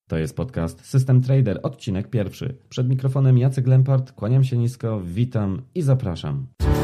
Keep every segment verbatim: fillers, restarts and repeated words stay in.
To jest podcast System Trader, odcinek pierwszy. Przed mikrofonem Jacek Lempart, kłaniam się nisko, witam i zapraszam.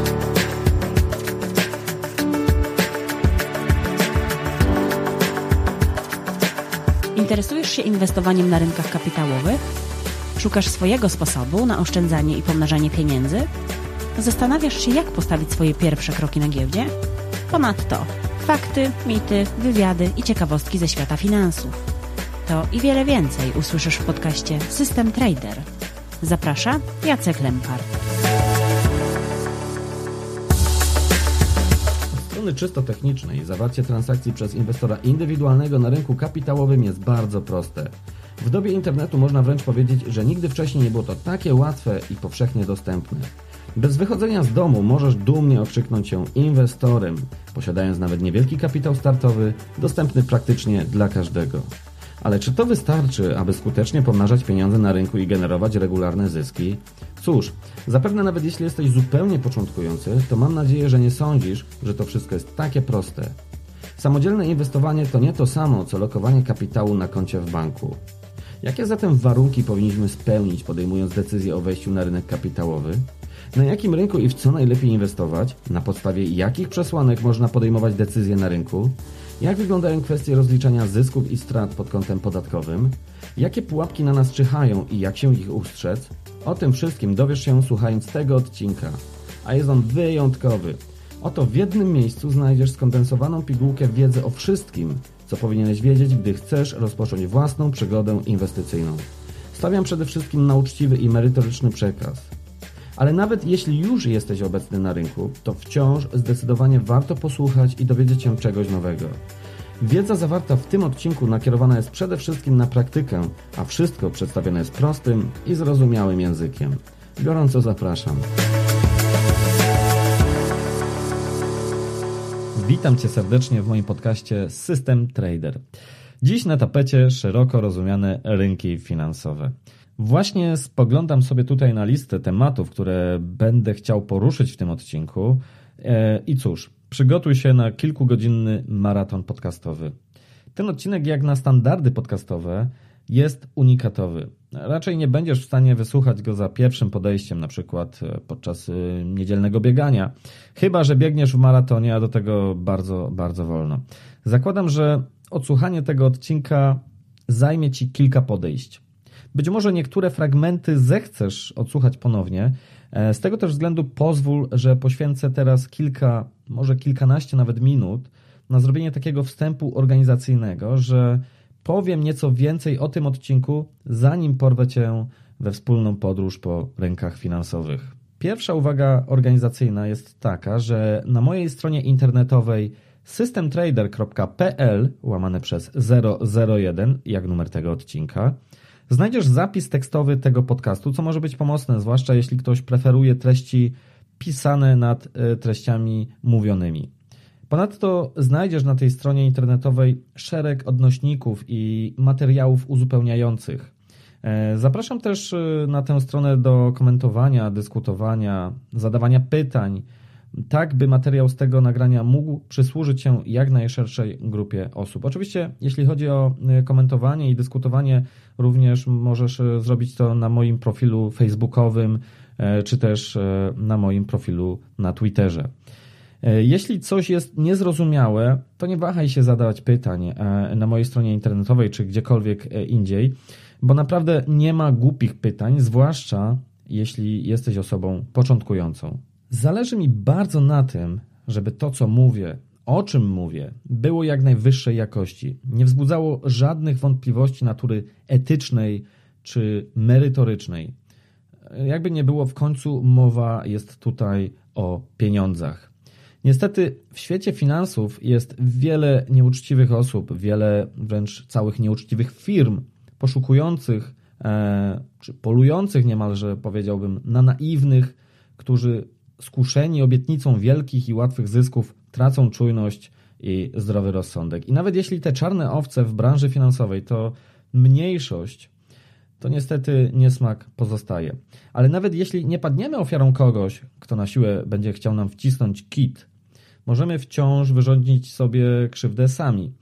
Interesujesz się inwestowaniem na rynkach kapitałowych? Szukasz swojego sposobu na oszczędzanie i pomnażanie pieniędzy? Zastanawiasz się, jak postawić swoje pierwsze kroki na giełdzie? Ponadto fakty, mity, wywiady i ciekawostki ze świata finansów. To i wiele więcej usłyszysz w podcaście System Trader. Zaprasza Jacek Lempart. Od strony czysto technicznej zawarcie transakcji przez inwestora indywidualnego na rynku kapitałowym jest bardzo proste. W dobie internetu można wręcz powiedzieć, że nigdy wcześniej nie było to takie łatwe i powszechnie dostępne. Bez wychodzenia z domu możesz dumnie okrzyknąć się inwestorem, posiadając nawet niewielki kapitał startowy, dostępny praktycznie dla każdego. Ale czy to wystarczy, aby skutecznie pomnażać pieniądze na rynku i generować regularne zyski? Cóż, zapewne nawet jeśli jesteś zupełnie początkujący, to mam nadzieję, że nie sądzisz, że to wszystko jest takie proste. Samodzielne inwestowanie to nie to samo, co lokowanie kapitału na koncie w banku. Jakie zatem warunki powinniśmy spełnić, podejmując decyzję o wejściu na rynek kapitałowy? Na jakim rynku i w co najlepiej inwestować? Na podstawie jakich przesłanek można podejmować decyzje na rynku? Jak wyglądają kwestie rozliczania zysków i strat pod kątem podatkowym? Jakie pułapki na nas czyhają i jak się ich ustrzec? O tym wszystkim dowiesz się słuchając tego odcinka. A jest on wyjątkowy. Oto w jednym miejscu znajdziesz skondensowaną pigułkę wiedzy o wszystkim, co powinieneś wiedzieć, gdy chcesz rozpocząć własną przygodę inwestycyjną. Stawiam przede wszystkim na uczciwy i merytoryczny przekaz. Ale nawet jeśli już jesteś obecny na rynku, to wciąż zdecydowanie warto posłuchać i dowiedzieć się czegoś nowego. Wiedza zawarta w tym odcinku nakierowana jest przede wszystkim na praktykę, a wszystko przedstawione jest prostym i zrozumiałym językiem. Gorąco zapraszam. Witam Cię serdecznie w moim podcaście System Trader. Dziś na tapecie szeroko rozumiane rynki finansowe. Właśnie spoglądam sobie tutaj na listę tematów, które będę chciał poruszyć w tym odcinku i cóż, przygotuj się na kilkugodzinny maraton podcastowy. Ten odcinek, jak na standardy podcastowe, jest unikatowy. Raczej nie będziesz w stanie wysłuchać go za pierwszym podejściem, na przykład podczas niedzielnego biegania, chyba że biegniesz w maratonie, a do tego bardzo, bardzo wolno. Zakładam, że odsłuchanie tego odcinka zajmie Ci kilka podejść. Być może niektóre fragmenty zechcesz odsłuchać ponownie. Z tego też względu pozwól, że poświęcę teraz kilka, może kilkanaście nawet minut na zrobienie takiego wstępu organizacyjnego, że powiem nieco więcej o tym odcinku, zanim porwę Cię we wspólną podróż po rynkach finansowych. Pierwsza uwaga organizacyjna jest taka, że na mojej stronie internetowej systemtrader kropka p l łamane przez zero zero jeden, jak numer tego odcinka, znajdziesz zapis tekstowy tego podcastu, co może być pomocne, zwłaszcza jeśli ktoś preferuje treści pisane nad treściami mówionymi. Ponadto znajdziesz na tej stronie internetowej szereg odnośników i materiałów uzupełniających. Zapraszam też na tę stronę do komentowania, dyskutowania, zadawania pytań, tak by materiał z tego nagrania mógł przysłużyć się jak najszerszej grupie osób. Oczywiście, jeśli chodzi o komentowanie i dyskutowanie, również możesz zrobić to na moim profilu facebookowym, czy też na moim profilu na Twitterze. Jeśli coś jest niezrozumiałe, to nie wahaj się zadawać pytań na mojej stronie internetowej, czy gdziekolwiek indziej, bo naprawdę nie ma głupich pytań, zwłaszcza jeśli jesteś osobą początkującą. Zależy mi bardzo na tym, żeby to, co mówię, o czym mówię, było jak najwyższej jakości. Nie wzbudzało żadnych wątpliwości natury etycznej czy merytorycznej. Jakby nie było, w końcu mowa jest tutaj o pieniądzach. Niestety w świecie finansów jest wiele nieuczciwych osób, wiele wręcz całych nieuczciwych firm poszukujących, e, czy polujących niemalże, powiedziałbym, na naiwnych, którzy skuszeni obietnicą wielkich i łatwych zysków tracą czujność i zdrowy rozsądek. I nawet jeśli te czarne owce w branży finansowej to mniejszość, to niestety niesmak pozostaje. Ale nawet jeśli nie padniemy ofiarą kogoś, kto na siłę będzie chciał nam wcisnąć kit, możemy wciąż wyrządzić sobie krzywdę sami.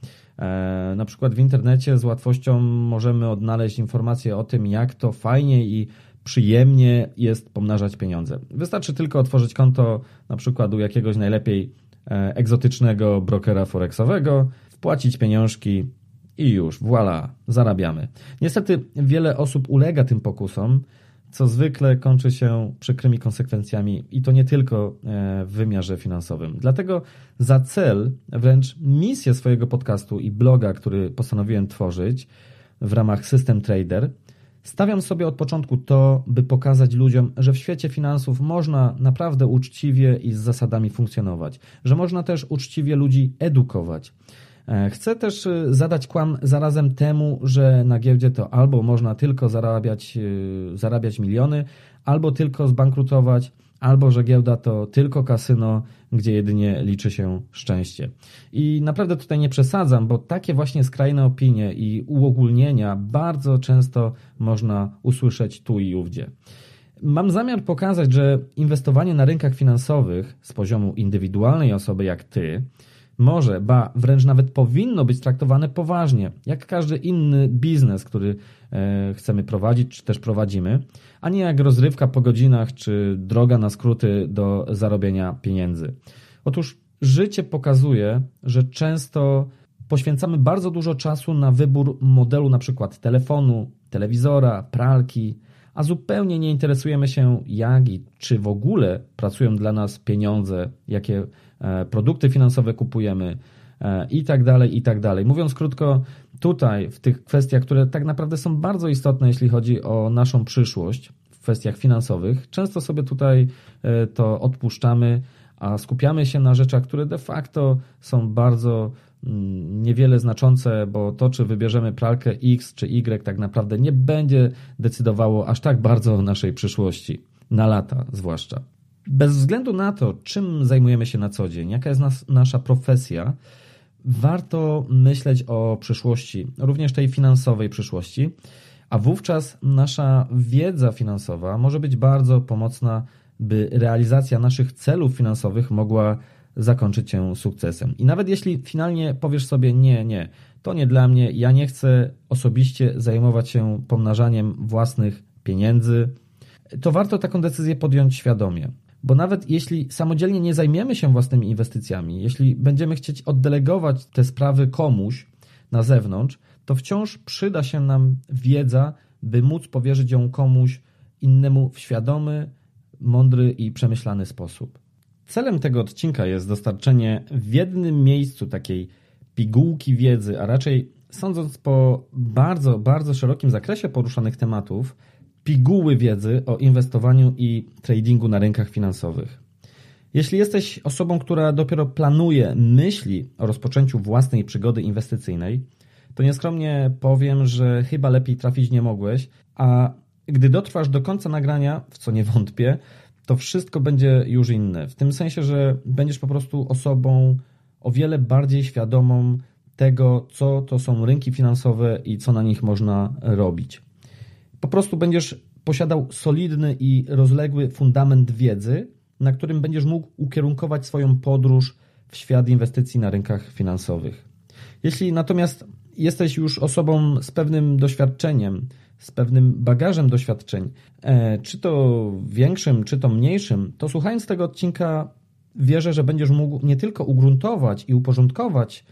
Na przykład w internecie z łatwością możemy odnaleźć informacje o tym, jak to fajnie i przyjemnie jest pomnażać pieniądze. Wystarczy tylko otworzyć konto na przykład u jakiegoś najlepiej egzotycznego brokera forexowego, wpłacić pieniążki i już, voilà, zarabiamy. Niestety wiele osób ulega tym pokusom, co zwykle kończy się przykrymi konsekwencjami i to nie tylko w wymiarze finansowym. Dlatego za cel, wręcz misję swojego podcastu i bloga, który postanowiłem tworzyć w ramach System Trader, stawiam sobie od początku to, by pokazać ludziom, że w świecie finansów można naprawdę uczciwie i z zasadami funkcjonować, że można też uczciwie ludzi edukować. Chcę też zadać kłam zarazem temu, że na giełdzie to albo można tylko zarabiać, zarabiać miliony, albo tylko zbankrutować, albo że giełda to tylko kasyno, gdzie jedynie liczy się szczęście. I naprawdę tutaj nie przesadzam, bo takie właśnie skrajne opinie i uogólnienia bardzo często można usłyszeć tu i ówdzie. Mam zamiar pokazać, że inwestowanie na rynkach finansowych z poziomu indywidualnej osoby jak ty może, ba, wręcz nawet powinno być traktowane poważnie, jak każdy inny biznes, który e, chcemy prowadzić, czy też prowadzimy, a nie jak rozrywka po godzinach, czy droga na skróty do zarobienia pieniędzy. Otóż życie pokazuje, że często poświęcamy bardzo dużo czasu na wybór modelu na przykład telefonu, telewizora, pralki, a zupełnie nie interesujemy się, jak i czy w ogóle pracują dla nas pieniądze, jakie produkty finansowe kupujemy i tak dalej, i tak dalej. Mówiąc krótko, tutaj w tych kwestiach, które tak naprawdę są bardzo istotne, jeśli chodzi o naszą przyszłość w kwestiach finansowych, często sobie tutaj to odpuszczamy, a skupiamy się na rzeczach, które de facto są bardzo niewiele znaczące, bo to, czy wybierzemy pralkę X czy Y, tak naprawdę nie będzie decydowało aż tak bardzo o naszej przyszłości, na lata zwłaszcza. Bez względu na to, czym zajmujemy się na co dzień, jaka jest nas, nasza profesja, warto myśleć o przyszłości, również tej finansowej przyszłości, a wówczas nasza wiedza finansowa może być bardzo pomocna, by realizacja naszych celów finansowych mogła zakończyć się sukcesem. I nawet jeśli finalnie powiesz sobie nie, nie, to nie dla mnie, ja nie chcę osobiście zajmować się pomnażaniem własnych pieniędzy, to warto taką decyzję podjąć świadomie. Bo nawet jeśli samodzielnie nie zajmiemy się własnymi inwestycjami, jeśli będziemy chcieć oddelegować te sprawy komuś na zewnątrz, to wciąż przyda się nam wiedza, by móc powierzyć ją komuś innemu w świadomy, mądry i przemyślany sposób. Celem tego odcinka jest dostarczenie w jednym miejscu takiej pigułki wiedzy, a raczej sądząc po bardzo, bardzo szerokim zakresie poruszanych tematów, piguły wiedzy o inwestowaniu i tradingu na rynkach finansowych. Jeśli jesteś osobą, która dopiero planuje, myśli o rozpoczęciu własnej przygody inwestycyjnej, to nieskromnie powiem, że chyba lepiej trafić nie mogłeś, a gdy dotrwasz do końca nagrania, w co nie wątpię, to wszystko będzie już inne. W tym sensie, że będziesz po prostu osobą o wiele bardziej świadomą tego, co to są rynki finansowe i co na nich można robić. Po prostu będziesz posiadał solidny i rozległy fundament wiedzy, na którym będziesz mógł ukierunkować swoją podróż w świat inwestycji na rynkach finansowych. Jeśli natomiast jesteś już osobą z pewnym doświadczeniem, z pewnym bagażem doświadczeń, czy to większym, czy to mniejszym, to słuchając tego odcinka wierzę, że będziesz mógł nie tylko ugruntować i uporządkować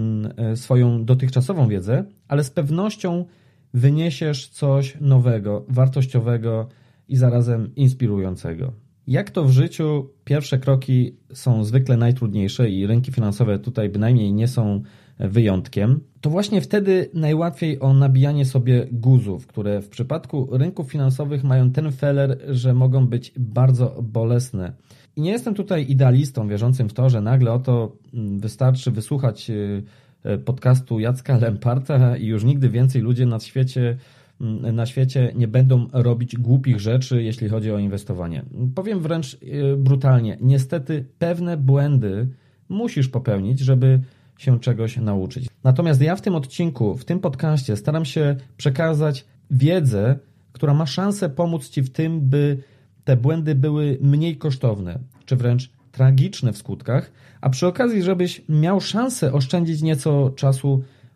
swoją dotychczasową wiedzę, ale z pewnością wyniesiesz coś nowego, wartościowego i zarazem inspirującego. Jak to w życiu, pierwsze kroki są zwykle najtrudniejsze i rynki finansowe tutaj bynajmniej nie są wyjątkiem, to właśnie wtedy najłatwiej o nabijanie sobie guzów, które w przypadku rynków finansowych mają ten feler, że mogą być bardzo bolesne. I nie jestem tutaj idealistą wierzącym w to, że nagle oto wystarczy wysłuchać podcastu Jacka Lemparta i już nigdy więcej ludzie na świecie, na świecie nie będą robić głupich rzeczy, jeśli chodzi o inwestowanie. Powiem wręcz brutalnie, niestety pewne błędy musisz popełnić, żeby się czegoś nauczyć. Natomiast ja w tym odcinku, w tym podcaście staram się przekazać wiedzę, która ma szansę pomóc Ci w tym, by te błędy były mniej kosztowne, czy wręcz tragiczne w skutkach, a przy okazji, żebyś miał szansę oszczędzić nieco czasu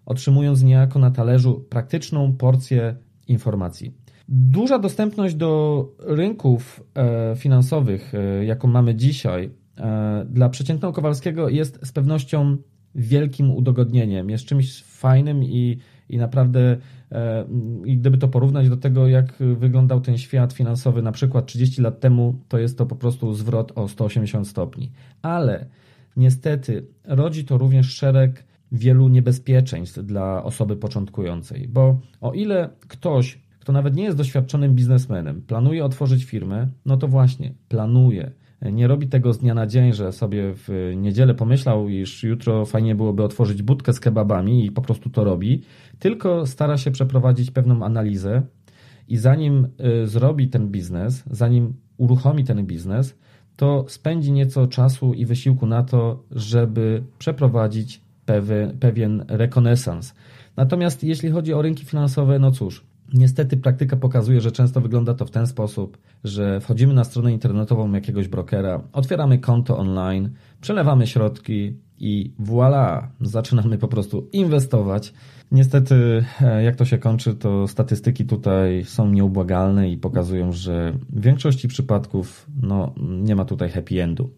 otrzymując niejako na talerzu praktyczną porcję informacji. Duża dostępność do rynków finansowych, jaką mamy dzisiaj, dla przeciętnego Kowalskiego jest z pewnością wielkim udogodnieniem, jest czymś fajnym i, i naprawdę i gdyby to porównać do tego, jak wyglądał ten świat finansowy na przykład trzydzieści lat temu, to jest to po prostu zwrot o sto osiemdziesiąt stopni. Ale niestety rodzi to również szereg wielu niebezpieczeństw dla osoby początkującej, bo o ile ktoś, kto nawet nie jest doświadczonym biznesmenem, planuje otworzyć firmę, no to właśnie planuje. Nie robi tego z dnia na dzień, że sobie w niedzielę pomyślał, iż jutro fajnie byłoby otworzyć budkę z kebabami i po prostu to robi, tylko stara się przeprowadzić pewną analizę i zanim zrobi ten biznes, zanim uruchomi ten biznes, to spędzi nieco czasu i wysiłku na to, żeby przeprowadzić pewien, pewien rekonesans. Natomiast jeśli chodzi o rynki finansowe, no cóż, niestety praktyka pokazuje, że często wygląda to w ten sposób, że wchodzimy na stronę internetową jakiegoś brokera, otwieramy konto online, przelewamy środki i voilà, zaczynamy po prostu inwestować. Niestety, jak to się kończy, to statystyki tutaj są nieubłagalne i pokazują, że w większości przypadków no, nie ma tutaj happy endu.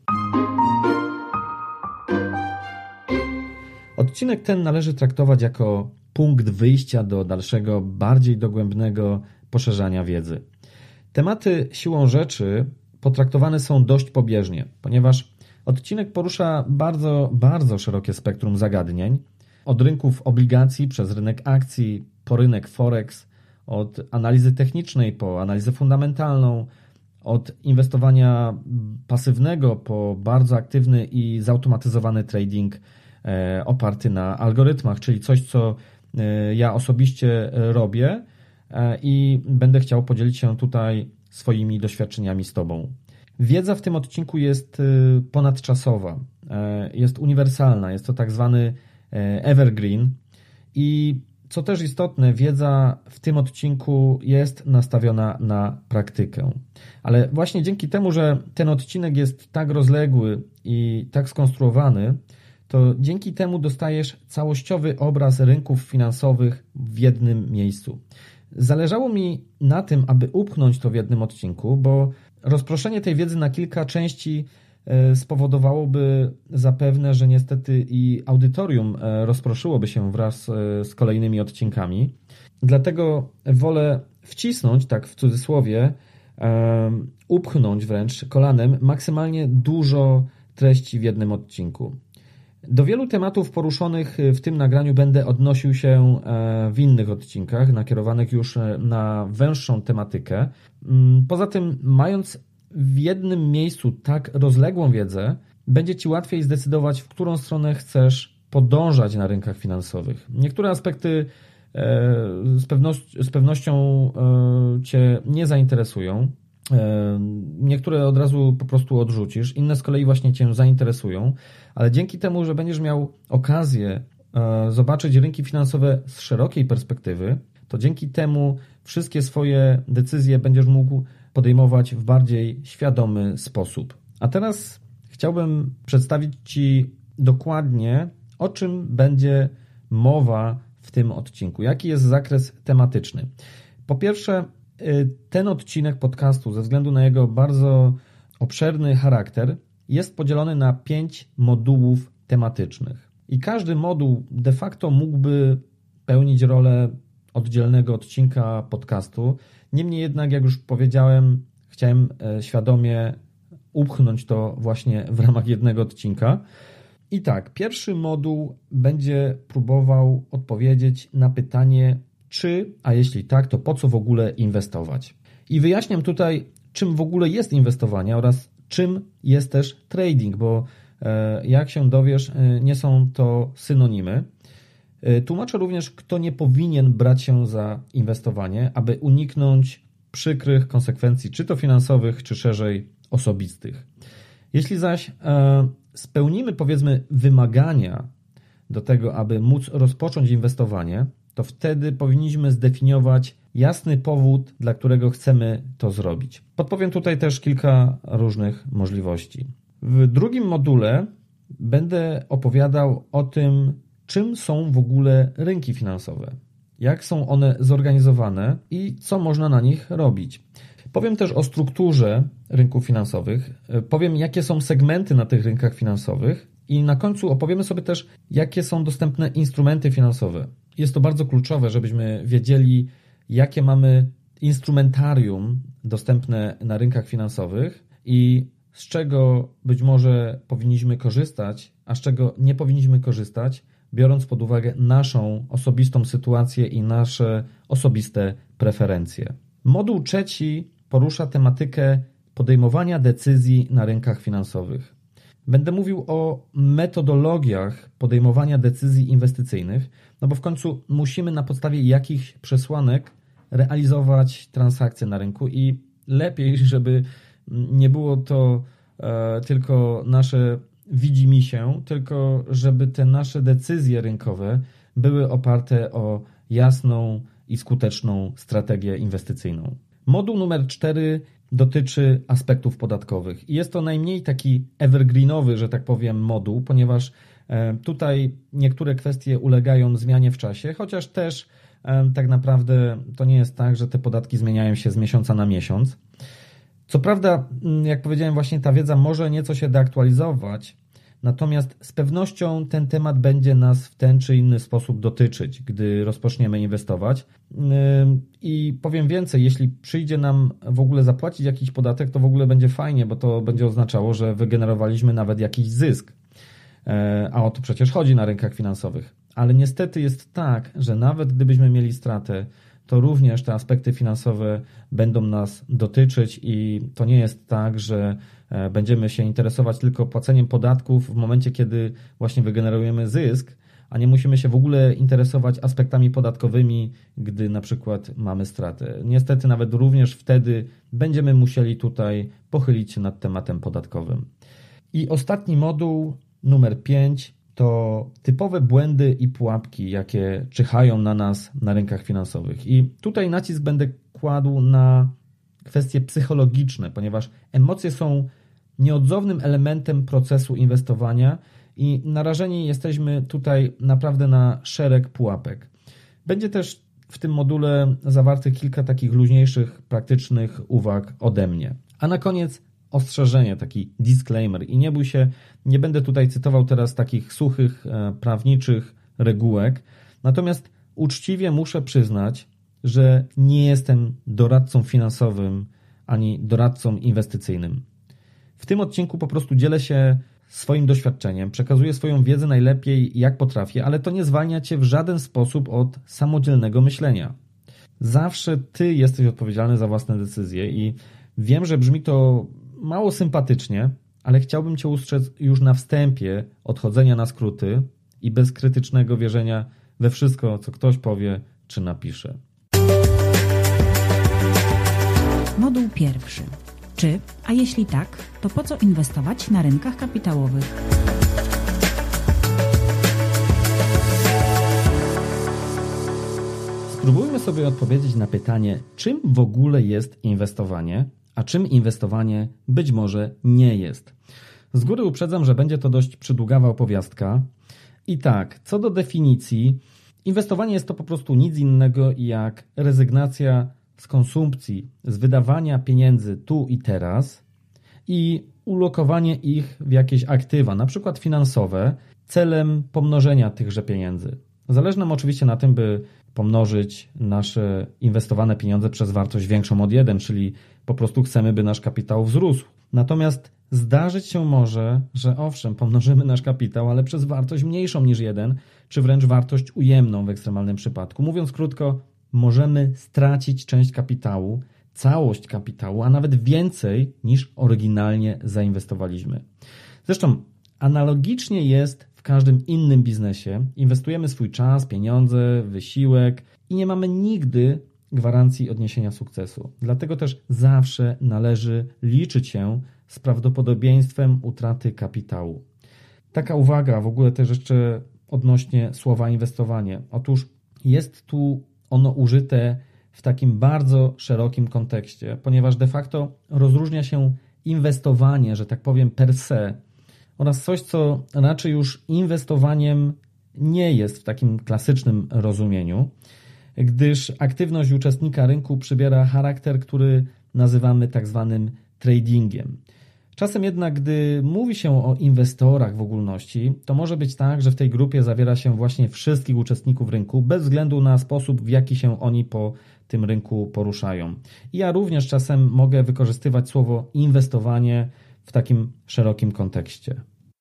Odcinek ten należy traktować jako punkt wyjścia do dalszego, bardziej dogłębnego poszerzania wiedzy. Tematy siłą rzeczy potraktowane są dość pobieżnie, ponieważ odcinek porusza bardzo, bardzo szerokie spektrum zagadnień, od rynków obligacji przez rynek akcji, po rynek forex, od analizy technicznej po analizę fundamentalną, od inwestowania pasywnego po bardzo aktywny i zautomatyzowany trading e, oparty na algorytmach, czyli coś, co e, ja osobiście robię e, i będę chciał podzielić się tutaj swoimi doświadczeniami z Tobą. Wiedza w tym odcinku jest ponadczasowa, jest uniwersalna, jest to tak zwany evergreen i co też istotne, wiedza w tym odcinku jest nastawiona na praktykę. Ale właśnie dzięki temu, że ten odcinek jest tak rozległy i tak skonstruowany, to dzięki temu dostajesz całościowy obraz rynków finansowych w jednym miejscu. Zależało mi na tym, aby upchnąć to w jednym odcinku, bo rozproszenie tej wiedzy na kilka części spowodowałoby zapewne, że niestety i audytorium rozproszyłoby się wraz z kolejnymi odcinkami. Dlatego wolę wcisnąć, tak w cudzysłowie, upchnąć wręcz kolanem maksymalnie dużo treści w jednym odcinku. Do wielu tematów poruszonych w tym nagraniu będę odnosił się w innych odcinkach, nakierowanych już na węższą tematykę. Poza tym, mając w jednym miejscu tak rozległą wiedzę, będzie Ci łatwiej zdecydować, w którą stronę chcesz podążać na rynkach finansowych. Niektóre aspekty z, pewnością, z pewnością Cię nie zainteresują, niektóre od razu po prostu odrzucisz, inne z kolei właśnie Cię zainteresują, ale dzięki temu, że będziesz miał okazję zobaczyć rynki finansowe z szerokiej perspektywy, to dzięki temu wszystkie swoje decyzje będziesz mógł podejmować w bardziej świadomy sposób. A teraz chciałbym przedstawić Ci dokładnie, o czym będzie mowa w tym odcinku, jaki jest zakres tematyczny. Po pierwsze, ten odcinek podcastu ze względu na jego bardzo obszerny charakter jest podzielony na pięć modułów tematycznych. I każdy moduł de facto mógłby pełnić rolę oddzielnego odcinka podcastu. Niemniej jednak, jak już powiedziałem, chciałem świadomie upchnąć to właśnie w ramach jednego odcinka. I tak, pierwszy moduł będzie próbował odpowiedzieć na pytanie, czy, a jeśli tak, to po co w ogóle inwestować. I wyjaśniam tutaj, czym w ogóle jest inwestowanie oraz czym jest też trading, bo jak się dowiesz, nie są to synonimy. Tłumaczę również, kto nie powinien brać się za inwestowanie, aby uniknąć przykrych konsekwencji, czy to finansowych, czy szerzej osobistych. Jeśli zaś spełnimy, powiedzmy, wymagania do tego, aby móc rozpocząć inwestowanie, to wtedy powinniśmy zdefiniować jasny powód, dla którego chcemy to zrobić. Podpowiem tutaj też kilka różnych możliwości. W drugim module będę opowiadał o tym, czym są w ogóle rynki finansowe, jak są one zorganizowane i co można na nich robić. Powiem też o strukturze rynków finansowych, powiem jakie są segmenty na tych rynkach finansowych i na końcu opowiemy sobie też, jakie są dostępne instrumenty finansowe. Jest to bardzo kluczowe, żebyśmy wiedzieli, jakie mamy instrumentarium dostępne na rynkach finansowych i z czego być może powinniśmy korzystać, a z czego nie powinniśmy korzystać, biorąc pod uwagę naszą osobistą sytuację i nasze osobiste preferencje. Moduł trzeci porusza tematykę podejmowania decyzji na rynkach finansowych. Będę mówił o metodologiach podejmowania decyzji inwestycyjnych, no bo w końcu musimy na podstawie jakichś przesłanek realizować transakcje na rynku i lepiej, żeby nie było to e, tylko nasze widzimisię, tylko żeby te nasze decyzje rynkowe były oparte o jasną i skuteczną strategię inwestycyjną. Moduł numer cztery dotyczy aspektów podatkowych i jest to najmniej taki evergreenowy, że tak powiem, moduł, ponieważ tutaj niektóre kwestie ulegają zmianie w czasie, chociaż też tak naprawdę to nie jest tak, że te podatki zmieniają się z miesiąca na miesiąc. Co prawda, jak powiedziałem, właśnie ta wiedza może nieco się deaktualizować, natomiast z pewnością ten temat będzie nas w ten czy inny sposób dotyczyć, gdy rozpoczniemy inwestować. I powiem więcej, jeśli przyjdzie nam w ogóle zapłacić jakiś podatek, to w ogóle będzie fajnie, bo to będzie oznaczało, że wygenerowaliśmy nawet jakiś zysk. A o to przecież chodzi na rynkach finansowych. Ale niestety jest tak, że nawet gdybyśmy mieli stratę, to również te aspekty finansowe będą nas dotyczyć i to nie jest tak, że będziemy się interesować tylko płaceniem podatków w momencie, kiedy właśnie wygenerujemy zysk, a nie musimy się w ogóle interesować aspektami podatkowymi, gdy na przykład mamy stratę. Niestety nawet również wtedy będziemy musieli tutaj pochylić się nad tematem podatkowym. I ostatni moduł, numer pięć, to typowe błędy i pułapki, jakie czyhają na nas na rynkach finansowych. I tutaj nacisk będę kładł na kwestie psychologiczne, ponieważ emocje są nieodzownym elementem procesu inwestowania i narażeni jesteśmy tutaj naprawdę na szereg pułapek. Będzie też w tym module zawartych kilka takich luźniejszych, praktycznych uwag ode mnie. A na koniec ostrzeżenie, taki disclaimer. I nie bój się, nie będę tutaj cytował teraz takich suchych, e, prawniczych regułek. Natomiast uczciwie muszę przyznać, że nie jestem doradcą finansowym ani doradcą inwestycyjnym. W tym odcinku po prostu dzielę się swoim doświadczeniem, przekazuję swoją wiedzę najlepiej jak potrafię, ale to nie zwalnia Cię w żaden sposób od samodzielnego myślenia. Zawsze Ty jesteś odpowiedzialny za własne decyzje i wiem, że brzmi to mało sympatycznie, ale chciałbym Cię ustrzec już na wstępie od chodzenia na skróty i bezkrytycznego wierzenia we wszystko, co ktoś powie czy napisze. Moduł pierwszy. Czy, a jeśli tak, to po co inwestować na rynkach kapitałowych? Spróbujmy sobie odpowiedzieć na pytanie, czym w ogóle jest inwestowanie, a czym inwestowanie być może nie jest. Z góry uprzedzam, że będzie to dość przydługawa opowiastka. I tak, co do definicji, inwestowanie jest to po prostu nic innego jak rezygnacja z konsumpcji, z wydawania pieniędzy tu i teraz i ulokowanie ich w jakieś aktywa, na przykład finansowe, celem pomnożenia tychże pieniędzy. Zależy nam oczywiście na tym, by pomnożyć nasze inwestowane pieniądze przez wartość większą od jeden, czyli po prostu chcemy, by nasz kapitał wzrósł. Natomiast zdarzyć się może, że owszem, pomnożymy nasz kapitał, ale przez wartość mniejszą niż jeden, czy wręcz wartość ujemną w ekstremalnym przypadku. Mówiąc krótko, możemy stracić część kapitału, całość kapitału, a nawet więcej niż oryginalnie zainwestowaliśmy. Zresztą analogicznie jest w każdym innym biznesie. Inwestujemy swój czas, pieniądze, wysiłek i nie mamy nigdy gwarancji odniesienia sukcesu. Dlatego też zawsze należy liczyć się z prawdopodobieństwem utraty kapitału. Taka uwaga w ogóle też jeszcze odnośnie słowa inwestowanie. Otóż jest tu ono użyte w takim bardzo szerokim kontekście, ponieważ de facto rozróżnia się inwestowanie, że tak powiem per se, oraz coś, co raczej już inwestowaniem nie jest w takim klasycznym rozumieniu, gdyż aktywność uczestnika rynku przybiera charakter, który nazywamy tak zwanym tradingiem. Czasem jednak, gdy mówi się o inwestorach w ogólności, to może być tak, że w tej grupie zawiera się właśnie wszystkich uczestników rynku, bez względu na sposób, w jaki się oni po tym rynku poruszają. I ja również czasem mogę wykorzystywać słowo inwestowanie w takim szerokim kontekście.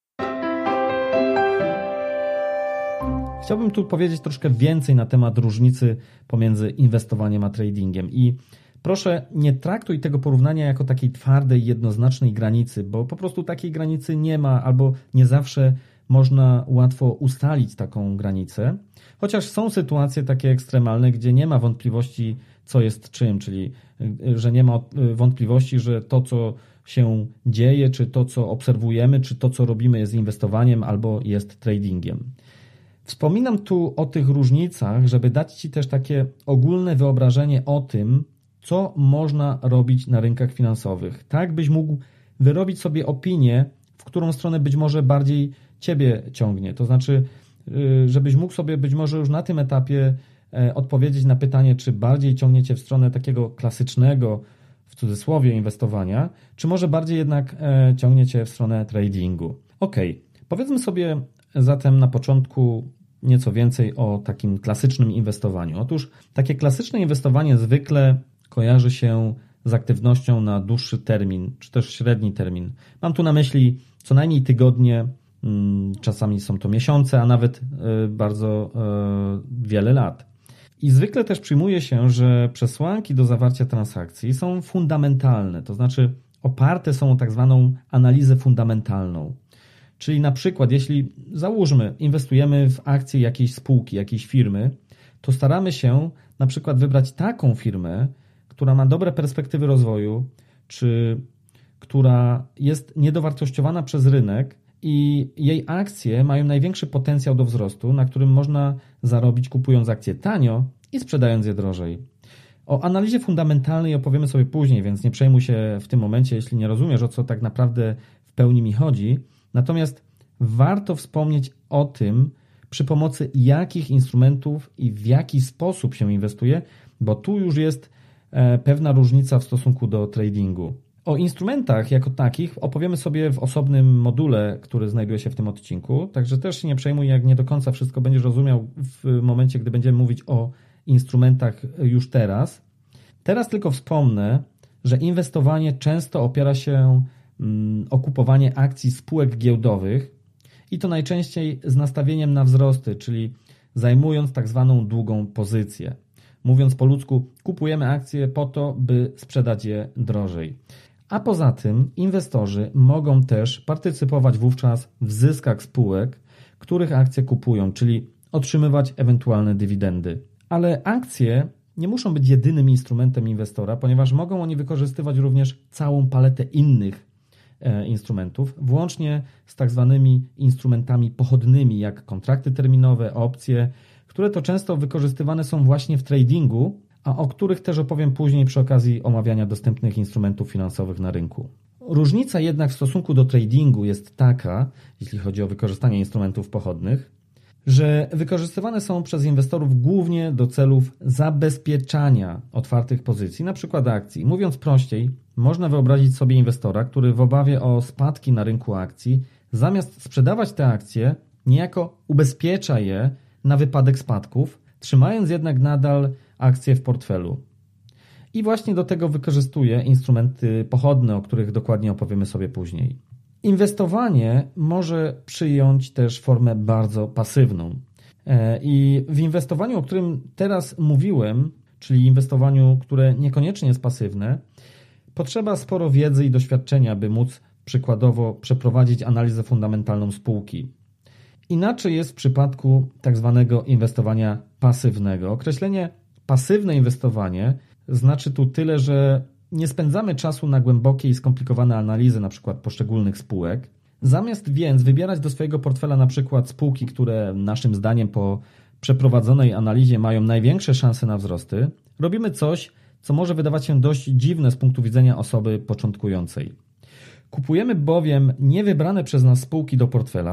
Chciałbym tu powiedzieć troszkę więcej na temat różnicy pomiędzy inwestowaniem a tradingiem i proszę, nie traktuj tego porównania jako takiej twardej, jednoznacznej granicy, bo po prostu takiej granicy nie ma albo nie zawsze można łatwo ustalić taką granicę, chociaż są sytuacje takie ekstremalne, gdzie nie ma wątpliwości, co jest czym, czyli że nie ma wątpliwości, że to, co się dzieje, czy to, co obserwujemy, czy to, co robimy, jest inwestowaniem albo jest tradingiem. Wspominam tu o tych różnicach, żeby dać Ci też takie ogólne wyobrażenie o tym, co można robić na rynkach finansowych. Tak byś mógł wyrobić sobie opinię, w którą stronę być może bardziej Ciebie ciągnie. To znaczy, żebyś mógł sobie być może już na tym etapie odpowiedzieć na pytanie, czy bardziej ciągnie Cię w stronę takiego klasycznego, w cudzysłowie, inwestowania, czy może bardziej jednak ciągnie Cię w stronę tradingu. Ok, powiedzmy sobie zatem na początku nieco więcej o takim klasycznym inwestowaniu. Otóż takie klasyczne inwestowanie zwykle kojarzy się z aktywnością na dłuższy termin, czy też średni termin. Mam tu na myśli co najmniej tygodnie, czasami są to miesiące, a nawet bardzo wiele lat. I zwykle też przyjmuje się, że przesłanki do zawarcia transakcji są fundamentalne, to znaczy oparte są o tak zwaną analizę fundamentalną. Czyli na przykład, jeśli załóżmy, inwestujemy w akcje jakiejś spółki, jakiejś firmy, to staramy się na przykład wybrać taką firmę, która ma dobre perspektywy rozwoju, czy która jest niedowartościowana przez rynek i jej akcje mają największy potencjał do wzrostu, na którym można zarobić kupując akcje tanio i sprzedając je drożej. O analizie fundamentalnej opowiemy sobie później, więc nie przejmuj się w tym momencie, jeśli nie rozumiesz, o co tak naprawdę w pełni mi chodzi. Natomiast warto wspomnieć o tym, przy pomocy jakich instrumentów i w jaki sposób się inwestuje, bo tu już jest pewna różnica w stosunku do tradingu. O instrumentach jako takich opowiemy sobie w osobnym module, który znajduje się w tym odcinku, także też się nie przejmuj, jak nie do końca wszystko będziesz rozumiał w momencie, gdy będziemy mówić o instrumentach już teraz. Teraz tylko wspomnę, że inwestowanie często opiera się o kupowanie akcji spółek giełdowych i to najczęściej z nastawieniem na wzrosty, czyli zajmując tak zwaną długą pozycję. Mówiąc po ludzku, kupujemy akcje po to, by sprzedać je drożej. A poza tym inwestorzy mogą też partycypować wówczas w zyskach spółek, których akcje kupują, czyli otrzymywać ewentualne dywidendy. Ale akcje nie muszą być jedynym instrumentem inwestora, ponieważ mogą oni wykorzystywać również całą paletę innych instrumentów, włącznie z tak zwanymi instrumentami pochodnymi, jak kontrakty terminowe, opcje, które to często wykorzystywane są właśnie w tradingu, a o których też opowiem później przy okazji omawiania dostępnych instrumentów finansowych na rynku. Różnica jednak w stosunku do tradingu jest taka, jeśli chodzi o wykorzystanie instrumentów pochodnych, że wykorzystywane są przez inwestorów głównie do celów zabezpieczania otwartych pozycji, na przykład akcji. Mówiąc prościej, można wyobrazić sobie inwestora, który w obawie o spadki na rynku akcji, zamiast sprzedawać te akcje, niejako ubezpiecza je na wypadek spadków, trzymając jednak nadal akcje w portfelu. I właśnie do tego wykorzystuje instrumenty pochodne, o których dokładnie opowiemy sobie później. Inwestowanie może przyjąć też formę bardzo pasywną. I w inwestowaniu, o którym teraz mówiłem, czyli inwestowaniu, które niekoniecznie jest pasywne, potrzeba sporo wiedzy i doświadczenia, by móc przykładowo przeprowadzić analizę fundamentalną spółki. Inaczej jest w przypadku tak zwanego inwestowania pasywnego. Określenie pasywne inwestowanie znaczy tu tyle, że nie spędzamy czasu na głębokie i skomplikowane analizy na przykład poszczególnych spółek. Zamiast więc wybierać do swojego portfela na przykład spółki, które naszym zdaniem po przeprowadzonej analizie mają największe szanse na wzrosty, robimy coś, co może wydawać się dość dziwne z punktu widzenia osoby początkującej. Kupujemy bowiem niewybrane przez nas spółki do portfela,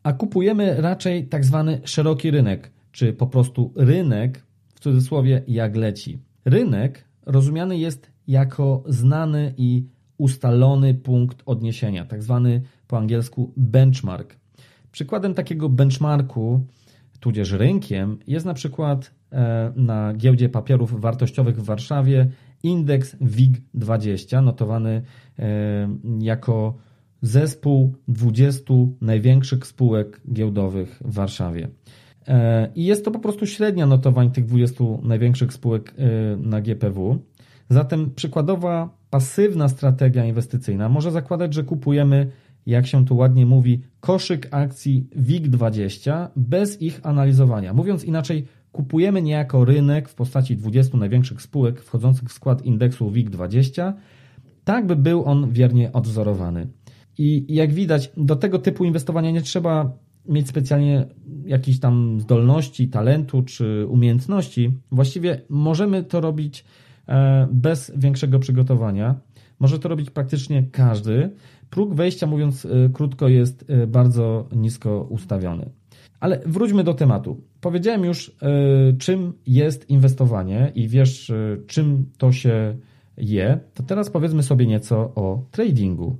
a kupujemy raczej tak zwany szeroki rynek, czy po prostu rynek, w cudzysłowie jak leci. Rynek rozumiany jest jako znany i ustalony punkt odniesienia, tak zwany po angielsku benchmark. Przykładem takiego benchmarku, tudzież rynkiem, jest na przykład na giełdzie papierów wartościowych w Warszawie indeks W I G dwadzieścia, notowany jako zespół dwudziestu największych spółek giełdowych w Warszawie. I jest to po prostu średnia notowań tych dwudziestu największych spółek na G P W. Zatem przykładowa pasywna strategia inwestycyjna może zakładać, że kupujemy, jak się tu ładnie mówi, koszyk akcji W I G dwadzieścia bez ich analizowania. Mówiąc inaczej, kupujemy niejako rynek w postaci dwudziestu największych spółek wchodzących w skład indeksu W I G dwadzieścia, tak by był on wiernie odwzorowany. I jak widać, do tego typu inwestowania nie trzeba mieć specjalnie jakichś tam zdolności, talentu czy umiejętności. Właściwie możemy to robić bez większego przygotowania. Może to robić praktycznie każdy. Próg wejścia, mówiąc krótko, jest bardzo nisko ustawiony. Ale wróćmy do tematu. Powiedziałem już, czym jest inwestowanie i wiesz, czym to się je. To teraz powiedzmy sobie nieco o tradingu.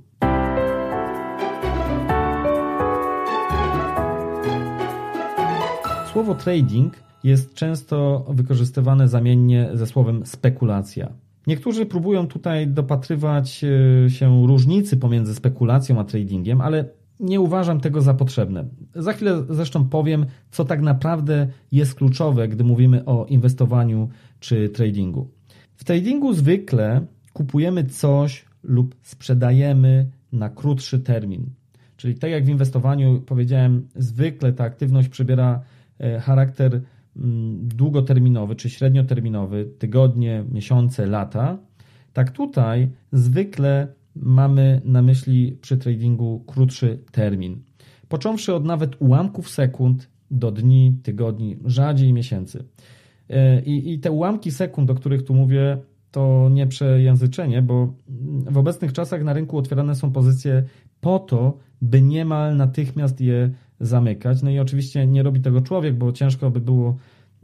Słowo trading jest często wykorzystywane zamiennie ze słowem spekulacja. Niektórzy próbują tutaj dopatrywać się różnicy pomiędzy spekulacją a tradingiem, ale nie uważam tego za potrzebne. Za chwilę zresztą powiem, co tak naprawdę jest kluczowe, gdy mówimy o inwestowaniu czy tradingu. W tradingu zwykle kupujemy coś lub sprzedajemy na krótszy termin. Czyli tak jak w inwestowaniu powiedziałem, zwykle ta aktywność przybiera charakter długoterminowy czy średnioterminowy, tygodnie, miesiące, lata. Tak tutaj zwykle mamy na myśli przy tradingu krótszy termin. Począwszy od nawet ułamków sekund do dni, tygodni, rzadziej miesięcy. I, i te ułamki sekund, o których tu mówię, to nie przejęzyczenie, bo w obecnych czasach na rynku otwierane są pozycje po to, by niemal natychmiast je zamykać. No i oczywiście nie robi tego człowiek, bo ciężko by było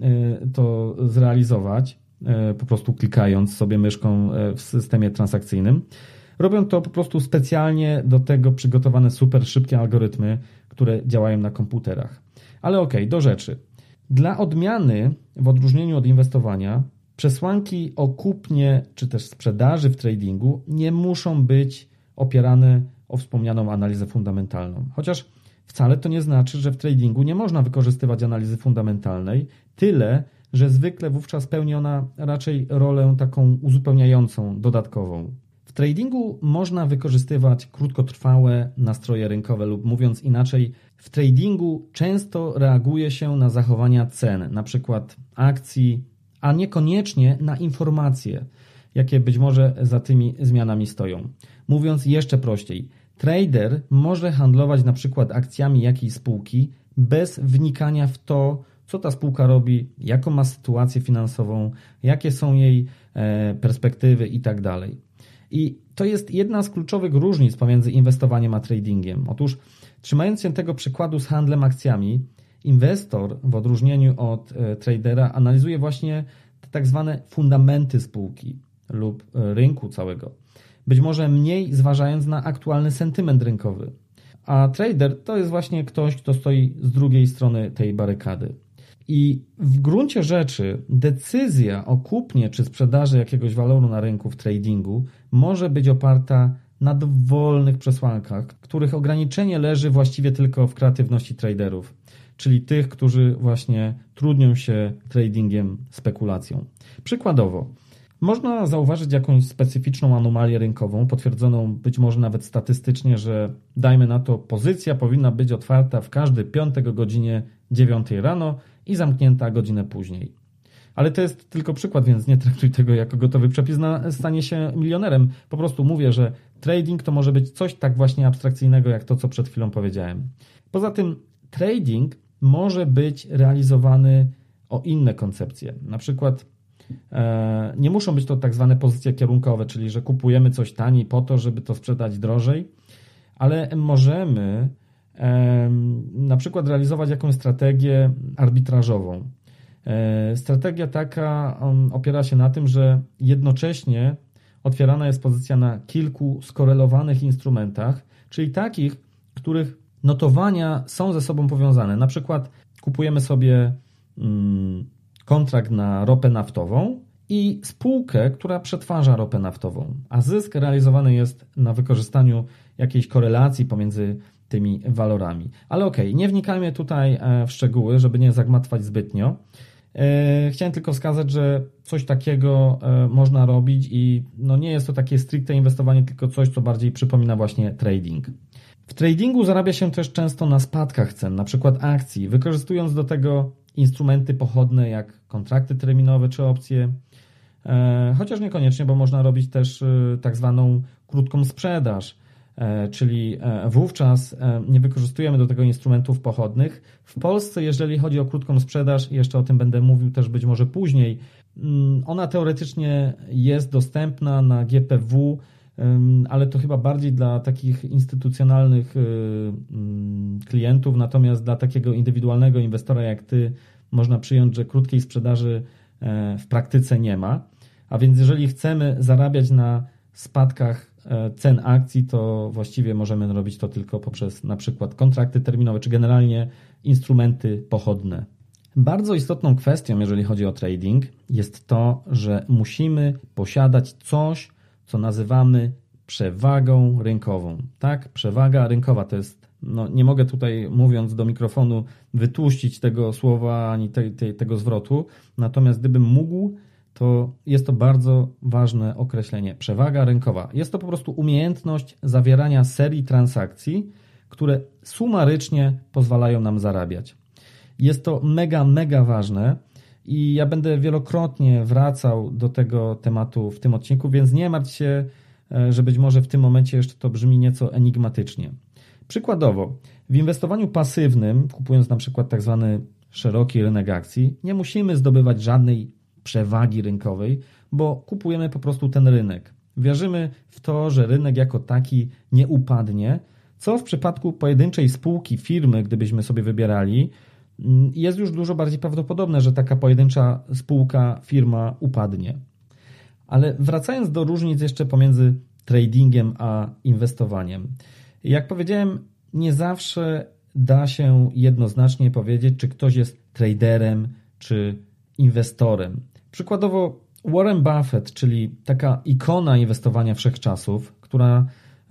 to zrealizować, po prostu klikając sobie myszką w systemie transakcyjnym. Robią to po prostu specjalnie do tego przygotowane super szybkie algorytmy, które działają na komputerach. Ale okej, do rzeczy. Dla odmiany, w odróżnieniu od inwestowania, przesłanki o kupnie czy też sprzedaży w tradingu nie muszą być opierane o wspomnianą analizę fundamentalną. Chociaż wcale to nie znaczy, że w tradingu nie można wykorzystywać analizy fundamentalnej, tyle, że zwykle wówczas pełni ona raczej rolę taką uzupełniającą, dodatkową. W tradingu można wykorzystywać krótkotrwałe nastroje rynkowe lub mówiąc inaczej, w tradingu często reaguje się na zachowania cen, na przykład akcji, a niekoniecznie na informacje, jakie być może za tymi zmianami stoją. Mówiąc jeszcze prościej, trader może handlować na przykład akcjami jakiejś spółki bez wnikania w to, co ta spółka robi, jaką ma sytuację finansową, jakie są jej perspektywy i tak dalej. I to jest jedna z kluczowych różnic pomiędzy inwestowaniem a tradingiem. Otóż, trzymając się tego przykładu z handlem akcjami, inwestor w odróżnieniu od tradera analizuje właśnie te tak zwane fundamenty spółki lub rynku całego. Być może mniej zważając na aktualny sentyment rynkowy. A trader to jest właśnie ktoś, kto stoi z drugiej strony tej barykady. I w gruncie rzeczy decyzja o kupnie czy sprzedaży jakiegoś waloru na rynku w tradingu może być oparta na dowolnych przesłankach, których ograniczenie leży właściwie tylko w kreatywności traderów, czyli tych, którzy właśnie trudnią się tradingiem, spekulacją. Przykładowo, można zauważyć jakąś specyficzną anomalię rynkową, potwierdzoną być może nawet statystycznie, że dajmy na to, pozycja powinna być otwarta w każdy piątek o godzinie dziewiątej rano i zamknięta godzinę później. Ale to jest tylko przykład, więc nie traktuj tego jako gotowy przepis na stanie się milionerem. Po prostu mówię, że trading to może być coś tak właśnie abstrakcyjnego, jak to, co przed chwilą powiedziałem. Poza tym trading może być realizowany o inne koncepcje. Na przykład e, nie muszą być to tak zwane pozycje kierunkowe, czyli że kupujemy coś taniej po to, żeby to sprzedać drożej, ale możemy na przykład realizować jakąś strategię arbitrażową. Strategia taka opiera się na tym, że jednocześnie otwierana jest pozycja na kilku skorelowanych instrumentach, czyli takich, których notowania są ze sobą powiązane. Na przykład kupujemy sobie kontrakt na ropę naftową i spółkę, która przetwarza ropę naftową, a zysk realizowany jest na wykorzystaniu jakiejś korelacji pomiędzy tymi walorami. Ale okej, okay, nie wnikajmy tutaj w szczegóły, żeby nie zagmatwać zbytnio. Chciałem tylko wskazać, że coś takiego można robić i no nie jest to takie stricte inwestowanie, tylko coś, co bardziej przypomina właśnie trading. W tradingu zarabia się też często na spadkach cen, na przykład akcji, wykorzystując do tego instrumenty pochodne jak kontrakty terminowe czy opcje, chociaż niekoniecznie, bo można robić też tak zwaną krótką sprzedaż, czyli wówczas nie wykorzystujemy do tego instrumentów pochodnych. W Polsce, jeżeli chodzi o krótką sprzedaż, jeszcze o tym będę mówił też być może później, ona teoretycznie jest dostępna na G P W, ale to chyba bardziej dla takich instytucjonalnych klientów, natomiast dla takiego indywidualnego inwestora jak ty można przyjąć, że krótkiej sprzedaży w praktyce nie ma, a więc jeżeli chcemy zarabiać na spadkach cen akcji, to właściwie możemy robić to tylko poprzez na przykład kontrakty terminowe, czy generalnie instrumenty pochodne. Bardzo istotną kwestią, jeżeli chodzi o trading, jest to, że musimy posiadać coś, co nazywamy przewagą rynkową. Tak, przewaga rynkowa to jest, no nie mogę tutaj mówiąc do mikrofonu wytłuścić tego słowa ani te, te, tego zwrotu, natomiast gdybym mógł, to jest to bardzo ważne określenie. Przewaga rynkowa. Jest to po prostu umiejętność zawierania serii transakcji, które sumarycznie pozwalają nam zarabiać. Jest to mega, mega ważne i ja będę wielokrotnie wracał do tego tematu w tym odcinku, więc nie martw się, że być może w tym momencie jeszcze to brzmi nieco enigmatycznie. Przykładowo, w inwestowaniu pasywnym, kupując na przykład tak zwany szeroki rynek akcji, nie musimy zdobywać żadnej przewagi rynkowej, bo kupujemy po prostu ten rynek. Wierzymy w to, że rynek jako taki nie upadnie, co w przypadku pojedynczej spółki, firmy, gdybyśmy sobie wybierali, jest już dużo bardziej prawdopodobne, że taka pojedyncza spółka, firma upadnie. Ale wracając do różnic jeszcze pomiędzy tradingiem a inwestowaniem. Jak powiedziałem, nie zawsze da się jednoznacznie powiedzieć, czy ktoś jest traderem, czy inwestorem. Przykładowo Warren Buffett, czyli taka ikona inwestowania wszechczasów, która,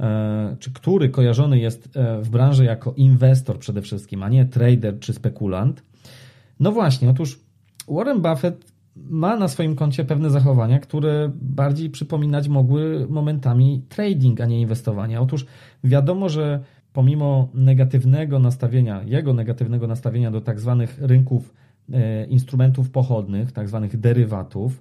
czy który kojarzony jest w branży jako inwestor przede wszystkim, a nie trader czy spekulant. No właśnie, otóż Warren Buffett ma na swoim koncie pewne zachowania, które bardziej przypominać mogły momentami trading, a nie inwestowania. Otóż wiadomo, że pomimo negatywnego nastawienia, jego negatywnego nastawienia do tak zwanych rynków instrumentów pochodnych, tak zwanych derywatów,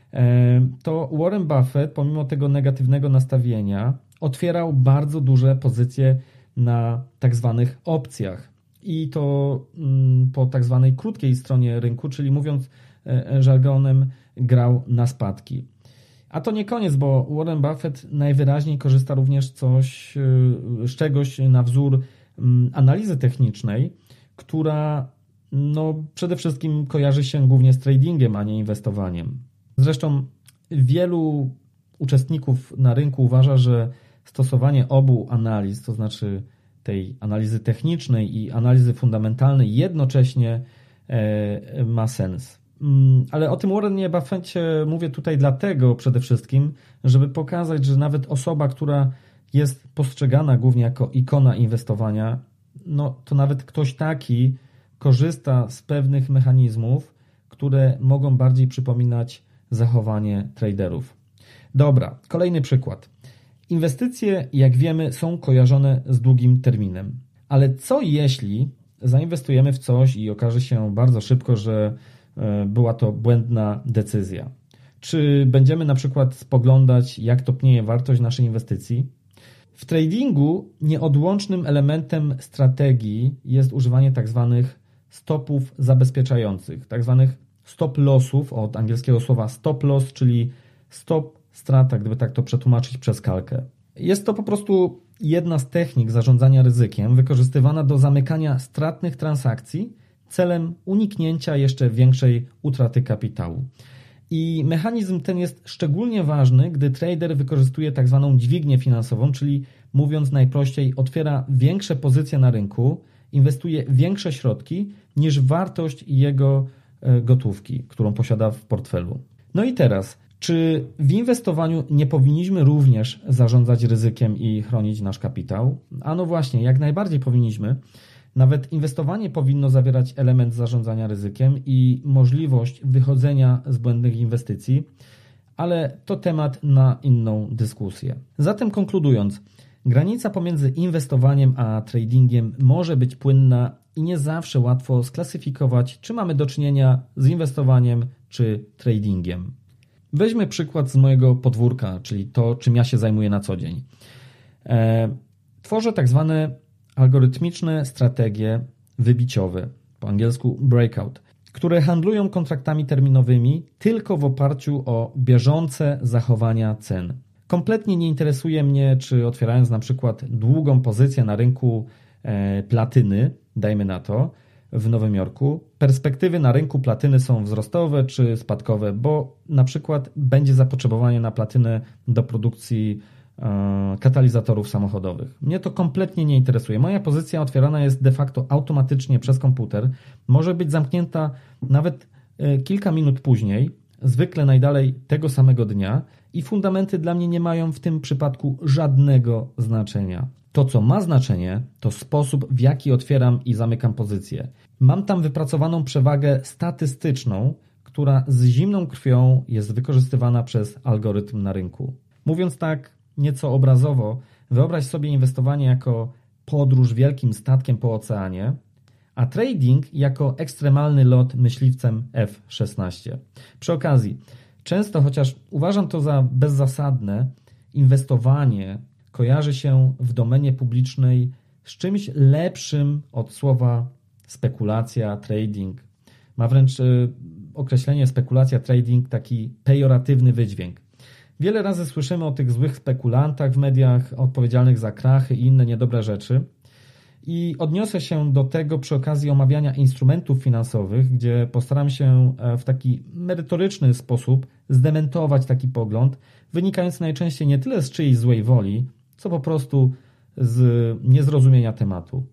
to Warren Buffett pomimo tego negatywnego nastawienia otwierał bardzo duże pozycje na tak zwanych opcjach i to po tak zwanej krótkiej stronie rynku, czyli mówiąc żargonem, grał na spadki. A to nie koniec, bo Warren Buffett najwyraźniej korzysta również coś, z czegoś na wzór analizy technicznej, która no, przede wszystkim kojarzy się głównie z tradingiem, a nie inwestowaniem. Zresztą wielu uczestników na rynku uważa, że stosowanie obu analiz, to znaczy tej analizy technicznej i analizy fundamentalnej jednocześnie e, ma sens. Ale o tym Warrenie Buffetcie mówię tutaj dlatego przede wszystkim, żeby pokazać, że nawet osoba, która jest postrzegana głównie jako ikona inwestowania, no to nawet ktoś taki korzysta z pewnych mechanizmów, które mogą bardziej przypominać zachowanie traderów. Dobra, kolejny przykład. Inwestycje, jak wiemy, są kojarzone z długim terminem. Ale co jeśli zainwestujemy w coś i okaże się bardzo szybko, że była to błędna decyzja? Czy będziemy na przykład spoglądać, jak topnieje wartość naszej inwestycji? W tradingu nieodłącznym elementem strategii jest używanie tak zwanych stopów zabezpieczających, tak zwanych stop lossów, od angielskiego słowa stop loss, czyli stop strata, gdyby tak to przetłumaczyć przez kalkę. Jest to po prostu jedna z technik zarządzania ryzykiem wykorzystywana do zamykania stratnych transakcji celem uniknięcia jeszcze większej utraty kapitału. I mechanizm ten jest szczególnie ważny, gdy trader wykorzystuje tak zwaną dźwignię finansową, czyli mówiąc najprościej, otwiera większe pozycje na rynku, inwestuje większe środki niż wartość jego gotówki, którą posiada w portfelu. No i teraz, czy w inwestowaniu nie powinniśmy również zarządzać ryzykiem i chronić nasz kapitał? A no właśnie, jak najbardziej powinniśmy. Nawet inwestowanie powinno zawierać element zarządzania ryzykiem i możliwość wychodzenia z błędnych inwestycji, ale to temat na inną dyskusję. Zatem konkludując, granica pomiędzy inwestowaniem a tradingiem może być płynna i nie zawsze łatwo sklasyfikować, czy mamy do czynienia z inwestowaniem czy tradingiem. Weźmy przykład z mojego podwórka, czyli to, czym ja się zajmuję na co dzień. E, tworzę tak zwane algorytmiczne strategie wybiciowe, po angielsku breakout, które handlują kontraktami terminowymi tylko w oparciu o bieżące zachowania cen. Kompletnie nie interesuje mnie, czy otwierając na przykład długą pozycję na rynku e, platyny, dajmy na to, w Nowym Jorku, perspektywy na rynku platyny są wzrostowe czy spadkowe, bo na przykład będzie zapotrzebowanie na platynę do produkcji e, katalizatorów samochodowych. Mnie to kompletnie nie interesuje. Moja pozycja otwierana jest de facto automatycznie przez komputer, może być zamknięta nawet e, kilka minut później, zwykle najdalej tego samego dnia i fundamenty dla mnie nie mają w tym przypadku żadnego znaczenia. To, co ma znaczenie, to sposób, w jaki otwieram i zamykam pozycję. Mam tam wypracowaną przewagę statystyczną, która z zimną krwią jest wykorzystywana przez algorytm na rynku. Mówiąc tak nieco obrazowo, wyobraź sobie inwestowanie jako podróż wielkim statkiem po oceanie, a trading jako ekstremalny lot myśliwcem F szesnaście. Przy okazji, często, chociaż uważam to za bezzasadne, inwestowanie kojarzy się w domenie publicznej z czymś lepszym od słowa spekulacja, trading. Ma wręcz określenie spekulacja, trading taki pejoratywny wydźwięk. Wiele razy słyszymy o tych złych spekulantach w mediach odpowiedzialnych za krachy i inne niedobre rzeczy. I odniosę się do tego przy okazji omawiania instrumentów finansowych, gdzie postaram się w taki merytoryczny sposób zdementować taki pogląd, wynikający najczęściej nie tyle z czyjejś złej woli, co po prostu z niezrozumienia tematu.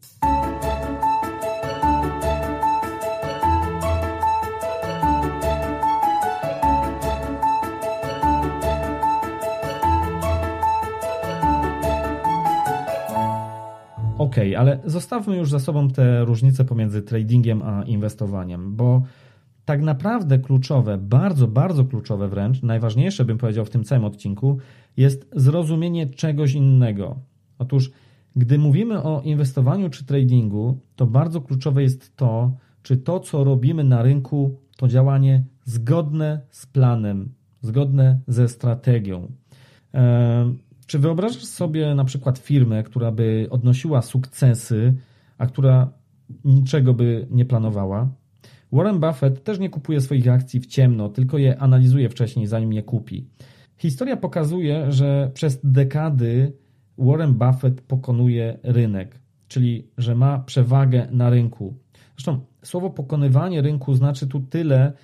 Ok, ale zostawmy już za sobą te różnice pomiędzy tradingiem a inwestowaniem, bo tak naprawdę kluczowe, bardzo, bardzo kluczowe wręcz, najważniejsze bym powiedział w tym całym odcinku, jest zrozumienie czegoś innego. Otóż, gdy mówimy o inwestowaniu czy tradingu, to bardzo kluczowe jest to, czy to, co robimy na rynku, to działanie zgodne z planem, zgodne ze strategią. Eee, Czy wyobrażasz sobie na przykład firmę, która by odnosiła sukcesy, a która niczego by nie planowała? Warren Buffett też nie kupuje swoich akcji w ciemno, tylko je analizuje wcześniej, zanim je kupi. Historia pokazuje, że przez dekady Warren Buffett pokonuje rynek, czyli że ma przewagę na rynku. Zresztą słowo pokonywanie rynku znaczy tu tyle,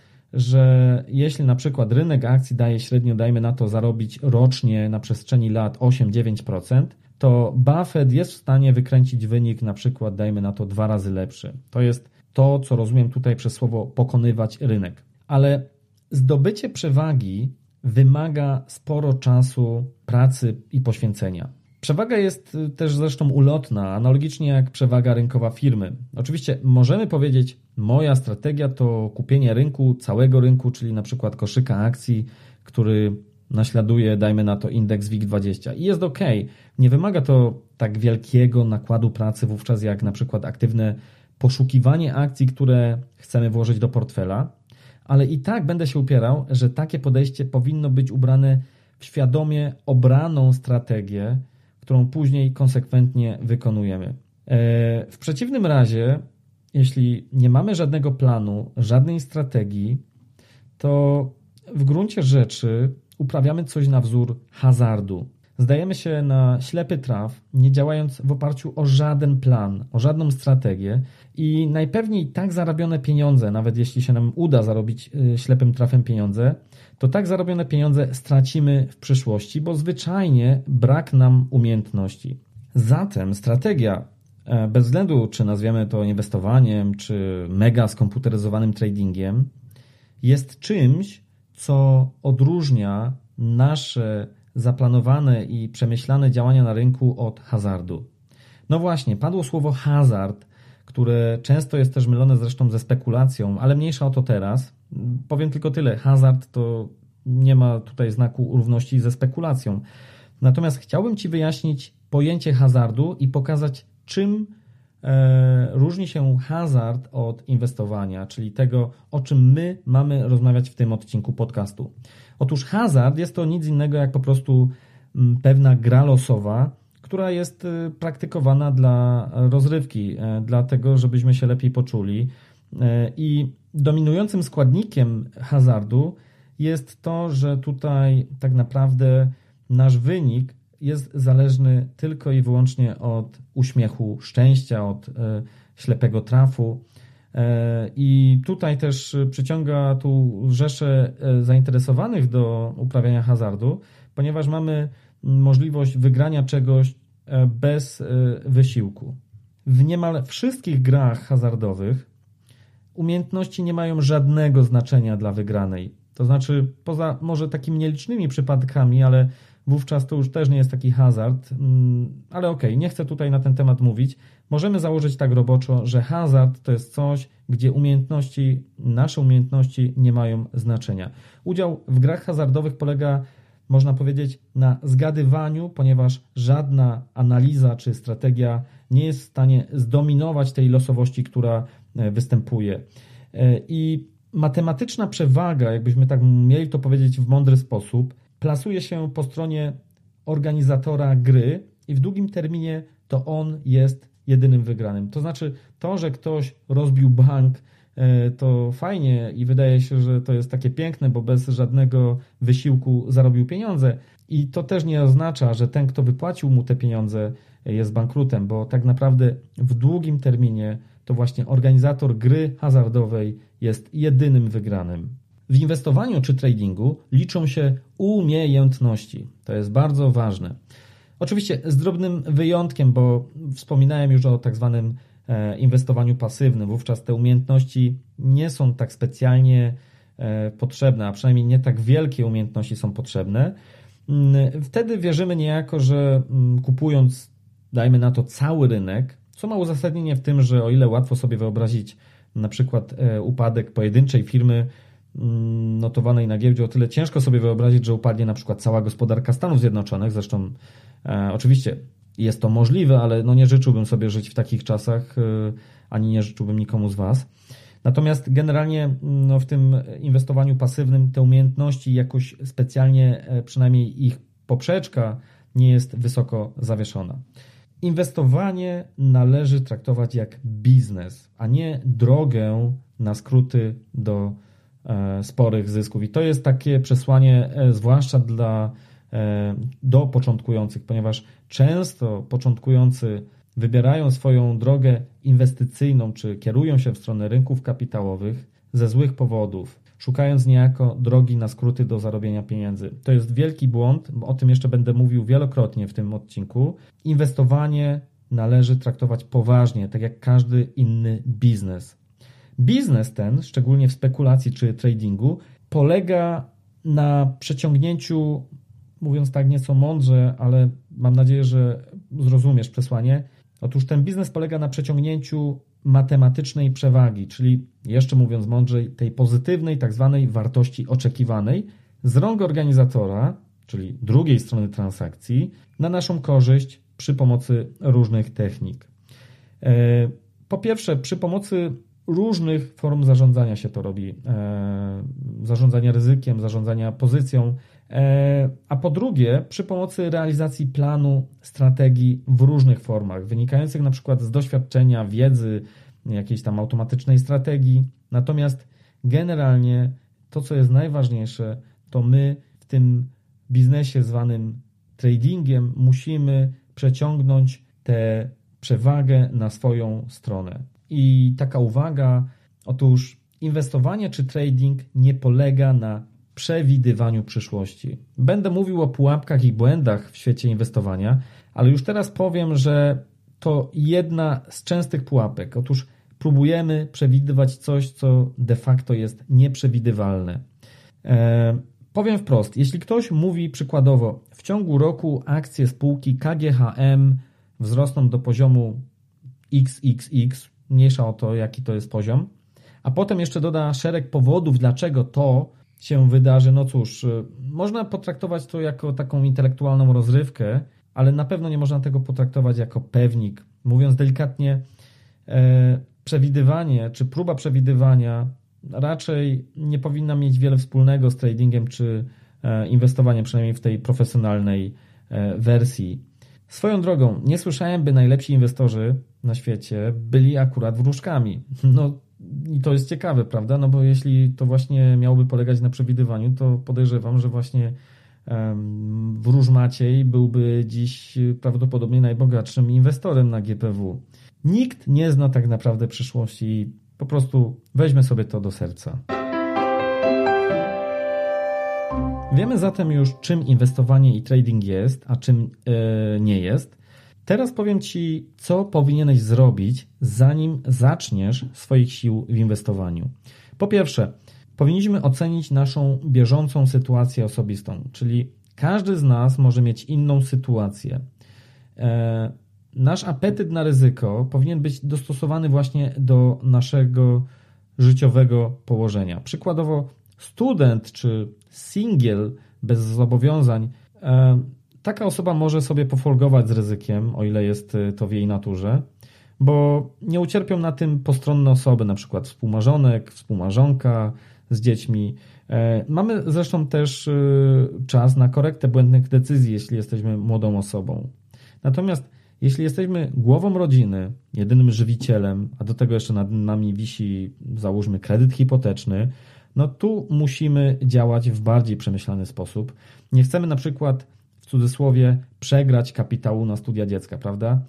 że jeśli na przykład rynek akcji daje średnio, dajmy na to, zarobić rocznie na przestrzeni lat osiem do dziewięciu procent, to Buffett jest w stanie wykręcić wynik na przykład, dajmy na to, dwa razy lepszy. To jest to, co rozumiem tutaj przez słowo pokonywać rynek. Ale zdobycie przewagi wymaga sporo czasu, pracy i poświęcenia. Przewaga jest też zresztą ulotna, analogicznie jak przewaga rynkowa firmy. Oczywiście możemy powiedzieć, moja strategia to kupienie rynku, całego rynku, czyli na przykład koszyka akcji, który naśladuje, dajmy na to, indeks W I G dwadzieścia. I jest ok. Nie wymaga to tak wielkiego nakładu pracy wówczas jak na przykład aktywne poszukiwanie akcji, które chcemy włożyć do portfela, ale i tak będę się upierał, że takie podejście powinno być ubrane w świadomie obraną strategię, którą później konsekwentnie wykonujemy. W przeciwnym razie, jeśli nie mamy żadnego planu, żadnej strategii, to w gruncie rzeczy uprawiamy coś na wzór hazardu. Zdajemy się na ślepy traf, nie działając w oparciu o żaden plan, o żadną strategię i najpewniej tak zarobione pieniądze, nawet jeśli się nam uda zarobić ślepym trafem pieniądze, to tak zarobione pieniądze stracimy w przyszłości, bo zwyczajnie brak nam umiejętności. Zatem strategia, bez względu czy nazwiemy to inwestowaniem, czy mega skomputeryzowanym tradingiem, jest czymś, co odróżnia nasze zaplanowane i przemyślane działania na rynku od hazardu. No właśnie, padło słowo hazard, które często jest też mylone zresztą ze spekulacją, ale mniejsza o to teraz. Powiem tylko tyle, hazard to nie ma tutaj znaku równości ze spekulacją. Natomiast chciałbym Ci wyjaśnić pojęcie hazardu i pokazać, czym e, różni się hazard od inwestowania, czyli tego, o czym my mamy rozmawiać w tym odcinku podcastu. Otóż hazard jest to nic innego jak po prostu pewna gra losowa, która jest praktykowana dla rozrywki, dla tego, żebyśmy się lepiej poczuli. I dominującym składnikiem hazardu jest to, że tutaj tak naprawdę nasz wynik jest zależny tylko i wyłącznie od uśmiechu szczęścia, od ślepego trafu. I tutaj też przyciąga tu rzeszę zainteresowanych do uprawiania hazardu, ponieważ mamy możliwość wygrania czegoś bez wysiłku. W niemal wszystkich grach hazardowych umiejętności nie mają żadnego znaczenia dla wygranej. To znaczy, poza może takimi nielicznymi przypadkami, ale wówczas to już też nie jest taki hazard, ale okej, nie chcę tutaj na ten temat mówić. Możemy założyć tak roboczo, że hazard to jest coś, gdzie umiejętności, nasze umiejętności nie mają znaczenia. Udział w grach hazardowych polega, można powiedzieć, na zgadywaniu, ponieważ żadna analiza czy strategia nie jest w stanie zdominować tej losowości, która występuje. I matematyczna przewaga, jakbyśmy tak mieli to powiedzieć w mądry sposób, plasuje się po stronie organizatora gry i w długim terminie to on jest jedynym wygranym. To znaczy to, że ktoś rozbił bank, to fajnie i wydaje się, że to jest takie piękne, bo bez żadnego wysiłku zarobił pieniądze i to też nie oznacza, że ten, kto wypłacił mu te pieniądze, jest bankrutem, bo tak naprawdę w długim terminie to właśnie organizator gry hazardowej jest jedynym wygranym. W inwestowaniu czy tradingu liczą się umiejętności. To jest bardzo ważne. Oczywiście z drobnym wyjątkiem, bo wspominałem już o tak zwanym inwestowaniu pasywnym. Wówczas te umiejętności nie są tak specjalnie potrzebne, a przynajmniej nie tak wielkie umiejętności są potrzebne. Wtedy wierzymy niejako, że kupując, dajmy na to, cały rynek, co ma uzasadnienie w tym, że o ile łatwo sobie wyobrazić na przykład upadek pojedynczej firmy notowanej na giełdzie, o tyle ciężko sobie wyobrazić, że upadnie na przykład cała gospodarka Stanów Zjednoczonych. Zresztą e, oczywiście jest to możliwe, ale no nie życzyłbym sobie żyć w takich czasach, e, ani nie życzyłbym nikomu z Was. Natomiast generalnie no, w tym inwestowaniu pasywnym te umiejętności jakoś specjalnie, e, przynajmniej ich poprzeczka nie jest wysoko zawieszona. Inwestowanie należy traktować jak biznes, a nie drogę na skróty do sporych zysków. I to jest takie przesłanie zwłaszcza dla, do początkujących, ponieważ często początkujący wybierają swoją drogę inwestycyjną, czy kierują się w stronę rynków kapitałowych ze złych powodów, szukając niejako drogi na skróty do zarobienia pieniędzy. To jest wielki błąd, o tym jeszcze będę mówił wielokrotnie w tym odcinku. Inwestowanie należy traktować poważnie, tak jak każdy inny biznes. Biznes ten, szczególnie w spekulacji czy tradingu, polega na przeciągnięciu, mówiąc tak nieco mądrze, ale mam nadzieję, że zrozumiesz przesłanie. Otóż ten biznes polega na przeciągnięciu matematycznej przewagi, czyli jeszcze mówiąc mądrzej, tej pozytywnej tak zwanej wartości oczekiwanej z rąk organizatora, czyli drugiej strony transakcji, na naszą korzyść przy pomocy różnych technik. Po pierwsze, przy pomocy różnych form zarządzania się to robi. E, zarządzania ryzykiem, zarządzania pozycją, e, a po drugie przy pomocy realizacji planu, strategii w różnych formach, wynikających na przykład z doświadczenia, wiedzy, jakiejś tam automatycznej strategii. Natomiast generalnie to, co jest najważniejsze, to my w tym biznesie zwanym tradingiem musimy przeciągnąć tę przewagę na swoją stronę. I taka uwaga, otóż inwestowanie czy trading nie polega na przewidywaniu przyszłości. Będę mówił o pułapkach i błędach w świecie inwestowania, ale już teraz powiem, że to jedna z częstych pułapek. Otóż próbujemy przewidywać coś, co de facto jest nieprzewidywalne. E, powiem wprost, jeśli ktoś mówi przykładowo, w ciągu roku akcje spółki K G H M wzrosną do poziomu iks iks iks, mniejsza o to, jaki to jest poziom, a potem jeszcze doda szereg powodów, dlaczego to się wydarzy, no cóż, można potraktować to jako taką intelektualną rozrywkę, ale na pewno nie można tego potraktować jako pewnik. Mówiąc delikatnie, e, przewidywanie czy próba przewidywania raczej nie powinna mieć wiele wspólnego z tradingiem czy e, inwestowaniem, przynajmniej w tej profesjonalnej e, wersji. Swoją drogą, nie słyszałem, by najlepsi inwestorzy na świecie byli akurat wróżkami. No i to jest ciekawe, prawda? No bo jeśli to właśnie miałoby polegać na przewidywaniu, to podejrzewam, że właśnie um, wróż Maciej byłby dziś prawdopodobnie najbogatszym inwestorem na G P W. Nikt nie zna tak naprawdę przyszłości, po prostu weźmy sobie to do serca. Wiemy zatem już, czym inwestowanie i trading jest, a czym yy, nie jest. Teraz powiem Ci, co powinieneś zrobić, zanim zaczniesz swoich sił w inwestowaniu. Po pierwsze, powinniśmy ocenić naszą bieżącą sytuację osobistą, czyli każdy z nas może mieć inną sytuację. E, nasz apetyt na ryzyko powinien być dostosowany właśnie do naszego życiowego położenia. Przykładowo student czy singiel bez zobowiązań, e, taka osoba może sobie pofolgować z ryzykiem, o ile jest to w jej naturze, bo nie ucierpią na tym postronne osoby, na przykład współmarzonek, współmarzonka z dziećmi. Mamy zresztą też czas na korektę błędnych decyzji, jeśli jesteśmy młodą osobą. Natomiast jeśli jesteśmy głową rodziny, jedynym żywicielem, a do tego jeszcze nad nami wisi, załóżmy, kredyt hipoteczny, no tu musimy działać w bardziej przemyślany sposób. Nie chcemy na przykład w cudzysłowie przegrać kapitału na studia dziecka, prawda?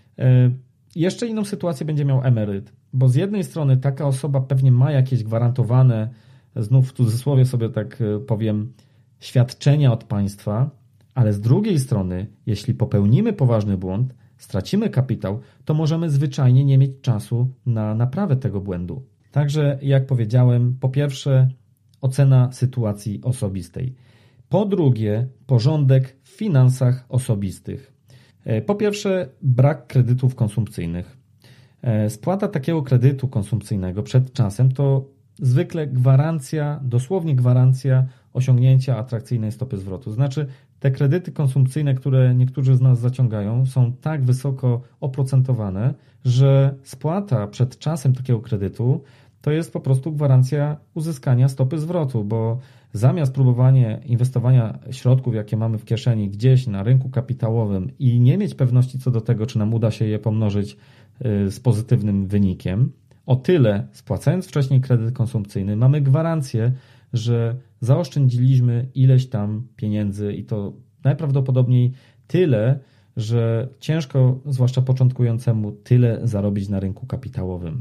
Jeszcze inną sytuację będzie miał emeryt, bo z jednej strony taka osoba pewnie ma jakieś gwarantowane, znów w cudzysłowie sobie tak powiem, świadczenia od państwa, ale z drugiej strony, jeśli popełnimy poważny błąd, stracimy kapitał, to możemy zwyczajnie nie mieć czasu na naprawę tego błędu. Także, jak powiedziałem, po pierwsze ocena sytuacji osobistej. Po drugie, porządek w finansach osobistych. Po pierwsze, brak kredytów konsumpcyjnych. Spłata takiego kredytu konsumpcyjnego przed czasem to zwykle gwarancja, dosłownie gwarancja osiągnięcia atrakcyjnej stopy zwrotu. Znaczy, te kredyty konsumpcyjne, które niektórzy z nas zaciągają, są tak wysoko oprocentowane, że spłata przed czasem takiego kredytu to jest po prostu gwarancja uzyskania stopy zwrotu, bo zamiast próbowania inwestowania środków, jakie mamy w kieszeni gdzieś na rynku kapitałowym i nie mieć pewności co do tego, czy nam uda się je pomnożyć z pozytywnym wynikiem, o tyle spłacając wcześniej kredyt konsumpcyjny mamy gwarancję, że zaoszczędziliśmy ileś tam pieniędzy i to najprawdopodobniej tyle, że ciężko, zwłaszcza początkującemu, tyle zarobić na rynku kapitałowym.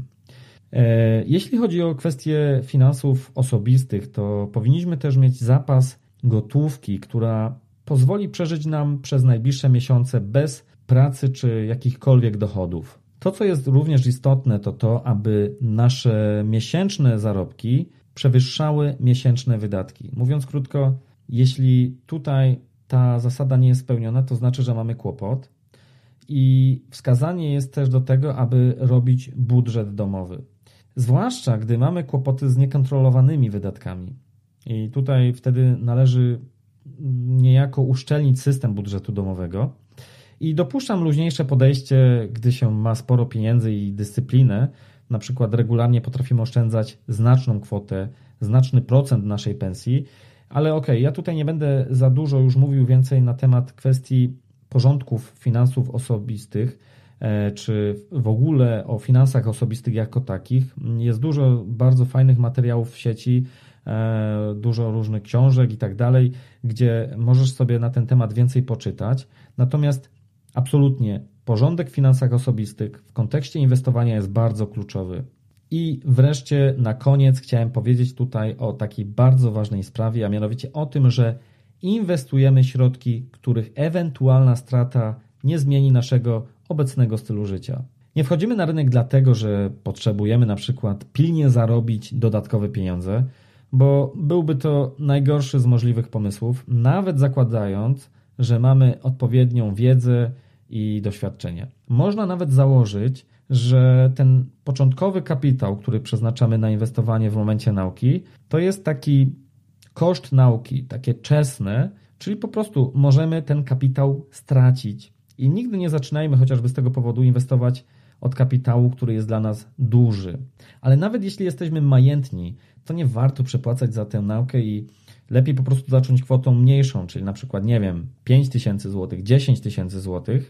Jeśli chodzi o kwestie finansów osobistych, to powinniśmy też mieć zapas gotówki, która pozwoli przeżyć nam przez najbliższe miesiące bez pracy czy jakichkolwiek dochodów. To, co jest również istotne, to to, aby nasze miesięczne zarobki przewyższały miesięczne wydatki. Mówiąc krótko, jeśli tutaj ta zasada nie jest spełniona, to znaczy, że mamy kłopot i wskazanie jest też do tego, aby robić budżet domowy. Zwłaszcza, gdy mamy kłopoty z niekontrolowanymi wydatkami. I tutaj wtedy należy niejako uszczelnić system budżetu domowego. I dopuszczam luźniejsze podejście, gdy się ma sporo pieniędzy i dyscyplinę. Na przykład regularnie potrafimy oszczędzać znaczną kwotę, znaczny procent naszej pensji. Ale okej, okay, ja tutaj nie będę za dużo już mówił więcej na temat kwestii porządków finansów osobistych, czy w ogóle o finansach osobistych jako takich. Jest dużo bardzo fajnych materiałów w sieci, dużo różnych książek i tak dalej, gdzie możesz sobie na ten temat więcej poczytać. Natomiast absolutnie porządek w finansach osobistych w kontekście inwestowania jest bardzo kluczowy. I wreszcie na koniec chciałem powiedzieć tutaj o takiej bardzo ważnej sprawie, a mianowicie o tym, że inwestujemy środki, których ewentualna strata nie zmieni naszego obecnego stylu życia. Nie wchodzimy na rynek dlatego, że potrzebujemy na przykład pilnie zarobić dodatkowe pieniądze, bo byłby to najgorszy z możliwych pomysłów, nawet zakładając, że mamy odpowiednią wiedzę i doświadczenie. Można nawet założyć, że ten początkowy kapitał, który przeznaczamy na inwestowanie w momencie nauki, to jest taki koszt nauki, takie czesne, czyli po prostu możemy ten kapitał stracić. I nigdy nie zaczynajmy chociażby z tego powodu inwestować od kapitału, który jest dla nas duży. Ale nawet jeśli jesteśmy majętni, to nie warto przepłacać za tę naukę i lepiej po prostu zacząć kwotą mniejszą, czyli na przykład, nie wiem, pięć tysięcy złotych, dziesięć tysięcy złotych.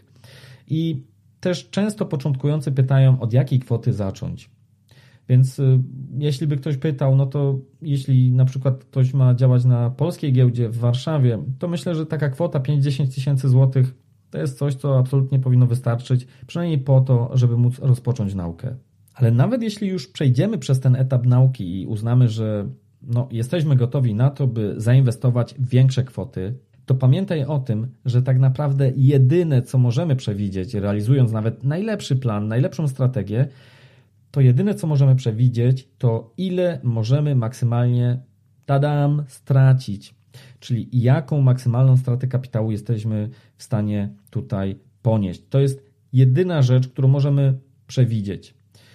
I też często początkujący pytają, od jakiej kwoty zacząć. Więc y, jeśli by ktoś pytał, no to jeśli na przykład ktoś ma działać na polskiej giełdzie w Warszawie, to myślę, że taka kwota pięć do dziesięciu tysięcy złotych to jest coś, co absolutnie powinno wystarczyć, przynajmniej po to, żeby móc rozpocząć naukę. Ale nawet jeśli już przejdziemy przez ten etap nauki i uznamy, że no, jesteśmy gotowi na to, by zainwestować w większe kwoty, to pamiętaj o tym, że tak naprawdę jedyne, co możemy przewidzieć, realizując nawet najlepszy plan, najlepszą strategię, to jedyne, co możemy przewidzieć, to ile możemy maksymalnie, tadam, stracić. Czyli jaką maksymalną stratę kapitału jesteśmy w stanie tutaj ponieść. To jest jedyna rzecz, którą możemy przewidzieć.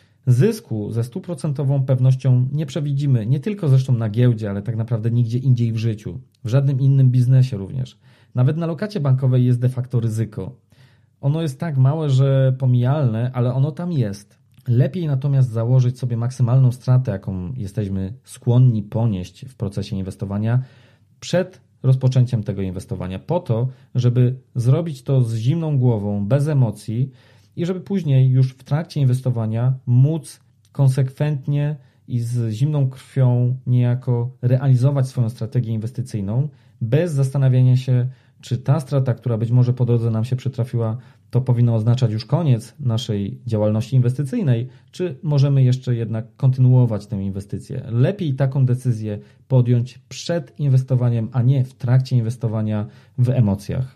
Zysku ze stuprocentową pewnością nie przewidzimy, nie tylko zresztą na giełdzie, ale tak naprawdę nigdzie indziej w życiu, w żadnym innym biznesie również. Nawet na lokacie bankowej jest de facto ryzyko. Ono jest tak małe, że pomijalne, ale ono tam jest. Lepiej natomiast założyć sobie maksymalną stratę, jaką jesteśmy skłonni ponieść w procesie inwestowania przed rozpoczęciem tego inwestowania, po to, żeby zrobić to z zimną głową, bez emocji i żeby później już w trakcie inwestowania móc konsekwentnie i z zimną krwią niejako realizować swoją strategię inwestycyjną, bez zastanawiania się, czy ta strata, która być może po drodze nam się przytrafiła, to powinno oznaczać już koniec naszej działalności inwestycyjnej, czy możemy jeszcze jednak kontynuować tę inwestycję. Lepiej taką decyzję podjąć przed inwestowaniem, a nie w trakcie inwestowania w emocjach.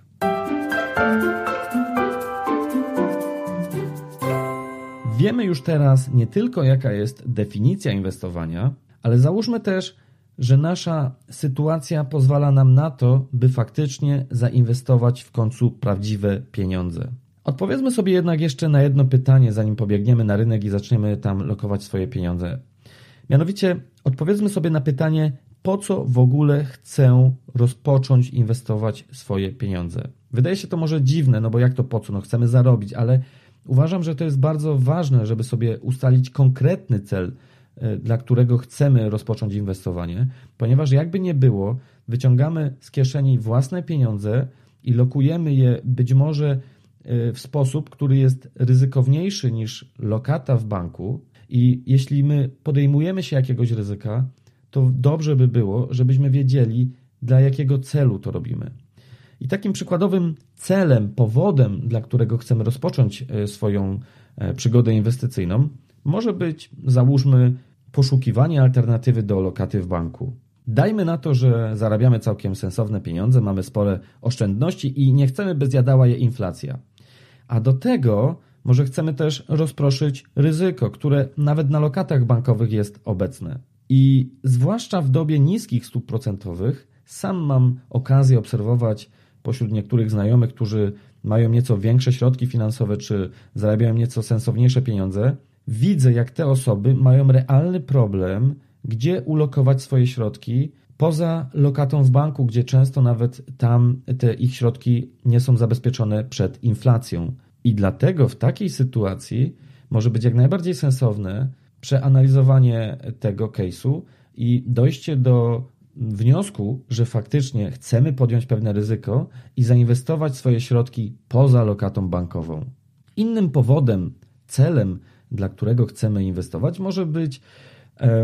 Wiemy już teraz nie tylko, jaka jest definicja inwestowania, ale załóżmy też, że nasza sytuacja pozwala nam na to, by faktycznie zainwestować w końcu prawdziwe pieniądze. Odpowiedzmy sobie jednak jeszcze na jedno pytanie, zanim pobiegniemy na rynek i zaczniemy tam lokować swoje pieniądze. Mianowicie odpowiedzmy sobie na pytanie, po co w ogóle chcę rozpocząć inwestować swoje pieniądze. Wydaje się to może dziwne, no bo jak to po co? No chcemy zarobić, ale uważam, że to jest bardzo ważne, żeby sobie ustalić konkretny cel, dla którego chcemy rozpocząć inwestowanie, ponieważ jakby nie było, wyciągamy z kieszeni własne pieniądze i lokujemy je być może w sposób, który jest ryzykowniejszy niż lokata w banku i jeśli my podejmujemy się jakiegoś ryzyka, to dobrze by było, żebyśmy wiedzieli, dla jakiego celu to robimy. I takim przykładowym celem, powodem, dla którego chcemy rozpocząć swoją przygodę inwestycyjną, może być, załóżmy, poszukiwanie alternatywy do lokaty w banku. Dajmy na to, że zarabiamy całkiem sensowne pieniądze, mamy spore oszczędności i nie chcemy, by zjadała je inflacja. A do tego może chcemy też rozproszyć ryzyko, które nawet na lokatach bankowych jest obecne. I zwłaszcza w dobie niskich stóp procentowych sam mam okazję obserwować pośród niektórych znajomych, którzy mają nieco większe środki finansowe czy zarabiają nieco sensowniejsze pieniądze, widzę, jak te osoby mają realny problem, gdzie ulokować swoje środki poza lokatą w banku, gdzie często nawet tam te ich środki nie są zabezpieczone przed inflacją. I dlatego w takiej sytuacji może być jak najbardziej sensowne przeanalizowanie tego case'u i dojście do wniosku, że faktycznie chcemy podjąć pewne ryzyko i zainwestować swoje środki poza lokatą bankową. Innym powodem, celem, dla którego chcemy inwestować, może być e,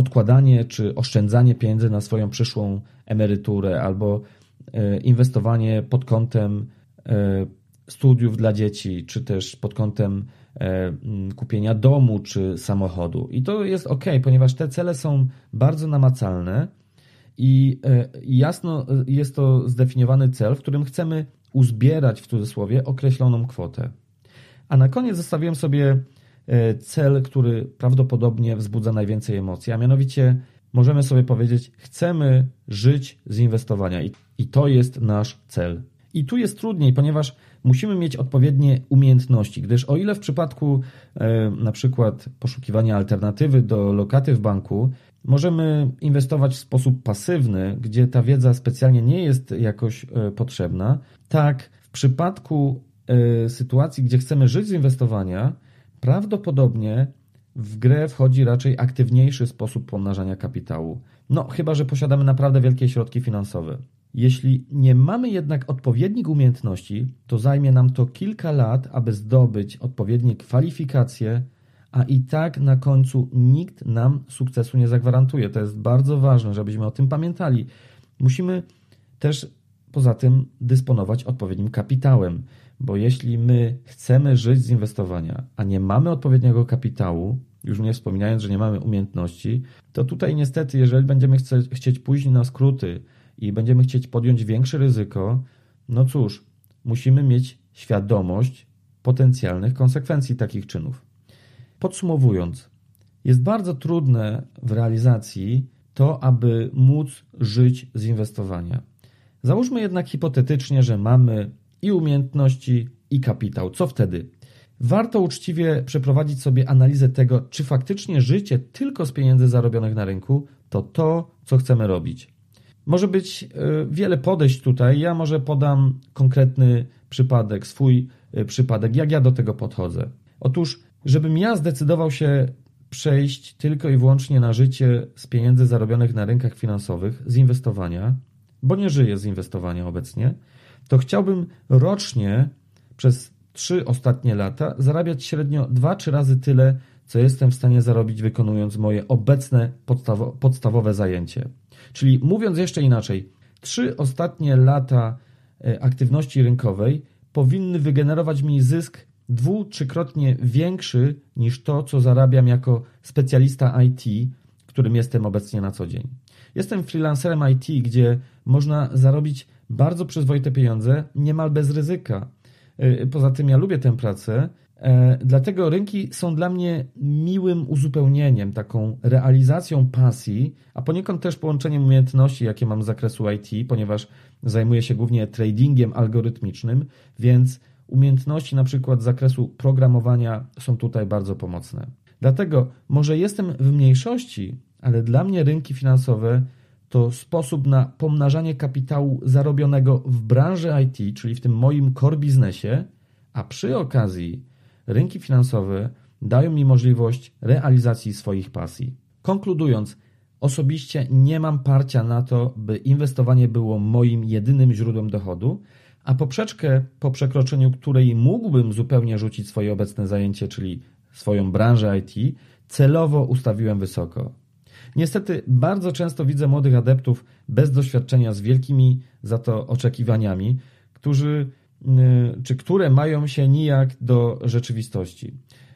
odkładanie czy oszczędzanie pieniędzy na swoją przyszłą emeryturę albo inwestowanie pod kątem studiów dla dzieci, czy też pod kątem kupienia domu czy samochodu. I to jest ok, ponieważ te cele są bardzo namacalne i jasno jest to zdefiniowany cel, w którym chcemy uzbierać w cudzysłowie określoną kwotę. A na koniec zostawiłem sobie cel, który prawdopodobnie wzbudza najwięcej emocji, a mianowicie możemy sobie powiedzieć, chcemy żyć z inwestowania i, i to jest nasz cel. I tu jest trudniej, ponieważ musimy mieć odpowiednie umiejętności, gdyż o ile w przypadku e, na przykład poszukiwania alternatywy do lokaty w banku możemy inwestować w sposób pasywny, gdzie ta wiedza specjalnie nie jest jakoś e, potrzebna, tak w przypadku e, sytuacji, gdzie chcemy żyć z inwestowania, prawdopodobnie w grę wchodzi raczej aktywniejszy sposób pomnażania kapitału. No, chyba że posiadamy naprawdę wielkie środki finansowe. Jeśli nie mamy jednak odpowiednich umiejętności, to zajmie nam to kilka lat, aby zdobyć odpowiednie kwalifikacje, a i tak na końcu nikt nam sukcesu nie zagwarantuje. To jest bardzo ważne, żebyśmy o tym pamiętali. Musimy też poza tym dysponować odpowiednim kapitałem, bo jeśli my chcemy żyć z inwestowania, a nie mamy odpowiedniego kapitału, już nie wspominając, że nie mamy umiejętności, to tutaj niestety, jeżeli będziemy chce, chcieć pójść na skróty i będziemy chcieć podjąć większe ryzyko, no cóż, musimy mieć świadomość potencjalnych konsekwencji takich czynów. Podsumowując, jest bardzo trudne w realizacji to, aby móc żyć z inwestowania. Załóżmy jednak hipotetycznie, że mamy i umiejętności, i kapitał. Co wtedy? Warto uczciwie przeprowadzić sobie analizę tego, czy faktycznie życie tylko z pieniędzy zarobionych na rynku to to, co chcemy robić. Może być wiele podejść tutaj. Ja może podam konkretny przypadek, swój przypadek, jak ja do tego podchodzę. Otóż, żebym ja zdecydował się przejść tylko i wyłącznie na życie z pieniędzy zarobionych na rynkach finansowych, z inwestowania, bo nie żyję z inwestowania obecnie, to chciałbym rocznie przez trzy ostatnie lata zarabiać średnio dwa trzy razy tyle, co jestem w stanie zarobić wykonując moje obecne podstawo- podstawowe zajęcie. Czyli mówiąc jeszcze inaczej, trzy ostatnie lata aktywności rynkowej powinny wygenerować mi zysk dwu-, trzykrotnie większy niż to, co zarabiam jako specjalista I T, którym jestem obecnie na co dzień. Jestem freelancerem I T, gdzie można zarobić bardzo przyzwoite pieniądze, niemal bez ryzyka. Poza tym ja lubię tę pracę, dlatego rynki są dla mnie miłym uzupełnieniem, taką realizacją pasji, a poniekąd też połączeniem umiejętności, jakie mam z zakresu I T, ponieważ zajmuję się głównie tradingiem algorytmicznym, więc umiejętności na przykład z zakresu programowania są tutaj bardzo pomocne. Dlatego może jestem w mniejszości, ale dla mnie rynki finansowe to sposób na pomnażanie kapitału zarobionego w branży I T, czyli w tym moim core biznesie, a przy okazji rynki finansowe dają mi możliwość realizacji swoich pasji. Konkludując, osobiście nie mam parcia na to, by inwestowanie było moim jedynym źródłem dochodu, a poprzeczkę, po przekroczeniu której mógłbym zupełnie rzucić swoje obecne zajęcie, czyli swoją branżę I T, celowo ustawiłem wysoko. Niestety bardzo często widzę młodych adeptów bez doświadczenia z wielkimi za to oczekiwaniami, którzy, czy które mają się nijak do rzeczywistości.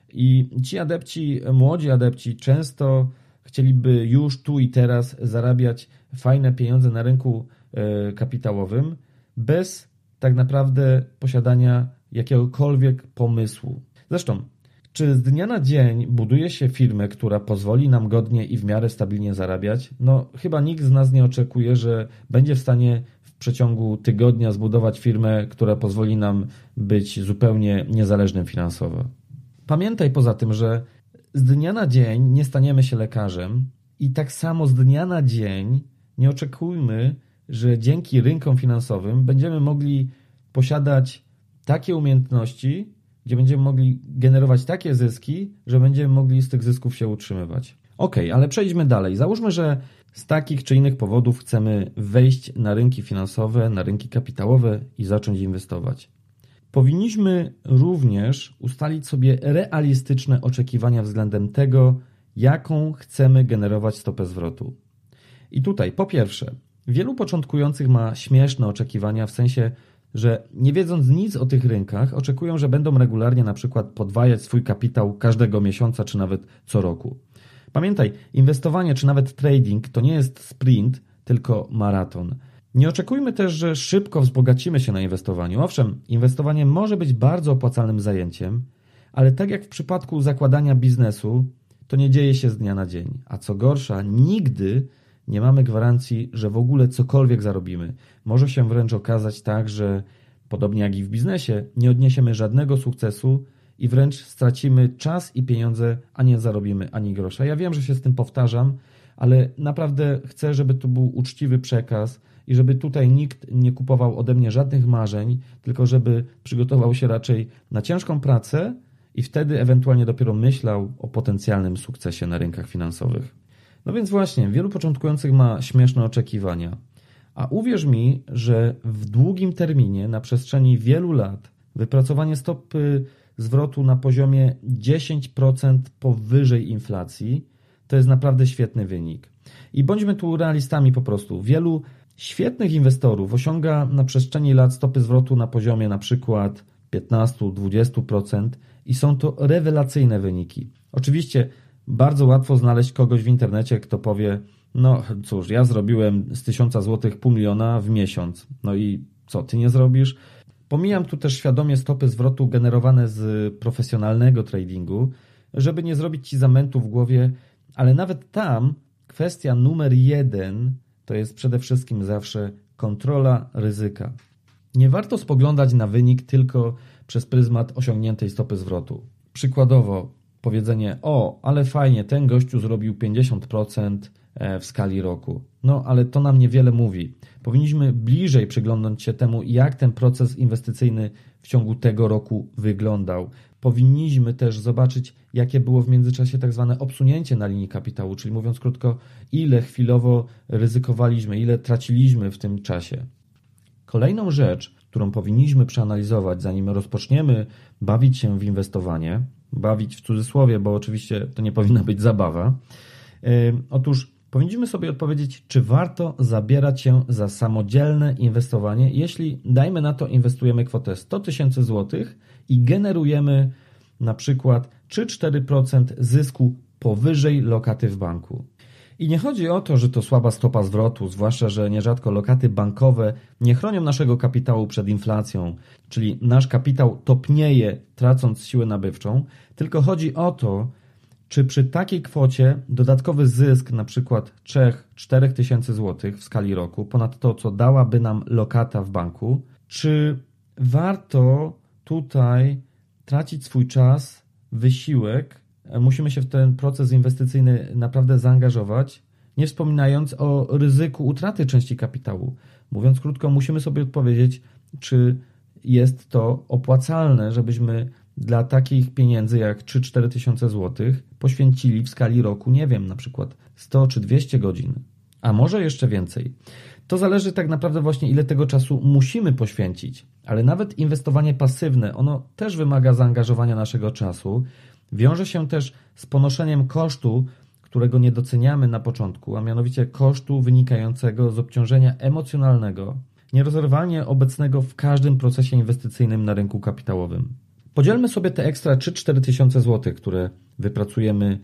I ci adepci, młodzi adepci często chcieliby już tu i teraz zarabiać fajne pieniądze na rynku kapitałowym bez tak naprawdę posiadania jakiegokolwiek pomysłu. Zresztą, czy z dnia na dzień buduje się firmę, która pozwoli nam godnie i w miarę stabilnie zarabiać? No, chyba nikt z nas nie oczekuje, że będzie w stanie w przeciągu tygodnia zbudować firmę, która pozwoli nam być zupełnie niezależnym finansowo. Pamiętaj poza tym, że z dnia na dzień nie staniemy się lekarzem i tak samo z dnia na dzień nie oczekujmy, że dzięki rynkom finansowym będziemy mogli posiadać takie umiejętności, gdzie będziemy mogli generować takie zyski, że będziemy mogli z tych zysków się utrzymywać. Ok, ale przejdźmy dalej. Załóżmy, że z takich czy innych powodów chcemy wejść na rynki finansowe, na rynki kapitałowe i zacząć inwestować. Powinniśmy również ustalić sobie realistyczne oczekiwania względem tego, jaką chcemy generować stopę zwrotu. I tutaj po pierwsze, wielu początkujących ma śmieszne oczekiwania w sensie, że nie wiedząc nic o tych rynkach, oczekują, że będą regularnie na przykład podwajać swój kapitał każdego miesiąca czy nawet co roku. Pamiętaj, inwestowanie czy nawet trading to nie jest sprint, tylko maraton. Nie oczekujmy też, że szybko wzbogacimy się na inwestowaniu. Owszem, inwestowanie może być bardzo opłacalnym zajęciem, ale tak jak w przypadku zakładania biznesu, to nie dzieje się z dnia na dzień. A co gorsza, nigdy nie mamy gwarancji, że w ogóle cokolwiek zarobimy. Może się wręcz okazać tak, że podobnie jak i w biznesie, nie odniesiemy żadnego sukcesu i wręcz stracimy czas i pieniądze, a nie zarobimy ani grosza. Ja wiem, że się z tym powtarzam, ale naprawdę chcę, żeby to był uczciwy przekaz i żeby tutaj nikt nie kupował ode mnie żadnych marzeń, tylko żeby przygotował się raczej na ciężką pracę i wtedy ewentualnie dopiero myślał o potencjalnym sukcesie na rynkach finansowych. No więc właśnie, wielu początkujących ma śmieszne oczekiwania. A uwierz mi, że w długim terminie, na przestrzeni wielu lat, wypracowanie stopy zwrotu na poziomie dziesięć procent powyżej inflacji to jest naprawdę świetny wynik. I bądźmy tu realistami po prostu. Wielu świetnych inwestorów osiąga na przestrzeni lat stopy zwrotu na poziomie na przykład piętnaście do dwudziestu procent i są to rewelacyjne wyniki. Oczywiście bardzo łatwo znaleźć kogoś w internecie, kto powie: no cóż, ja zrobiłem z tysiąca złotych pół miliona w miesiąc. No i co, ty nie zrobisz? Pomijam tu też świadomie stopy zwrotu generowane z profesjonalnego tradingu, żeby nie zrobić ci zamętu w głowie, ale nawet tam kwestia numer jeden to jest przede wszystkim zawsze kontrola ryzyka. Nie warto spoglądać na wynik tylko przez pryzmat osiągniętej stopy zwrotu. Przykładowo powiedzenie: o, ale fajnie, ten gościu zrobił pięćdziesiąt procent w skali roku. No, ale to nam niewiele mówi. Powinniśmy bliżej przyglądać się temu, jak ten proces inwestycyjny w ciągu tego roku wyglądał. Powinniśmy też zobaczyć, jakie było w międzyczasie tak zwane obsunięcie na linii kapitału, czyli mówiąc krótko, ile chwilowo ryzykowaliśmy, ile traciliśmy w tym czasie. Kolejną rzecz, którą powinniśmy przeanalizować, zanim rozpoczniemy bawić się w inwestowanie, bawić w cudzysłowie, bo oczywiście to nie powinna być zabawa, yy, otóż powinniśmy sobie odpowiedzieć, czy warto zabierać się za samodzielne inwestowanie, jeśli, dajmy na to, inwestujemy kwotę sto tysięcy złotych i generujemy na przykład trzy do czterech procent zysku powyżej lokaty w banku. I nie chodzi o to, że to słaba stopa zwrotu, zwłaszcza że nierzadko lokaty bankowe nie chronią naszego kapitału przed inflacją, czyli nasz kapitał topnieje, tracąc siłę nabywczą, tylko chodzi o to, czy przy takiej kwocie dodatkowy zysk na przykład trzy do czterech tysięcy złotych w skali roku, ponad to, co dałaby nam lokata w banku, czy warto tutaj tracić swój czas, wysiłek, musimy się w ten proces inwestycyjny naprawdę zaangażować, nie wspominając o ryzyku utraty części kapitału. Mówiąc krótko, musimy sobie odpowiedzieć, czy jest to opłacalne, żebyśmy dla takich pieniędzy jak trzy do czterech tysiące złotych poświęcili w skali roku, nie wiem, na przykład sto czy dwieście godzin, a może jeszcze więcej. To zależy tak naprawdę właśnie, ile tego czasu musimy poświęcić, ale nawet inwestowanie pasywne, ono też wymaga zaangażowania naszego czasu, wiąże się też z ponoszeniem kosztu, którego nie doceniamy na początku, a mianowicie kosztu wynikającego z obciążenia emocjonalnego, nierozerwalnie obecnego w każdym procesie inwestycyjnym na rynku kapitałowym. Podzielmy sobie te ekstra trzy do czterech tysiące złotych, które wypracujemy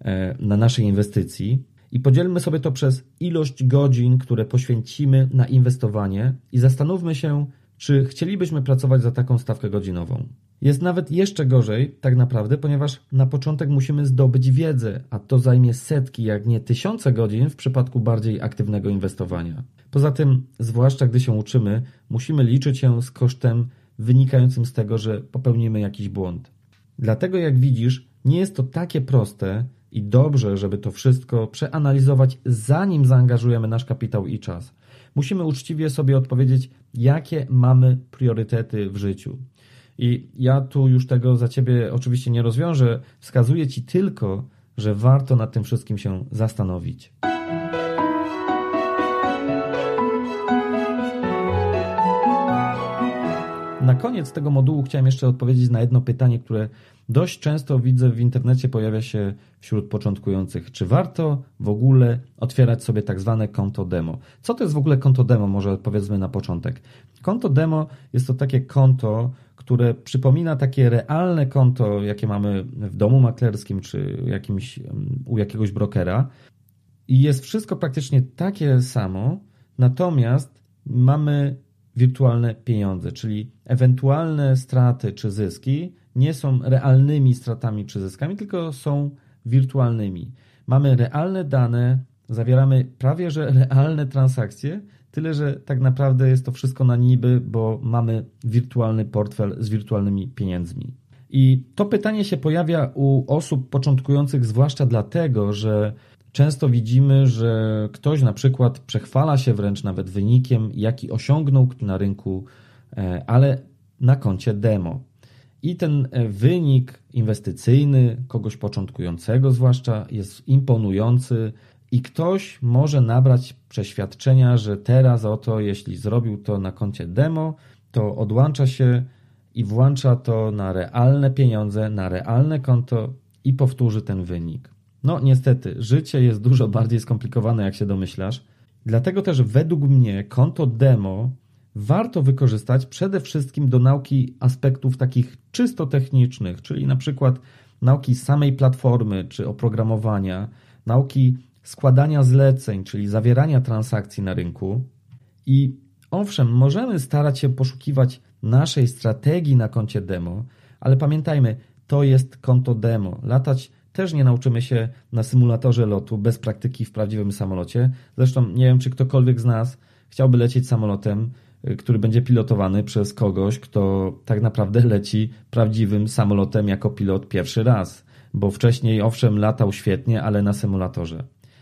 na naszej inwestycji i podzielmy sobie to przez ilość godzin, które poświęcimy na inwestowanie i zastanówmy się, czy chcielibyśmy pracować za taką stawkę godzinową. Jest nawet jeszcze gorzej tak naprawdę, ponieważ na początek musimy zdobyć wiedzę, a to zajmie setki, jak nie tysiące godzin w przypadku bardziej aktywnego inwestowania. Poza tym, zwłaszcza gdy się uczymy, musimy liczyć się z kosztem wynikającym z tego, że popełnimy jakiś błąd. Dlatego, jak widzisz, nie jest to takie proste i dobrze, żeby to wszystko przeanalizować, zanim zaangażujemy nasz kapitał i czas. Musimy uczciwie sobie odpowiedzieć, jakie mamy priorytety w życiu. I ja tu już tego za Ciebie oczywiście nie rozwiążę, wskazuję Ci tylko, że warto nad tym wszystkim się zastanowić. na koniec tego modułu chciałem jeszcze odpowiedzieć na jedno pytanie, które dość często widzę w internecie, pojawia się wśród początkujących. Czy warto w ogóle otwierać sobie tak zwane konto demo? Co to jest w ogóle konto demo? Może powiedzmy na początek. Konto demo jest to takie konto, które przypomina takie realne konto, jakie mamy w domu maklerskim czy jakimś, u jakiegoś brokera. I jest wszystko praktycznie takie samo, natomiast mamy wirtualne pieniądze, czyli ewentualne straty czy zyski nie są realnymi stratami czy zyskami, tylko są wirtualnymi. Mamy realne dane, zawieramy prawie że realne transakcje, tyle że tak naprawdę jest to wszystko na niby, bo mamy wirtualny portfel z wirtualnymi pieniędzmi. I to pytanie się pojawia u osób początkujących zwłaszcza dlatego, że często widzimy, że ktoś na przykład przechwala się wręcz nawet wynikiem, jaki osiągnął na rynku, ale na koncie demo. I ten wynik inwestycyjny kogoś początkującego zwłaszcza jest imponujący i ktoś może nabrać przeświadczenia, że teraz oto, jeśli zrobił to na koncie demo, to odłącza się i włącza to na realne pieniądze, na realne konto i powtórzy ten wynik. No niestety, życie jest dużo bardziej skomplikowane, jak się domyślasz. Dlatego też według mnie konto demo warto wykorzystać przede wszystkim do nauki aspektów takich czysto technicznych, czyli na przykład nauki samej platformy czy oprogramowania, nauki składania zleceń, czyli zawierania transakcji na rynku. I owszem, możemy starać się poszukiwać naszej strategii na koncie demo, ale pamiętajmy, to jest konto demo. Latać też nie nauczymy się na symulatorze lotu bez praktyki w prawdziwym samolocie. Zresztą nie wiem, czy ktokolwiek z nas chciałby lecieć samolotem, który będzie pilotowany przez kogoś, kto tak naprawdę leci prawdziwym samolotem jako pilot pierwszy raz, bo wcześniej owszem latał świetnie, ale na symulatorze.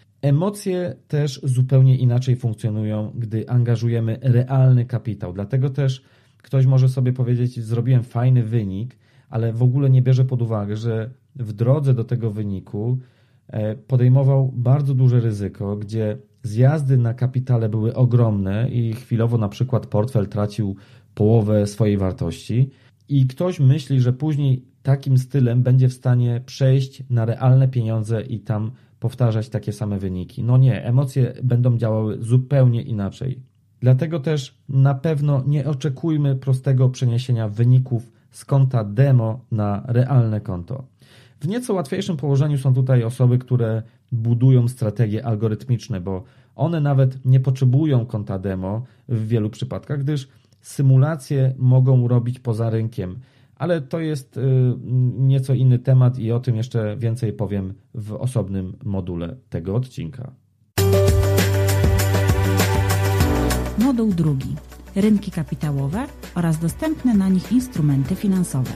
Emocje też zupełnie inaczej funkcjonują, gdy angażujemy realny kapitał. Dlatego też ktoś może sobie powiedzieć, zrobiłem fajny wynik, ale w ogóle nie bierze pod uwagę, że w drodze do tego wyniku podejmował bardzo duże ryzyko, gdzie zjazdy na kapitale były ogromne i chwilowo na przykład portfel tracił połowę swojej wartości i ktoś myśli, że później takim stylem będzie w stanie przejść na realne pieniądze i tam powtarzać takie same wyniki. No nie, emocje będą działały zupełnie inaczej. Dlatego też na pewno nie oczekujmy prostego przeniesienia wyników z konta demo na realne konto. W nieco łatwiejszym położeniu są tutaj osoby, które budują strategie algorytmiczne, bo one nawet nie potrzebują konta demo w wielu przypadkach, gdyż symulacje mogą robić poza rynkiem. Ale to jest nieco inny temat i o tym jeszcze więcej powiem w osobnym module tego odcinka. Moduł drugi. Rynki kapitałowe oraz dostępne na nich instrumenty finansowe.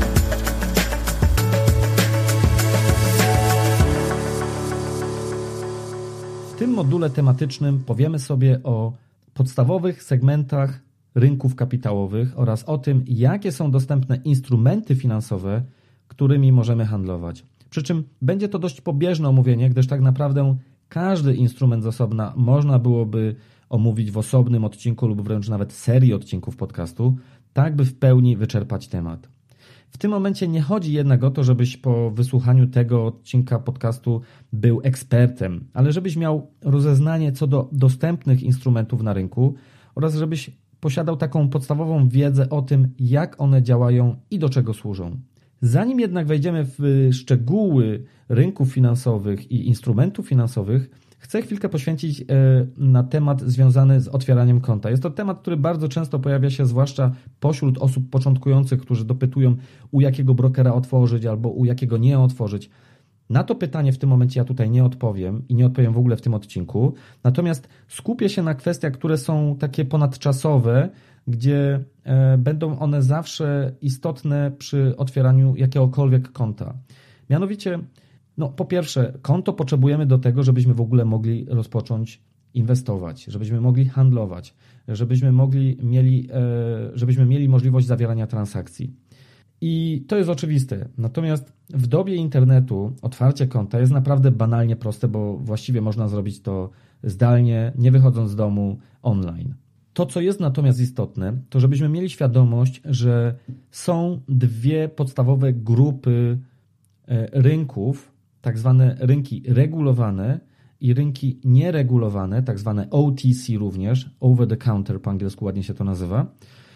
W tym module tematycznym powiemy sobie o podstawowych segmentach rynków kapitałowych oraz o tym, jakie są dostępne instrumenty finansowe, którymi możemy handlować. Przy czym będzie to dość pobieżne omówienie, gdyż tak naprawdę każdy instrument z osobna można byłoby omówić w osobnym odcinku lub wręcz nawet serii odcinków podcastu, tak by w pełni wyczerpać temat. W tym momencie nie chodzi jednak o to, żebyś po wysłuchaniu tego odcinka podcastu był ekspertem, ale żebyś miał rozeznanie co do dostępnych instrumentów na rynku oraz żebyś posiadał taką podstawową wiedzę o tym, jak one działają i do czego służą. Zanim jednak wejdziemy w szczegóły rynków finansowych i instrumentów finansowych, chcę chwilkę poświęcić na temat związany z otwieraniem konta. Jest to temat, który bardzo często pojawia się zwłaszcza pośród osób początkujących, którzy dopytują, u jakiego brokera otworzyć albo u jakiego nie otworzyć. Na to pytanie w tym momencie ja tutaj nie odpowiem i nie odpowiem w ogóle w tym odcinku. Natomiast skupię się na kwestiach, które są takie ponadczasowe, gdzie będą one zawsze istotne przy otwieraniu jakiegokolwiek konta. Mianowicie, no po pierwsze, konto potrzebujemy do tego, żebyśmy w ogóle mogli rozpocząć inwestować, żebyśmy mogli handlować, żebyśmy mogli mieli, żebyśmy mieli możliwość zawierania transakcji. I to jest oczywiste. Natomiast w dobie internetu otwarcie konta jest naprawdę banalnie proste, bo właściwie można zrobić to zdalnie, nie wychodząc z domu, online. To, co jest natomiast istotne, to żebyśmy mieli świadomość, że są dwie podstawowe grupy rynków, tak zwane rynki regulowane i rynki nieregulowane, tak zwane O T C również, over the counter po angielsku ładnie się to nazywa.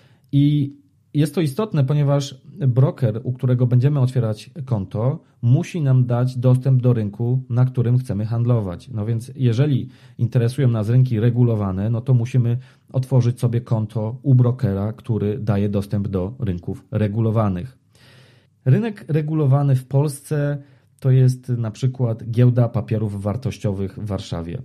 I jest to istotne, ponieważ broker, u którego będziemy otwierać konto, musi nam dać dostęp do rynku, na którym chcemy handlować. No więc jeżeli interesują nas rynki regulowane, no to musimy otworzyć sobie konto u brokera, który daje dostęp do rynków regulowanych. Rynek regulowany w Polsce to jest na przykład Giełda Papierów Wartościowych w Warszawie.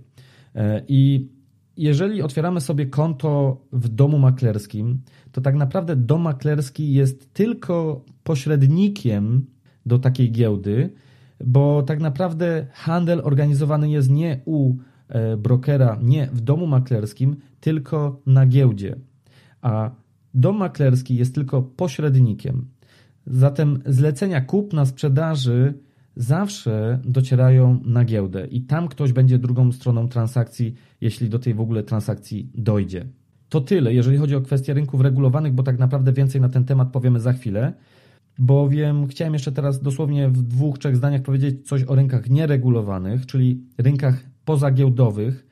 I jeżeli otwieramy sobie konto w domu maklerskim, to tak naprawdę dom maklerski jest tylko pośrednikiem do takiej giełdy, bo tak naprawdę handel organizowany jest nie u brokera, nie w domu maklerskim, tylko na giełdzie. A dom maklerski jest tylko pośrednikiem. Zatem zlecenia kupna, sprzedaży zawsze docierają na giełdę i tam ktoś będzie drugą stroną transakcji, jeśli do tej w ogóle transakcji dojdzie. To tyle, jeżeli chodzi o kwestie rynków regulowanych, bo tak naprawdę więcej na ten temat powiemy za chwilę, bowiem chciałem jeszcze teraz dosłownie w dwóch, trzech zdaniach powiedzieć coś o rynkach nieregulowanych, czyli rynkach pozagiełdowych,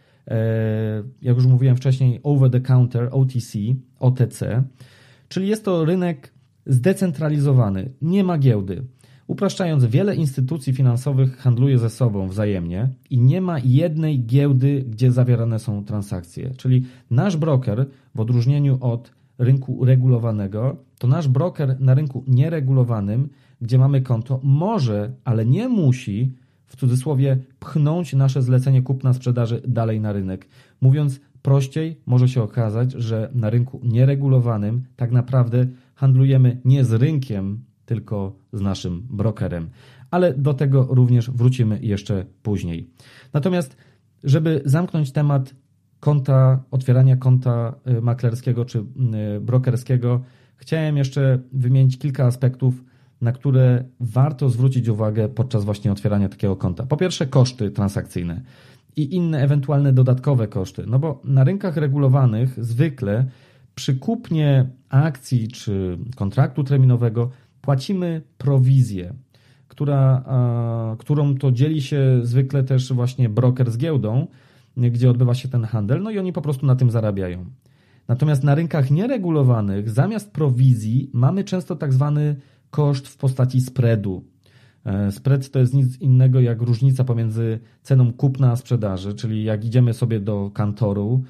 jak już mówiłem wcześniej, over the counter, O T C, O T C, czyli jest to rynek zdecentralizowany, nie ma giełdy. Upraszczając, wiele instytucji finansowych handluje ze sobą wzajemnie i nie ma jednej giełdy, gdzie zawierane są transakcje. Czyli nasz broker, w odróżnieniu od rynku regulowanego, to nasz broker na rynku nieregulowanym, gdzie mamy konto, może, ale nie musi, w cudzysłowie, pchnąć nasze zlecenie kupna-sprzedaży dalej na rynek. Mówiąc prościej, może się okazać, że na rynku nieregulowanym tak naprawdę handlujemy nie z rynkiem, tylko z naszym brokerem. Ale do tego również wrócimy jeszcze później. Natomiast, żeby zamknąć temat konta, otwierania konta maklerskiego czy brokerskiego, chciałem jeszcze wymienić kilka aspektów, na które warto zwrócić uwagę podczas właśnie otwierania takiego konta. Po pierwsze, koszty transakcyjne i inne ewentualne dodatkowe koszty. No bo na rynkach regulowanych zwykle przy kupnie akcji czy kontraktu terminowego płacimy prowizję, która, a, którą to dzieli się zwykle też właśnie broker z giełdą, gdzie odbywa się ten handel, no i oni po prostu na tym zarabiają. Natomiast na rynkach nieregulowanych zamiast prowizji mamy często tak zwany koszt w postaci spreadu. Spread to jest nic innego jak różnica pomiędzy ceną kupna a sprzedaży, czyli jak idziemy sobie do kantoru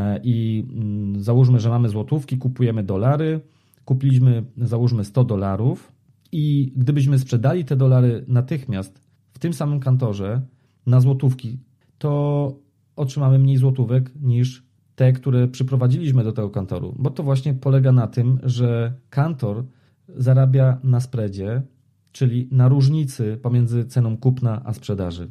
i załóżmy, że mamy złotówki, kupujemy dolary, kupiliśmy załóżmy sto dolarów i gdybyśmy sprzedali te dolary natychmiast w tym samym kantorze na złotówki, to otrzymamy mniej złotówek niż te, które przyprowadziliśmy do tego kantoru, bo to właśnie polega na tym, że kantor zarabia na spreadzie, czyli na różnicy pomiędzy ceną kupna a sprzedaży.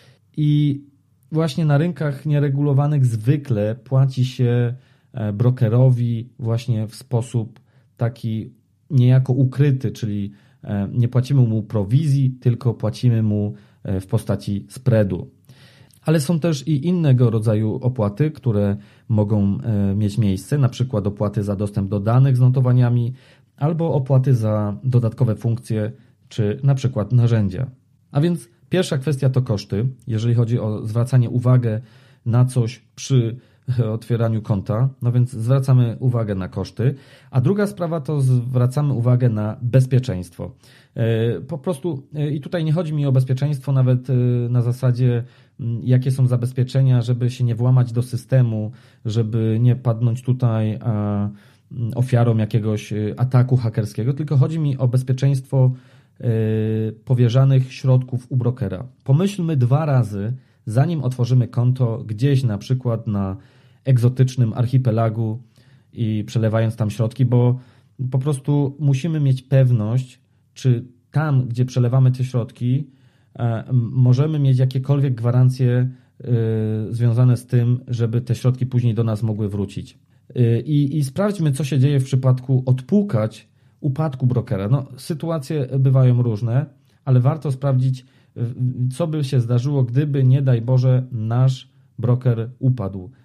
I właśnie na rynkach nieregulowanych zwykle płaci się brokerowi właśnie w sposób taki niejako ukryty, czyli nie płacimy mu prowizji, tylko płacimy mu w postaci spreadu. Ale są też i innego rodzaju opłaty, które mogą mieć miejsce, na przykład opłaty za dostęp do danych z notowaniami albo opłaty za dodatkowe funkcje, czy na przykład narzędzia. A więc pierwsza kwestia to koszty, jeżeli chodzi o zwracanie uwagi na coś przy otwieraniu konta, no więc zwracamy uwagę na koszty, a druga sprawa to zwracamy uwagę na bezpieczeństwo. Po prostu i tutaj nie chodzi mi o bezpieczeństwo nawet na zasadzie jakie są zabezpieczenia, żeby się nie włamać do systemu, żeby nie padnąć tutaj ofiarą jakiegoś ataku hakerskiego, tylko chodzi mi o bezpieczeństwo powierzanych środków u brokera. Pomyślmy dwa razy, zanim otworzymy konto gdzieś na przykład na egzotycznym archipelagu i przelewając tam środki, bo po prostu musimy mieć pewność, czy tam, gdzie przelewamy te środki, możemy mieć jakiekolwiek gwarancje związane z tym, żeby te środki później do nas mogły wrócić. I, i sprawdźmy, co się dzieje w przypadku odpukać upadku brokera. No, sytuacje bywają różne, ale warto sprawdzić, co by się zdarzyło, gdyby, nie daj Boże, nasz broker upadł.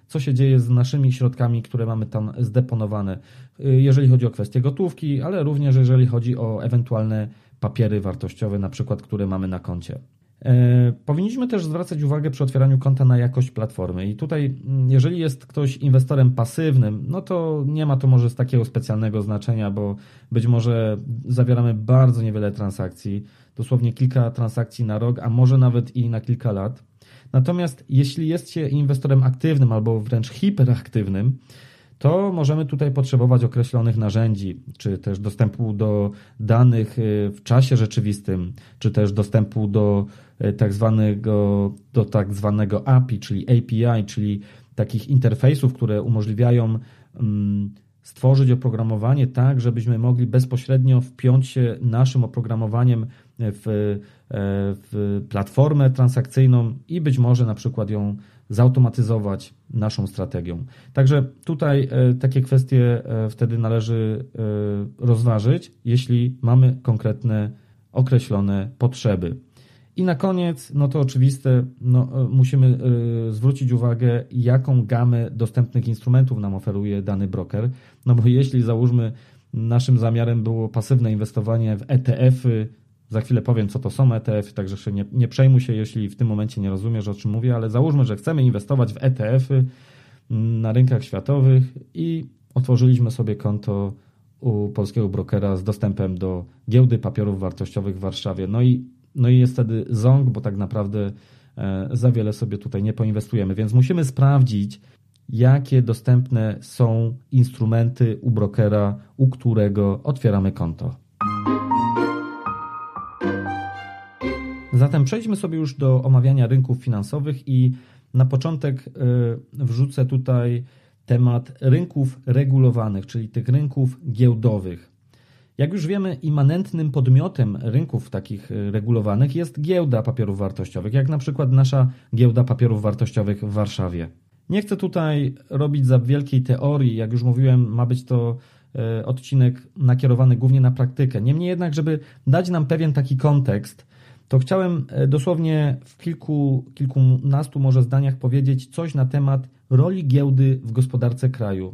co się dzieje z naszymi środkami, które mamy tam zdeponowane, jeżeli chodzi o kwestię gotówki, ale również jeżeli chodzi o ewentualne papiery wartościowe, na przykład, które mamy na koncie. E, powinniśmy też zwracać uwagę przy otwieraniu konta na jakość platformy i tutaj, jeżeli jest ktoś inwestorem pasywnym, no to nie ma to może z takiego specjalnego znaczenia, bo być może zawieramy bardzo niewiele transakcji, dosłownie kilka transakcji na rok, a może nawet i na kilka lat. Natomiast jeśli jest się inwestorem aktywnym albo wręcz hiperaktywnym, to możemy tutaj potrzebować określonych narzędzi, czy też dostępu do danych w czasie rzeczywistym, czy też dostępu do tak zwanego, do tak zwanego A P I, czyli A P I, czyli takich interfejsów, które umożliwiają stworzyć oprogramowanie tak, żebyśmy mogli bezpośrednio wpiąć się naszym oprogramowaniem w, w platformę transakcyjną i być może na przykład ją zautomatyzować naszą strategią. Także tutaj takie kwestie wtedy należy rozważyć, jeśli mamy konkretne, określone potrzeby. I na koniec, no to oczywiste, no, musimy zwrócić uwagę, jaką gamę dostępnych instrumentów nam oferuje dany broker. No bo jeśli załóżmy, naszym zamiarem było pasywne inwestowanie w E T F-y, za chwilę powiem, co to są E T F-y, także nie, nie przejmuj się, jeśli w tym momencie nie rozumiesz, o czym mówię, ale załóżmy, że chcemy inwestować w E T F-y na rynkach światowych i otworzyliśmy sobie konto u polskiego brokera z dostępem do giełdy papierów wartościowych w Warszawie. No i, no i jest wtedy ząg, bo tak naprawdę za wiele sobie tutaj nie poinwestujemy, więc musimy sprawdzić, jakie dostępne są instrumenty u brokera, u którego otwieramy konto. Zatem przejdźmy sobie już do omawiania rynków finansowych i na początek wrzucę tutaj temat rynków regulowanych, czyli tych rynków giełdowych. Jak już wiemy, immanentnym podmiotem rynków takich regulowanych jest giełda papierów wartościowych, jak na przykład nasza giełda papierów wartościowych w Warszawie. Nie chcę tutaj robić za wielkiej teorii, jak już mówiłem, ma być to odcinek nakierowany głównie na praktykę. Niemniej jednak, żeby dać nam pewien taki kontekst, to chciałem dosłownie w kilku, kilkunastu może zdaniach powiedzieć coś na temat roli giełdy w gospodarce kraju.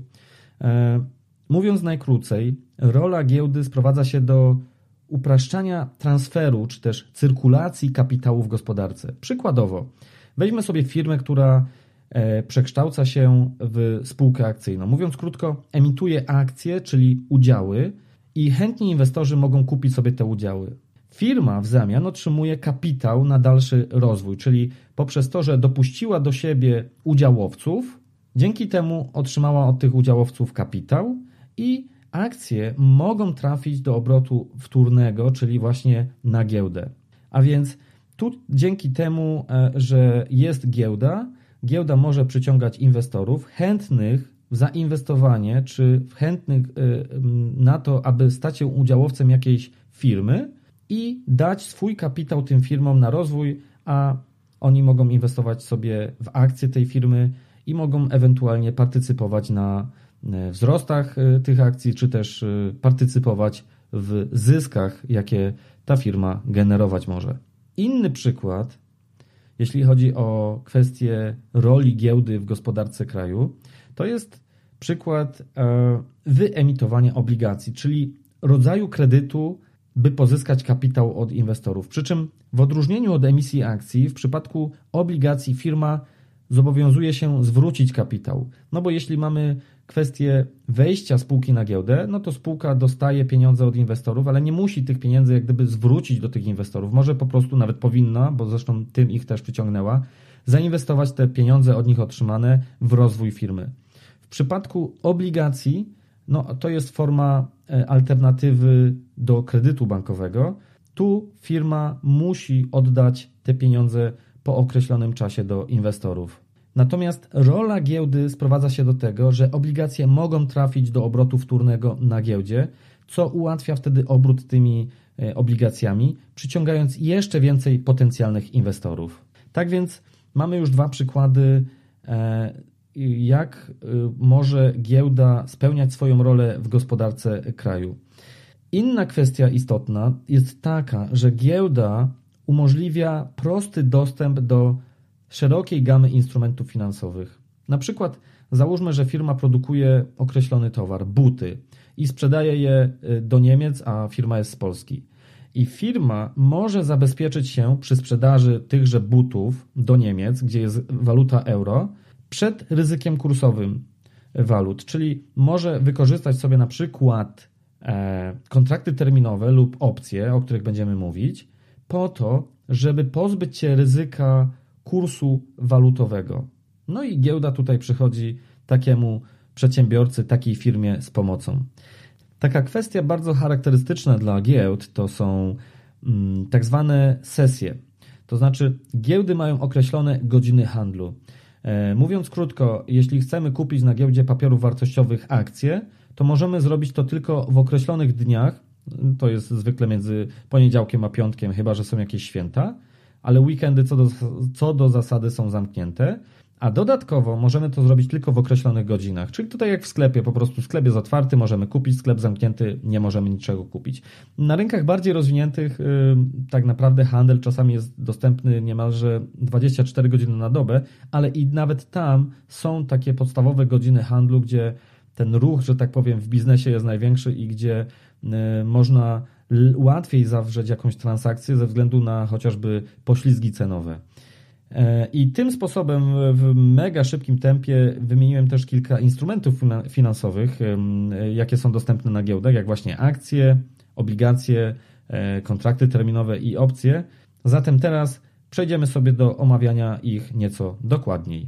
Mówiąc najkrócej, rola giełdy sprowadza się do upraszczania transferu, czy też cyrkulacji kapitału w gospodarce. Przykładowo, weźmy sobie firmę, która przekształca się w spółkę akcyjną. Mówiąc krótko, emituje akcje, czyli udziały i chętni inwestorzy mogą kupić sobie te udziały. Firma w zamian otrzymuje kapitał na dalszy rozwój, czyli poprzez to, że dopuściła do siebie udziałowców, dzięki temu otrzymała od tych udziałowców kapitał i akcje mogą trafić do obrotu wtórnego, czyli właśnie na giełdę. A więc tu dzięki temu, że jest giełda, giełda może przyciągać inwestorów chętnych w zainwestowanie, czy chętnych na to, aby stać się udziałowcem jakiejś firmy i dać swój kapitał tym firmom na rozwój, a oni mogą inwestować sobie w akcje tej firmy i mogą ewentualnie partycypować na wzrostach tych akcji, czy też partycypować w zyskach, jakie ta firma generować może. Inny przykład, jeśli chodzi o kwestię roli giełdy w gospodarce kraju, to jest przykład wyemitowania obligacji, czyli rodzaju kredytu, by pozyskać kapitał od inwestorów. Przy czym w odróżnieniu od emisji akcji, w przypadku obligacji firma zobowiązuje się zwrócić kapitał. No bo jeśli mamy kwestię wejścia spółki na giełdę, no to spółka dostaje pieniądze od inwestorów, ale nie musi tych pieniędzy jak gdyby zwrócić do tych inwestorów. Może po prostu, nawet powinna, bo zresztą tym ich też przyciągnęła, zainwestować te pieniądze od nich otrzymane w rozwój firmy. W przypadku obligacji, no to jest forma alternatywy do kredytu bankowego. Tu firma musi oddać te pieniądze po określonym czasie do inwestorów. Natomiast rola giełdy sprowadza się do tego, że obligacje mogą trafić do obrotu wtórnego na giełdzie, co ułatwia wtedy obrót tymi obligacjami, przyciągając jeszcze więcej potencjalnych inwestorów. Tak więc mamy już dwa przykłady, jak może giełda spełniać swoją rolę w gospodarce kraju. Inna kwestia istotna jest taka, że giełda umożliwia prosty dostęp do szerokiej gamy instrumentów finansowych. Na przykład załóżmy, że firma produkuje określony towar, buty i sprzedaje je do Niemiec, a firma jest z Polski. I firma może zabezpieczyć się przy sprzedaży tychże butów do Niemiec, gdzie jest waluta euro, przed ryzykiem kursowym walut, czyli może wykorzystać sobie na przykład e, kontrakty terminowe lub opcje, o których będziemy mówić, po to, żeby pozbyć się ryzyka kursu walutowego. No i giełda tutaj przychodzi takiemu przedsiębiorcy, takiej firmie z pomocą. Taka kwestia bardzo charakterystyczna dla giełd to są mm, tak zwane sesje. To znaczy giełdy mają określone godziny handlu. E, mówiąc krótko, jeśli chcemy kupić na giełdzie papierów wartościowych akcje, to możemy zrobić to tylko w określonych dniach. To jest zwykle między poniedziałkiem a piątkiem, chyba że są jakieś święta, ale weekendy co do, co do zasady są zamknięte. A dodatkowo możemy to zrobić tylko w określonych godzinach, czyli tutaj jak w sklepie, po prostu sklep jest otwarty, możemy kupić, sklep zamknięty, nie możemy niczego kupić. Na rynkach bardziej rozwiniętych yy, tak naprawdę handel czasami jest dostępny niemalże dwadzieścia cztery godziny na dobę, ale i nawet tam są takie podstawowe godziny handlu, gdzie ten ruch, że tak powiem, w biznesie jest największy i gdzie yy, można l- łatwiej zawrzeć jakąś transakcję ze względu na chociażby poślizgi cenowe. I tym sposobem w mega szybkim tempie wymieniłem też kilka instrumentów finansowych, jakie są dostępne na giełdach, jak właśnie akcje, obligacje, kontrakty terminowe i opcje. Zatem teraz przejdziemy sobie do omawiania ich nieco dokładniej.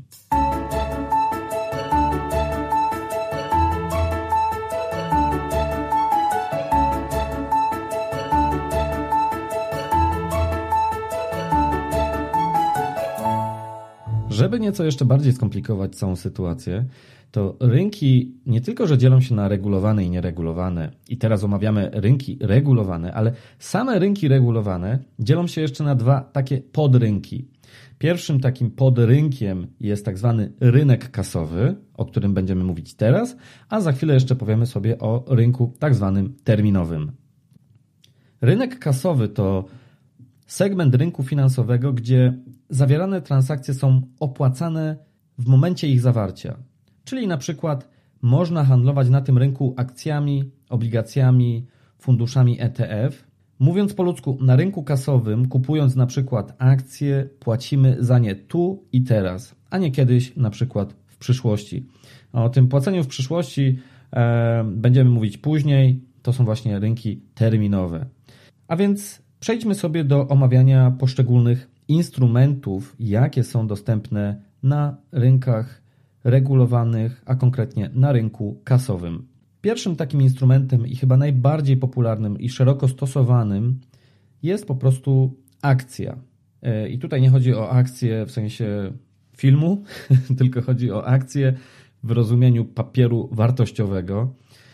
Żeby nieco jeszcze bardziej skomplikować całą sytuację, to rynki nie tylko, że dzielą się na regulowane i nieregulowane i teraz omawiamy rynki regulowane, ale same rynki regulowane dzielą się jeszcze na dwa takie podrynki. Pierwszym takim podrynkiem jest tak zwany rynek kasowy, o którym będziemy mówić teraz, a za chwilę jeszcze powiemy sobie o rynku tak zwanym terminowym. Rynek kasowy to segment rynku finansowego, gdzie zawierane transakcje są opłacane w momencie ich zawarcia. Czyli na przykład można handlować na tym rynku akcjami, obligacjami, funduszami E T F. Mówiąc po ludzku, na rynku kasowym, kupując na przykład akcje, płacimy za nie tu i teraz, a nie kiedyś na przykład w przyszłości. O tym płaceniu w przyszłości e, będziemy mówić później. To są właśnie rynki terminowe. A więc przejdźmy sobie do omawiania poszczególnych instrumentów, jakie są dostępne na rynkach regulowanych, a konkretnie na rynku kasowym. Pierwszym takim instrumentem i chyba najbardziej popularnym i szeroko stosowanym jest po prostu akcja. I tutaj nie chodzi o akcję w sensie filmu, tylko chodzi o akcję w rozumieniu papieru wartościowego.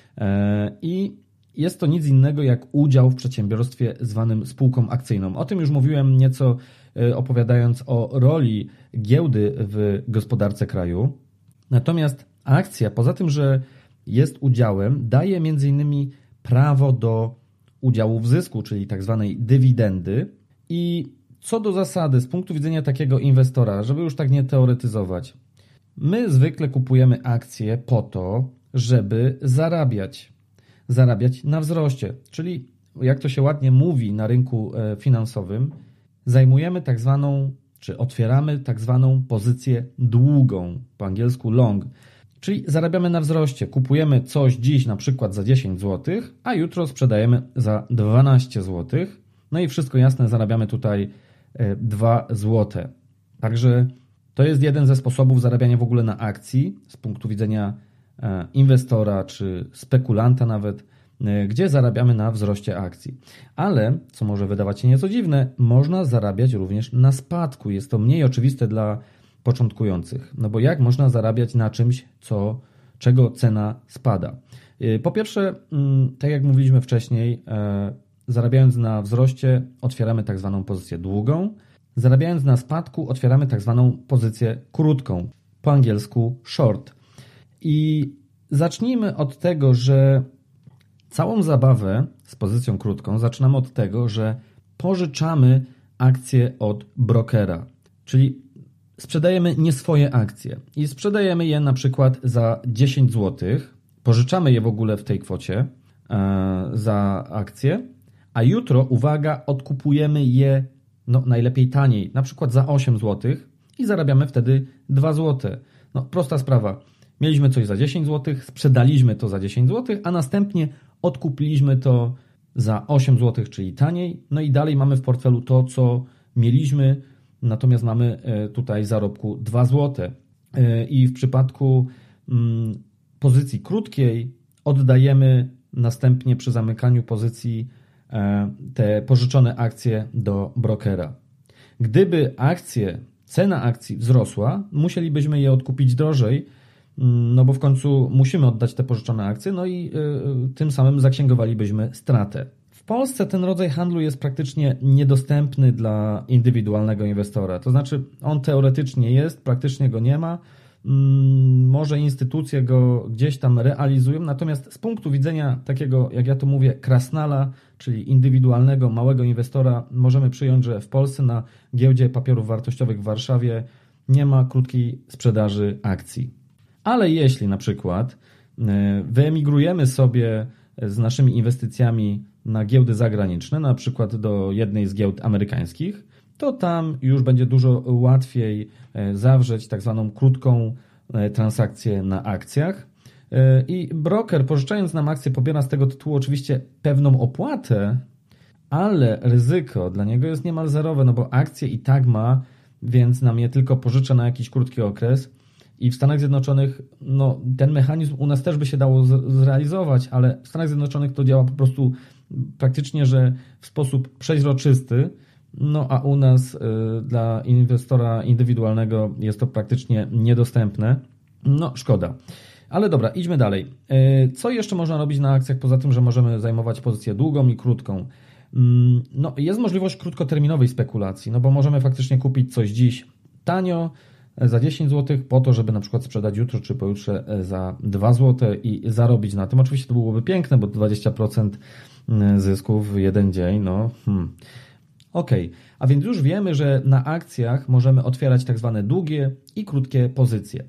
I jest to nic innego jak udział w przedsiębiorstwie zwanym spółką akcyjną. O tym już mówiłem nieco opowiadając o roli giełdy w gospodarce kraju. Natomiast akcja, poza tym, że jest udziałem, daje między innymi prawo do udziału w zysku, czyli tak zwanej dywidendy. I co do zasady, z punktu widzenia takiego inwestora, żeby już tak nie teoretyzować, my zwykle kupujemy akcje po to, żeby zarabiać. Zarabiać na wzroście, czyli jak to się ładnie mówi na rynku finansowym, zajmujemy tak zwaną, czy otwieramy tak zwaną pozycję długą, po angielsku long, czyli zarabiamy na wzroście. Kupujemy coś dziś na przykład za dziesięć złotych, a jutro sprzedajemy za dwanaście złotych. No i wszystko jasne, zarabiamy tutaj dwa złote. Także to jest jeden ze sposobów zarabiania w ogóle na akcji z punktu widzenia inwestora czy spekulanta nawet, gdzie zarabiamy na wzroście akcji. Ale, co może wydawać się nieco dziwne, można zarabiać również na spadku. Jest to mniej oczywiste dla początkujących. No bo jak można zarabiać na czymś, co, czego cena spada? Po pierwsze, tak jak mówiliśmy wcześniej, zarabiając na wzroście otwieramy tak zwaną pozycję długą. Zarabiając na spadku otwieramy tak zwaną pozycję krótką, po angielsku short. I zacznijmy od tego, że całą zabawę z pozycją krótką zaczynamy od tego, że pożyczamy akcje od brokera. Czyli sprzedajemy nie swoje akcje i sprzedajemy je na przykład za dziesięć złotych, pożyczamy je w ogóle w tej kwocie e, za akcje, a jutro, uwaga, odkupujemy je no, najlepiej taniej, na przykład za osiem złotych i zarabiamy wtedy dwa złote. No, prosta sprawa. Mieliśmy coś za dziesięć złotych, sprzedaliśmy to za dziesięć złotych, a następnie odkupiliśmy to za osiem złotych, czyli taniej. No i dalej mamy w portfelu to, co mieliśmy, natomiast mamy tutaj zarobku dwa złote. I w przypadku pozycji krótkiej oddajemy następnie przy zamykaniu pozycji te pożyczone akcje do brokera. Gdyby akcje, cena akcji wzrosła, musielibyśmy je odkupić drożej, no bo w końcu musimy oddać te pożyczone akcje, no i y, tym samym zaksięgowalibyśmy stratę. W Polsce ten rodzaj handlu jest praktycznie niedostępny dla indywidualnego inwestora. To znaczy on teoretycznie jest, praktycznie go nie ma. Może instytucje go gdzieś tam realizują, natomiast z punktu widzenia takiego, jak ja to mówię, krasnala, czyli indywidualnego, małego inwestora, możemy przyjąć, że w Polsce na giełdzie papierów wartościowych w Warszawie nie ma krótkiej sprzedaży akcji. Ale jeśli na przykład wyemigrujemy sobie z naszymi inwestycjami na giełdy zagraniczne, na przykład do jednej z giełd amerykańskich, to tam już będzie dużo łatwiej zawrzeć tak zwaną krótką transakcję na akcjach. I broker, pożyczając nam akcje, pobiera z tego tytułu oczywiście pewną opłatę, ale ryzyko dla niego jest niemal zerowe, no bo akcje i tak ma, więc nam je tylko pożycza na jakiś krótki okres. I w Stanach Zjednoczonych no, ten mechanizm u nas też by się dało zrealizować, ale w Stanach Zjednoczonych to działa po prostu praktycznie, że w sposób przeźroczysty, no a u nas y, dla inwestora indywidualnego jest to praktycznie niedostępne. No szkoda. Ale dobra, idźmy dalej. Y, co jeszcze można robić na akcjach poza tym, że możemy zajmować pozycję długą i krótką? Y, no, jest możliwość krótkoterminowej spekulacji, no bo możemy faktycznie kupić coś dziś tanio, za dziesięć złotych po to, żeby na przykład sprzedać jutro czy pojutrze za dwa złote i zarobić na tym. Oczywiście to byłoby piękne, bo dwadzieścia procent zysków w jeden dzień, no hmm. Okej, okay. A więc już wiemy, że na akcjach możemy otwierać tak zwane długie i krótkie pozycje.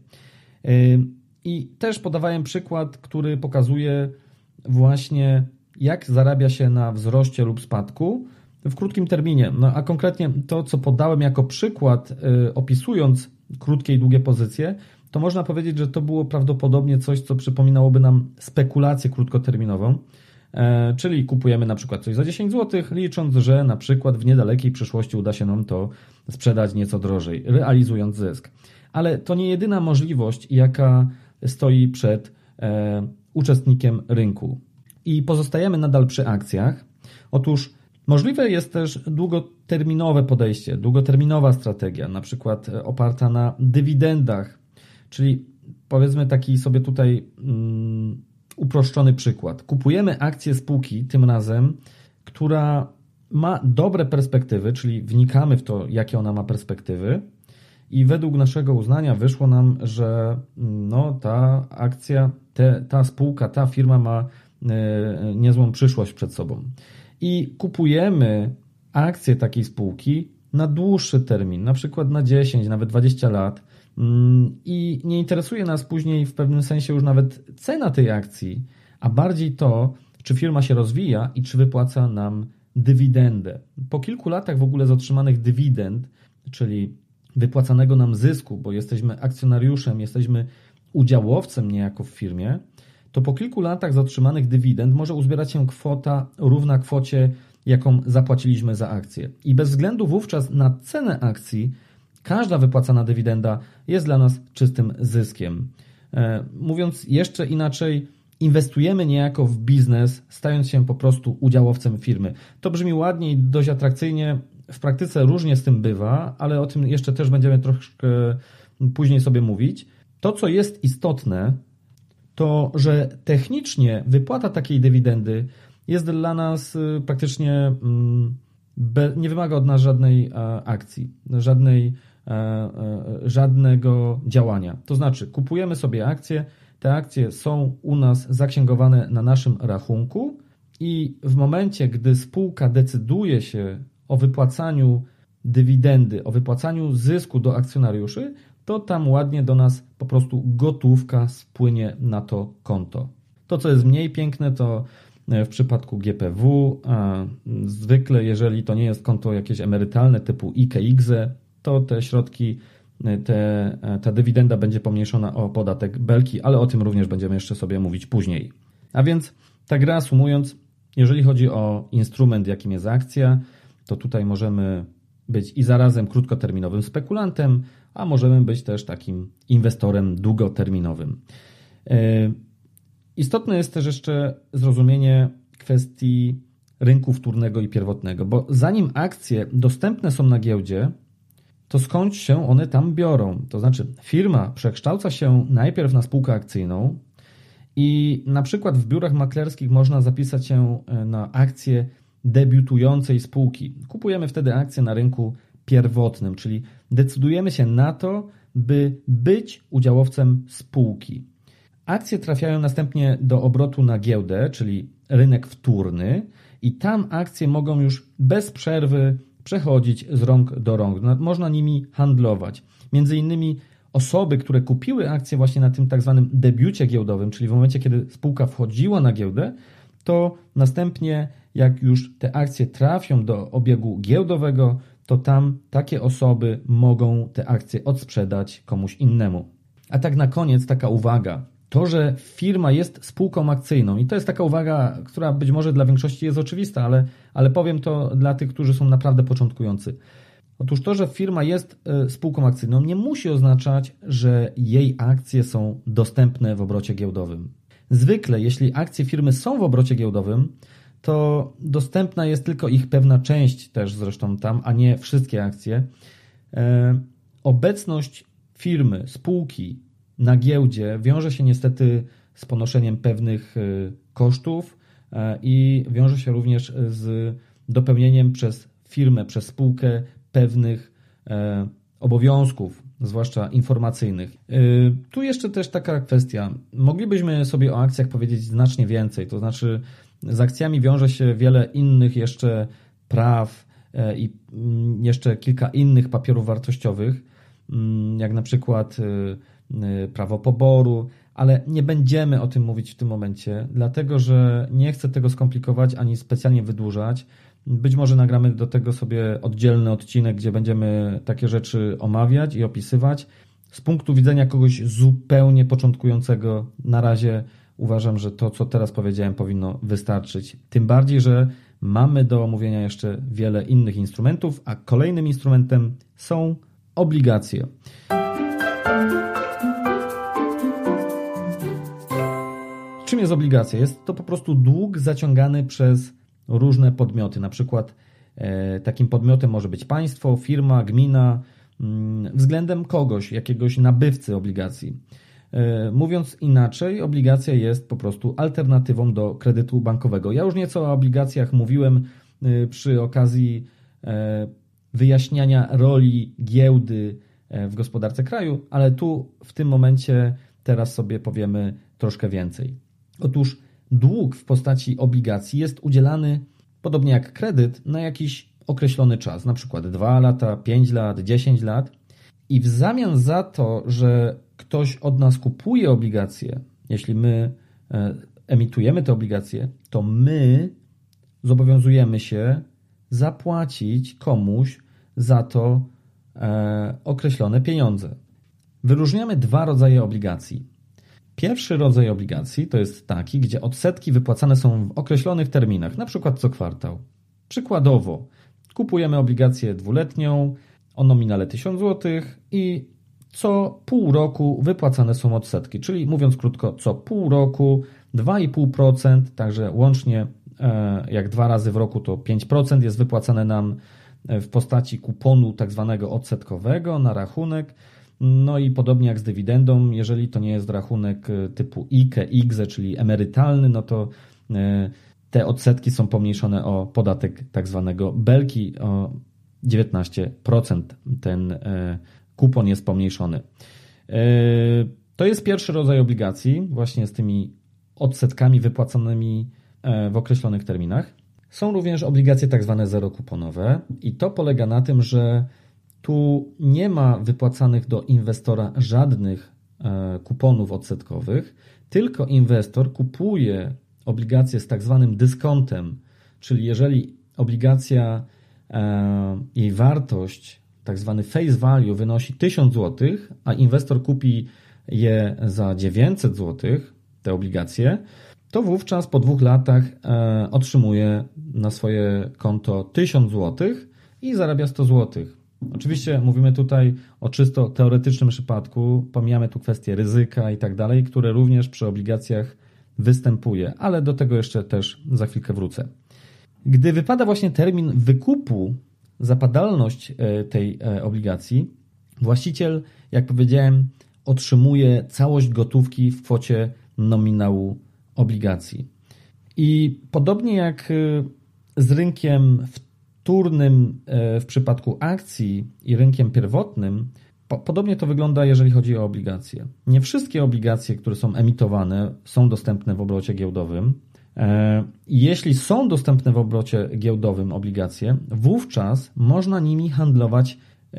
I też podawałem przykład, który pokazuje właśnie, jak zarabia się na wzroście lub spadku w krótkim terminie. No a konkretnie to, co podałem jako przykład, opisując krótkie i długie pozycje, to można powiedzieć, że to było prawdopodobnie coś, co przypominałoby nam spekulację krótkoterminową, e, czyli kupujemy na przykład coś za dziesięć złotych, licząc, że na przykład w niedalekiej przyszłości uda się nam to sprzedać nieco drożej, realizując zysk. Ale to nie jedyna możliwość, jaka stoi przed e, uczestnikiem rynku. I pozostajemy nadal przy akcjach. Otóż możliwe jest też długoterminowe podejście, długoterminowa strategia, na przykład oparta na dywidendach, czyli powiedzmy taki sobie tutaj um, uproszczony przykład. Kupujemy akcję spółki tym razem, która ma dobre perspektywy, czyli wnikamy w to, jakie ona ma perspektywy i według naszego uznania wyszło nam, że no, ta akcja, te, ta spółka, ta firma ma y, niezłą przyszłość przed sobą. I kupujemy akcje takiej spółki na dłuższy termin, na przykład na dziesięć, nawet dwadzieścia lat i nie interesuje nas później w pewnym sensie już nawet cena tej akcji, a bardziej to, czy firma się rozwija i czy wypłaca nam dywidendę. Po kilku latach w ogóle z otrzymanych dywidend, czyli wypłacanego nam zysku, bo jesteśmy akcjonariuszem, jesteśmy udziałowcem niejako w firmie, to po kilku latach z otrzymanych dywidend może uzbierać się kwota równa kwocie, jaką zapłaciliśmy za akcję. I bez względu wówczas na cenę akcji, każda wypłacana dywidenda jest dla nas czystym zyskiem. Mówiąc jeszcze inaczej, inwestujemy niejako w biznes, stając się po prostu udziałowcem firmy. To brzmi ładnie i dość atrakcyjnie. W praktyce różnie z tym bywa, ale o tym jeszcze też będziemy troszkę później sobie mówić. To, co jest istotne, to, że technicznie wypłata takiej dywidendy jest dla nas praktycznie, nie wymaga od nas żadnej akcji, żadnej, żadnego działania. To znaczy kupujemy sobie akcje, te akcje są u nas zaksięgowane na naszym rachunku i w momencie, gdy spółka decyduje się o wypłacaniu dywidendy, o wypłacaniu zysku do akcjonariuszy, to tam ładnie do nas po prostu gotówka spłynie na to konto. To, co jest mniej piękne, to w przypadku G P W, a zwykle jeżeli to nie jest konto jakieś emerytalne typu I K E, I K Z E, to te środki, te, ta dywidenda będzie pomniejszona o podatek Belki, ale o tym również będziemy jeszcze sobie mówić później. A więc tak reasumując, jeżeli chodzi o instrument, jakim jest akcja, to tutaj możemy być i zarazem krótkoterminowym spekulantem, a możemy być też takim inwestorem długoterminowym. Istotne jest też jeszcze zrozumienie kwestii rynku wtórnego i pierwotnego, bo zanim akcje dostępne są na giełdzie, to skąd się one tam biorą? To znaczy firma przekształca się najpierw na spółkę akcyjną i na przykład w biurach maklerskich można zapisać się na akcję debiutującej spółki. Kupujemy wtedy akcje na rynku pierwotnym, czyli decydujemy się na to, by być udziałowcem spółki. Akcje trafiają następnie do obrotu na giełdę, czyli rynek wtórny i tam akcje mogą już bez przerwy przechodzić z rąk do rąk. Można nimi handlować. Między innymi osoby, które kupiły akcje właśnie na tym tak zwanym debiucie giełdowym, czyli w momencie, kiedy spółka wchodziła na giełdę, to następnie jak już te akcje trafią do obiegu giełdowego, to tam takie osoby mogą te akcje odsprzedać komuś innemu. A tak na koniec taka uwaga. To, że firma jest spółką akcyjną i to jest taka uwaga, która być może dla większości jest oczywista, ale, ale powiem to dla tych, którzy są naprawdę początkujący. Otóż to, że firma jest spółką akcyjną nie musi oznaczać, że jej akcje są dostępne w obrocie giełdowym. Zwykle, jeśli akcje firmy są w obrocie giełdowym, to dostępna jest tylko ich pewna część też zresztą tam, a nie wszystkie akcje. E, obecność firmy, spółki na giełdzie wiąże się niestety z ponoszeniem pewnych kosztów e, i wiąże się również z dopełnieniem przez firmę, przez spółkę pewnych e, obowiązków, zwłaszcza informacyjnych. E, tu jeszcze też taka kwestia. Moglibyśmy sobie o akcjach powiedzieć znacznie więcej, to znaczy z akcjami wiąże się wiele innych jeszcze praw e, i m, jeszcze kilka innych papierów wartościowych, m, jak na przykład e, prawo poboru, ale nie będziemy o tym mówić w tym momencie, dlatego że nie chcę tego skomplikować ani specjalnie wydłużać. Być może nagramy do tego sobie oddzielny odcinek, gdzie będziemy takie rzeczy omawiać i opisywać. Z punktu widzenia kogoś zupełnie początkującego na razie uważam, że to, co teraz powiedziałem, powinno wystarczyć. Tym bardziej, że mamy do omówienia jeszcze wiele innych instrumentów, a kolejnym instrumentem są obligacje. Czym jest obligacja? Jest to po prostu dług zaciągany przez różne podmioty. Na przykład e, takim podmiotem może być państwo, firma, gmina, m, względem kogoś, jakiegoś nabywcy obligacji. E, mówiąc inaczej, obligacja jest po prostu alternatywą do kredytu bankowego. Ja już nieco o obligacjach mówiłem e, przy okazji e, wyjaśniania roli giełdy e, w gospodarce kraju, ale tu w tym momencie teraz sobie powiemy troszkę więcej. Otóż dług w postaci obligacji jest udzielany, podobnie jak kredyt, na jakiś określony czas, na przykład dwa lata, pięć lat, dziesięć lat i w zamian za to, że ktoś od nas kupuje obligacje, jeśli my emitujemy te obligacje, to my zobowiązujemy się zapłacić komuś za to określone pieniądze. Wyróżniamy dwa rodzaje obligacji. Pierwszy rodzaj obligacji to jest taki, gdzie odsetki wypłacane są w określonych terminach, na przykład co kwartał. Przykładowo, kupujemy obligację dwuletnią o nominale tysiąc złotych i co pół roku wypłacane są odsetki, czyli mówiąc krótko, co pół roku dwa i pół procent, także łącznie jak dwa razy w roku to pięć procent jest wypłacane nam w postaci kuponu tak zwanego odsetkowego na rachunek. No i podobnie jak z dywidendą, jeżeli to nie jest rachunek typu I K E, I K Z E, czyli emerytalny, no to te odsetki są pomniejszone o podatek tak zwanego Belki o dziewiętnaście procent. Ten kupon jest pomniejszony. To jest pierwszy rodzaj obligacji, właśnie z tymi odsetkami wypłacanymi w określonych terminach. Są również obligacje tak zwane zerokuponowe i to polega na tym, że tu nie ma wypłacanych do inwestora żadnych kuponów odsetkowych, tylko inwestor kupuje obligacje z tak zwanym dyskontem, czyli jeżeli obligacja, jej wartość, tak zwany face value wynosi tysiąc złotych, a inwestor kupi je za dziewięćset złotych, te obligacje, to wówczas po dwóch latach otrzymuje na swoje konto tysiąc złotych i zarabia sto złotych. Oczywiście mówimy tutaj o czysto teoretycznym przypadku, pomijamy tu kwestie ryzyka i tak dalej, które również przy obligacjach występuje, ale do tego jeszcze też za chwilkę wrócę. Gdy wypada właśnie termin wykupu, zapadalność tej obligacji, właściciel, jak powiedziałem, otrzymuje całość gotówki w kwocie nominału obligacji. I podobnie jak z rynkiem wtórnym w przypadku akcji i rynkiem pierwotnym, po, podobnie to wygląda, jeżeli chodzi o obligacje. Nie wszystkie obligacje, które są emitowane, są dostępne w obrocie giełdowym. Jeśli są dostępne w obrocie giełdowym obligacje, wówczas można nimi handlować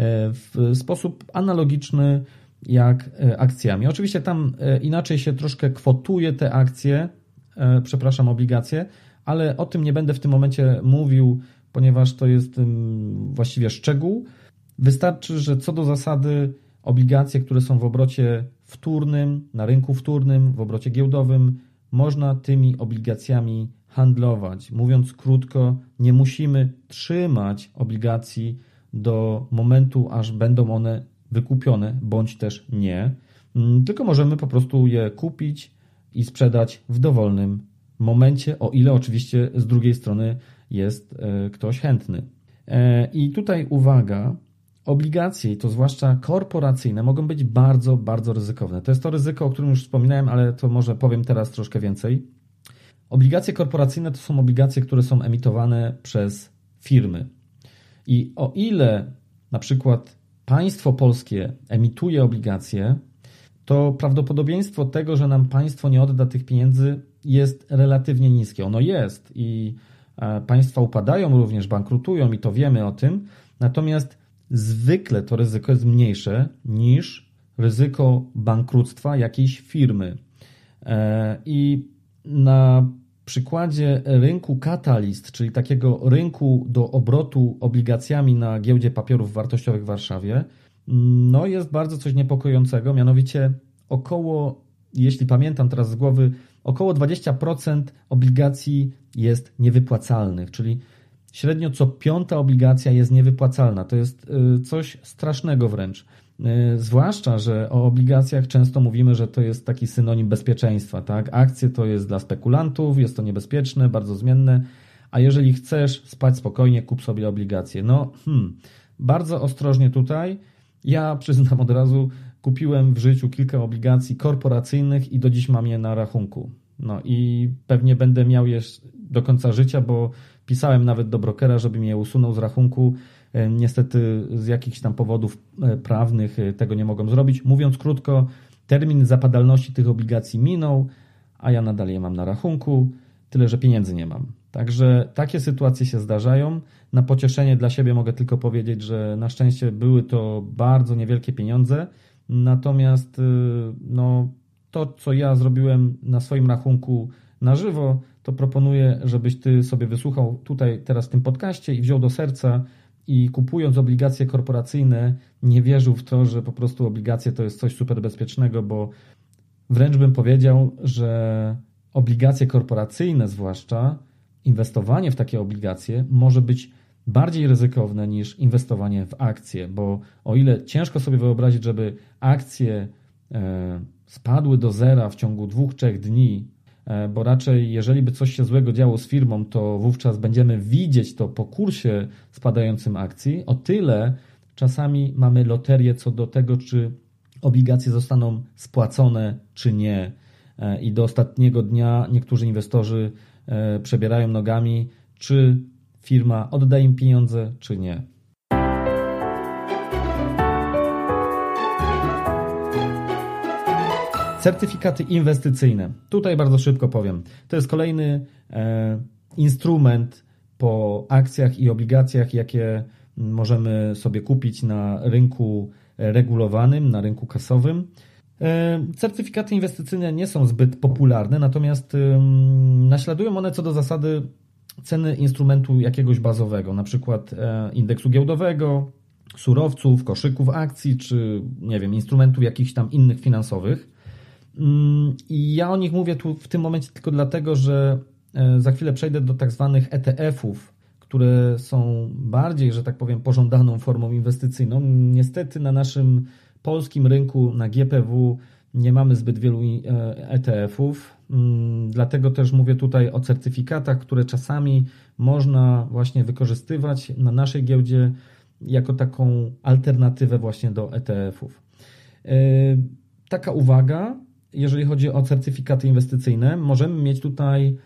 w sposób analogiczny jak akcjami. Oczywiście tam inaczej się troszkę kwotuje te akcje, przepraszam, obligacje, ale o tym nie będę w tym momencie mówił, ponieważ to jest właściwie szczegół. Wystarczy, że co do zasady obligacje, które są w obrocie wtórnym, na rynku wtórnym, w obrocie giełdowym, można tymi obligacjami handlować. Mówiąc krótko, nie musimy trzymać obligacji do momentu, aż będą one wykupione, bądź też nie, tylko możemy po prostu je kupić i sprzedać w dowolnym momencie, o ile oczywiście z drugiej strony jest ktoś chętny. I tutaj uwaga, obligacje, to zwłaszcza korporacyjne, mogą być bardzo, bardzo ryzykowne. To jest to ryzyko, o którym już wspominałem, ale to może powiem teraz troszkę więcej. Obligacje korporacyjne to są obligacje, które są emitowane przez firmy. I o ile na przykład państwo polskie emituje obligacje, to prawdopodobieństwo tego, że nam państwo nie odda tych pieniędzy, jest relatywnie niskie. Ono jest i państwa upadają również, bankrutują i to wiemy o tym, natomiast zwykle to ryzyko jest mniejsze niż ryzyko bankructwa jakiejś firmy. I na przykładzie rynku Catalyst, czyli takiego rynku do obrotu obligacjami na giełdzie papierów wartościowych w Warszawie, no jest bardzo coś niepokojącego, mianowicie około, jeśli pamiętam teraz z głowy, około dwadzieścia procent obligacji jest niewypłacalnych, czyli średnio co piąta obligacja jest niewypłacalna. To jest coś strasznego wręcz. Zwłaszcza, że o obligacjach często mówimy, że to jest taki synonim bezpieczeństwa. Tak? Akcje to jest dla spekulantów, jest to niebezpieczne, bardzo zmienne, a jeżeli chcesz spać spokojnie, kup sobie obligacje. No, hmm, bardzo ostrożnie tutaj. Ja przyznam od razu, kupiłem w życiu kilka obligacji korporacyjnych i do dziś mam je na rachunku. No i pewnie będę miał je do końca życia, bo pisałem nawet do brokera, żeby mnie je usunął z rachunku. Niestety z jakichś tam powodów prawnych tego nie mogą zrobić. Mówiąc krótko, termin zapadalności tych obligacji minął, a ja nadal je mam na rachunku, tyle że pieniędzy nie mam. Także takie sytuacje się zdarzają. Na pocieszenie dla siebie mogę tylko powiedzieć, że na szczęście były to bardzo niewielkie pieniądze, natomiast no, to, co ja zrobiłem na swoim rachunku na żywo, to proponuję, żebyś ty sobie wysłuchał tutaj teraz w tym podcaście i wziął do serca i kupując obligacje korporacyjne nie wierzył w to, że po prostu obligacje to jest coś super bezpiecznego, bo wręcz bym powiedział, że obligacje korporacyjne zwłaszcza, inwestowanie w takie obligacje może być bardziej ryzykowne niż inwestowanie w akcje, bo o ile ciężko sobie wyobrazić, żeby akcje spadły do zera w ciągu dwóch, trzech dni, bo raczej jeżeli by coś się złego działo z firmą, to wówczas będziemy widzieć to po kursie spadającym akcji, o tyle czasami mamy loterię co do tego, czy obligacje zostaną spłacone, czy nie. I do ostatniego dnia niektórzy inwestorzy przebierają nogami, czy firma odda im pieniądze, czy nie. Certyfikaty inwestycyjne. Tutaj bardzo szybko powiem. To jest kolejny e, instrument po akcjach i obligacjach, jakie możemy sobie kupić na rynku regulowanym, na rynku kasowym. Certyfikaty inwestycyjne nie są zbyt popularne, natomiast naśladują one co do zasady ceny instrumentu jakiegoś bazowego, na przykład indeksu giełdowego, surowców, koszyków akcji, czy nie wiem, instrumentów jakichś tam innych finansowych. I ja o nich mówię tu w tym momencie tylko dlatego, że za chwilę przejdę do tak zwanych E T F-ów, które są bardziej, że tak powiem, pożądaną formą inwestycyjną. Niestety na naszym polskim rynku, na G P W nie mamy zbyt wielu E T F-ów, dlatego też mówię tutaj o certyfikatach, które czasami można właśnie wykorzystywać na naszej giełdzie jako taką alternatywę właśnie do E T F-ów. Taka uwaga, jeżeli chodzi o certyfikaty inwestycyjne, możemy mieć tutaj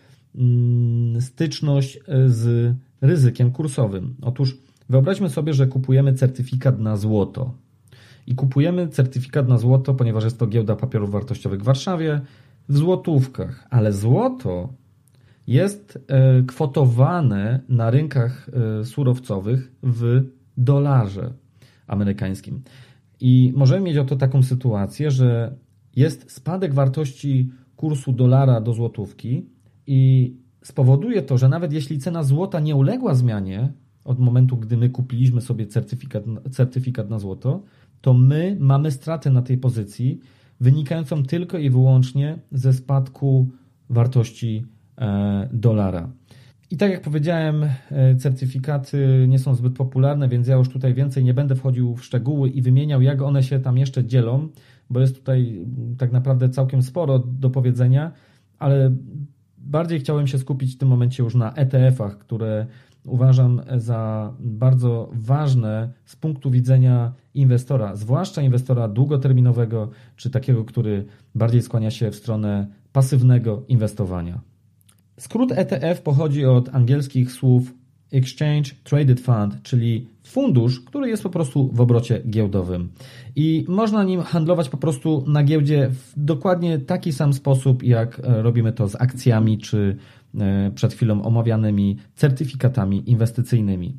styczność z ryzykiem kursowym. Otóż wyobraźmy sobie, że kupujemy certyfikat na złoto. I kupujemy certyfikat na złoto, ponieważ jest to giełda papierów wartościowych w Warszawie, w złotówkach. Ale złoto jest kwotowane na rynkach surowcowych w dolarze amerykańskim. I możemy mieć oto taką sytuację, że jest spadek wartości kursu dolara do złotówki i spowoduje to, że nawet jeśli cena złota nie uległa zmianie od momentu, gdy my kupiliśmy sobie certyfikat, certyfikat na złoto, to my mamy stratę na tej pozycji wynikającą tylko i wyłącznie ze spadku wartości e, dolara. I tak jak powiedziałem, certyfikaty nie są zbyt popularne, więc ja już tutaj więcej nie będę wchodził w szczegóły i wymieniał, jak one się tam jeszcze dzielą, bo jest tutaj tak naprawdę całkiem sporo do powiedzenia, ale bardziej chciałem się skupić w tym momencie już na E T F-ach, które uważam za bardzo ważne z punktu widzenia inwestora, zwłaszcza inwestora długoterminowego, czy takiego, który bardziej skłania się w stronę pasywnego inwestowania. Skrót E T F pochodzi od angielskich słów Exchange Traded Fund, czyli fundusz, który jest po prostu w obrocie giełdowym. I można nim handlować po prostu na giełdzie w dokładnie taki sam sposób, jak robimy to z akcjami, czy przed chwilą omawianymi certyfikatami inwestycyjnymi.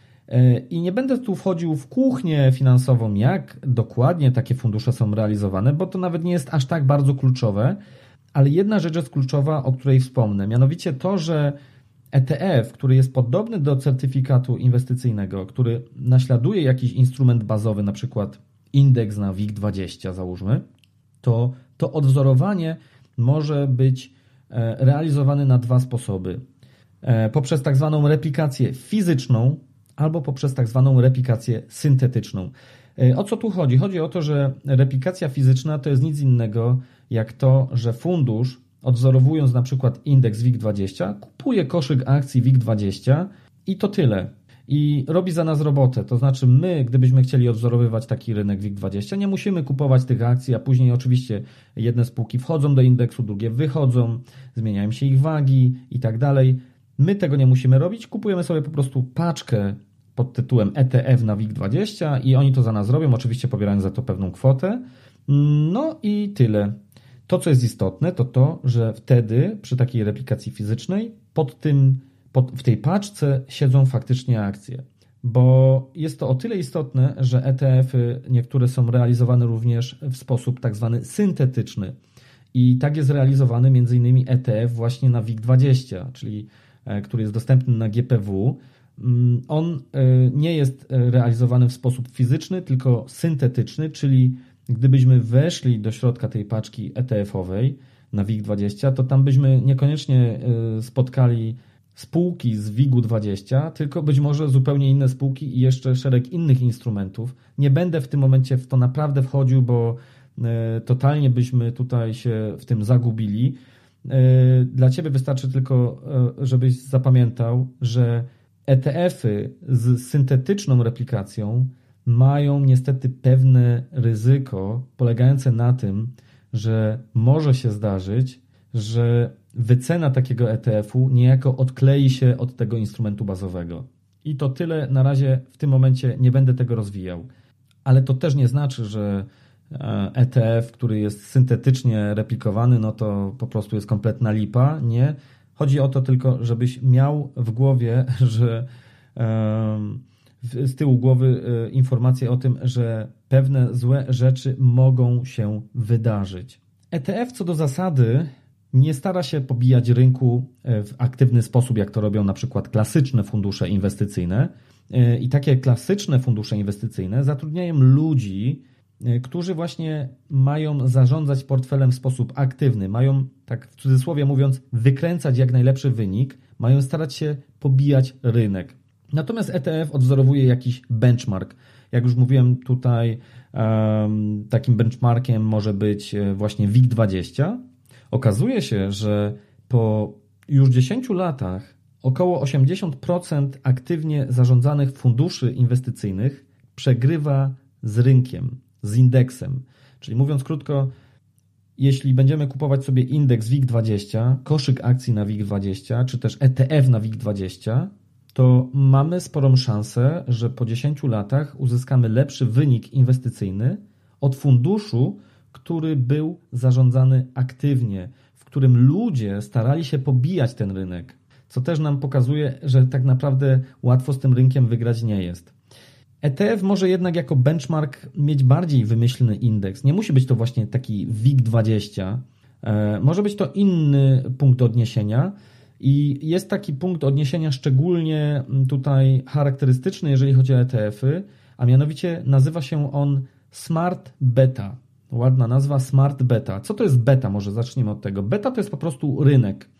I nie będę tu wchodził w kuchnię finansową, jak dokładnie takie fundusze są realizowane, bo to nawet nie jest aż tak bardzo kluczowe, ale jedna rzecz jest kluczowa, o której wspomnę, mianowicie to, że E T F, który jest podobny do certyfikatu inwestycyjnego, który naśladuje jakiś instrument bazowy, na przykład indeks na W I G dwadzieścia załóżmy, to to odwzorowanie może być realizowane na dwa sposoby. Poprzez tak zwaną replikację fizyczną albo poprzez tak zwaną replikację syntetyczną. O co tu chodzi? Chodzi o to, że replikacja fizyczna to jest nic innego jak to, że fundusz, odwzorowując na przykład indeks W I G dwadzieścia, kupuje koszyk akcji W I G dwadzieścia i to tyle. I robi za nas robotę. To znaczy my, gdybyśmy chcieli odwzorowywać taki rynek W I G dwadzieścia, nie musimy kupować tych akcji, a później oczywiście jedne spółki wchodzą do indeksu, drugie wychodzą, zmieniają się ich wagi i tak dalej. My tego nie musimy robić, kupujemy sobie po prostu paczkę pod tytułem E T F na W I G dwadzieścia i oni to za nas robią, oczywiście pobierając za to pewną kwotę. No i tyle. To, co jest istotne, to to, że wtedy przy takiej replikacji fizycznej pod tym, pod, w tej paczce siedzą faktycznie akcje. Bo jest to o tyle istotne, że E T F-y niektóre są realizowane również w sposób tak zwany syntetyczny. I tak jest realizowany między innymi E T F właśnie na W I G dwadzieścia, czyli który jest dostępny na G P W. On nie jest realizowany w sposób fizyczny, tylko syntetyczny, czyli gdybyśmy weszli do środka tej paczki E T F-owej na W I G dwadzieścia, to tam byśmy niekoniecznie spotkali spółki z W I G dwadzieścia, tylko być może zupełnie inne spółki i jeszcze szereg innych instrumentów. Nie będę w tym momencie w to naprawdę wchodził, bo totalnie byśmy tutaj się w tym zagubili. Dla Ciebie wystarczy tylko, żebyś zapamiętał, że E T F-y z syntetyczną replikacją mają niestety pewne ryzyko polegające na tym, że może się zdarzyć, że wycena takiego E T F-u niejako odklei się od tego instrumentu bazowego. I to tyle, na razie w tym momencie nie będę tego rozwijał. Ale to też nie znaczy, że E T F, który jest syntetycznie replikowany, no to po prostu jest kompletna lipa. Nie. Chodzi o to tylko, żebyś miał w głowie, że z tyłu głowy informację o tym, że pewne złe rzeczy mogą się wydarzyć. E T F co do zasady nie stara się pobijać rynku w aktywny sposób, jak to robią na przykład klasyczne fundusze inwestycyjne. I takie klasyczne fundusze inwestycyjne zatrudniają ludzi, którzy właśnie mają zarządzać portfelem w sposób aktywny, mają, tak w cudzysłowie mówiąc, wykręcać jak najlepszy wynik, mają starać się pobijać rynek. Natomiast E T F odwzorowuje jakiś benchmark. Jak już mówiłem tutaj, um, takim benchmarkiem może być właśnie W I G dwadzieścia. Okazuje się, że po już dziesięciu latach około osiemdziesiąt procent aktywnie zarządzanych funduszy inwestycyjnych przegrywa z rynkiem, z indeksem. Czyli mówiąc krótko, jeśli będziemy kupować sobie indeks W I G dwadzieścia, koszyk akcji na W I G dwadzieścia, czy też E T F na W I G dwadzieścia, to mamy sporą szansę, że po dziesięciu latach uzyskamy lepszy wynik inwestycyjny od funduszu, który był zarządzany aktywnie, w którym ludzie starali się pobijać ten rynek, co też nam pokazuje, że tak naprawdę łatwo z tym rynkiem wygrać nie jest. E T F może jednak jako benchmark mieć bardziej wymyślny indeks. Nie musi być to właśnie taki W I G dwadzieścia. Może być to inny punkt odniesienia i jest taki punkt odniesienia szczególnie tutaj charakterystyczny, jeżeli chodzi o E T F-y, a mianowicie nazywa się on Smart Beta. Ładna nazwa, Smart Beta. Co to jest beta? Może zaczniemy od tego. Beta to jest po prostu rynek.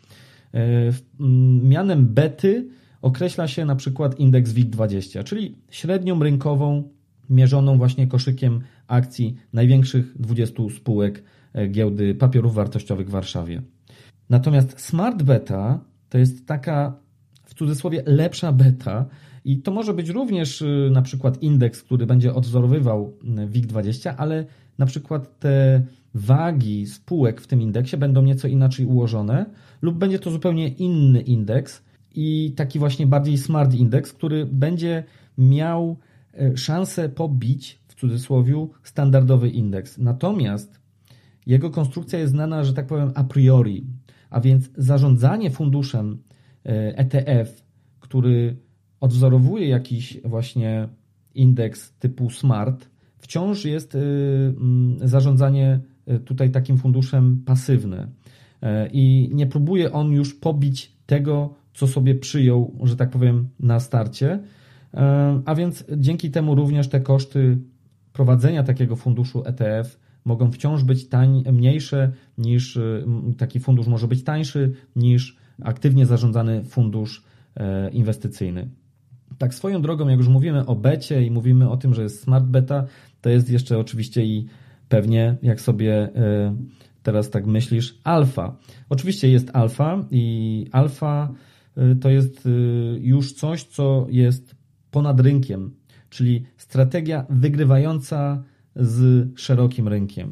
Mianem bety określa się na przykład indeks W I G dwadzieścia, czyli średnią rynkową mierzoną właśnie koszykiem akcji największych dwudziestu spółek giełdy papierów wartościowych w Warszawie. Natomiast Smart Beta to jest taka w cudzysłowie lepsza beta i to może być również na przykład indeks, który będzie odwzorowywał W I G dwadzieścia, ale na przykład te wagi spółek w tym indeksie będą nieco inaczej ułożone lub będzie to zupełnie inny indeks i taki właśnie bardziej smart indeks, który będzie miał szansę pobić w cudzysłowie standardowy indeks. Natomiast jego konstrukcja jest znana, że tak powiem, a priori, a więc zarządzanie funduszem E T F, który odwzorowuje jakiś właśnie indeks typu smart, wciąż jest zarządzanie tutaj takim funduszem pasywne i nie próbuje on już pobić tego, co sobie przyjął, że tak powiem, na starcie, a więc dzięki temu również te koszty prowadzenia takiego funduszu E T F mogą wciąż być tań, mniejsze niż taki fundusz może być tańszy niż aktywnie zarządzany fundusz inwestycyjny. Tak swoją drogą, jak już mówimy o becie i mówimy o tym, że jest smart beta, to jest jeszcze oczywiście i pewnie, jak sobie teraz tak myślisz, alfa. Oczywiście jest alfa i alfa to jest już coś, co jest ponad rynkiem, czyli strategia wygrywająca z szerokim rynkiem.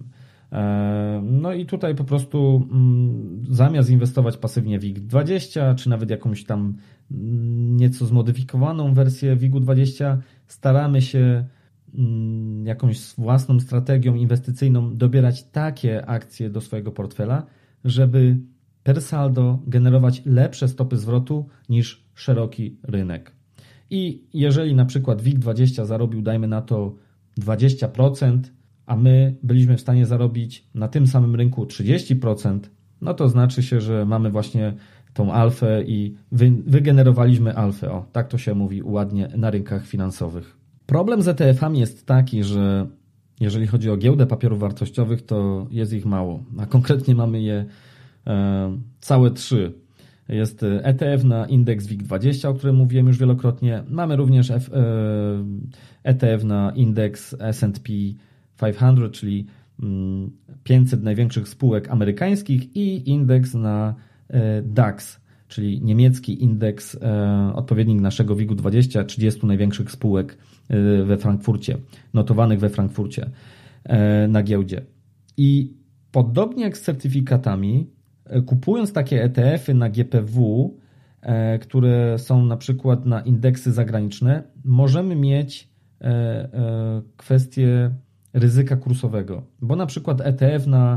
No i tutaj po prostu zamiast inwestować pasywnie w W I G dwadzieścia, czy nawet jakąś tam nieco zmodyfikowaną wersję W I G dwadzieścia, staramy się jakąś własną strategią inwestycyjną dobierać takie akcje do swojego portfela, żeby per saldo generować lepsze stopy zwrotu niż szeroki rynek. I jeżeli na przykład W I G dwadzieścia zarobił, dajmy na to dwadzieścia procent, a my byliśmy w stanie zarobić na tym samym rynku trzydzieści procent, no to znaczy się, że mamy właśnie tą alfę i wy, wygenerowaliśmy alfę. O, tak to się mówi ładnie na rynkach finansowych. Problem z E T F-ami jest taki, że jeżeli chodzi o giełdę papierów wartościowych, to jest ich mało, a konkretnie mamy je e, całe trzy. Jest E T F na indeks W I G dwadzieścia, o którym mówiłem już wielokrotnie. Mamy również F, e, E T F na indeks S and P pięćset, czyli pięćset największych spółek amerykańskich i indeks na D A X, czyli niemiecki indeks, odpowiednik naszego W I G dwadzieścia, trzydziestu największych spółek we Frankfurcie, notowanych we Frankfurcie na giełdzie. I podobnie jak z certyfikatami, kupując takie E T F-y na G P W, które są na przykład na indeksy zagraniczne, możemy mieć kwestię ryzyka kursowego, bo na przykład E T F na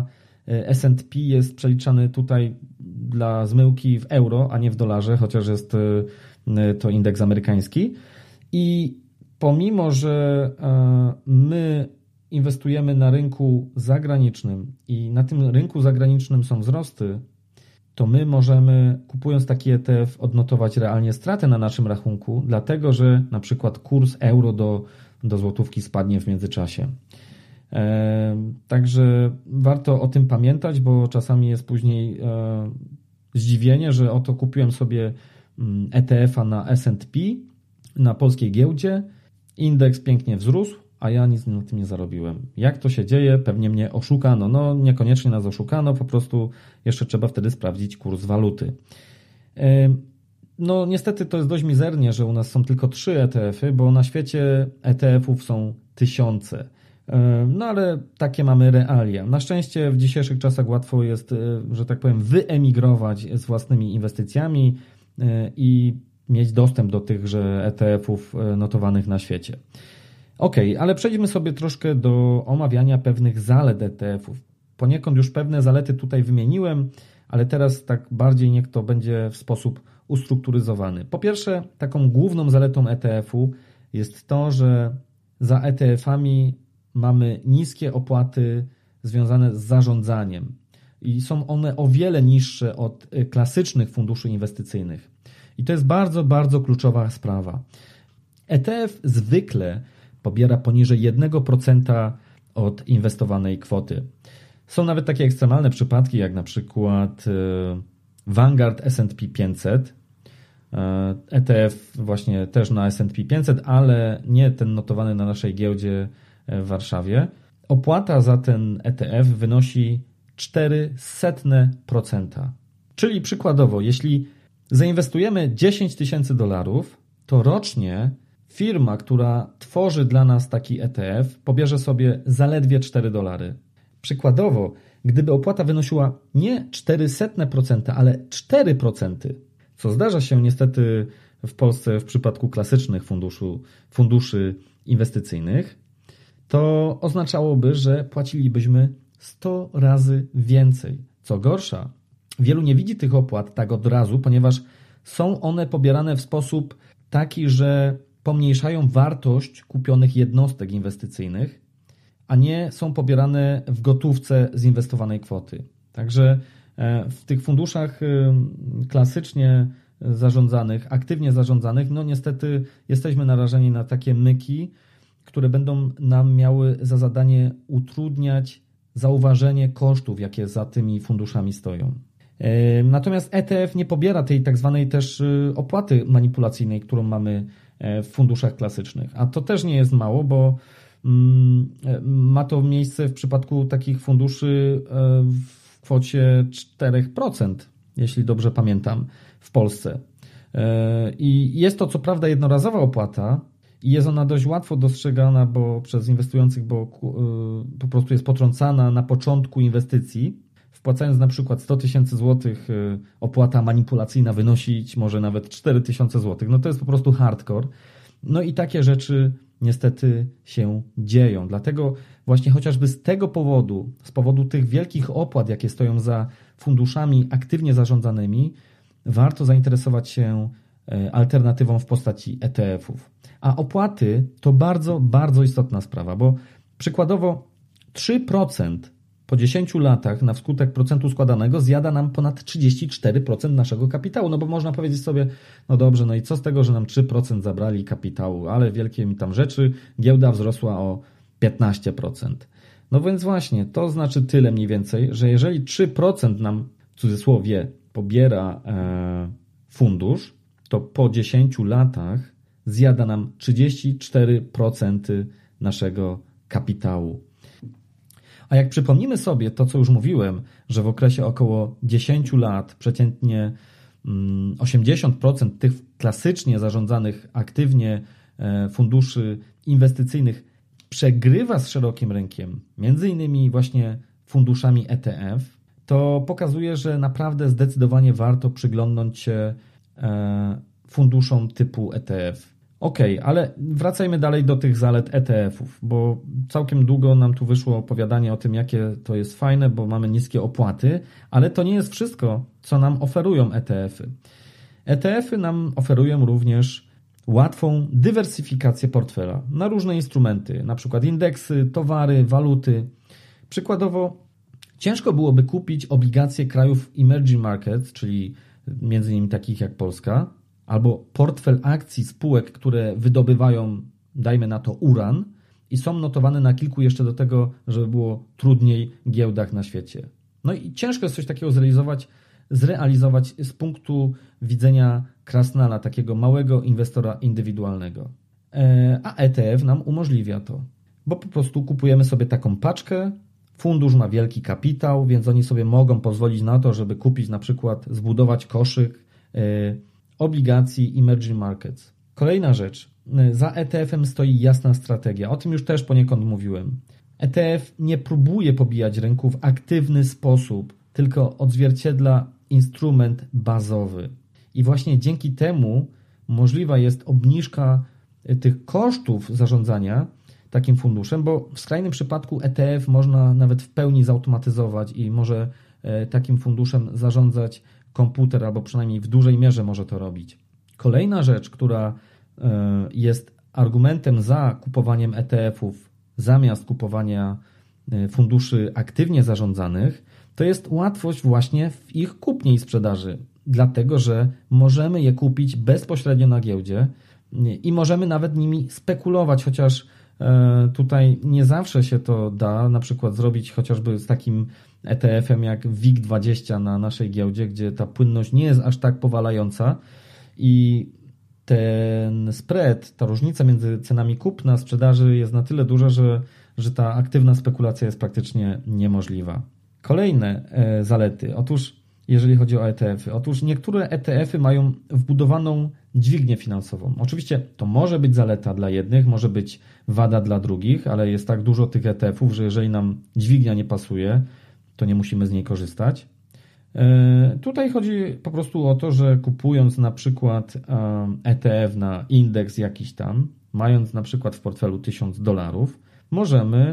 S and P jest przeliczany tutaj dla zmyłki w euro, a nie w dolarze, chociaż jest to indeks amerykański. I pomimo, że my inwestujemy na rynku zagranicznym i na tym rynku zagranicznym są wzrosty, to my możemy, kupując taki E T F, odnotować realnie stratę na naszym rachunku, dlatego że na przykład kurs euro do, do złotówki spadnie w międzyczasie. E, także warto o tym pamiętać, bo czasami jest później e, zdziwienie, że oto kupiłem sobie E T F a na S and P na polskiej giełdzie, indeks pięknie wzrósł, a ja nic na tym nie zarobiłem. Jak to się dzieje? Pewnie mnie oszukano. No niekoniecznie nas oszukano, po prostu jeszcze trzeba wtedy sprawdzić kurs waluty. No niestety to jest dość mizernie, że u nas są tylko trzy E T F y, bo na świecie E T F ów są tysiące. No ale takie mamy realia. Na szczęście w dzisiejszych czasach łatwo jest, że tak powiem, wyemigrować z własnymi inwestycjami i mieć dostęp do tychże E T F ów notowanych na świecie. Ok, ale przejdźmy sobie troszkę do omawiania pewnych zalet E T F ów. Poniekąd już pewne zalety tutaj wymieniłem, ale teraz tak bardziej niech to będzie w sposób ustrukturyzowany. Po pierwsze, taką główną zaletą E T F u jest to, że za E T F ami mamy niskie opłaty związane z zarządzaniem i są one o wiele niższe od klasycznych funduszy inwestycyjnych. I to jest bardzo, bardzo kluczowa sprawa. E T F zwykle pobiera poniżej jeden procent od inwestowanej kwoty. Są nawet takie ekstremalne przypadki, jak na przykład Vanguard S and P pięćset, E T F właśnie też na S and P pięćset, ale nie ten notowany na naszej giełdzie w Warszawie. Opłata za ten E T F wynosi czterysta procent. Czyli przykładowo, jeśli zainwestujemy dziesięć tysięcy dolarów, to rocznie firma, która tworzy dla nas taki E T F, pobierze sobie zaledwie cztery dolary. Przykładowo, gdyby opłata wynosiła nie czterysta procent, ale cztery procent, co zdarza się niestety w Polsce w przypadku klasycznych funduszu, funduszy inwestycyjnych, to oznaczałoby, że płacilibyśmy sto razy więcej. Co gorsza, wielu nie widzi tych opłat tak od razu, ponieważ są one pobierane w sposób taki, że pomniejszają wartość kupionych jednostek inwestycyjnych, a nie są pobierane w gotówce z inwestowanej kwoty. Także w tych funduszach klasycznie zarządzanych, aktywnie zarządzanych, no niestety jesteśmy narażeni na takie myki, które będą nam miały za zadanie utrudniać zauważenie kosztów, jakie za tymi funduszami stoją. Natomiast E T F nie pobiera tej tak zwanej też opłaty manipulacyjnej, którą mamy w funduszach klasycznych. A to też nie jest mało, bo ma to miejsce w przypadku takich funduszy w kwocie cztery procent, jeśli dobrze pamiętam, w Polsce. I jest to co prawda jednorazowa opłata i jest ona dość łatwo dostrzegana bo przez inwestujących, bo po prostu jest potrącana na początku inwestycji. Wpłacając na przykład sto tysięcy złotych, opłata manipulacyjna wynosić może nawet cztery tysiące złotych. No to jest po prostu hardcore. No i takie rzeczy niestety się dzieją. Dlatego właśnie chociażby z tego powodu, z powodu tych wielkich opłat, jakie stoją za funduszami aktywnie zarządzanymi, warto zainteresować się alternatywą w postaci E T F ów. A opłaty to bardzo, bardzo istotna sprawa, bo przykładowo trzy procent po dziesięciu latach na wskutek procentu składanego zjada nam ponad trzydzieści cztery procent naszego kapitału. No bo można powiedzieć sobie, no dobrze, no i co z tego, że nam trzy procent zabrali kapitału, ale wielkie mi tam rzeczy, giełda wzrosła o piętnaście procent. No więc właśnie, to znaczy tyle mniej więcej, że jeżeli trzy procent nam w cudzysłowie pobiera e, fundusz, to po dziesięciu latach zjada nam trzydzieści cztery procent naszego kapitału. A jak przypomnimy sobie to, co już mówiłem, że w okresie około dziesięciu lat przeciętnie osiemdziesiąt procent tych klasycznie zarządzanych aktywnie funduszy inwestycyjnych przegrywa z szerokim rynkiem, między innymi właśnie funduszami E T F, to pokazuje, że naprawdę zdecydowanie warto przyglądnąć się funduszom typu E T F. Okej, okay, ale wracajmy dalej do tych zalet E T F-ów, bo całkiem długo nam tu wyszło opowiadanie o tym, jakie to jest fajne, bo mamy niskie opłaty, ale to nie jest wszystko, co nam oferują E T F-y. E T F-y nam oferują również łatwą dywersyfikację portfela na różne instrumenty, na przykład indeksy, towary, waluty. Przykładowo, ciężko byłoby kupić obligacje krajów emerging markets, czyli między innymi takich jak Polska, albo portfel akcji spółek, które wydobywają, dajmy na to, uran i są notowane na kilku jeszcze do tego, żeby było trudniej giełdach na świecie. No i ciężko jest coś takiego zrealizować, zrealizować z punktu widzenia Krasnala, takiego małego inwestora indywidualnego. A E T F nam umożliwia to, bo po prostu kupujemy sobie taką paczkę, fundusz ma wielki kapitał, więc oni sobie mogą pozwolić na to, żeby kupić na przykład, zbudować koszyk obligacji emerging markets. Kolejna rzecz. Za E T F-em stoi jasna strategia. O tym już też poniekąd mówiłem. E T F nie próbuje pobijać rynku w aktywny sposób, tylko odzwierciedla instrument bazowy. I właśnie dzięki temu możliwa jest obniżka tych kosztów zarządzania takim funduszem, bo w skrajnym przypadku E T F można nawet w pełni zautomatyzować i może takim funduszem zarządzać komputer, albo przynajmniej w dużej mierze może to robić. Kolejna rzecz, która jest argumentem za kupowaniem E T F-ów zamiast kupowania funduszy aktywnie zarządzanych, to jest łatwość właśnie w ich kupnie i sprzedaży, dlatego że możemy je kupić bezpośrednio na giełdzie i możemy nawet nimi spekulować, chociaż tutaj nie zawsze się to da, na przykład zrobić chociażby z takim E T F-em jak W I G dwadzieścia na naszej giełdzie, gdzie ta płynność nie jest aż tak powalająca i ten spread, ta różnica między cenami kupna a sprzedaży jest na tyle duża, że, że ta aktywna spekulacja jest praktycznie niemożliwa. Kolejne zalety. Otóż jeżeli chodzi o E T F-y. Otóż niektóre E T F-y mają wbudowaną dźwignię finansową. Oczywiście to może być zaleta dla jednych, może być wada dla drugich, ale jest tak dużo tych E T F-ów, że jeżeli nam dźwignia nie pasuje, to nie musimy z niej korzystać. Tutaj chodzi po prostu o to, że kupując na przykład E T F na indeks jakiś tam, mając na przykład w portfelu tysiąc dolarów, możemy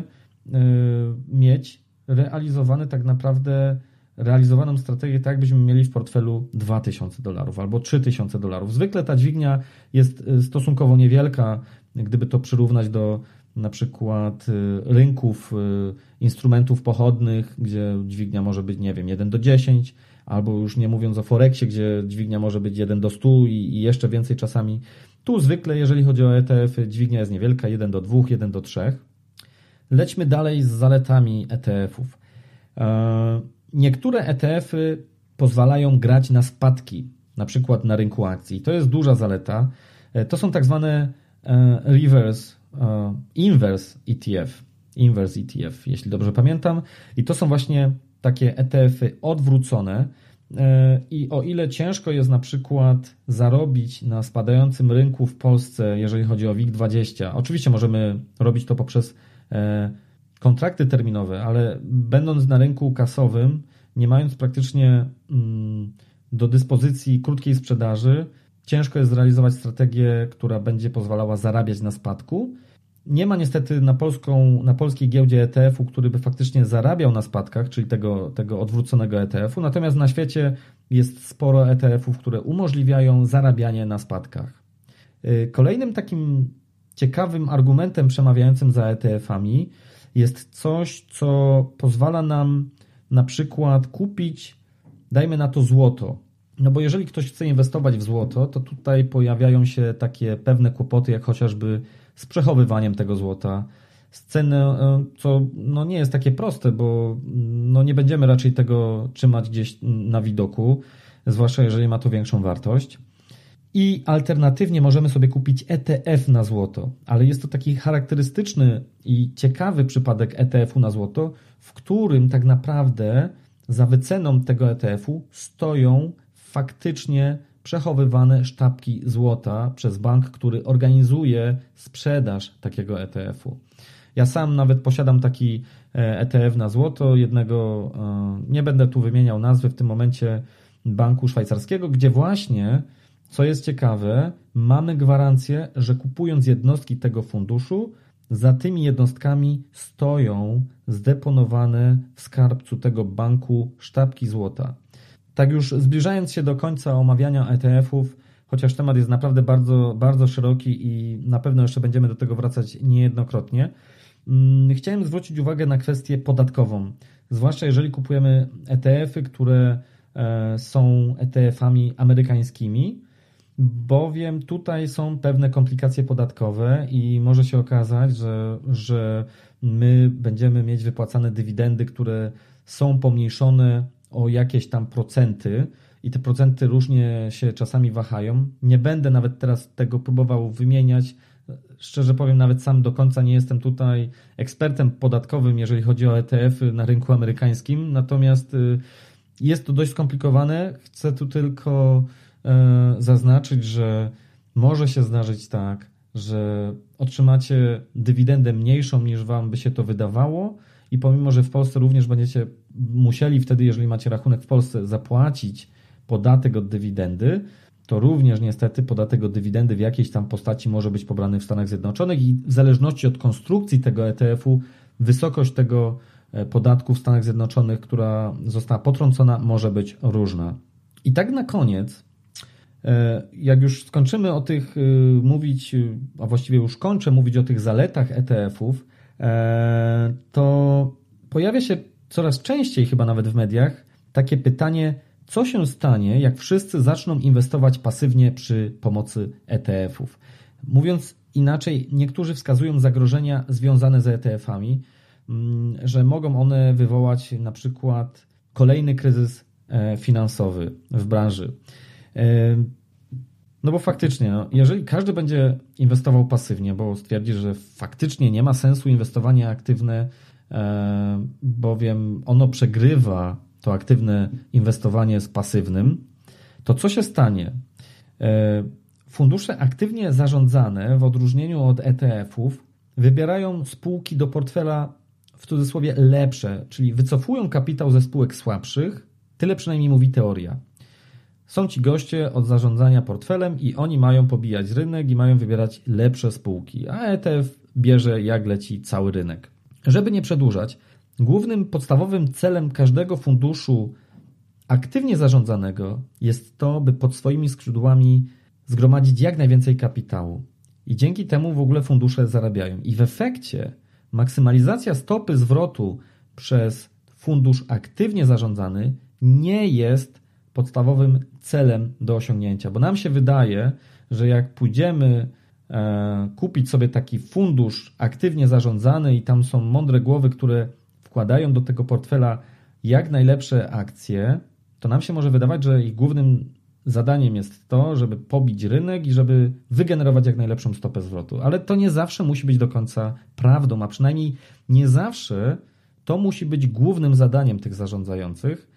mieć realizowany tak naprawdę realizowaną strategię tak, jakbyśmy mieli w portfelu dwa tysiące dolarów albo trzy tysiące dolarów. Zwykle ta dźwignia jest stosunkowo niewielka, gdyby to przyrównać do na przykład rynków instrumentów pochodnych, gdzie dźwignia może być, nie wiem, jeden do dziesięciu, albo już nie mówiąc o Forexie, gdzie dźwignia może być jeden do stu i jeszcze więcej czasami. Tu zwykle, jeżeli chodzi o E T F-y, dźwignia jest niewielka, jeden do dwóch, jeden do trzech. Lećmy dalej z zaletami E T F-ów. Niektóre E T F-y pozwalają grać na spadki, na przykład na rynku akcji. To jest duża zaleta. To są tak zwane reverse, inverse E T F, inverse E T F, jeśli dobrze pamiętam. I to są właśnie takie E T F-y odwrócone. I o ile ciężko jest na przykład zarobić na spadającym rynku w Polsce, jeżeli chodzi o W I G dwadzieścia, oczywiście możemy robić to poprzez kontrakty terminowe, ale będąc na rynku kasowym, nie mając praktycznie do dyspozycji krótkiej sprzedaży, ciężko jest zrealizować strategię, która będzie pozwalała zarabiać na spadku. Nie ma niestety na, polską, na polskiej giełdzie E T F-u, który by faktycznie zarabiał na spadkach, czyli tego, tego odwróconego E T F-u, natomiast na świecie jest sporo E T F-ów, które umożliwiają zarabianie na spadkach. Kolejnym takim ciekawym argumentem przemawiającym za E T F-ami jest coś, co pozwala nam na przykład kupić, dajmy na to złoto. No bo jeżeli ktoś chce inwestować w złoto, to tutaj pojawiają się takie pewne kłopoty, jak chociażby z przechowywaniem tego złota, z ceny, co no nie jest takie proste, bo no nie będziemy raczej tego trzymać gdzieś na widoku, zwłaszcza jeżeli ma to większą wartość. I alternatywnie możemy sobie kupić E T F na złoto, ale jest to taki charakterystyczny i ciekawy przypadek E T F-u na złoto, w którym tak naprawdę za wyceną tego E T F-u stoją faktycznie przechowywane sztabki złota przez bank, który organizuje sprzedaż takiego E T F-u. Ja sam nawet posiadam taki E T F na złoto, jednego, nie będę tu wymieniał nazwy w tym momencie, banku szwajcarskiego, gdzie właśnie co jest ciekawe, mamy gwarancję, że kupując jednostki tego funduszu, za tymi jednostkami stoją zdeponowane w skarbcu tego banku sztabki złota. Tak już zbliżając się do końca omawiania E T F-ów, chociaż temat jest naprawdę bardzo, bardzo szeroki i na pewno jeszcze będziemy do tego wracać niejednokrotnie, chciałem zwrócić uwagę na kwestię podatkową. Zwłaszcza jeżeli kupujemy E T F-y, które są E T F-ami amerykańskimi, bowiem tutaj są pewne komplikacje podatkowe i może się okazać, że, że my będziemy mieć wypłacane dywidendy, które są pomniejszone o jakieś tam procenty i te procenty różnie się czasami wahają. Nie będę nawet teraz tego próbował wymieniać. Szczerze powiem, nawet sam do końca nie jestem tutaj ekspertem podatkowym, jeżeli chodzi o E T F-y na rynku amerykańskim, natomiast jest to dość skomplikowane. Chcę tu tylko zaznaczyć, że może się zdarzyć tak, że otrzymacie dywidendę mniejszą niż Wam by się to wydawało i pomimo, że w Polsce również będziecie musieli wtedy, jeżeli macie rachunek w Polsce, zapłacić podatek od dywidendy, to również niestety podatek od dywidendy w jakiejś tam postaci może być pobrany w Stanach Zjednoczonych i w zależności od konstrukcji tego E T F-u wysokość tego podatku w Stanach Zjednoczonych, która została potrącona, może być różna. I tak na koniec, jak już skończymy o tych mówić, a właściwie już kończę mówić o tych zaletach E T F-ów, to pojawia się coraz częściej chyba nawet w mediach takie pytanie, co się stanie, jak wszyscy zaczną inwestować pasywnie przy pomocy E T F-ów. Mówiąc inaczej, niektórzy wskazują zagrożenia związane z E T F-ami, że mogą one wywołać na przykład kolejny kryzys finansowy w branży. No bo faktycznie, no, jeżeli każdy będzie inwestował pasywnie, bo stwierdzi, że faktycznie nie ma sensu inwestowanie aktywne, bowiem ono przegrywa to aktywne inwestowanie z pasywnym, to co się stanie? Fundusze aktywnie zarządzane w odróżnieniu od E T F-ów wybierają spółki do portfela w cudzysłowie lepsze, czyli wycofują kapitał ze spółek słabszych, tyle przynajmniej mówi teoria. Są ci goście od zarządzania portfelem i oni mają pobijać rynek i mają wybierać lepsze spółki, a E T F bierze jak leci cały rynek. Żeby nie przedłużać, głównym podstawowym celem każdego funduszu aktywnie zarządzanego jest to, by pod swoimi skrzydłami zgromadzić jak najwięcej kapitału. I dzięki temu w ogóle fundusze zarabiają. I w efekcie maksymalizacja stopy zwrotu przez fundusz aktywnie zarządzany nie jest podstawowym celem do osiągnięcia, bo nam się wydaje, że jak pójdziemy e, kupić sobie taki fundusz aktywnie zarządzany i tam są mądre głowy, które wkładają do tego portfela jak najlepsze akcje, to nam się może wydawać, że ich głównym zadaniem jest to, żeby pobić rynek i żeby wygenerować jak najlepszą stopę zwrotu. Ale to nie zawsze musi być do końca prawdą, a przynajmniej nie zawsze to musi być głównym zadaniem tych zarządzających.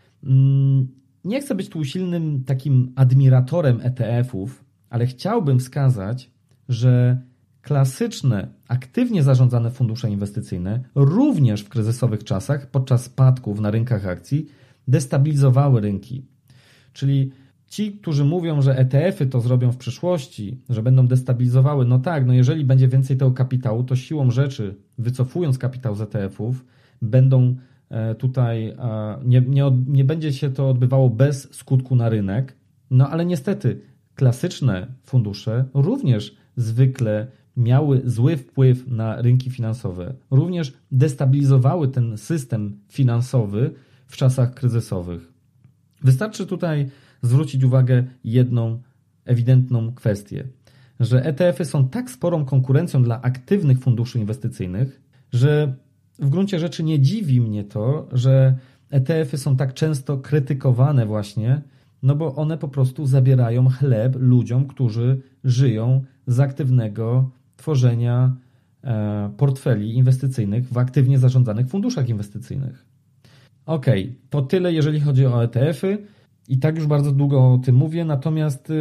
Nie chcę być tu silnym takim admiratorem E T F-ów, ale chciałbym wskazać, że klasyczne, aktywnie zarządzane fundusze inwestycyjne również w kryzysowych czasach, podczas spadków na rynkach akcji, destabilizowały rynki. Czyli ci, którzy mówią, że E T F-y to zrobią w przyszłości, że będą destabilizowały, no tak, no jeżeli będzie więcej tego kapitału, to siłą rzeczy, wycofując kapitał z E T F-ów, będą tutaj, nie, nie, nie będzie się to odbywało bez skutku na rynek, no ale niestety klasyczne fundusze również zwykle miały zły wpływ na rynki finansowe, również destabilizowały ten system finansowy w czasach kryzysowych. Wystarczy tutaj zwrócić uwagę jedną ewidentną kwestię, że E T F-y są tak sporą konkurencją dla aktywnych funduszy inwestycyjnych, że w gruncie rzeczy nie dziwi mnie to, że E T F-y są tak często krytykowane właśnie, no bo one po prostu zabierają chleb ludziom, którzy żyją z aktywnego tworzenia portfeli inwestycyjnych w aktywnie zarządzanych funduszach inwestycyjnych. Ok, to tyle jeżeli chodzi o E T F-y i tak już bardzo długo o tym mówię, natomiast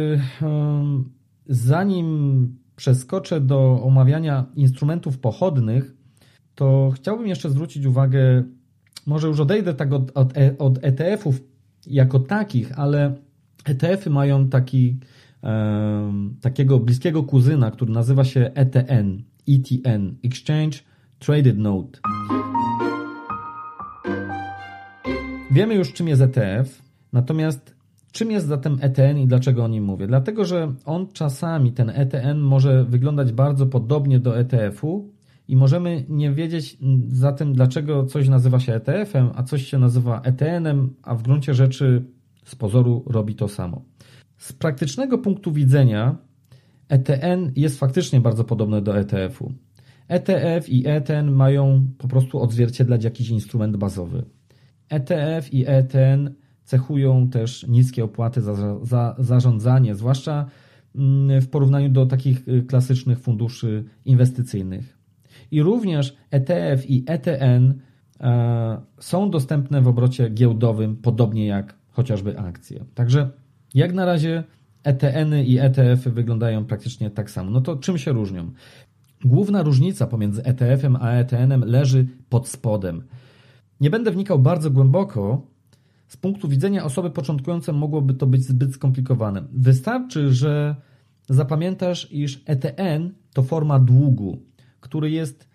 zanim przeskoczę do omawiania instrumentów pochodnych, to chciałbym jeszcze zwrócić uwagę, może już odejdę tak od, od, od E T F-ów jako takich, ale E T F-y mają taki e, takiego bliskiego kuzyna, który nazywa się E T N, E T N, Exchange Traded Note. Wiemy już, czym jest E T F, natomiast czym jest zatem E T N i dlaczego o nim mówię? Dlatego, że on czasami, ten E T N, może wyglądać bardzo podobnie do E T F-u i możemy nie wiedzieć zatem, dlaczego coś nazywa się E T F-em, a coś się nazywa E T N-em, a w gruncie rzeczy z pozoru robi to samo. Z praktycznego punktu widzenia E T N jest faktycznie bardzo podobny do E T F-u. E T F i E T N mają po prostu odzwierciedlać jakiś instrument bazowy. E T F i E T N cechują też niskie opłaty za, za zarządzanie, zwłaszcza w porównaniu do takich klasycznych funduszy inwestycyjnych. I również E T F i E T N e, są dostępne w obrocie giełdowym, podobnie jak chociażby akcje. Także jak na razie E T N-y i E T F-y wyglądają praktycznie tak samo. No to czym się różnią? Główna różnica pomiędzy E T F-em a E T N-em leży pod spodem. Nie będę wnikał bardzo głęboko. Z punktu widzenia osoby początkującej mogłoby to być zbyt skomplikowane. Wystarczy, że zapamiętasz, iż E T N to forma długu, który jest,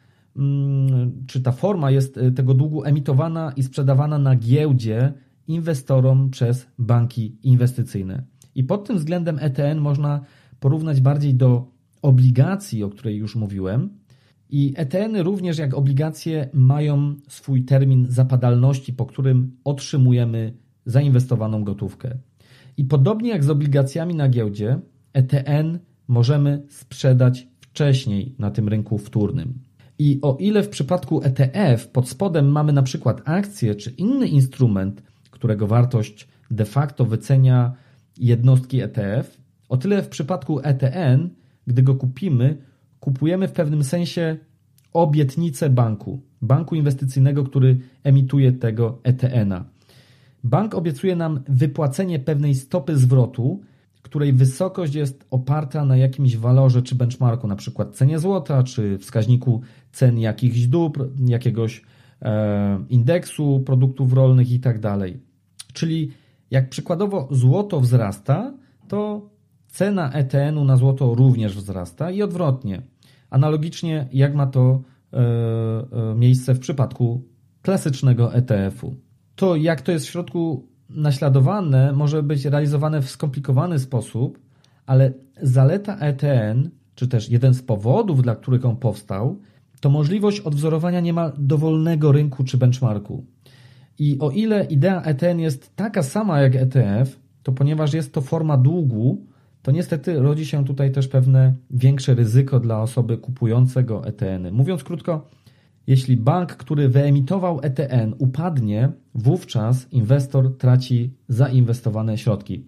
czy ta forma jest tego długu emitowana i sprzedawana na giełdzie inwestorom przez banki inwestycyjne. I pod tym względem E T N można porównać bardziej do obligacji, o której już mówiłem. I E T N-y również jak obligacje mają swój termin zapadalności, po którym otrzymujemy zainwestowaną gotówkę. I podobnie jak z obligacjami na giełdzie, E T N możemy sprzedać wcześniej na tym rynku wtórnym. I o ile w przypadku E T F pod spodem mamy na przykład akcję czy inny instrument, którego wartość de facto wycenia jednostki E T F, o tyle w przypadku E T N, gdy go kupimy, kupujemy w pewnym sensie obietnicę banku, banku inwestycyjnego, który emituje tego E T N-a. Bank obiecuje nam wypłacenie pewnej stopy zwrotu, której wysokość jest oparta na jakimś walorze czy benchmarku, na przykład cenie złota, czy wskaźniku cen jakichś dóbr, jakiegoś e, indeksu produktów rolnych i tak dalej. Czyli jak przykładowo złoto wzrasta, to cena E T N-u na złoto również wzrasta i odwrotnie. Analogicznie jak ma to e, e, miejsce w przypadku klasycznego E T F-u. To jak to jest w środku naśladowane, może być realizowane w skomplikowany sposób, ale zaleta E T N, czy też jeden z powodów, dla których on powstał, to możliwość odwzorowania niemal dowolnego rynku czy benchmarku. I o ile idea E T N jest taka sama jak E T F, to ponieważ jest to forma długu, to niestety rodzi się tutaj też pewne większe ryzyko dla osoby kupującego E T N-y. Mówiąc krótko, jeśli bank, który wyemitował E T N, upadnie, wówczas inwestor traci zainwestowane środki.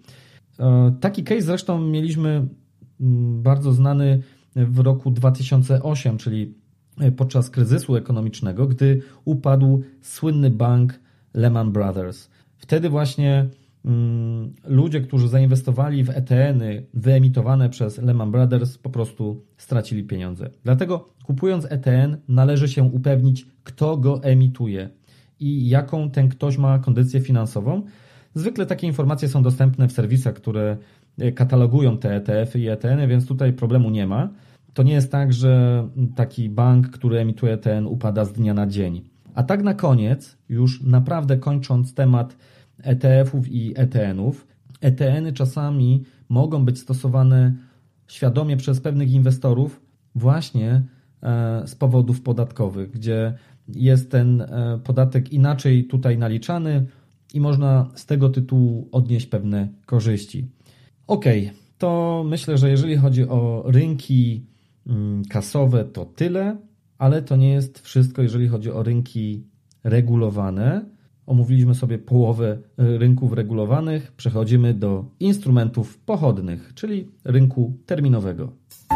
Taki case zresztą mieliśmy bardzo znany w roku dwa tysiące ósmym, czyli podczas kryzysu ekonomicznego, gdy upadł słynny bank Lehman Brothers. Wtedy właśnie hmm, ludzie, którzy zainwestowali w E T N-y wyemitowane przez Lehman Brothers, po prostu stracili pieniądze. Dlatego kupując E T N należy się upewnić, kto go emituje i jaką ten ktoś ma kondycję finansową. Zwykle takie informacje są dostępne w serwisach, które katalogują te E T F-y i E T N-y, więc tutaj problemu nie ma. To nie jest tak, że taki bank, który emituje E T N, upada z dnia na dzień. A tak na koniec, już naprawdę kończąc temat E T F-ów i E T N-ów, E T N-y czasami mogą być stosowane świadomie przez pewnych inwestorów właśnie z powodów podatkowych, gdzie jest ten podatek inaczej tutaj naliczany i można z tego tytułu odnieść pewne korzyści. Ok, to myślę, że jeżeli chodzi o rynki kasowe, to tyle, ale to nie jest wszystko, jeżeli chodzi o rynki regulowane. Omówiliśmy sobie połowę rynków regulowanych, przechodzimy do instrumentów pochodnych, czyli rynku terminowego.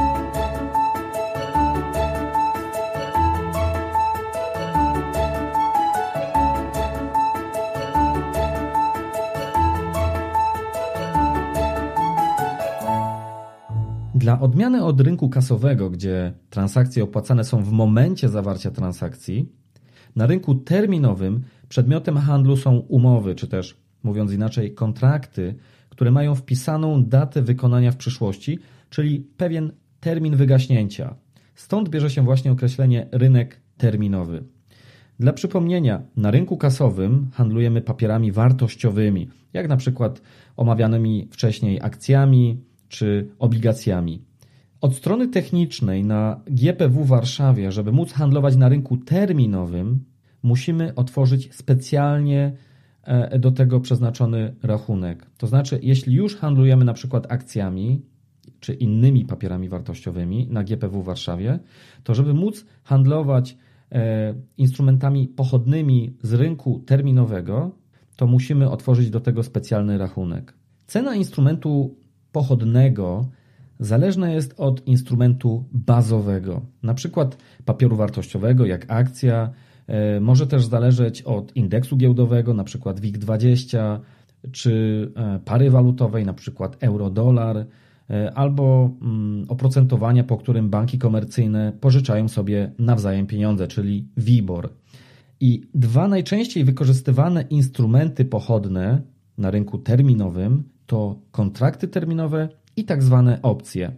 Dla odmiany od rynku kasowego, gdzie transakcje opłacane są w momencie zawarcia transakcji, na rynku terminowym przedmiotem handlu są umowy, czy też mówiąc inaczej kontrakty, które mają wpisaną datę wykonania w przyszłości, czyli pewien termin wygaśnięcia. Stąd bierze się właśnie określenie rynek terminowy. Dla przypomnienia, na rynku kasowym handlujemy papierami wartościowymi, jak na przykład omawianymi wcześniej akcjami czy obligacjami. Od strony technicznej na G P W w Warszawie, żeby móc handlować na rynku terminowym, musimy otworzyć specjalnie do tego przeznaczony rachunek. To znaczy, jeśli już handlujemy na przykład akcjami czy innymi papierami wartościowymi na G P W w Warszawie, to żeby móc handlować instrumentami pochodnymi z rynku terminowego, to musimy otworzyć do tego specjalny rachunek. Cena instrumentu pochodnego zależna jest od instrumentu bazowego, na przykład papieru wartościowego jak akcja, może też zależeć od indeksu giełdowego, na przykład W I G dwadzieścia, czy pary walutowej, na przykład euro-dolar, albo oprocentowania, po którym banki komercyjne pożyczają sobie nawzajem pieniądze, czyli WIBOR. I dwa najczęściej wykorzystywane instrumenty pochodne na rynku terminowym to kontrakty terminowe i tak zwane opcje.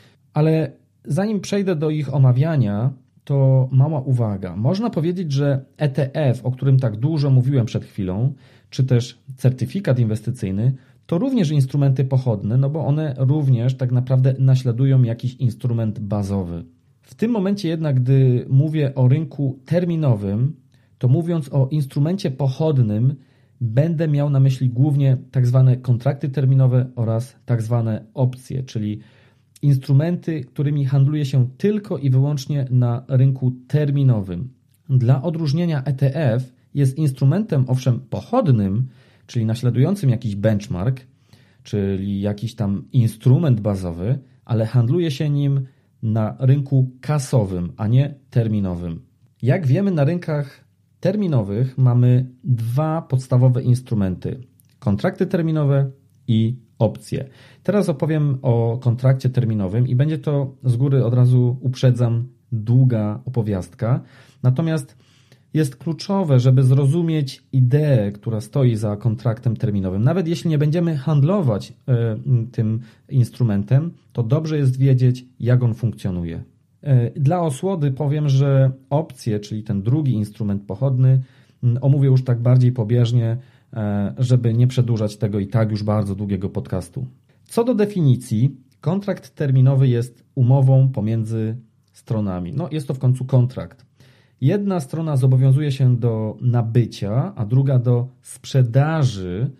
Ale zanim przejdę do ich omawiania, to mała uwaga. Można powiedzieć, że E T F, o którym tak dużo mówiłem przed chwilą, czy też certyfikat inwestycyjny, to również instrumenty pochodne, no bo one również tak naprawdę naśladują jakiś instrument bazowy. W tym momencie jednak, gdy mówię o rynku terminowym, to mówiąc o instrumencie pochodnym, będę miał na myśli głównie tak zwane kontrakty terminowe oraz tak zwane opcje, czyli instrumenty, którymi handluje się tylko i wyłącznie na rynku terminowym. Dla odróżnienia E T F jest instrumentem owszem pochodnym, czyli naśladującym jakiś benchmark, czyli jakiś tam instrument bazowy, ale handluje się nim na rynku kasowym, a nie terminowym. Jak wiemy, na rynkach terminowych mamy dwa podstawowe instrumenty: kontrakty terminowe i opcje. Teraz opowiem o kontrakcie terminowym i będzie to z góry, od razu uprzedzam, długa opowiastka. Natomiast jest kluczowe, żeby zrozumieć ideę, która stoi za kontraktem terminowym. Nawet jeśli nie będziemy handlować y, tym instrumentem, to dobrze jest wiedzieć, jak on funkcjonuje. Y, dla osłody powiem, że opcje, czyli ten drugi instrument pochodny, y, omówię już tak bardziej pobieżnie, y, żeby nie przedłużać tego i tak już bardzo długiego podcastu. Co do definicji, kontrakt terminowy jest umową pomiędzy stronami. No, jest to w końcu kontrakt. Jedna strona zobowiązuje się do nabycia, a druga do sprzedaży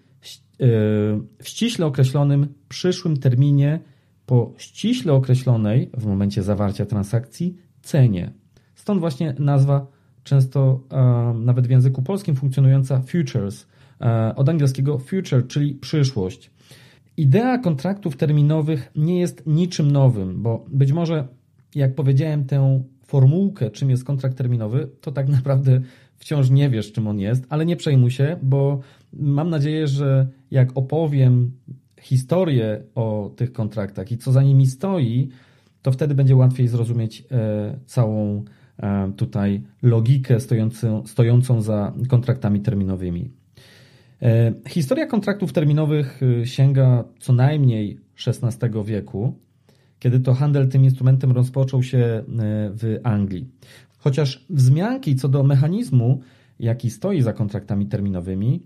w ściśle określonym przyszłym terminie po ściśle określonej w momencie zawarcia transakcji cenie. Stąd właśnie nazwa często nawet w języku polskim funkcjonująca futures, od angielskiego future, czyli przyszłość. Idea kontraktów terminowych nie jest niczym nowym, bo być może, jak powiedziałem tę formułkę, czym jest kontrakt terminowy, to tak naprawdę wciąż nie wiesz, czym on jest, ale nie przejmuj się, bo mam nadzieję, że jak opowiem historię o tych kontraktach i co za nimi stoi, to wtedy będzie łatwiej zrozumieć całą tutaj logikę stojącą, stojącą za kontraktami terminowymi. Historia kontraktów terminowych sięga co najmniej szesnastego wieku, kiedy to handel tym instrumentem rozpoczął się w Anglii. Chociaż wzmianki co do mechanizmu, jaki stoi za kontraktami terminowymi,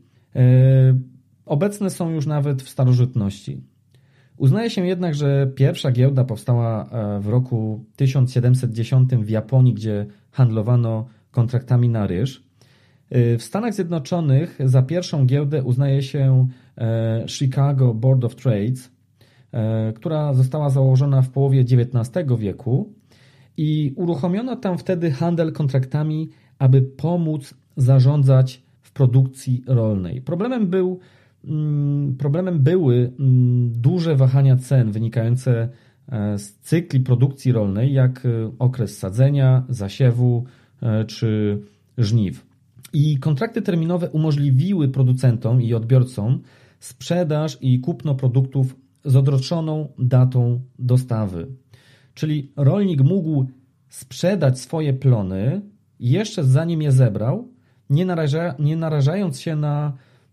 obecne są już nawet w starożytności. Uznaje się jednak, że pierwsza giełda powstała w roku tysiąc siedemset dziesiątym w Japonii, gdzie handlowano kontraktami na ryż. W Stanach Zjednoczonych za pierwszą giełdę uznaje się Chicago Board of Trades, która została założona w połowie dziewiętnastego wieku i uruchomiono tam wtedy handel kontraktami, aby pomóc zarządzać w produkcji rolnej. Problemem, był, problemem były duże wahania cen wynikające z cykli produkcji rolnej, jak okres sadzenia, zasiewu czy żniw. I kontrakty terminowe umożliwiły producentom i odbiorcom sprzedaż i kupno produktów z odroczoną datą dostawy. Czyli rolnik mógł sprzedać swoje plony jeszcze zanim je zebrał, nie, naraża, nie narażając się na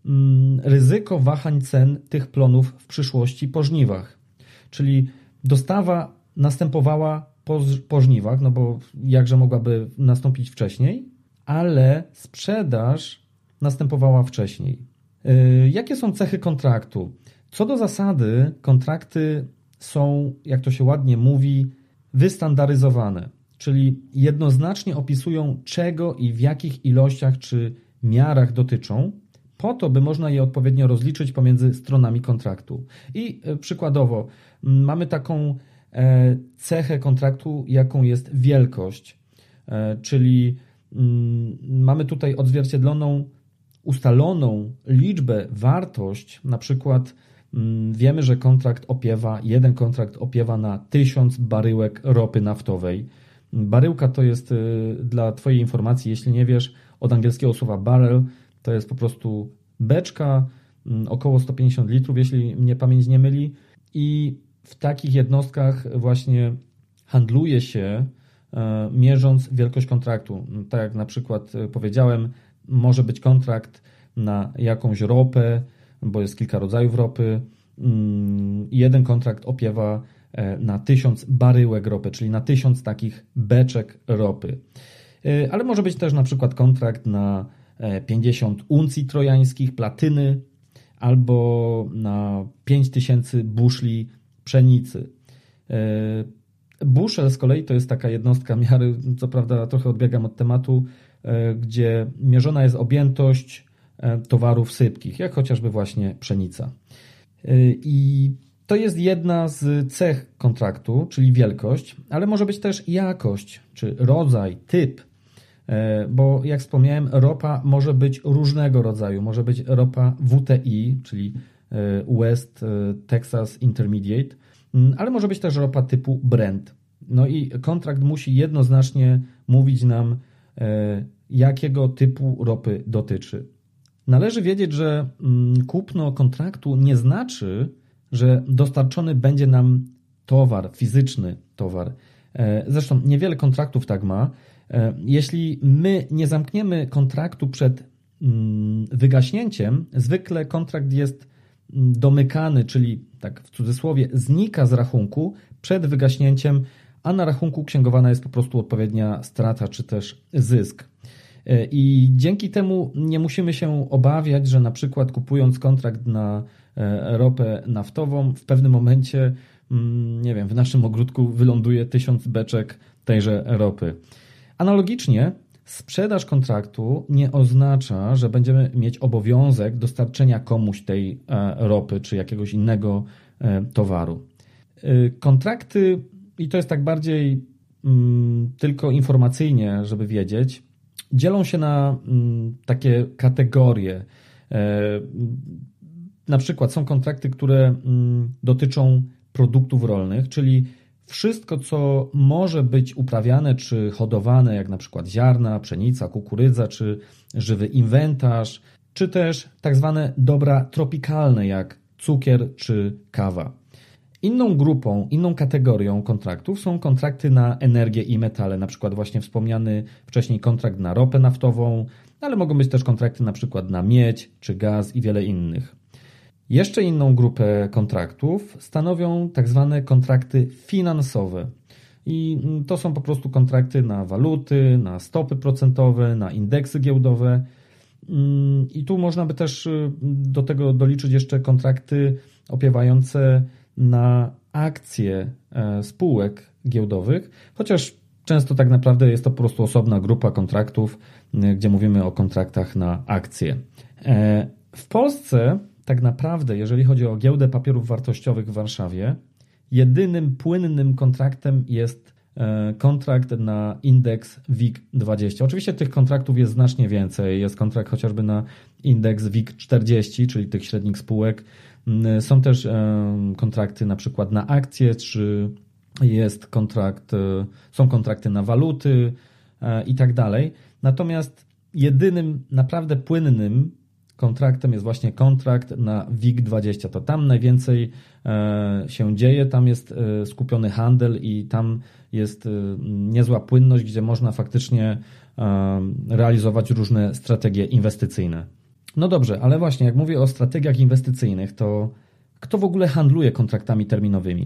ryzyko wahań cen tych plonów w przyszłości po żniwach. Czyli dostawa następowała po, po żniwach, no bo jakże mogłaby nastąpić wcześniej, ale sprzedaż następowała wcześniej. Yy, jakie są cechy kontraktu? Co do zasady, kontrakty są, jak to się ładnie mówi, wystandaryzowane, czyli jednoznacznie opisują, czego i w jakich ilościach czy miarach dotyczą, po to, by można je odpowiednio rozliczyć pomiędzy stronami kontraktu. I przykładowo mamy taką cechę kontraktu, jaką jest wielkość, czyli mamy tutaj odzwierciedloną, ustaloną liczbę, wartość, na przykład wiemy, że kontrakt opiewa, jeden kontrakt opiewa na tysiąc baryłek ropy naftowej. Baryłka to jest, dla Twojej informacji, jeśli nie wiesz, od angielskiego słowa barrel, to jest po prostu beczka, około sto pięćdziesiąt litrów, jeśli mnie pamięć nie myli. I w takich jednostkach właśnie handluje się, mierząc wielkość kontraktu. Tak jak na przykład powiedziałem, może być kontrakt na jakąś ropę, bo jest kilka rodzajów ropy. Jeden kontrakt opiewa na tysiąc baryłek ropy, czyli na tysiąc takich beczek ropy. Ale może być też na przykład kontrakt na pięćdziesiąt uncji trojańskich platyny albo na pięć tysięcy buszli pszenicy. Buszel z kolei to jest taka jednostka miary, co prawda trochę odbiegam od tematu, gdzie mierzona jest objętość towarów sypkich, jak chociażby właśnie pszenica. I to jest jedna z cech kontraktu, czyli wielkość, ale może być też jakość, czy rodzaj, typ, bo jak wspomniałem, ropa może być różnego rodzaju. Może być ropa W T I, czyli West Texas Intermediate, ale może być też ropa typu Brent. No i kontrakt musi jednoznacznie mówić nam, jakiego typu ropy dotyczy. Należy wiedzieć, że kupno kontraktu nie znaczy, że dostarczony będzie nam towar, fizyczny towar. Zresztą niewiele kontraktów tak ma. Jeśli my nie zamkniemy kontraktu przed wygaśnięciem, zwykle kontrakt jest domykany, czyli tak w cudzysłowie znika z rachunku przed wygaśnięciem, a na rachunku księgowana jest po prostu odpowiednia strata czy też zysk. I dzięki temu nie musimy się obawiać, że na przykład kupując kontrakt na ropę naftową w pewnym momencie, nie wiem, w naszym ogródku wyląduje tysiąc beczek tejże ropy. Analogicznie sprzedaż kontraktu nie oznacza, że będziemy mieć obowiązek dostarczenia komuś tej ropy czy jakiegoś innego towaru. Kontrakty, i to jest tak bardziej tylko informacyjnie, żeby wiedzieć, dzielą się na takie kategorie. Na przykład są kontrakty, które dotyczą produktów rolnych, czyli wszystko, co może być uprawiane czy hodowane, jak na przykład ziarna, pszenica, kukurydza, czy żywy inwentarz, czy też tak zwane dobra tropikalne, jak cukier czy kawa. Inną grupą, inną kategorią kontraktów są kontrakty na energię i metale, na przykład właśnie wspomniany wcześniej kontrakt na ropę naftową, ale mogą być też kontrakty na przykład na miedź czy gaz i wiele innych. Jeszcze inną grupę kontraktów stanowią tak zwane kontrakty finansowe. I to są po prostu kontrakty na waluty, na stopy procentowe, na indeksy giełdowe. I tu można by też do tego doliczyć jeszcze kontrakty opiewające na akcje spółek giełdowych, chociaż często tak naprawdę jest to po prostu osobna grupa kontraktów, gdzie mówimy o kontraktach na akcje. W Polsce tak naprawdę, jeżeli chodzi o giełdę papierów wartościowych w Warszawie, jedynym płynnym kontraktem jest kontrakt na indeks W I G dwadzieścia. Oczywiście tych kontraktów jest znacznie więcej. Jest kontrakt chociażby na indeks W I G czterdzieści, czyli tych średnich spółek. Są też kontrakty na przykład na akcje, czy jest kontrakt, są kontrakty na waluty i tak dalej. Natomiast jedynym naprawdę płynnym kontraktem jest właśnie kontrakt na W I G dwadzieścia. To tam najwięcej się dzieje, tam jest skupiony handel i tam jest niezła płynność, gdzie można faktycznie realizować różne strategie inwestycyjne. No dobrze, ale właśnie jak mówię o strategiach inwestycyjnych, to kto w ogóle handluje kontraktami terminowymi?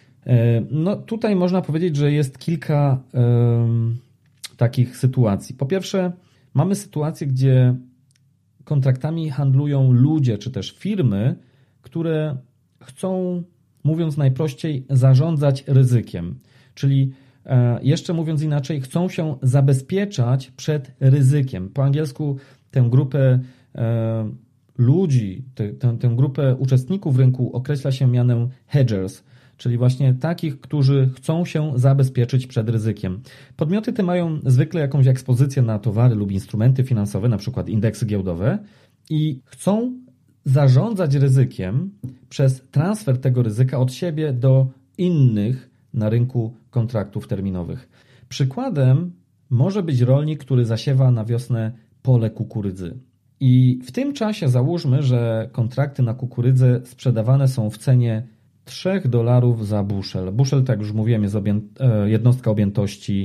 No tutaj można powiedzieć, że jest kilka um, takich sytuacji. Po pierwsze, mamy sytuację, gdzie kontraktami handlują ludzie czy też firmy, które chcą, mówiąc najprościej, zarządzać ryzykiem. Czyli e, jeszcze mówiąc inaczej, chcą się zabezpieczać przed ryzykiem. Po angielsku tę grupę e, ludzi, tę, tę, tę grupę uczestników rynku określa się mianem hedgers, czyli właśnie takich, którzy chcą się zabezpieczyć przed ryzykiem. Podmioty te mają zwykle jakąś ekspozycję na towary lub instrumenty finansowe, na przykład indeksy giełdowe i chcą zarządzać ryzykiem przez transfer tego ryzyka od siebie do innych na rynku kontraktów terminowych. Przykładem może być rolnik, który zasiewa na wiosnę pole kukurydzy. I w tym czasie załóżmy, że kontrakty na kukurydzę sprzedawane są w cenie trzy dolarów za buszel. Buszel, tak jak już mówiłem, jest obję... jednostka objętości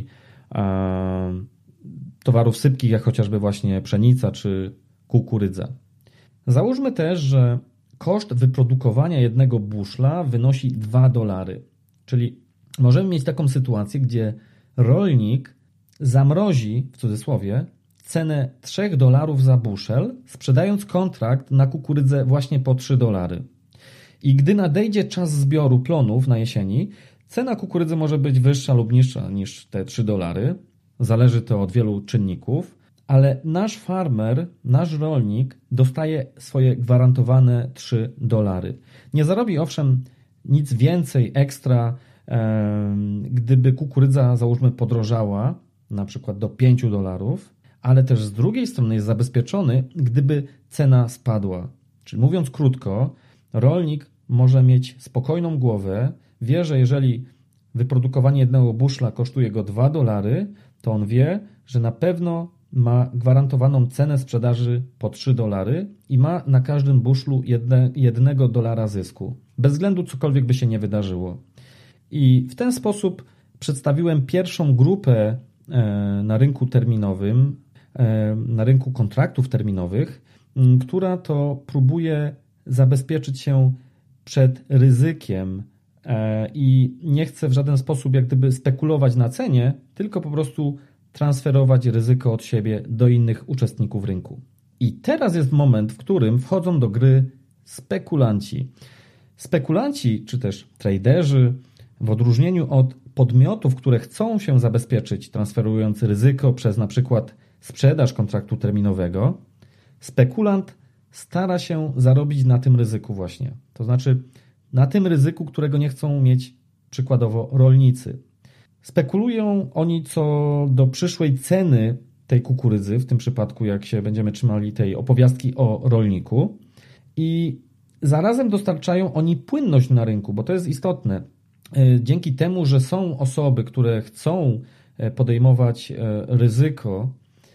e, towarów sypkich, jak chociażby właśnie pszenica czy kukurydza. Załóżmy też, że koszt wyprodukowania jednego buszla wynosi dwa dolary. Czyli możemy mieć taką sytuację, gdzie rolnik zamrozi, w cudzysłowie, cenę trzy dolarów za buszel, sprzedając kontrakt na kukurydzę właśnie po trzy dolary. I gdy nadejdzie czas zbioru plonów na jesieni, cena kukurydzy może być wyższa lub niższa niż te trzy dolary. Zależy to od wielu czynników, ale nasz farmer, nasz rolnik dostaje swoje gwarantowane trzy dolary. Nie zarobi owszem nic więcej ekstra, e, gdyby kukurydza załóżmy podrożała na przykład do pięć dolarów, ale też z drugiej strony jest zabezpieczony, gdyby cena spadła. Czyli mówiąc krótko, rolnik może mieć spokojną głowę, wie, że jeżeli wyprodukowanie jednego buszla kosztuje go dwa dolary, to on wie, że na pewno ma gwarantowaną cenę sprzedaży po trzy dolary i ma na każdym buszlu jedne, jednego dolara zysku. Bez względu cokolwiek by się nie wydarzyło. I w ten sposób przedstawiłem pierwszą grupę na rynku terminowym, na rynku kontraktów terminowych, która to próbuje zabezpieczyć się przed ryzykiem i nie chce w żaden sposób jak gdyby spekulować na cenie, tylko po prostu transferować ryzyko od siebie do innych uczestników rynku. I teraz jest moment, w którym wchodzą do gry spekulanci. Spekulanci, czy też traderzy, w odróżnieniu od podmiotów, które chcą się zabezpieczyć, transferując ryzyko przez na przykład sprzedaż kontraktu terminowego, spekulant stara się zarobić na tym ryzyku właśnie. To znaczy na tym ryzyku, którego nie chcą mieć przykładowo rolnicy. Spekulują oni co do przyszłej ceny tej kukurydzy, w tym przypadku jak się będziemy trzymali tej opowiastki o rolniku, i zarazem dostarczają oni płynność na rynku, bo to jest istotne. Dzięki temu, że są osoby, które chcą podejmować ryzyko,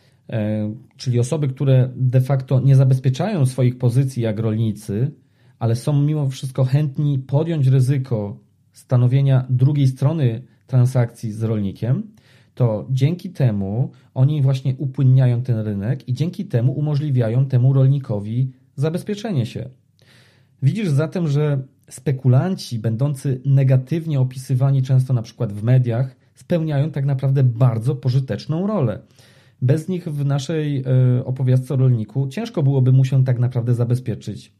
czyli osoby, które de facto nie zabezpieczają swoich pozycji jak rolnicy, ale są mimo wszystko chętni podjąć ryzyko stanowienia drugiej strony transakcji z rolnikiem, to dzięki temu oni właśnie upłynniają ten rynek i dzięki temu umożliwiają temu rolnikowi zabezpieczenie się. Widzisz zatem, że spekulanci będący negatywnie opisywani często na przykład w mediach spełniają tak naprawdę bardzo pożyteczną rolę. Bez nich w naszej opowiastce o rolniku ciężko byłoby mu się tak naprawdę zabezpieczyć.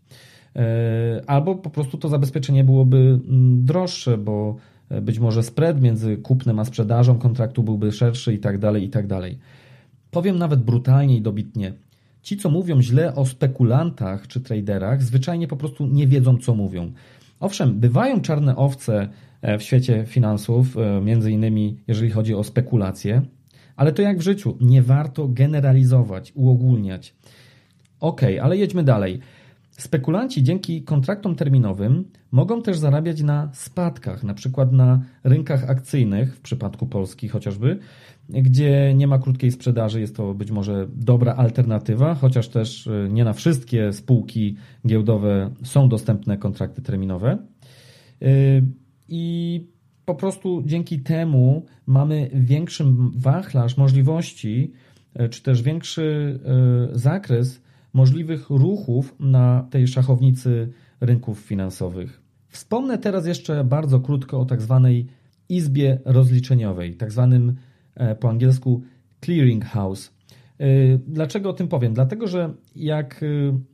Albo po prostu to zabezpieczenie byłoby droższe, bo być może spread między kupnem a sprzedażą kontraktu byłby szerszy i tak dalej, i tak dalej. Powiem nawet brutalnie i dobitnie. Ci, co mówią źle o spekulantach czy traderach, zwyczajnie po prostu nie wiedzą, co mówią. Owszem, bywają czarne owce w świecie finansów, między innymi jeżeli chodzi o spekulacje, ale to jak w życiu, nie warto generalizować, uogólniać. Okej, ale jedźmy dalej. Spekulanci dzięki kontraktom terminowym mogą też zarabiać na spadkach, na przykład na rynkach akcyjnych, w przypadku Polski chociażby, gdzie nie ma krótkiej sprzedaży, jest to być może dobra alternatywa, chociaż też nie na wszystkie spółki giełdowe są dostępne kontrakty terminowe. I po prostu dzięki temu mamy większy wachlarz możliwości, czy też większy zakres możliwych ruchów na tej szachownicy rynków finansowych. Wspomnę teraz jeszcze bardzo krótko o tak zwanej izbie rozliczeniowej, tak zwanym po angielsku clearing house. Dlaczego o tym powiem? Dlatego, że jak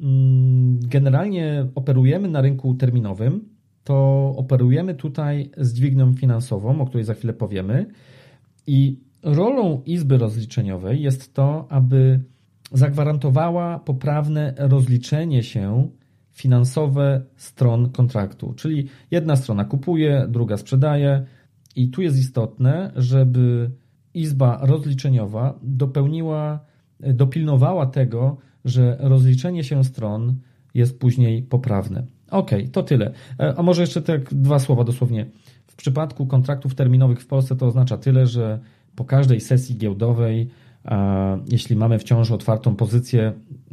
generalnie operujemy na rynku terminowym, to operujemy tutaj z dźwignią finansową, o której za chwilę powiemy, i rolą izby rozliczeniowej jest to, aby zagwarantowała poprawne rozliczenie się finansowe stron kontraktu, czyli jedna strona kupuje, druga sprzedaje i tu jest istotne, żeby izba rozliczeniowa dopełniła, dopilnowała tego, że rozliczenie się stron jest później poprawne. Okej, okay, to tyle. A może jeszcze tak dwa słowa dosłownie. W przypadku kontraktów terminowych w Polsce to oznacza tyle, że po każdej sesji giełdowej, jeśli mamy wciąż otwartą pozycję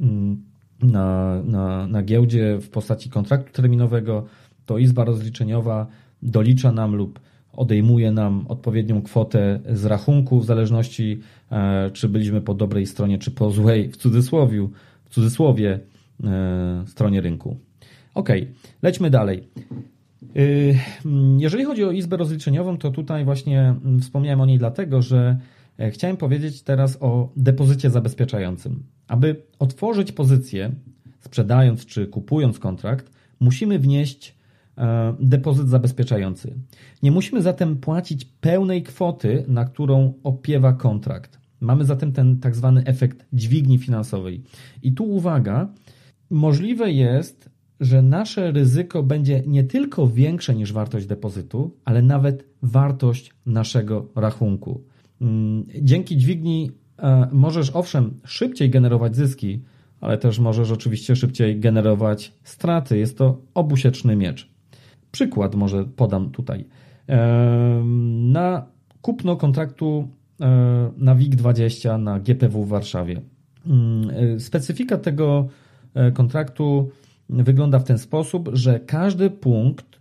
na, na, na giełdzie w postaci kontraktu terminowego, to izba rozliczeniowa dolicza nam lub odejmuje nam odpowiednią kwotę z rachunku, w zależności czy byliśmy po dobrej stronie, czy po złej, w cudzysłowie, w cudzysłowie stronie rynku. Ok, lećmy dalej. Jeżeli chodzi o izbę rozliczeniową, to tutaj właśnie wspomniałem o niej dlatego, że chciałem powiedzieć teraz o depozycie zabezpieczającym. Aby otworzyć pozycję, sprzedając czy kupując kontrakt, musimy wnieść depozyt zabezpieczający. Nie musimy zatem płacić pełnej kwoty, na którą opiewa kontrakt. Mamy zatem ten tak zwany efekt dźwigni finansowej. I tu uwaga, możliwe jest, że nasze ryzyko będzie nie tylko większe niż wartość depozytu, ale nawet wartość naszego rachunku. Dzięki dźwigni możesz owszem szybciej generować zyski, ale też możesz oczywiście szybciej generować straty. Jest to obusieczny miecz. Przykład może podam tutaj. Na kupno kontraktu na W I G dwadzieścia na G P W w Warszawie. Specyfika tego kontraktu wygląda w ten sposób, że każdy punkt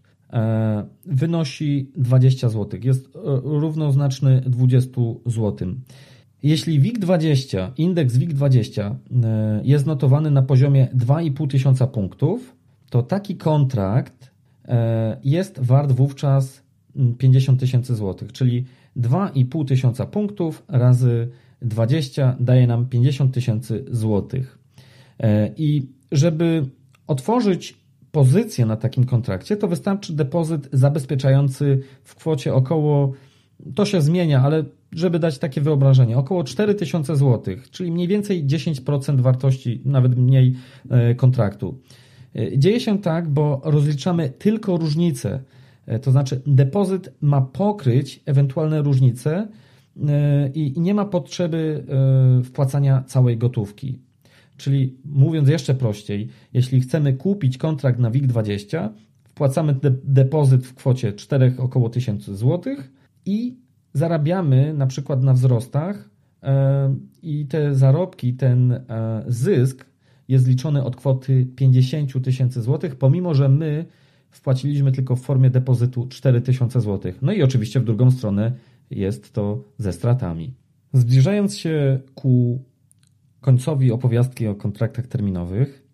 wynosi dwadzieścia złotych. Jest równoznaczny dwadzieścia złotych. Jeśli W I G dwadzieścia, indeks W I G dwadzieścia jest notowany na poziomie dwa i pół tysiąca punktów, to taki kontrakt jest wart wówczas pięćdziesiąt tysięcy złotych, czyli dwa i pół tysiąca punktów razy dwadzieścia daje nam pięćdziesiąt tysięcy złotych. I żeby otworzyć pozycję na takim kontrakcie, to wystarczy depozyt zabezpieczający w kwocie około, to się zmienia, ale żeby dać takie wyobrażenie, około cztery tysiące złotych, czyli mniej więcej dziesięć procent wartości, nawet mniej kontraktu. Dzieje się tak, bo rozliczamy tylko różnicę, to znaczy depozyt ma pokryć ewentualne różnice i nie ma potrzeby wpłacania całej gotówki. Czyli mówiąc jeszcze prościej, jeśli chcemy kupić kontrakt na W I G dwadzieścia, wpłacamy de- depozyt w kwocie czterech około tysięcy złotych i zarabiamy na przykład na wzrostach yy, i te zarobki, ten yy, zysk jest liczony od kwoty pięćdziesiąt tysięcy złotych, pomimo że my wpłaciliśmy tylko w formie depozytu cztery tysiące złotych. No i oczywiście w drugą stronę jest to ze stratami. Zbliżając się ku końcowi opowiastki o kontraktach terminowych,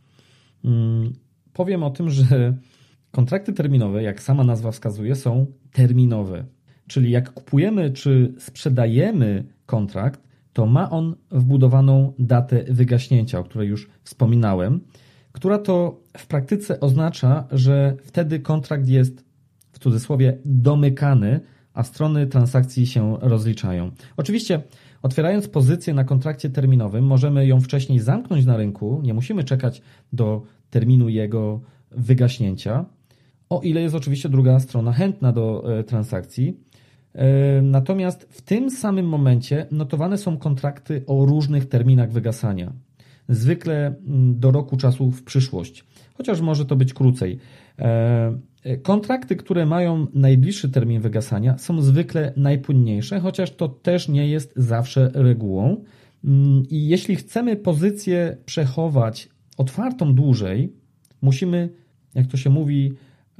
powiem o tym, że kontrakty terminowe, jak sama nazwa wskazuje, są terminowe. Czyli jak kupujemy czy sprzedajemy kontrakt, to ma on wbudowaną datę wygaśnięcia, o której już wspominałem, która to w praktyce oznacza, że wtedy kontrakt jest w cudzysłowie domykany, a strony transakcji się rozliczają. Oczywiście otwierając pozycję na kontrakcie terminowym, możemy ją wcześniej zamknąć na rynku, nie musimy czekać do terminu jego wygaśnięcia, o ile jest oczywiście druga strona chętna do transakcji. Natomiast w tym samym momencie notowane są kontrakty o różnych terminach wygasania. Zwykle do roku czasu w przyszłość, chociaż może to być krócej. Kontrakty, które mają najbliższy termin wygasania, są zwykle najpłynniejsze, chociaż to też nie jest zawsze regułą. I jeśli chcemy pozycję przechować otwartą dłużej, musimy, jak to się mówi,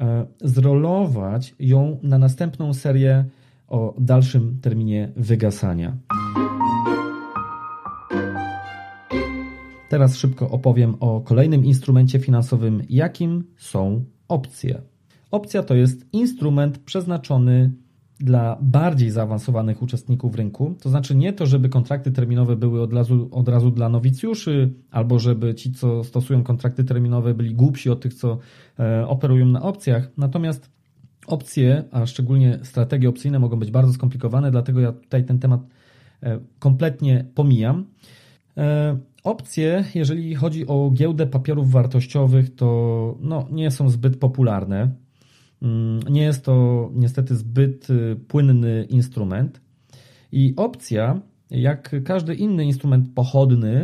zrolować ją na następną serię o dalszym terminie wygasania. Teraz szybko opowiem o kolejnym instrumencie finansowym, jakim są opcje. Opcja to jest instrument przeznaczony dla bardziej zaawansowanych uczestników rynku, to znaczy nie to, żeby kontrakty terminowe były od razu, od razu dla nowicjuszy, albo żeby ci, co stosują kontrakty terminowe, byli głupsi od tych, co e, operują na opcjach. Natomiast opcje, a szczególnie strategie opcyjne mogą być bardzo skomplikowane, dlatego ja tutaj ten temat e, kompletnie pomijam. E, opcje, jeżeli chodzi o giełdę papierów wartościowych, to no, nie są zbyt popularne. Nie jest to niestety zbyt płynny instrument i opcja, jak każdy inny instrument pochodny,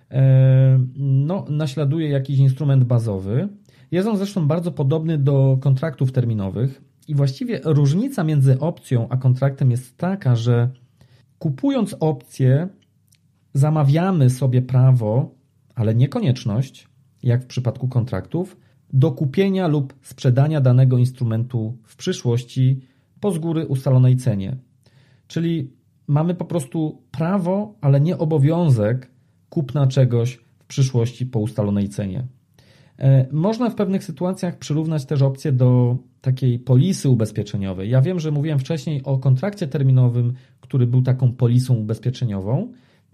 no, naśladuje jakiś instrument bazowy. Jest on zresztą bardzo podobny do kontraktów terminowych i właściwie różnica między opcją a kontraktem jest taka, że kupując opcję zamawiamy sobie prawo, ale nie konieczność, jak w przypadku kontraktów, do kupienia lub sprzedania danego instrumentu w przyszłości po z góry ustalonej cenie. Czyli mamy po prostu prawo, ale nie obowiązek kupna czegoś w przyszłości po ustalonej cenie. Można w pewnych sytuacjach przyrównać też opcję do takiej polisy ubezpieczeniowej. Ja wiem, że mówiłem wcześniej o kontrakcie terminowym, który był taką polisą ubezpieczeniową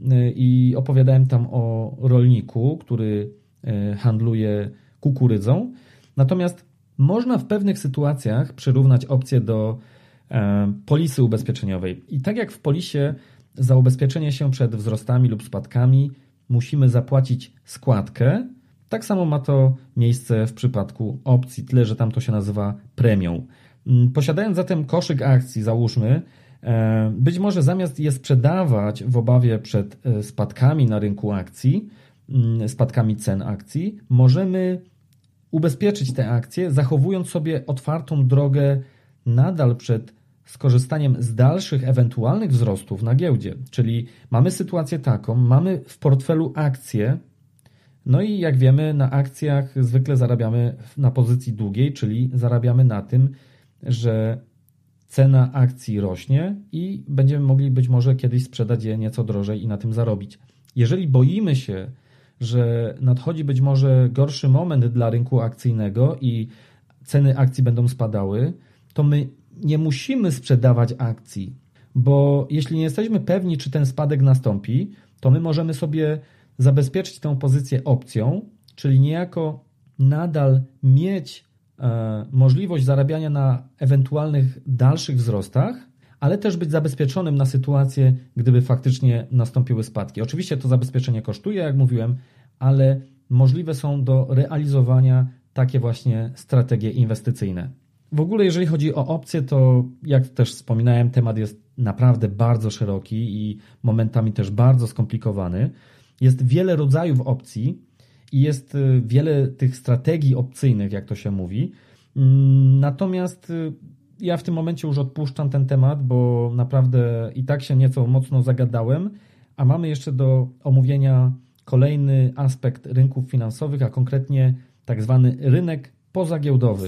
i opowiadałem tam o rolniku, który handluje kukurydzą. Natomiast można w pewnych sytuacjach przyrównać opcję do e, polisy ubezpieczeniowej. I tak jak w polisie za ubezpieczenie się przed wzrostami lub spadkami musimy zapłacić składkę, tak samo ma to miejsce w przypadku opcji, tyle że tam to się nazywa premią. Posiadając zatem koszyk akcji, załóżmy, e, być może zamiast je sprzedawać w obawie przed spadkami na rynku akcji, spadkami cen akcji, możemy ubezpieczyć te akcje, zachowując sobie otwartą drogę nadal przed skorzystaniem z dalszych ewentualnych wzrostów na giełdzie. Czyli mamy sytuację taką, mamy w portfelu akcje, no i jak wiemy, na akcjach zwykle zarabiamy na pozycji długiej, czyli zarabiamy na tym, że cena akcji rośnie i będziemy mogli być może kiedyś sprzedać je nieco drożej i na tym zarobić. Jeżeli boimy się, że nadchodzi być może gorszy moment dla rynku akcyjnego i ceny akcji będą spadały, to my nie musimy sprzedawać akcji, bo jeśli nie jesteśmy pewni, czy ten spadek nastąpi, to my możemy sobie zabezpieczyć tę pozycję opcją, czyli niejako nadal mieć e, możliwość zarabiania na ewentualnych dalszych wzrostach, ale też być zabezpieczonym na sytuację, gdyby faktycznie nastąpiły spadki. Oczywiście to zabezpieczenie kosztuje, jak mówiłem, ale możliwe są do realizowania takie właśnie strategie inwestycyjne. W ogóle jeżeli chodzi o opcje, to jak też wspominałem, temat jest naprawdę bardzo szeroki i momentami też bardzo skomplikowany. Jest wiele rodzajów opcji i jest wiele tych strategii opcyjnych, jak to się mówi. Natomiast ja w tym momencie już odpuszczam ten temat, bo naprawdę i tak się nieco mocno zagadałem, a mamy jeszcze do omówienia kolejny aspekt rynków finansowych, a konkretnie tak zwany rynek pozagiełdowy.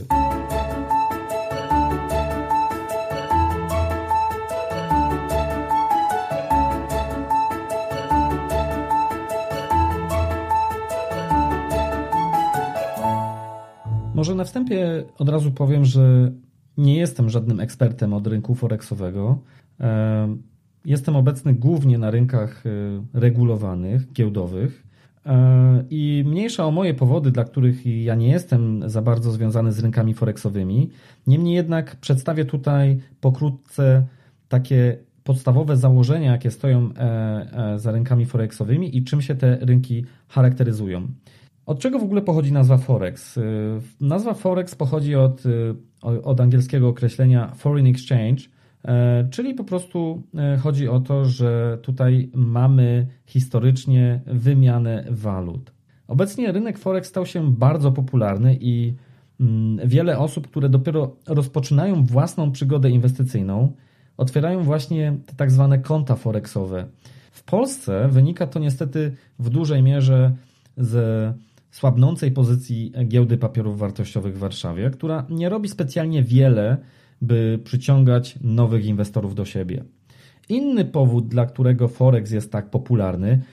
Może na wstępie od razu powiem, że nie jestem żadnym ekspertem od rynku forexowego. Jestem obecny głównie na rynkach regulowanych, giełdowych i mniejsza o moje powody, dla których ja nie jestem za bardzo związany z rynkami forexowymi. Niemniej jednak przedstawię tutaj pokrótce takie podstawowe założenia, jakie stoją za rynkami forexowymi i czym się te rynki charakteryzują. Od czego w ogóle pochodzi nazwa Forex? Nazwa Forex pochodzi od, od angielskiego określenia foreign exchange, czyli po prostu chodzi o to, że tutaj mamy historycznie wymianę walut. Obecnie rynek Forex stał się bardzo popularny i wiele osób, które dopiero rozpoczynają własną przygodę inwestycyjną, otwierają właśnie te tak zwane konta forexowe. W Polsce wynika to niestety w dużej mierze ze słabnącej pozycji giełdy papierów wartościowych w Warszawie, która nie robi specjalnie wiele, by przyciągać nowych inwestorów do siebie. Inny powód, dla którego Forex jest tak popularny, to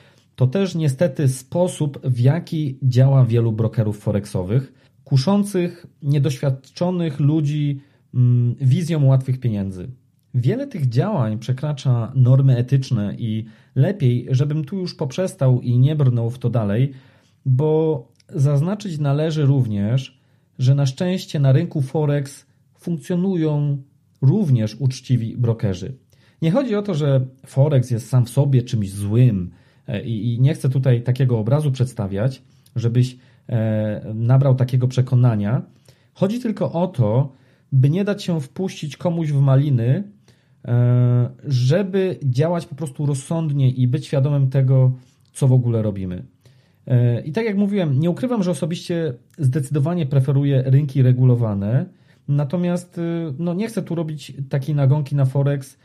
to też niestety sposób, w jaki działa wielu brokerów forexowych, kuszących niedoświadczonych ludzi wizją łatwych pieniędzy. Wiele tych działań przekracza normy etyczne i lepiej, żebym tu już poprzestał i nie brnął w to dalej, bo zaznaczyć należy również, że na szczęście na rynku Forex funkcjonują również uczciwi brokerzy. Nie chodzi o to, że Forex jest sam w sobie czymś złym i nie chcę tutaj takiego obrazu przedstawiać, żebyś nabrał takiego przekonania. Chodzi tylko o to, by nie dać się wpuścić komuś w maliny, żeby działać po prostu rozsądnie i być świadomym tego, co w ogóle robimy. I tak jak mówiłem, nie ukrywam, że osobiście zdecydowanie preferuję rynki regulowane, natomiast no, nie chcę tu robić takiej nagonki na Forex.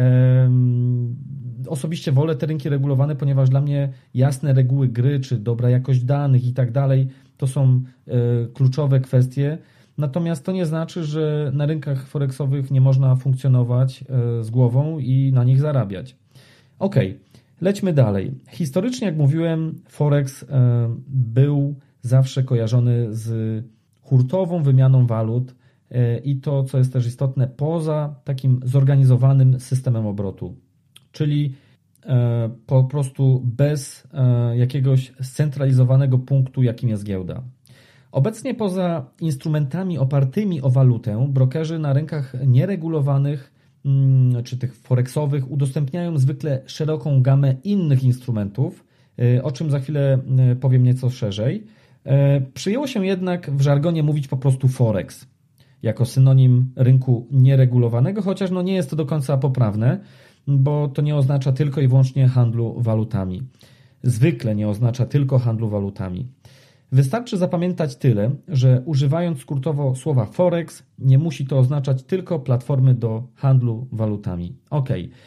Osobiście wolę te rynki regulowane, ponieważ dla mnie jasne reguły gry, czy dobra jakość danych i tak dalej, to są kluczowe kwestie. Natomiast to nie znaczy, że na rynkach forexowych nie można funkcjonować z głową i na nich zarabiać. Ok, lećmy dalej. Historycznie, jak mówiłem, Forex był zawsze kojarzony z hurtową wymianą walut i to, co jest też istotne, poza takim zorganizowanym systemem obrotu, czyli po prostu bez jakiegoś scentralizowanego punktu, jakim jest giełda. Obecnie poza instrumentami opartymi o walutę, brokerzy na rynkach nieregulowanych czy tych forexowych udostępniają zwykle szeroką gamę innych instrumentów, o czym za chwilę powiem nieco szerzej. Przyjęło się jednak w żargonie mówić po prostu Forex jako synonim rynku nieregulowanego, chociaż no nie jest to do końca poprawne, bo to nie oznacza tylko i wyłącznie handlu walutami. Zwykle nie oznacza tylko handlu walutami. Wystarczy zapamiętać tyle, że używając skrótowo słowa Forex, nie musi to oznaczać tylko platformy do handlu walutami. Ok.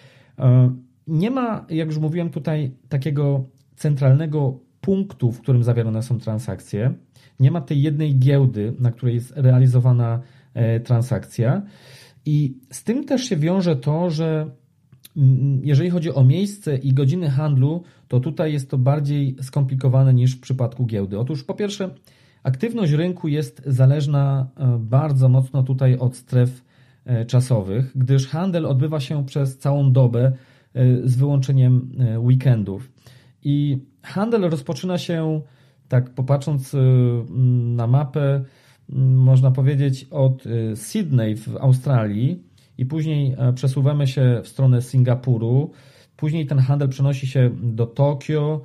Nie ma, jak już mówiłem tutaj, takiego centralnego punktu, w którym zawierane są transakcje. Nie ma tej jednej giełdy, na której jest realizowana transakcja. I z tym też się wiąże to, że jeżeli chodzi o miejsce i godziny handlu, to tutaj jest to bardziej skomplikowane niż w przypadku giełdy. Otóż po pierwsze, aktywność rynku jest zależna bardzo mocno tutaj od stref czasowych, gdyż handel odbywa się przez całą dobę z wyłączeniem weekendów. I handel rozpoczyna się, tak popatrząc na mapę, można powiedzieć od Sydney w Australii i później przesuwamy się w stronę Singapuru. Później ten handel przenosi się do Tokio.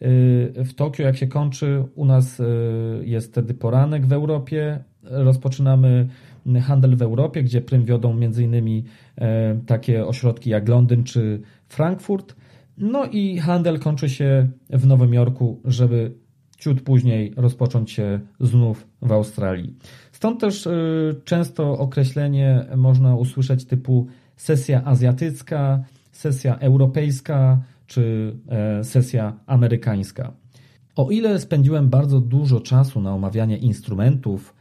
W Tokio, jak się kończy, u nas jest wtedy poranek w Europie. Rozpoczynamy handel w Europie, gdzie prym wiodą między innymi takie ośrodki jak Londyn czy Frankfurt. No i handel kończy się w Nowym Jorku, żeby ciut później rozpocząć się znów w Australii. Stąd też często określenie można usłyszeć typu sesja azjatycka, sesja europejska czy sesja amerykańska. O ile spędziłem bardzo dużo czasu na omawianie instrumentów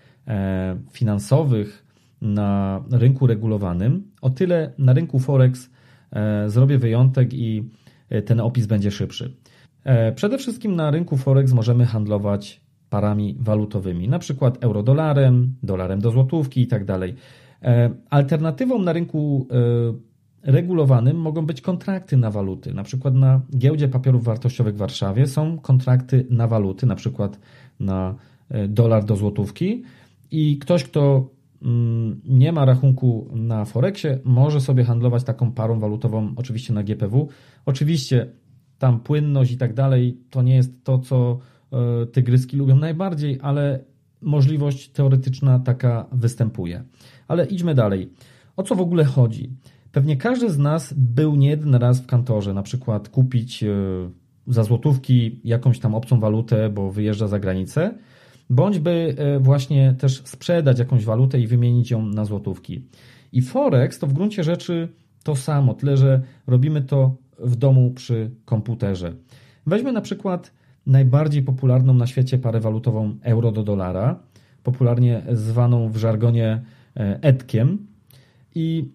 finansowych na rynku regulowanym, o tyle na rynku Forex zrobię wyjątek i ten opis będzie szybszy. Przede wszystkim na rynku Forex możemy handlować parami walutowymi, na przykład euro-dolarem, dolarem do złotówki i tak dalej. Alternatywą na rynku regulowanym mogą być kontrakty na waluty. Na przykład na giełdzie papierów wartościowych w Warszawie są kontrakty na waluty, na przykład na dolar do złotówki i ktoś, kto nie ma rachunku na Forexie, może sobie handlować taką parą walutową oczywiście na G P W. Oczywiście tam płynność i tak dalej to nie jest to, co tygryski lubią najbardziej, ale możliwość teoretyczna taka występuje. Ale idźmy dalej. O co w ogóle chodzi? Pewnie każdy z nas był nie jeden raz w kantorze, na przykład kupić za złotówki jakąś tam obcą walutę, bo wyjeżdża za granicę, bądź by właśnie też sprzedać jakąś walutę i wymienić ją na złotówki. I Forex to w gruncie rzeczy to samo, tyle że robimy to w domu przy komputerze. Weźmy na przykład najbardziej popularną na świecie parę walutową euro do dolara, popularnie zwaną w żargonie etkiem. I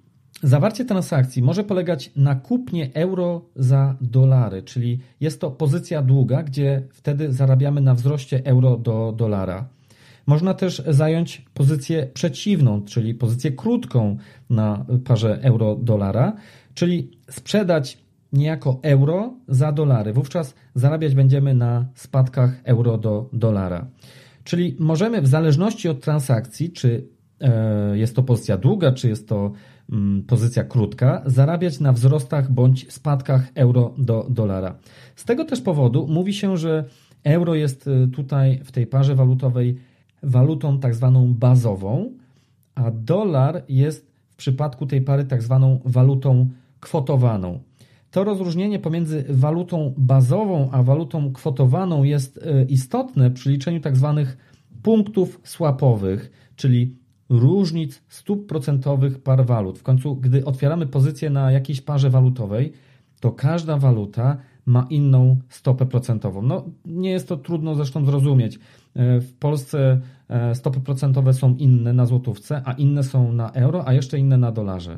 Zawarcie transakcji może polegać na kupnie euro za dolary, czyli jest to pozycja długa, gdzie wtedy zarabiamy na wzroście euro do dolara. Można też zająć pozycję przeciwną, czyli pozycję krótką na parze euro-dolara, czyli sprzedać niejako euro za dolary. Wówczas zarabiać będziemy na spadkach euro do dolara. Czyli możemy w zależności od transakcji, czy jest to pozycja długa, czy jest to pozycja krótka, zarabiać na wzrostach bądź spadkach euro do dolara. Z tego też powodu mówi się, że euro jest tutaj w tej parze walutowej walutą tak zwaną bazową, a dolar jest w przypadku tej pary tak zwaną walutą kwotowaną. To rozróżnienie pomiędzy walutą bazową a walutą kwotowaną jest istotne przy liczeniu tak zwanych punktów swapowych, czyli różnic stóp procentowych par walut. W końcu, gdy otwieramy pozycję na jakiejś parze walutowej, to każda waluta ma inną stopę procentową. No, nie jest to trudno zresztą zrozumieć. W Polsce stopy procentowe są inne na złotówce, a inne są na euro, a jeszcze inne na dolarze.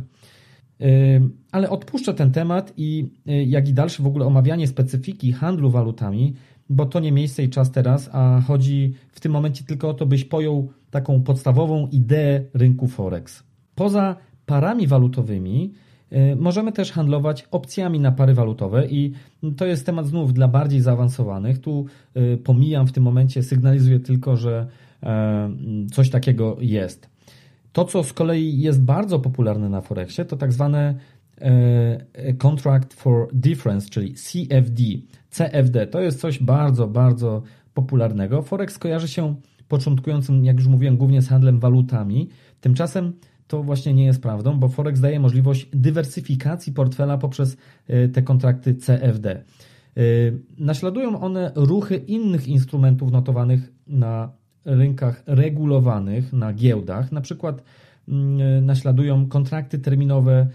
Ale odpuszczę ten temat i jak i dalsze w ogóle omawianie specyfiki handlu walutami, bo to nie miejsce i czas teraz, a chodzi w tym momencie tylko o to, byś pojął taką podstawową ideę rynku Forex. Poza parami walutowymi możemy też handlować opcjami na pary walutowe i to jest temat znów dla bardziej zaawansowanych. Tu pomijam w tym momencie, sygnalizuję tylko, że coś takiego jest. To, co z kolei jest bardzo popularne na Forexie, to tak zwane Contract for Difference, czyli C F D. C F D to jest coś bardzo, bardzo popularnego. Forex kojarzy się początkującym, jak już mówiłem, głównie z handlem walutami. Tymczasem to właśnie nie jest prawdą, bo Forex daje możliwość dywersyfikacji portfela poprzez te kontrakty C F D. Naśladują one ruchy innych instrumentów notowanych na rynkach regulowanych, na giełdach. Na przykład naśladują kontrakty terminowe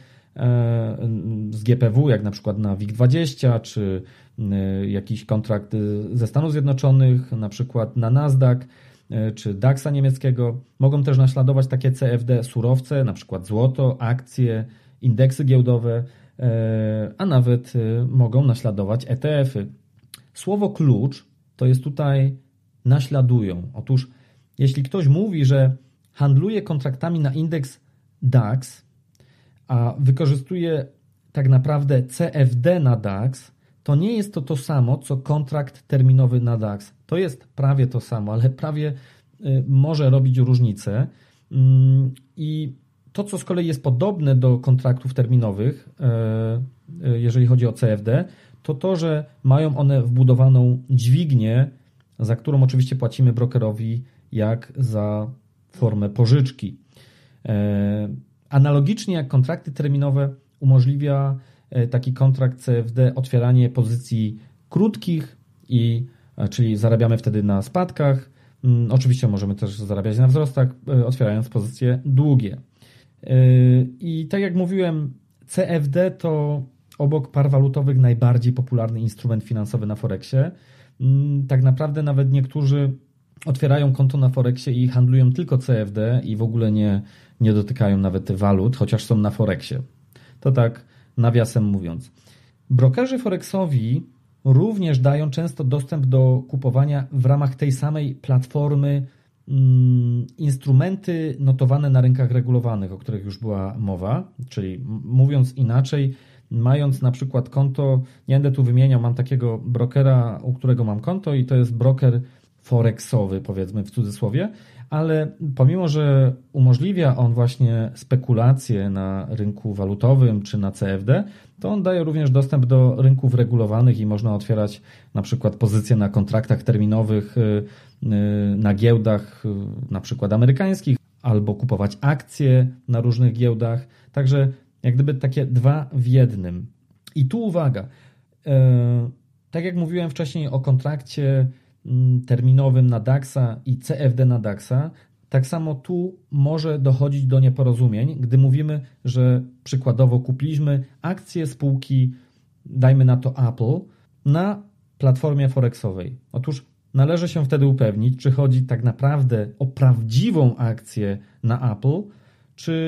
z G P W, jak na przykład na W I G dwadzieścia, czy jakiś kontrakt ze Stanów Zjednoczonych, na przykład na Nasdaq, czy daksa niemieckiego. Mogą też naśladować takie C F D surowce, na przykład złoto, akcje, indeksy giełdowe, a nawet mogą naśladować E T F-y. Słowo klucz to jest tutaj naśladują. Otóż jeśli ktoś mówi, że handluje kontraktami na indeks DAX, a wykorzystuje tak naprawdę C F D na DAX, to nie jest to to samo, co kontrakt terminowy na DAX. To jest prawie to samo, ale prawie może robić różnicę. I to, co z kolei jest podobne do kontraktów terminowych, jeżeli chodzi o C F D, to to, że mają one wbudowaną dźwignię, za którą oczywiście płacimy brokerowi jak za formę pożyczki. Analogicznie jak kontrakty terminowe umożliwia taki kontrakt C F D otwieranie pozycji krótkich, i, czyli zarabiamy wtedy na spadkach. Oczywiście możemy też zarabiać na wzrostach, otwierając pozycje długie. I tak jak mówiłem, C F D to obok par walutowych najbardziej popularny instrument finansowy na Forexie. Tak naprawdę nawet niektórzy otwierają konto na Forexie i handlują tylko C F D i w ogóle nie, nie dotykają nawet walut, chociaż są na Forexie. To tak nawiasem mówiąc. Brokerzy forexowi również dają często dostęp do kupowania w ramach tej samej platformy mm, instrumenty notowane na rynkach regulowanych, o których już była mowa, czyli mówiąc inaczej, mając na przykład konto, nie będę tu wymieniał, mam takiego brokera, u którego mam konto i to jest broker forexowy, powiedzmy w cudzysłowie, ale pomimo, że umożliwia on właśnie spekulacje na rynku walutowym czy na C F D, to on daje również dostęp do rynków regulowanych i można otwierać na przykład pozycje na kontraktach terminowych na giełdach na przykład amerykańskich albo kupować akcje na różnych giełdach. Także jak gdyby takie dwa w jednym. I tu uwaga, tak jak mówiłem wcześniej o kontrakcie terminowym na daksa i C F D na daksa, tak samo tu może dochodzić do nieporozumień, gdy mówimy, że przykładowo kupiliśmy akcje spółki, dajmy na to Apple, na platformie forexowej. Otóż należy się wtedy upewnić, czy chodzi tak naprawdę o prawdziwą akcję na Apple, czy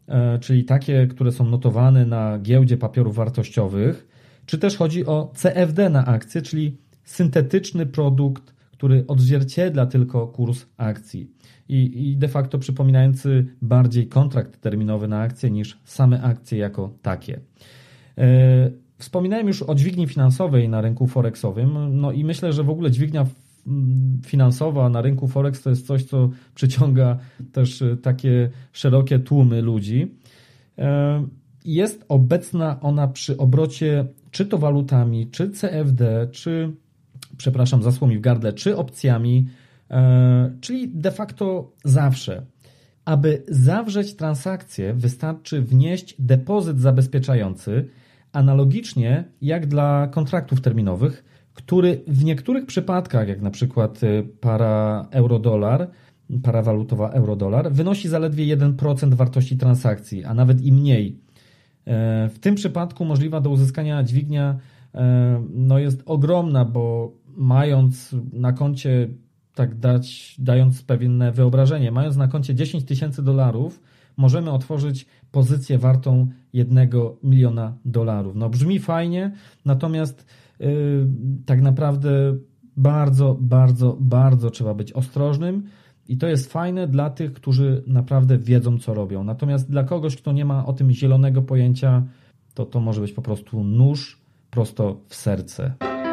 czyli takie, które są notowane na giełdzie papierów wartościowych, czy też chodzi o C F D na akcje, czyli syntetyczny produkt, który odzwierciedla tylko kurs akcji i, i de facto przypominający bardziej kontrakt terminowy na akcje niż same akcje jako takie. Wspominałem już o dźwigni finansowej na rynku forexowym, no i myślę, że w ogóle dźwignia finansowa na rynku Forex to jest coś, co przyciąga też takie szerokie tłumy ludzi. Jest obecna ona przy obrocie czy to walutami, czy C F D, czy, przepraszam, zasło mi w gardle, czy opcjami, czyli de facto zawsze. Aby zawrzeć transakcję, wystarczy wnieść depozyt zabezpieczający, analogicznie jak dla kontraktów terminowych, który w niektórych przypadkach, jak na przykład para euro-dolar, para walutowa euro-dolar, wynosi zaledwie jeden procent wartości transakcji, a nawet i mniej. W tym przypadku możliwa do uzyskania dźwignia no jest ogromna, bo mając na koncie, tak dać, dając pewne wyobrażenie, mając na koncie dziesięć tysięcy dolarów, możemy otworzyć pozycję wartą jednego miliona dolarów. No brzmi fajnie, natomiast yy, tak naprawdę bardzo, bardzo, bardzo trzeba być ostrożnym i to jest fajne dla tych, którzy naprawdę wiedzą, co robią. Natomiast dla kogoś, kto nie ma o tym zielonego pojęcia, to to może być po prostu nóż prosto w serce.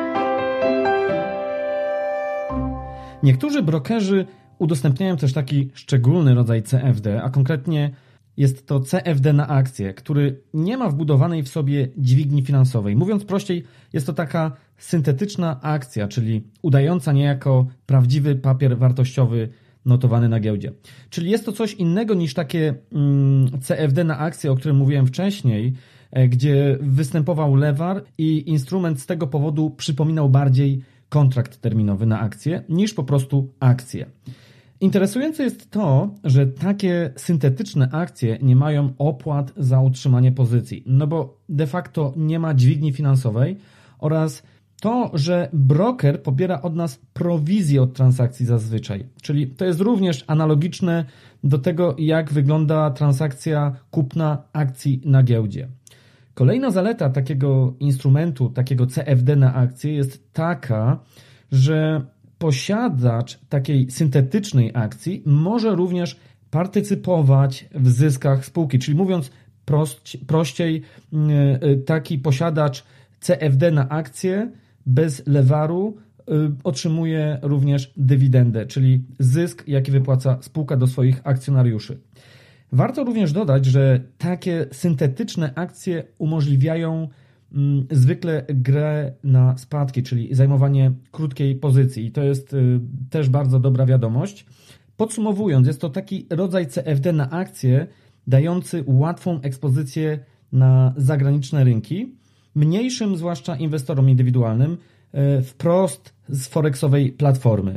Niektórzy brokerzy udostępniają też taki szczególny rodzaj C F D, a konkretnie jest to C F D na akcje, który nie ma wbudowanej w sobie dźwigni finansowej. Mówiąc prościej, jest to taka syntetyczna akcja, czyli udająca niejako prawdziwy papier wartościowy notowany na giełdzie. Czyli jest to coś innego niż takie C F D na akcje, o którym mówiłem wcześniej, gdzie występował lewar i instrument z tego powodu przypominał bardziej kontrakt terminowy na akcje niż po prostu akcje. Interesujące jest to, że takie syntetyczne akcje nie mają opłat za utrzymanie pozycji, no bo de facto nie ma dźwigni finansowej oraz to, że broker pobiera od nas prowizję od transakcji zazwyczaj, czyli to jest również analogiczne do tego, jak wygląda transakcja kupna akcji na giełdzie. Kolejna zaleta takiego instrumentu, takiego C F D na akcje jest taka, że posiadacz takiej syntetycznej akcji może również partycypować w zyskach spółki, czyli mówiąc prost, prościej, taki posiadacz C F D na akcje bez lewaru otrzymuje również dywidendę, czyli zysk, jaki wypłaca spółka do swoich akcjonariuszy. Warto również dodać, że takie syntetyczne akcje umożliwiają mm, zwykle grę na spadki, czyli zajmowanie krótkiej pozycji. I to jest y, też bardzo dobra wiadomość. Podsumowując, jest to taki rodzaj C F D na akcje dający łatwą ekspozycję na zagraniczne rynki, mniejszym zwłaszcza inwestorom indywidualnym, y, wprost z forexowej platformy.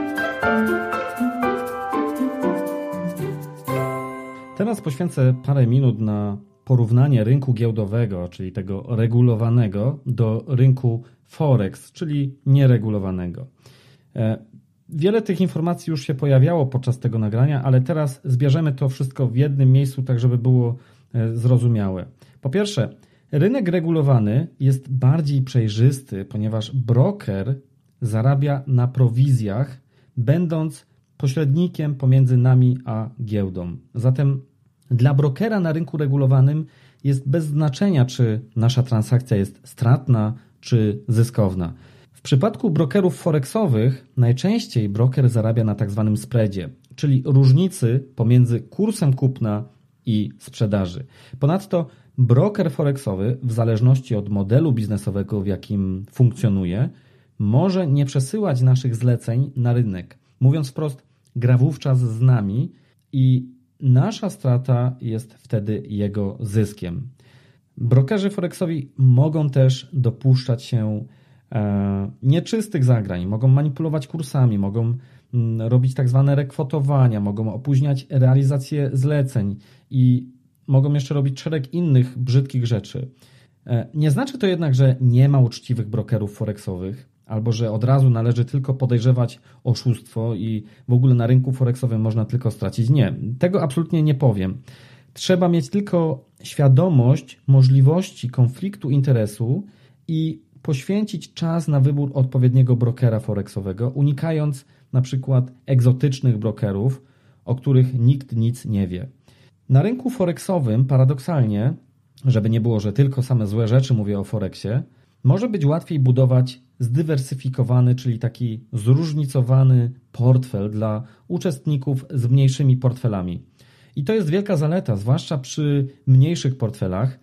Teraz poświęcę parę minut na porównanie rynku giełdowego, czyli tego regulowanego, do rynku Forex, czyli nieregulowanego. Wiele tych informacji już się pojawiało podczas tego nagrania, ale teraz zbierzemy to wszystko w jednym miejscu, tak żeby było zrozumiałe. Po pierwsze, rynek regulowany jest bardziej przejrzysty, ponieważ broker zarabia na prowizjach, będąc pośrednikiem pomiędzy nami a giełdą. Zatem dla brokera na rynku regulowanym jest bez znaczenia, czy nasza transakcja jest stratna, czy zyskowna. W przypadku brokerów forexowych najczęściej broker zarabia na tak zwanym spreadzie, czyli różnicy pomiędzy kursem kupna i sprzedaży. Ponadto broker forexowy, w zależności od modelu biznesowego, w jakim funkcjonuje, może nie przesyłać naszych zleceń na rynek. Mówiąc wprost, gra wówczas z nami i nasza strata jest wtedy jego zyskiem. Brokerzy forexowi mogą też dopuszczać się e, nieczystych zagrań, mogą manipulować kursami, mogą m, robić tak zwane rekwotowania, mogą opóźniać realizację zleceń i mogą jeszcze robić szereg innych brzydkich rzeczy. E, nie znaczy to jednak, że nie ma uczciwych brokerów forexowych, albo że od razu należy tylko podejrzewać oszustwo i w ogóle na rynku forexowym można tylko stracić. Nie, tego absolutnie nie powiem. Trzeba mieć tylko świadomość możliwości konfliktu interesu i poświęcić czas na wybór odpowiedniego brokera forexowego, unikając na przykład egzotycznych brokerów, o których nikt nic nie wie. Na rynku forexowym paradoksalnie, żeby nie było, że tylko same złe rzeczy mówię o forexie, może być łatwiej budować zdywersyfikowany, czyli taki zróżnicowany portfel dla uczestników z mniejszymi portfelami. I to jest wielka zaleta, zwłaszcza przy mniejszych portfelach.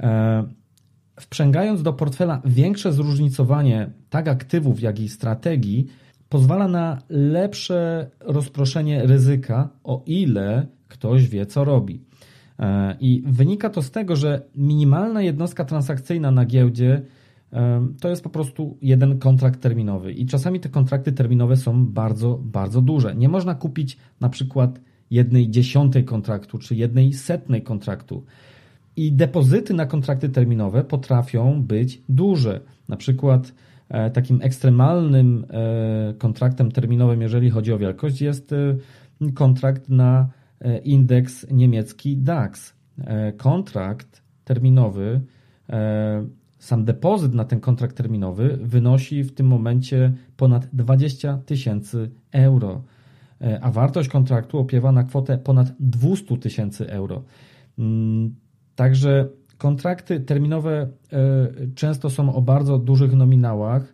Wprzęgając do portfela większe zróżnicowanie tak aktywów, jak i strategii, pozwala na lepsze rozproszenie ryzyka, o ile ktoś wie, co robi. I wynika to z tego, że minimalna jednostka transakcyjna na giełdzie to jest po prostu jeden kontrakt terminowy i czasami te kontrakty terminowe są bardzo, bardzo duże. Nie można kupić na przykład jednej dziesiątej kontraktu czy jednej setnej kontraktu. I depozyty na kontrakty terminowe potrafią być duże. Na przykład takim ekstremalnym kontraktem terminowym, jeżeli chodzi o wielkość, jest kontrakt na indeks niemiecki DAX. Kontrakt terminowy, sam depozyt na ten kontrakt terminowy wynosi w tym momencie ponad dwadzieścia tysięcy euro, a wartość kontraktu opiewa na kwotę ponad dwieście tysięcy euro. Także kontrakty terminowe często są o bardzo dużych nominałach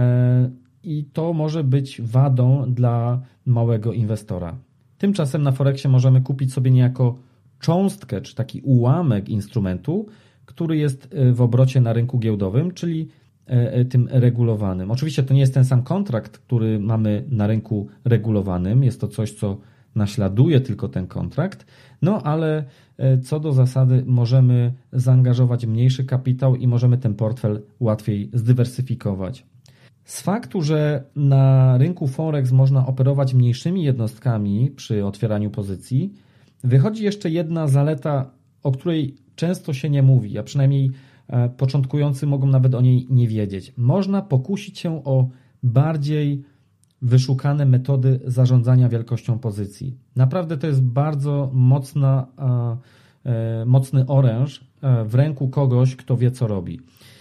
i to może być wadą dla małego inwestora. Tymczasem na Forexie możemy kupić sobie niejako cząstkę czy taki ułamek instrumentu, który jest w obrocie na rynku giełdowym, czyli tym regulowanym. Oczywiście to nie jest ten sam kontrakt, który mamy na rynku regulowanym, jest to coś, co naśladuje tylko ten kontrakt, no ale co do zasady możemy zaangażować mniejszy kapitał i możemy ten portfel łatwiej zdywersyfikować. Z faktu, że na rynku Forex można operować mniejszymi jednostkami przy otwieraniu pozycji, wychodzi jeszcze jedna zaleta, o której często się nie mówi, a przynajmniej początkujący mogą nawet o niej nie wiedzieć. Można pokusić się o bardziej wyszukane metody zarządzania wielkością pozycji. Naprawdę to jest bardzo mocna, mocny oręż w ręku kogoś, kto wie, co robi.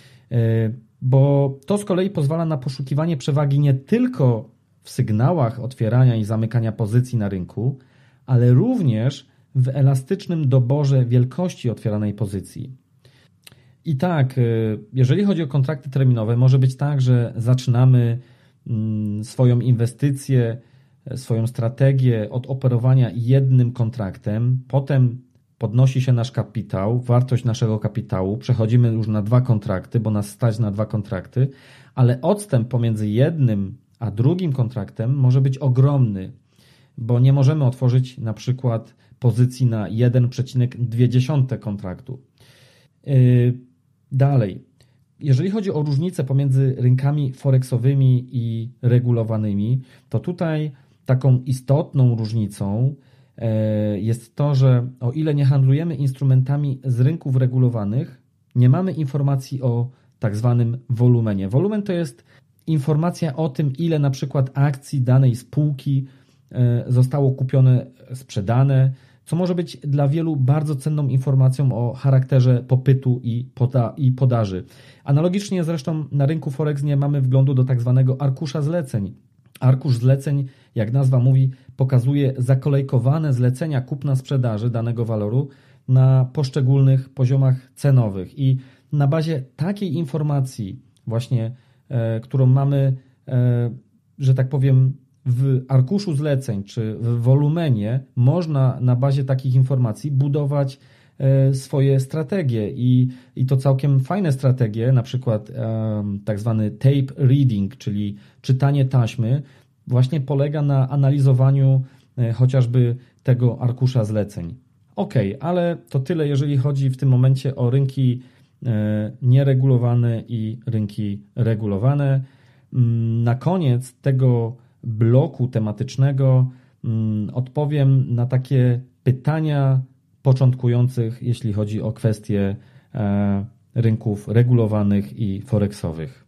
Bo to z kolei pozwala na poszukiwanie przewagi nie tylko w sygnałach otwierania i zamykania pozycji na rynku, ale również w elastycznym doborze wielkości otwieranej pozycji. I tak, jeżeli chodzi o kontrakty terminowe, może być tak, że zaczynamy swoją inwestycję, swoją strategię od operowania jednym kontraktem, potem podnosi się nasz kapitał, wartość naszego kapitału, przechodzimy już na dwa kontrakty, bo nas stać na dwa kontrakty, ale odstęp pomiędzy jednym a drugim kontraktem może być ogromny, bo nie możemy otworzyć na przykład pozycji na jeden przecinek dwa kontraktu. Dalej, jeżeli chodzi o różnicę pomiędzy rynkami forexowymi i regulowanymi, to tutaj taką istotną różnicą jest to, że o ile nie handlujemy instrumentami z rynków regulowanych, nie mamy informacji o tak zwanym wolumenie. Wolumen to jest informacja o tym, ile na przykład akcji danej spółki zostało kupione, sprzedane, co może być dla wielu bardzo cenną informacją o charakterze popytu i, poda- i podaży. Analogicznie zresztą na rynku Forex nie mamy wglądu do tak zwanego arkusza zleceń. Arkusz zleceń, jak nazwa mówi, pokazuje zakolejkowane zlecenia kupna-sprzedaży danego waloru na poszczególnych poziomach cenowych i na bazie takiej informacji właśnie, e, którą mamy, e, że tak powiem, w arkuszu zleceń czy w wolumenie można na bazie takich informacji budować swoje strategie i, i to całkiem fajne strategie, na przykład um, tak zwany tape reading, czyli czytanie taśmy, właśnie polega na analizowaniu e, chociażby tego arkusza zleceń. Ok, ale to tyle, jeżeli chodzi w tym momencie o rynki e, nieregulowane i rynki regulowane. Na koniec tego bloku tematycznego odpowiem na takie pytania początkujących, jeśli chodzi o kwestie rynków regulowanych i forexowych.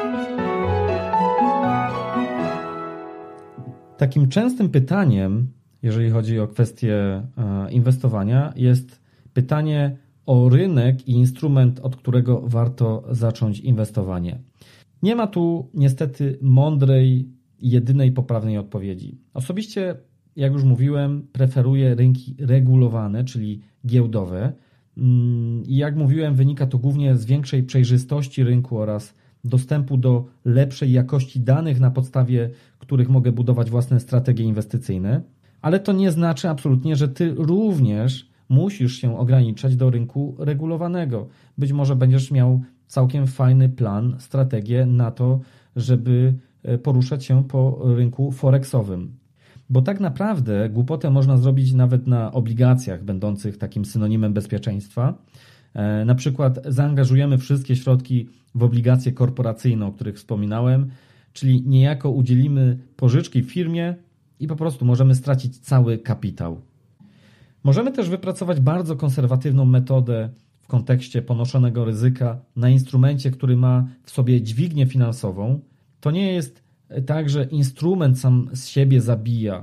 Takim częstym pytaniem jeżeli chodzi o kwestię inwestowania, jest pytanie o rynek i instrument, od którego warto zacząć inwestowanie. Nie ma tu niestety mądrej, jedynej poprawnej odpowiedzi. Osobiście, jak już mówiłem, preferuję rynki regulowane, czyli giełdowe. I jak mówiłem, wynika to głównie z większej przejrzystości rynku oraz dostępu do lepszej jakości danych, na podstawie których mogę budować własne strategie inwestycyjne. Ale to nie znaczy absolutnie, że Ty również musisz się ograniczać do rynku regulowanego. Być może będziesz miał całkiem fajny plan, strategię na to, żeby poruszać się po rynku forexowym. Bo tak naprawdę głupotę można zrobić nawet na obligacjach będących takim synonimem bezpieczeństwa. Na przykład zaangażujemy wszystkie środki w obligacje korporacyjne, o których wspominałem, czyli niejako udzielimy pożyczki firmie i po prostu możemy stracić cały kapitał. Możemy też wypracować bardzo konserwatywną metodę w kontekście ponoszonego ryzyka na instrumencie, który ma w sobie dźwignię finansową. To nie jest tak, że instrument sam z siebie zabija,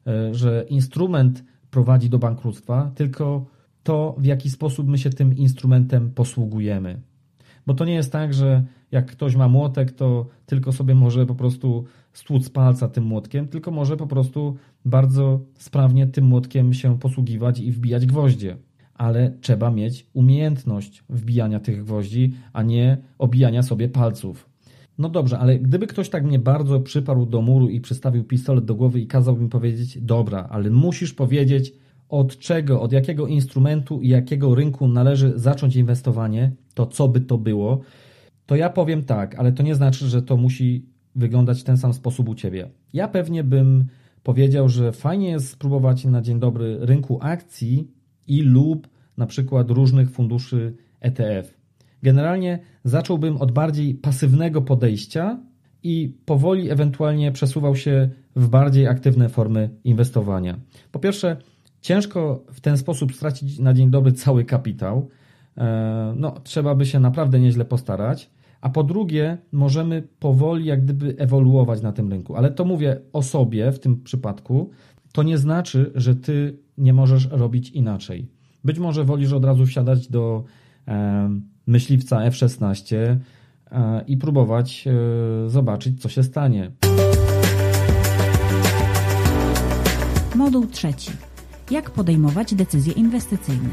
że instrument prowadzi do bankructwa, tylko to, w jaki sposób my się tym instrumentem posługujemy. Bo to nie jest tak, że jak ktoś ma młotek, to tylko sobie może po prostu stłuc palca tym młotkiem, tylko może po prostu bardzo sprawnie tym młotkiem się posługiwać i wbijać gwoździe. Ale trzeba mieć umiejętność wbijania tych gwoździ, a nie obijania sobie palców. No dobrze, ale gdyby ktoś tak mnie bardzo przyparł do muru i przystawił pistolet do głowy i kazał mi powiedzieć, dobra, ale musisz powiedzieć, od czego, od jakiego instrumentu i jakiego rynku należy zacząć inwestowanie, to co by to było, to ja powiem tak, ale to nie znaczy, że to musi wyglądać w ten sam sposób u Ciebie. Ja pewnie bym powiedział, że fajnie jest spróbować na dzień dobry rynku akcji i lub na przykład różnych funduszy E T F. Generalnie zacząłbym od bardziej pasywnego podejścia i powoli ewentualnie przesuwał się w bardziej aktywne formy inwestowania. Po pierwsze, ciężko w ten sposób stracić na dzień dobry cały kapitał. No, trzeba by się naprawdę nieźle postarać. A po drugie, możemy powoli jak gdyby ewoluować na tym rynku. Ale to mówię o sobie w tym przypadku. To nie znaczy, że Ty nie możesz robić inaczej. Być może wolisz od razu wsiadać do e, myśliwca F szesnaście e, i próbować e, zobaczyć, co się stanie. Moduł trzeci. Jak podejmować decyzje inwestycyjne?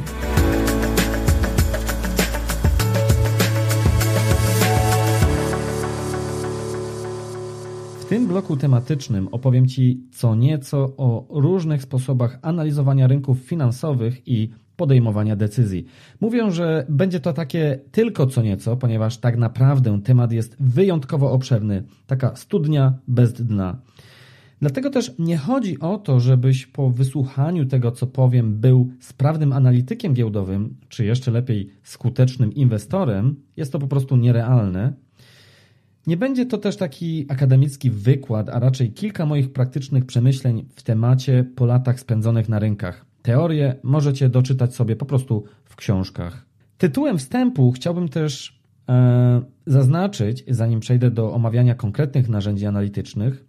W tym bloku tematycznym opowiem Ci co nieco o różnych sposobach analizowania rynków finansowych i podejmowania decyzji. Mówię, że będzie to takie tylko co nieco, ponieważ tak naprawdę temat jest wyjątkowo obszerny, taka studnia bez dna. Dlatego też nie chodzi o to, żebyś po wysłuchaniu tego, co powiem, był sprawnym analitykiem giełdowym, czy jeszcze lepiej skutecznym inwestorem. Jest to po prostu nierealne. Nie będzie to też taki akademicki wykład, a raczej kilka moich praktycznych przemyśleń w temacie po latach spędzonych na rynkach. Teorie możecie doczytać sobie po prostu w książkach. Tytułem wstępu chciałbym też e, zaznaczyć, zanim przejdę do omawiania konkretnych narzędzi analitycznych,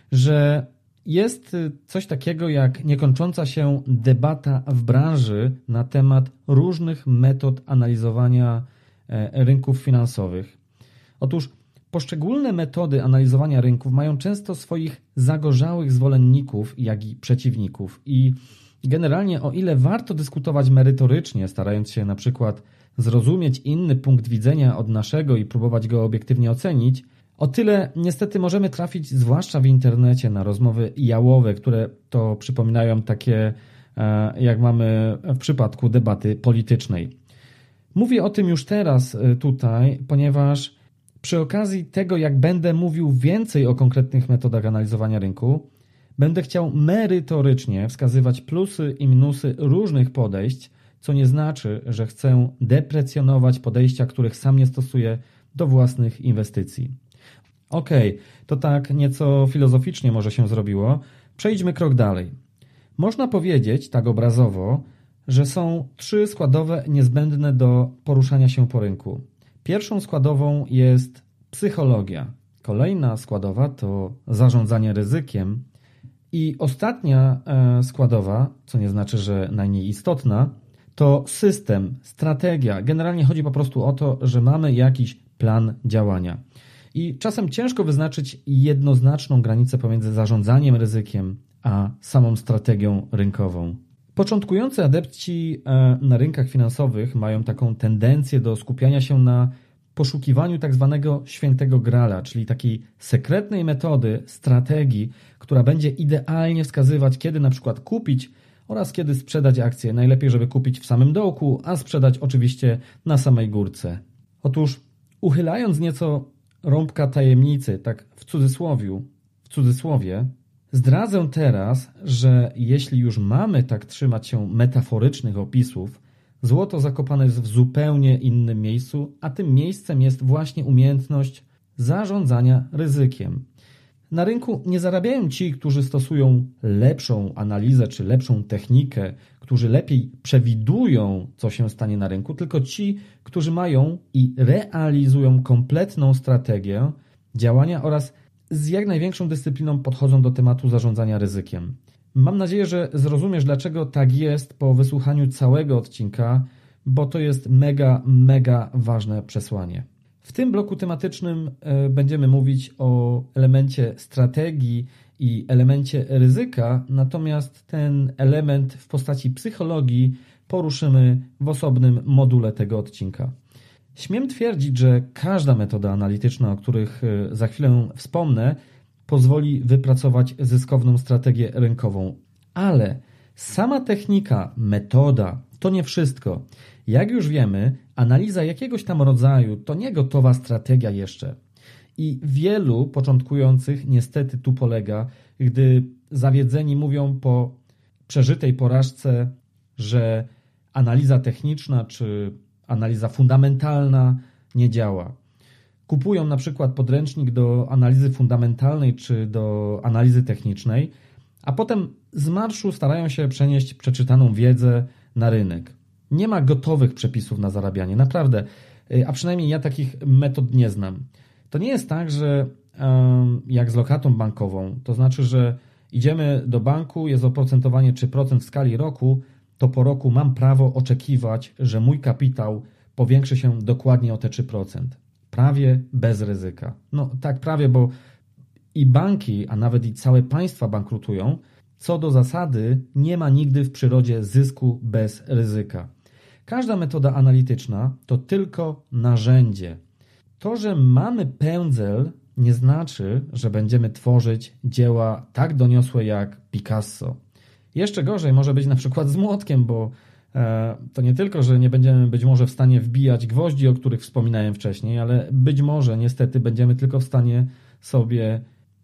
że jest coś takiego jak niekończąca się debata w branży na temat różnych metod analizowania rynków finansowych. Otóż poszczególne metody analizowania rynków mają często swoich zagorzałych zwolenników, jak i przeciwników. I generalnie o ile warto dyskutować merytorycznie, starając się na przykład zrozumieć inny punkt widzenia od naszego i próbować go obiektywnie ocenić, o tyle niestety możemy trafić, zwłaszcza w internecie, na rozmowy jałowe, które to przypominają takie, jak mamy w przypadku debaty politycznej. Mówię o tym już teraz tutaj, ponieważ przy okazji tego, jak będę mówił więcej o konkretnych metodach analizowania rynku, będę chciał merytorycznie wskazywać plusy i minusy różnych podejść, co nie znaczy, że chcę deprecjonować podejścia, których sam nie stosuję do własnych inwestycji. Okej, okay, to tak nieco filozoficznie może się zrobiło. Przejdźmy krok dalej. Można powiedzieć, tak obrazowo, że są trzy składowe niezbędne do poruszania się po rynku. Pierwszą składową jest psychologia. Kolejna składowa to zarządzanie ryzykiem I ostatnia składowa, co nie znaczy, że najmniej istotna, to system, strategia. Generalnie chodzi po prostu o to, że mamy jakiś plan działania. I czasem ciężko wyznaczyć jednoznaczną granicę pomiędzy zarządzaniem ryzykiem a samą strategią rynkową. Początkujący adepci na rynkach finansowych mają taką tendencję do skupiania się na poszukiwaniu tak zwanego świętego grala, czyli takiej sekretnej metody, strategii, która będzie idealnie wskazywać, kiedy na przykład kupić oraz kiedy sprzedać akcję. Najlepiej, żeby kupić w samym dołku, a sprzedać oczywiście na samej górce. Otóż uchylając nieco rąbka tajemnicy, tak w cudzysłowiu, w cudzysłowie, zdradzę teraz, że jeśli już mamy tak trzymać się metaforycznych opisów, złoto zakopane jest w zupełnie innym miejscu, a tym miejscem jest właśnie umiejętność zarządzania ryzykiem. Na rynku nie zarabiają ci, którzy stosują lepszą analizę czy lepszą technikę, którzy lepiej przewidują, co się stanie na rynku, tylko ci, którzy mają i realizują kompletną strategię działania oraz z jak największą dyscypliną podchodzą do tematu zarządzania ryzykiem. Mam nadzieję, że zrozumiesz, dlaczego tak jest po wysłuchaniu całego odcinka, bo to jest mega, mega ważne przesłanie. W tym bloku tematycznym będziemy mówić o elemencie strategii i elemencie ryzyka, natomiast ten element w postaci psychologii poruszymy w osobnym module tego odcinka. Śmiem twierdzić, że każda metoda analityczna, o których za chwilę wspomnę, pozwoli wypracować zyskowną strategię rynkową. Ale sama technika, metoda to nie wszystko. Jak już wiemy, analiza jakiegoś tam rodzaju to nie gotowa strategia jeszcze. I wielu początkujących niestety tu polega, gdy zawiedzeni mówią po przeżytej porażce, że analiza techniczna czy analiza fundamentalna nie działa. Kupują na przykład podręcznik do analizy fundamentalnej czy do analizy technicznej, a potem z marszu starają się przenieść przeczytaną wiedzę na rynek. Nie ma gotowych przepisów na zarabianie, naprawdę, a przynajmniej ja takich metod nie znam. To nie jest tak, że jak z lokatą bankową, to znaczy, że idziemy do banku, jest oprocentowanie trzy procent w skali roku, to po roku mam prawo oczekiwać, że mój kapitał powiększy się dokładnie o te trzy procent. Prawie bez ryzyka. No tak prawie, bo i banki, a nawet i całe państwa bankrutują. Co do zasady nie ma nigdy w przyrodzie zysku bez ryzyka. Każda metoda analityczna to tylko narzędzie. To, że mamy pędzel, nie znaczy, że będziemy tworzyć dzieła tak doniosłe jak Picasso. Jeszcze gorzej może być na przykład z młotkiem, bo e, to nie tylko, że nie będziemy być może w stanie wbijać gwoździ, o których wspominałem wcześniej, ale być może niestety będziemy tylko w stanie sobie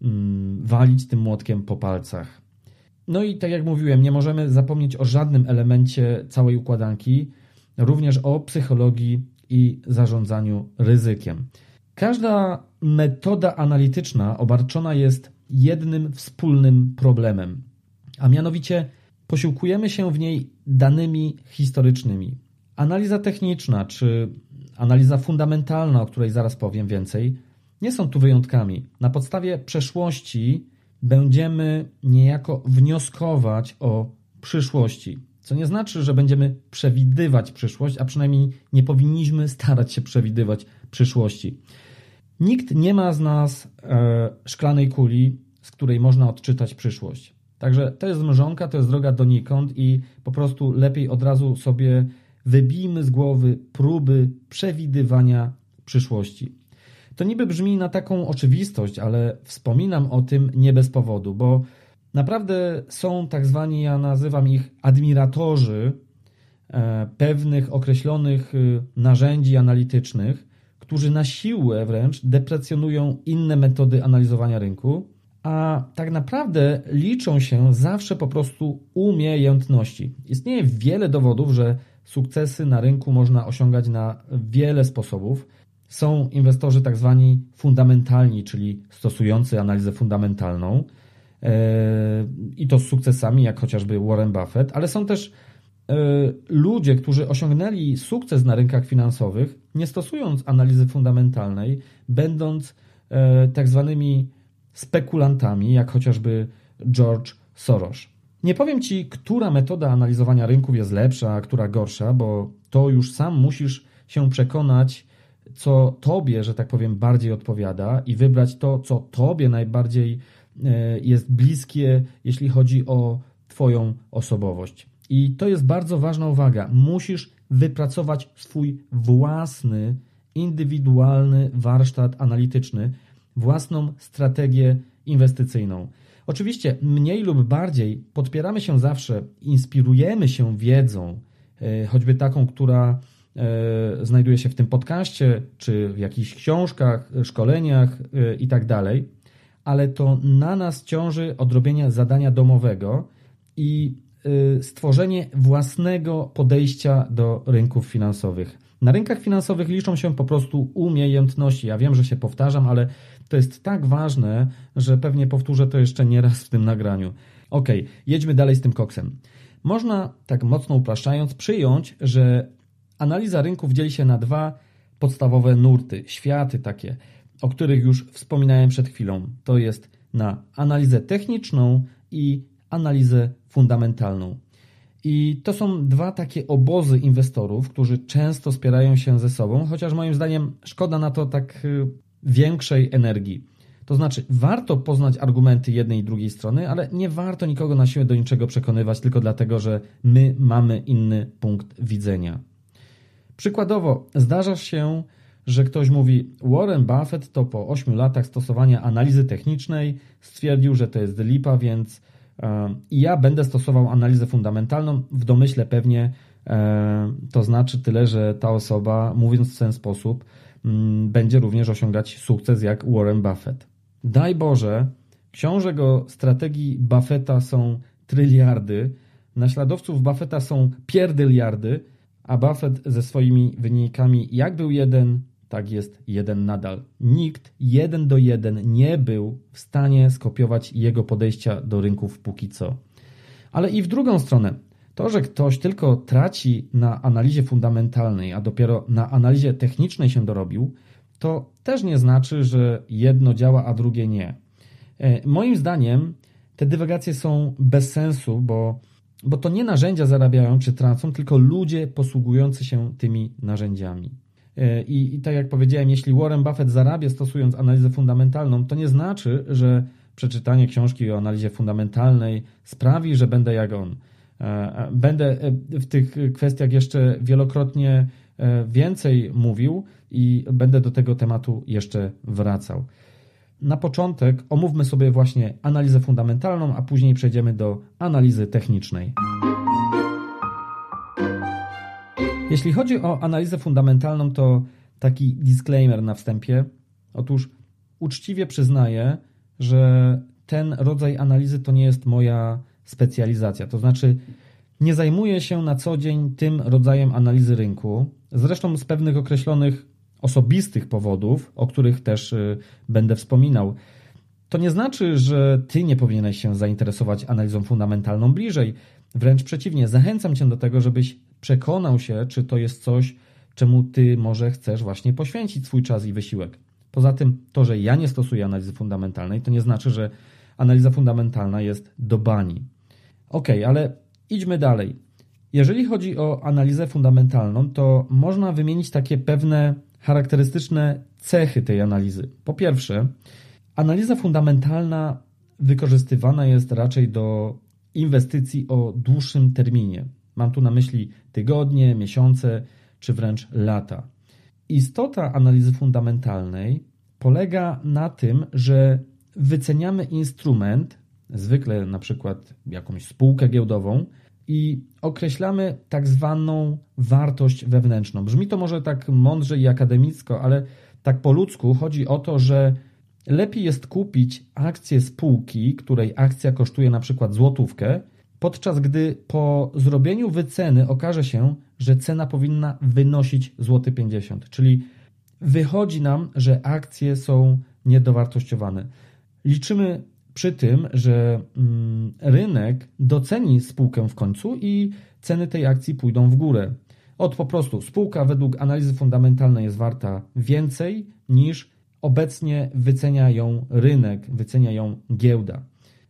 mm, walić tym młotkiem po palcach. No i tak jak mówiłem, nie możemy zapomnieć o żadnym elemencie całej układanki, również o psychologii i zarządzaniu ryzykiem. Każda metoda analityczna obarczona jest jednym wspólnym problemem, a mianowicie posiłkujemy się w niej danymi historycznymi. Analiza techniczna czy analiza fundamentalna, o której zaraz powiem więcej, nie są tu wyjątkami. Na podstawie przeszłości będziemy niejako wnioskować o przyszłości, co nie znaczy, że będziemy przewidywać przyszłość, a przynajmniej nie powinniśmy starać się przewidywać przyszłości. Nikt nie ma z nas e, szklanej kuli, z której można odczytać przyszłość. Także to jest mrzonka, to jest droga donikąd i po prostu lepiej od razu sobie wybijmy z głowy próby przewidywania przyszłości. To niby brzmi na taką oczywistość, ale wspominam o tym nie bez powodu, bo naprawdę są tak zwani, ja nazywam ich admiratorzy e, pewnych określonych narzędzi analitycznych, którzy na siłę wręcz deprecjonują inne metody analizowania rynku, a tak naprawdę liczą się zawsze po prostu umiejętności. Istnieje wiele dowodów, że sukcesy na rynku można osiągać na wiele sposobów. Są inwestorzy tak zwani fundamentalni, czyli stosujący analizę fundamentalną yy, i to z sukcesami, jak chociażby Warren Buffett, ale są też yy, ludzie, którzy osiągnęli sukces na rynkach finansowych, nie stosując analizy fundamentalnej, będąc yy, tak zwanymi spekulantami, jak chociażby George Soros. Nie powiem Ci, która metoda analizowania rynków jest lepsza, a która gorsza, bo to już sam musisz się przekonać, co Tobie, że tak powiem, bardziej odpowiada i wybrać to, co Tobie najbardziej jest bliskie, jeśli chodzi o Twoją osobowość. I to jest bardzo ważna uwaga. Musisz wypracować swój własny, indywidualny warsztat analityczny, własną strategię inwestycyjną. Oczywiście mniej lub bardziej podpieramy się zawsze, inspirujemy się wiedzą, choćby taką, która znajduje się w tym podcaście, czy w jakichś książkach, szkoleniach i tak dalej, ale to na nas ciąży odrobienie zadania domowego i stworzenie własnego podejścia do rynków finansowych. Na rynkach finansowych liczą się po prostu umiejętności. Ja wiem, że się powtarzam, ale to jest tak ważne, że pewnie powtórzę to jeszcze nie raz w tym nagraniu. Ok, jedźmy dalej z tym koksem. Można, tak mocno upraszczając, przyjąć, że analiza rynków dzieli się na dwa podstawowe nurty, światy takie, o których już wspominałem przed chwilą. To jest na analizę techniczną i analizę fundamentalną. I to są dwa takie obozy inwestorów, którzy często spierają się ze sobą, chociaż moim zdaniem szkoda na to tak większej energii. To znaczy, warto poznać argumenty jednej i drugiej strony, ale nie warto nikogo na siłę do niczego przekonywać tylko dlatego, że my mamy inny punkt widzenia. Przykładowo, zdarza się, że ktoś mówi: Warren Buffett to po ośmiu latach stosowania analizy technicznej stwierdził, że to jest lipa, więc i ja będę stosował analizę fundamentalną, w domyśle pewnie to znaczy tyle, że ta osoba, mówiąc w ten sposób, będzie również osiągać sukces jak Warren Buffett. Daj Boże, książek o strategii Buffetta są tryliardy, naśladowców Buffetta są pierdyliardy, a Buffett ze swoimi wynikami jak był jeden, tak jest jeden nadal. Nikt jeden do jeden nie był w stanie skopiować jego podejścia do rynków póki co. Ale i w drugą stronę, to, że ktoś tylko traci na analizie fundamentalnej, a dopiero na analizie technicznej się dorobił, to też nie znaczy, że jedno działa, a drugie nie. Moim zdaniem te dywagacje są bez sensu, bo, bo to nie narzędzia zarabiają czy tracą, tylko ludzie posługujący się tymi narzędziami. I, I tak jak powiedziałem, jeśli Warren Buffett zarabia stosując analizę fundamentalną, to nie znaczy, że przeczytanie książki o analizie fundamentalnej sprawi, że będę jak on. Będę w tych kwestiach jeszcze wielokrotnie więcej mówił i będę do tego tematu jeszcze wracał. Na początek omówmy sobie właśnie analizę fundamentalną, a później przejdziemy do analizy technicznej. Jeśli chodzi o analizę fundamentalną, to taki disclaimer na wstępie. Otóż uczciwie przyznaję, że ten rodzaj analizy to nie jest moja specjalizacja. To znaczy nie zajmuję się na co dzień tym rodzajem analizy rynku. Zresztą z pewnych określonych osobistych powodów, o których też będę wspominał. To nie znaczy, że Ty nie powinieneś się zainteresować analizą fundamentalną bliżej. Wręcz przeciwnie, zachęcam Cię do tego, żebyś przekonał się, czy to jest coś, czemu Ty może chcesz właśnie poświęcić swój czas i wysiłek. Poza tym, to, że ja nie stosuję analizy fundamentalnej, to nie znaczy, że analiza fundamentalna jest do bani. Ok, ale idźmy dalej. Jeżeli chodzi o analizę fundamentalną, to można wymienić takie pewne charakterystyczne cechy tej analizy. Po pierwsze, analiza fundamentalna wykorzystywana jest raczej do inwestycji o dłuższym terminie. Mam tu na myśli tygodnie, miesiące czy wręcz lata. Istota analizy fundamentalnej polega na tym, że wyceniamy instrument, zwykle na przykład jakąś spółkę giełdową, i określamy tak zwaną wartość wewnętrzną. Brzmi to może tak mądrze i akademicko, ale tak po ludzku chodzi o to, że lepiej jest kupić akcję spółki, której akcja kosztuje na przykład złotówkę, podczas gdy po zrobieniu wyceny okaże się, że cena powinna wynosić złoty pięćdziesiąt. Czyli wychodzi nam, że akcje są niedowartościowane. Liczymy przy tym, że mm, rynek doceni spółkę w końcu i ceny tej akcji pójdą w górę. Od po prostu spółka według analizy fundamentalnej jest warta więcej niż obecnie wycenia ją rynek, wycenia ją giełda.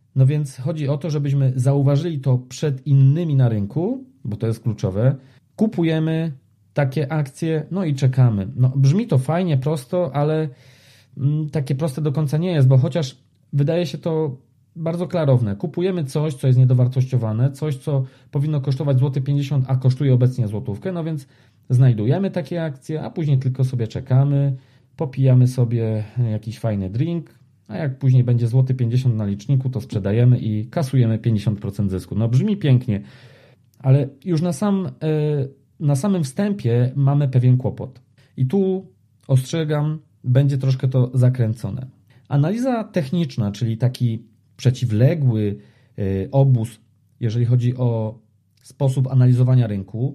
No więc chodzi o to, żebyśmy zauważyli to przed innymi na rynku, bo to jest kluczowe. Kupujemy takie akcje, no i czekamy. No, brzmi to fajnie, prosto, ale takie proste do końca nie jest, bo chociaż wydaje się to bardzo klarowne. Kupujemy coś, co jest niedowartościowane, coś, co powinno kosztować złoty pięćdziesiąt, a kosztuje obecnie złotówkę, no więc znajdujemy takie akcje, a później tylko sobie czekamy, popijamy sobie jakiś fajny drink, a jak później będzie złoty pięćdziesiąt na liczniku, to sprzedajemy i kasujemy pięćdziesiąt procent zysku. No brzmi pięknie, ale już na, sam, na samym wstępie mamy pewien kłopot. I tu ostrzegam, będzie troszkę to zakręcone. Analiza techniczna, czyli taki przeciwległy obóz, jeżeli chodzi o sposób analizowania rynku,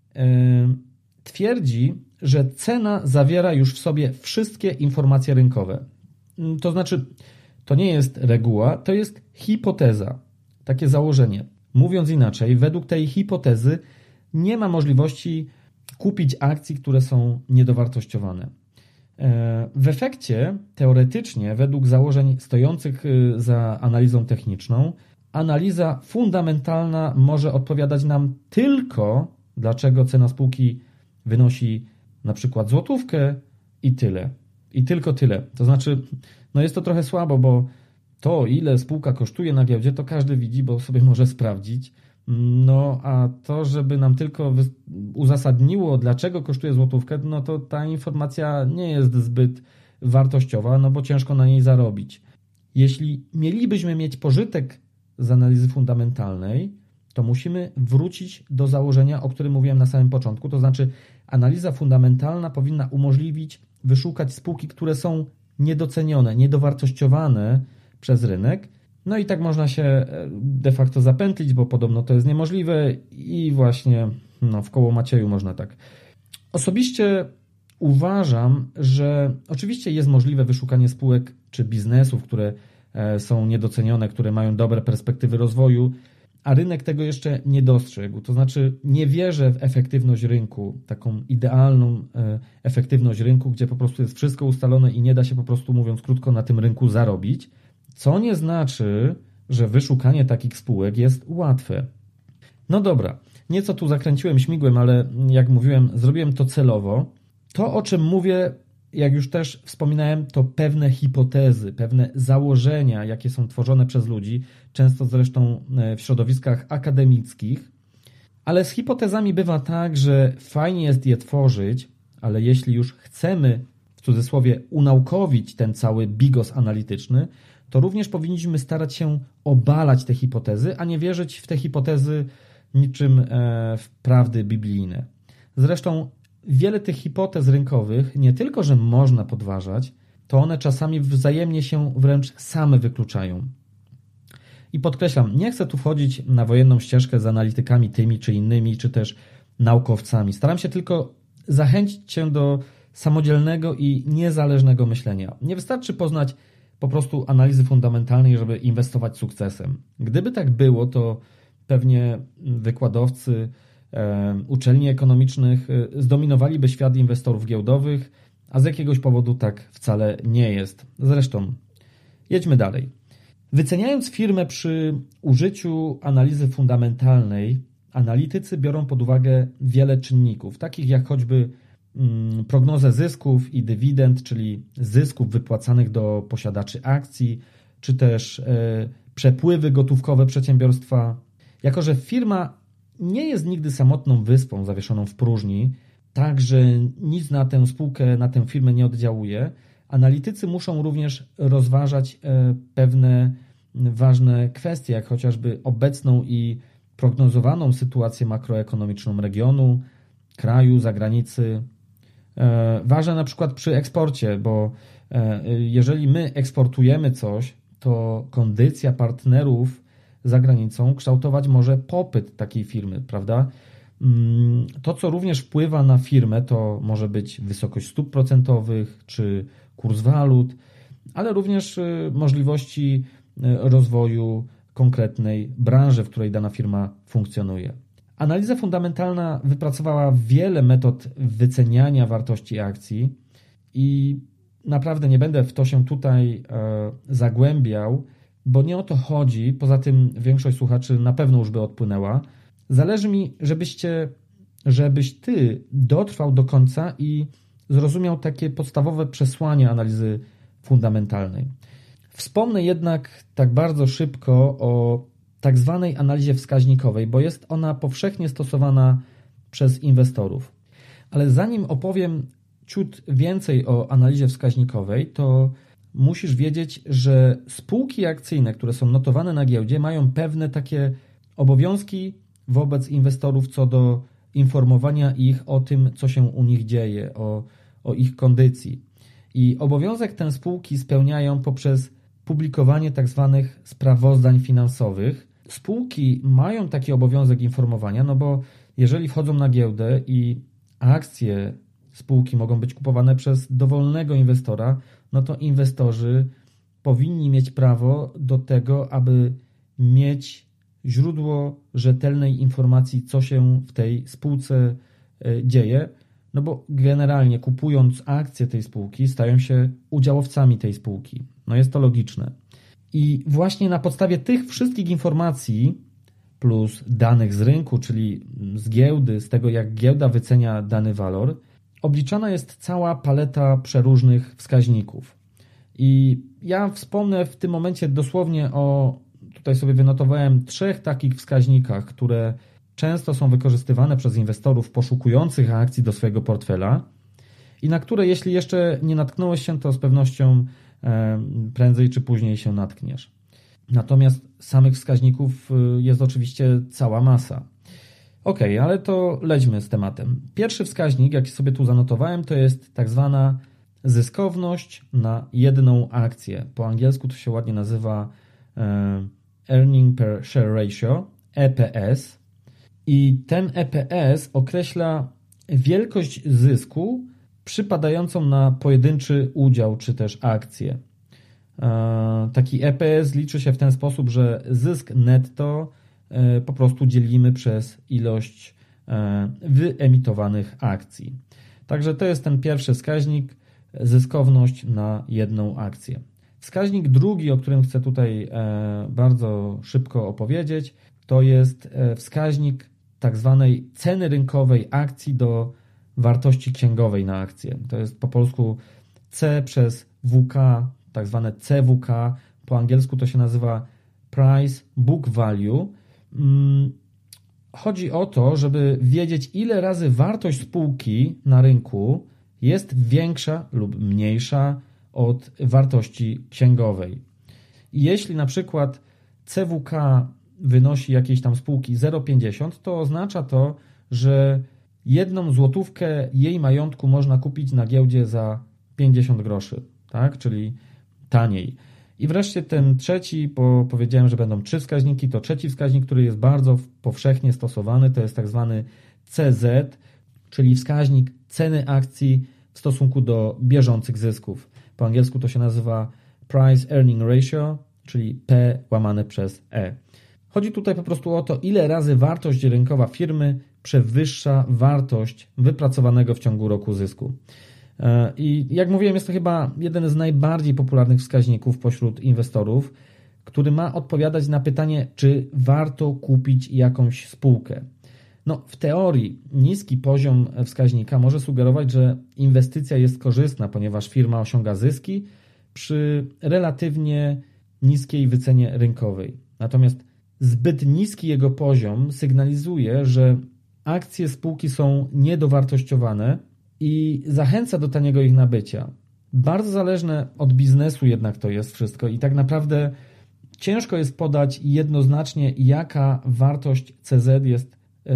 twierdzi, że cena zawiera już w sobie wszystkie informacje rynkowe. To znaczy, to nie jest reguła, to jest hipoteza, takie założenie. Mówiąc inaczej, według tej hipotezy nie ma możliwości kupić akcji, które są niedowartościowane. W efekcie, teoretycznie, według założeń stojących za analizą techniczną, analiza fundamentalna może odpowiadać nam tylko, dlaczego cena spółki wynosi na przykład złotówkę i tyle. I tylko tyle. To znaczy, no jest to trochę słabo, bo to, ile spółka kosztuje na giełdzie, to każdy widzi, bo sobie może sprawdzić. No a to, żeby nam tylko uzasadniło, dlaczego kosztuje złotówkę, no to ta informacja nie jest zbyt wartościowa, no bo ciężko na niej zarobić. Jeśli mielibyśmy mieć pożytek z analizy fundamentalnej, to musimy wrócić do założenia, o którym mówiłem na samym początku, to znaczy analiza fundamentalna powinna umożliwić wyszukać spółki, które są niedocenione, niedowartościowane przez rynek. No i tak można się de facto zapętlić, bo podobno to jest niemożliwe i właśnie no, w koło Macieju można tak. Osobiście uważam, że oczywiście jest możliwe wyszukanie spółek czy biznesów, które są niedocenione, które mają dobre perspektywy rozwoju, a rynek tego jeszcze nie dostrzegł. To znaczy nie wierzę w efektywność rynku, taką idealną efektywność rynku, gdzie po prostu jest wszystko ustalone i nie da się po prostu, mówiąc krótko, na tym rynku zarobić. Co nie znaczy, że wyszukanie takich spółek jest łatwe. No dobra, nieco tu zakręciłem śmigłem, ale jak mówiłem, zrobiłem to celowo. To, o czym mówię, jak już też wspominałem, to pewne hipotezy, pewne założenia, jakie są tworzone przez ludzi, często zresztą w środowiskach akademickich. Ale z hipotezami bywa tak, że fajnie jest je tworzyć, ale jeśli już chcemy, w cudzysłowie, unaukowić ten cały bigos analityczny, to również powinniśmy starać się obalać te hipotezy, a nie wierzyć w te hipotezy niczym w prawdy biblijne. Zresztą wiele tych hipotez rynkowych nie tylko, że można podważać, to one czasami wzajemnie się wręcz same wykluczają. I podkreślam, nie chcę tu wchodzić na wojenną ścieżkę z analitykami tymi czy innymi, czy też naukowcami. Staram się tylko zachęcić Cię do samodzielnego i niezależnego myślenia. Nie wystarczy poznać po prostu analizy fundamentalnej, żeby inwestować sukcesem. Gdyby tak było, to pewnie wykładowcy e, uczelni ekonomicznych e, zdominowaliby świat inwestorów giełdowych, a z jakiegoś powodu tak wcale nie jest. Zresztą, jedźmy dalej. Wyceniając firmę przy użyciu analizy fundamentalnej, analitycy biorą pod uwagę wiele czynników, takich jak choćby prognozę zysków i dywidend, czyli zysków wypłacanych do posiadaczy akcji, czy też przepływy gotówkowe przedsiębiorstwa. Jako że firma nie jest nigdy samotną wyspą zawieszoną w próżni, tak że nic na tę spółkę, na tę firmę nie oddziałuje, analitycy muszą również rozważać pewne ważne kwestie, jak chociażby obecną i prognozowaną sytuację makroekonomiczną regionu, kraju, zagranicy. Ważne na przykład przy eksporcie, bo jeżeli my eksportujemy coś, to kondycja partnerów za granicą kształtować może popyt takiej firmy, prawda? To, co również wpływa na firmę, to może być wysokość stóp procentowych czy kurs walut, ale również możliwości rozwoju konkretnej branży, w której dana firma funkcjonuje. Analiza fundamentalna wypracowała wiele metod wyceniania wartości akcji i naprawdę nie będę w to się tutaj zagłębiał, bo nie o to chodzi, poza tym większość słuchaczy na pewno już by odpłynęła. Zależy mi, żebyście, żebyś Ty dotrwał do końca i zrozumiał takie podstawowe przesłanie analizy fundamentalnej. Wspomnę jednak tak bardzo szybko o tak zwanej analizie wskaźnikowej, bo jest ona powszechnie stosowana przez inwestorów. Ale zanim opowiem ciut więcej o analizie wskaźnikowej, to musisz wiedzieć, że spółki akcyjne, które są notowane na giełdzie, mają pewne takie obowiązki wobec inwestorów co do informowania ich o tym, co się u nich dzieje, o, o ich kondycji. I obowiązek ten spółki spełniają poprzez publikowanie tak zwanych sprawozdań finansowych. Spółki mają taki obowiązek informowania, no bo jeżeli wchodzą na giełdę i akcje spółki mogą być kupowane przez dowolnego inwestora, no to inwestorzy powinni mieć prawo do tego, aby mieć źródło rzetelnej informacji, co się w tej spółce dzieje, no bo generalnie kupując akcje tej spółki stają się udziałowcami tej spółki. No jest to logiczne. I właśnie na podstawie tych wszystkich informacji plus danych z rynku, czyli z giełdy, z tego jak giełda wycenia dany walor, obliczana jest cała paleta przeróżnych wskaźników. I ja wspomnę w tym momencie dosłownie o, tutaj sobie wynotowałem, trzech takich wskaźnikach, które często są wykorzystywane przez inwestorów poszukujących akcji do swojego portfela i na które jeśli jeszcze nie natknąłeś się, to z pewnością prędzej czy później się natkniesz. Natomiast samych wskaźników jest oczywiście cała masa. Ok, ale to lećmy z tematem. Pierwszy wskaźnik, jaki sobie tu zanotowałem, to jest tak zwana zyskowność na jedną akcję. Po angielsku to się ładnie nazywa Earning per Share Ratio, E P S. I ten E P S określa wielkość zysku przypadającą na pojedynczy udział czy też akcję. Taki E P S liczy się w ten sposób, że zysk netto po prostu dzielimy przez ilość wyemitowanych akcji. Także to jest ten pierwszy wskaźnik, zyskowność na jedną akcję. Wskaźnik drugi, o którym chcę tutaj bardzo szybko opowiedzieć, to jest wskaźnik tak zwanej ceny rynkowej akcji do wartości księgowej na akcję. To jest po polsku C przez W K, tak zwane C W K. Po angielsku to się nazywa Price Book Value. Chodzi o to, żeby wiedzieć, ile razy wartość spółki na rynku jest większa lub mniejsza od wartości księgowej. I jeśli na przykład C W K wynosi jakiejś tam spółki zero przecinek pięćdziesiąt, to oznacza to, że jedną złotówkę jej majątku można kupić na giełdzie za pięćdziesiąt groszy, tak? Czyli taniej. I wreszcie ten trzeci, bo powiedziałem, że będą trzy wskaźniki, to trzeci wskaźnik, który jest bardzo powszechnie stosowany, to jest tak zwany C Z, czyli wskaźnik ceny akcji w stosunku do bieżących zysków. Po angielsku to się nazywa Price Earning Ratio, czyli P łamane przez E. Chodzi tutaj po prostu o to, ile razy wartość rynkowa firmy przewyższa wartość wypracowanego w ciągu roku zysku. I jak mówiłem, jest to chyba jeden z najbardziej popularnych wskaźników pośród inwestorów, który ma odpowiadać na pytanie, czy warto kupić jakąś spółkę. No, w teorii niski poziom wskaźnika może sugerować, że inwestycja jest korzystna, ponieważ firma osiąga zyski przy relatywnie niskiej wycenie rynkowej. Natomiast zbyt niski jego poziom sygnalizuje, że akcje spółki są niedowartościowane i zachęca do taniego ich nabycia. Bardzo zależne od biznesu jednak to jest wszystko i tak naprawdę ciężko jest podać jednoznacznie, jaka wartość C Z jest yy,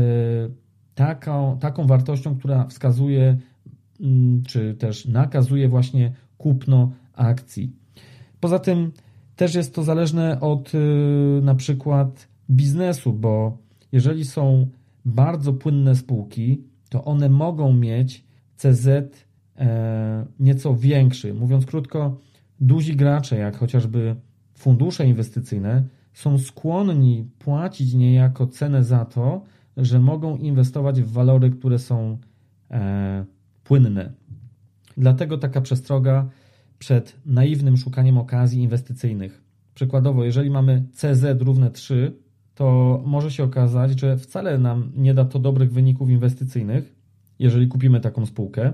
taką, taką wartością, która wskazuje yy, czy też nakazuje właśnie kupno akcji. Poza tym też jest to zależne od yy, na przykład biznesu, bo jeżeli są bardzo płynne spółki, to one mogą mieć C Z e, nieco większy. Mówiąc krótko, duzi gracze, jak chociażby fundusze inwestycyjne, są skłonni płacić niejako cenę za to, że mogą inwestować w walory, które są e, płynne. Dlatego taka przestroga przed naiwnym szukaniem okazji inwestycyjnych. Przykładowo, jeżeli mamy C Z równe trzy, to może się okazać, że wcale nam nie da to dobrych wyników inwestycyjnych, jeżeli kupimy taką spółkę.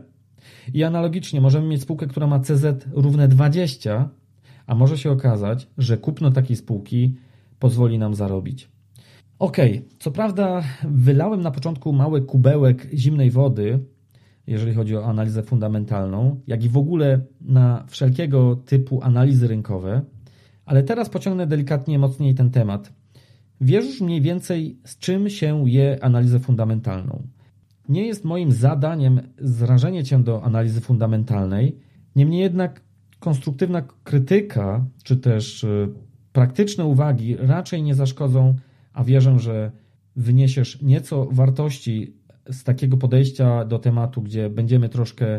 I analogicznie możemy mieć spółkę, która ma C Z równe dwadzieścia, a może się okazać, że kupno takiej spółki pozwoli nam zarobić. Ok, co prawda wylałem na początku mały kubełek zimnej wody, jeżeli chodzi o analizę fundamentalną, jak i w ogóle na wszelkiego typu analizy rynkowe, ale teraz pociągnę delikatnie mocniej ten temat. Wiesz już mniej więcej, z czym się je analizę fundamentalną. Nie jest moim zadaniem zrażenie Cię do analizy fundamentalnej, niemniej jednak konstruktywna krytyka, czy też praktyczne uwagi raczej nie zaszkodzą, a wierzę, że wyniesiesz nieco wartości z takiego podejścia do tematu, gdzie będziemy troszkę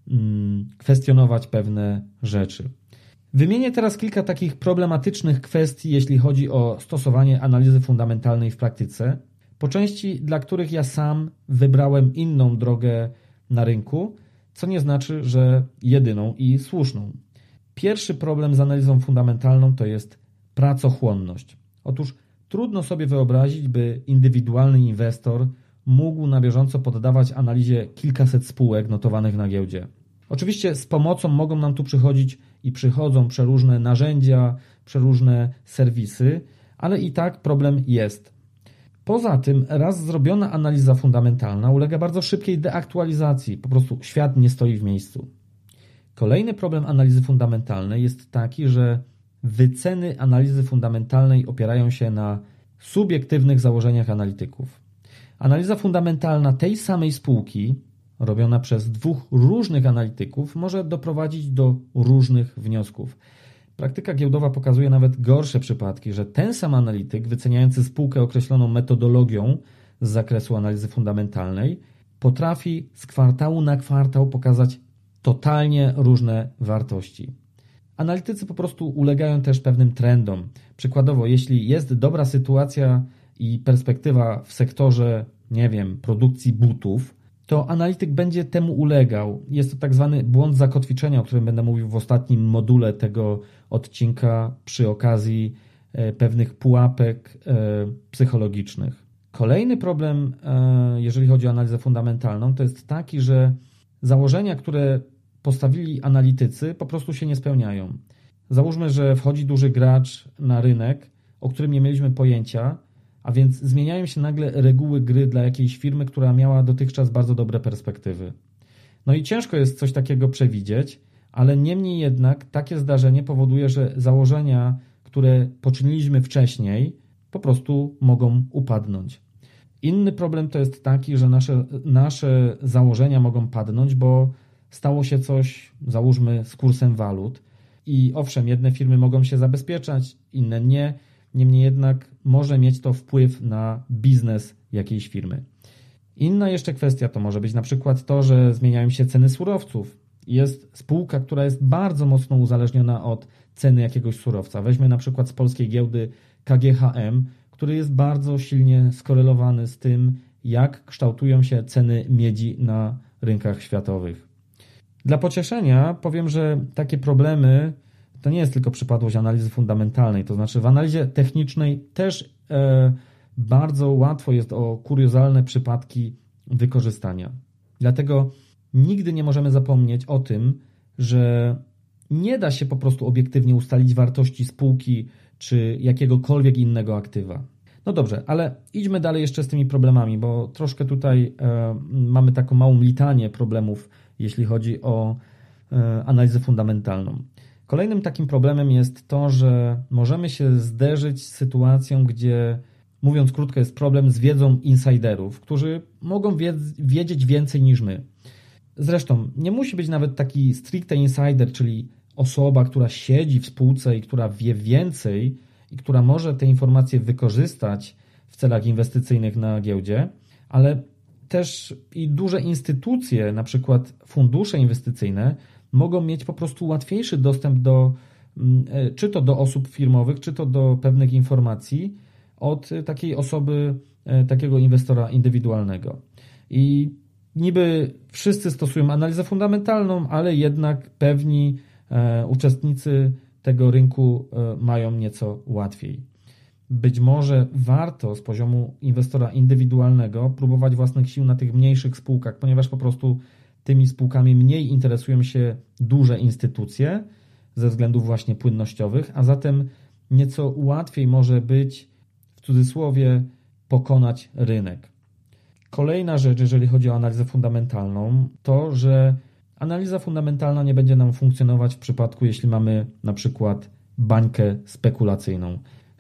mm, kwestionować pewne rzeczy. Wymienię teraz kilka takich problematycznych kwestii, jeśli chodzi o stosowanie analizy fundamentalnej w praktyce, po części dla których ja sam wybrałem inną drogę na rynku, co nie znaczy, że jedyną i słuszną. Pierwszy problem z analizą fundamentalną to jest pracochłonność. Otóż trudno sobie wyobrazić, by indywidualny inwestor mógł na bieżąco poddawać analizie kilkaset spółek notowanych na giełdzie. Oczywiście z pomocą mogą nam tu przychodzić i przychodzą przeróżne narzędzia, przeróżne serwisy, ale i tak problem jest. Poza tym raz zrobiona analiza fundamentalna ulega bardzo szybkiej deaktualizacji, po prostu świat nie stoi w miejscu. Kolejny problem analizy fundamentalnej jest taki, że wyceny analizy fundamentalnej opierają się na subiektywnych założeniach analityków. Analiza fundamentalna tej samej spółki, robiona przez dwóch różnych analityków, może doprowadzić do różnych wniosków. Praktyka giełdowa pokazuje nawet gorsze przypadki, że ten sam analityk wyceniający spółkę określoną metodologią z zakresu analizy fundamentalnej potrafi z kwartału na kwartał pokazać totalnie różne wartości. Analitycy po prostu ulegają też pewnym trendom. Przykładowo, jeśli jest dobra sytuacja i perspektywa w sektorze, nie wiem, produkcji butów, to analityk będzie temu ulegał. Jest to tak zwany błąd zakotwiczenia, o którym będę mówił w ostatnim module tego odcinka przy okazji pewnych pułapek psychologicznych. Kolejny problem, jeżeli chodzi o analizę fundamentalną, to jest taki, że założenia, które postawili analitycy, po prostu się nie spełniają. Załóżmy, że wchodzi duży gracz na rynek, o którym nie mieliśmy pojęcia, a więc zmieniają się nagle reguły gry dla jakiejś firmy, która miała dotychczas bardzo dobre perspektywy. No i ciężko jest coś takiego przewidzieć, ale niemniej jednak takie zdarzenie powoduje, że założenia, które poczyniliśmy wcześniej, po prostu mogą upadnąć. Inny problem to jest taki, że nasze, nasze założenia mogą padnąć, bo stało się coś, załóżmy, z kursem walut i owszem, jedne firmy mogą się zabezpieczać, inne nie, niemniej jednak może mieć to wpływ na biznes jakiejś firmy. Inna jeszcze kwestia to może być na przykład to, że zmieniają się ceny surowców. Jest spółka, która jest bardzo mocno uzależniona od ceny jakiegoś surowca. Weźmy na przykład z polskiej giełdy K G H M, który jest bardzo silnie skorelowany z tym, jak kształtują się ceny miedzi na rynkach światowych. Dla pocieszenia powiem, że takie problemy to nie jest tylko przypadłość analizy fundamentalnej, to znaczy w analizie technicznej też e, bardzo łatwo jest o kuriozalne przypadki wykorzystania. Dlatego nigdy nie możemy zapomnieć o tym, że nie da się po prostu obiektywnie ustalić wartości spółki czy jakiegokolwiek innego aktywa. No dobrze, ale idźmy dalej jeszcze z tymi problemami, bo troszkę tutaj e, mamy taką małą litanię problemów, jeśli chodzi o e, analizę fundamentalną. Kolejnym takim problemem jest to, że możemy się zderzyć z sytuacją, gdzie, mówiąc krótko, jest problem z wiedzą insiderów, którzy mogą wiedzieć więcej niż my. Zresztą nie musi być nawet taki stricte insider, czyli osoba, która siedzi w spółce i która wie więcej i która może te informacje wykorzystać w celach inwestycyjnych na giełdzie, ale też i duże instytucje, na przykład fundusze inwestycyjne, mogą mieć po prostu łatwiejszy dostęp do, czy to do osób firmowych, czy to do pewnych informacji od takiej osoby, takiego inwestora indywidualnego. I niby wszyscy stosują analizę fundamentalną, ale jednak pewni uczestnicy tego rynku mają nieco łatwiej. Być może warto z poziomu inwestora indywidualnego próbować własnych sił na tych mniejszych spółkach, ponieważ po prostu tymi spółkami mniej interesują się duże instytucje ze względów właśnie płynnościowych, a zatem nieco łatwiej może być, w cudzysłowie, pokonać rynek. Kolejna rzecz, jeżeli chodzi o analizę fundamentalną, to, że analiza fundamentalna nie będzie nam funkcjonować w przypadku, jeśli mamy na przykład bańkę spekulacyjną.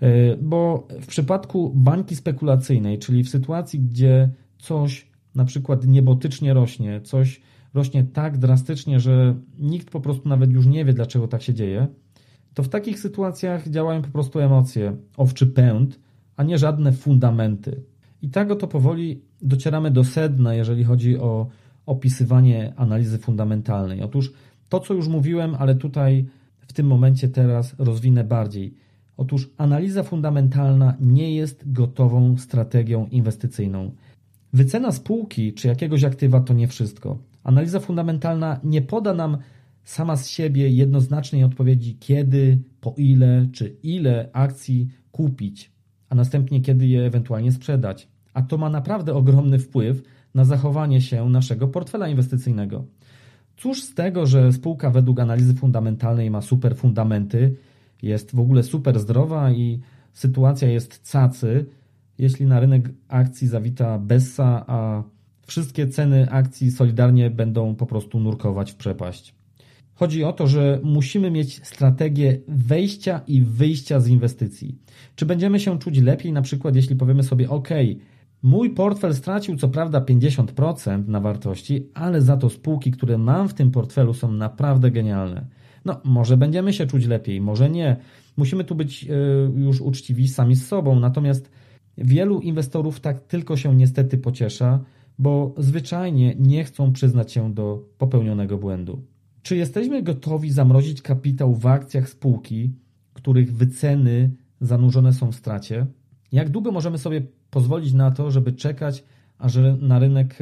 Bo w przypadku bańki spekulacyjnej, czyli w sytuacji, gdzie coś na przykład niebotycznie rośnie, coś rośnie tak drastycznie, że nikt po prostu nawet już nie wie, dlaczego tak się dzieje, to w takich sytuacjach działają po prostu emocje, owczy pęd, a nie żadne fundamenty. I tak oto powoli docieramy do sedna, jeżeli chodzi o opisywanie analizy fundamentalnej. Otóż to, co już mówiłem, ale tutaj w tym momencie teraz rozwinę bardziej. Otóż analiza fundamentalna nie jest gotową strategią inwestycyjną. Wycena spółki czy jakiegoś aktywa to nie wszystko. Analiza fundamentalna nie poda nam sama z siebie jednoznacznej odpowiedzi, kiedy, po ile czy ile akcji kupić, a następnie kiedy je ewentualnie sprzedać. A to ma naprawdę ogromny wpływ na zachowanie się naszego portfela inwestycyjnego. Cóż z tego, że spółka według analizy fundamentalnej ma super fundamenty, jest w ogóle super zdrowa i sytuacja jest cacy, jeśli na rynek akcji zawita Bessa, a wszystkie ceny akcji solidarnie będą po prostu nurkować w przepaść. Chodzi o to, że musimy mieć strategię wejścia i wyjścia z inwestycji. Czy będziemy się czuć lepiej, na przykład jeśli powiemy sobie, ok, mój portfel stracił co prawda pięćdziesiąt procent na wartości, ale za to spółki, które mam w tym portfelu, są naprawdę genialne. No, może będziemy się czuć lepiej, może nie. Musimy tu być już uczciwi sami z sobą, natomiast wielu inwestorów tak tylko się niestety pociesza, bo zwyczajnie nie chcą przyznać się do popełnionego błędu. Czy jesteśmy gotowi zamrozić kapitał w akcjach spółki, których wyceny zanurzone są w stracie? Jak długo możemy sobie pozwolić na to, żeby czekać, aż na rynek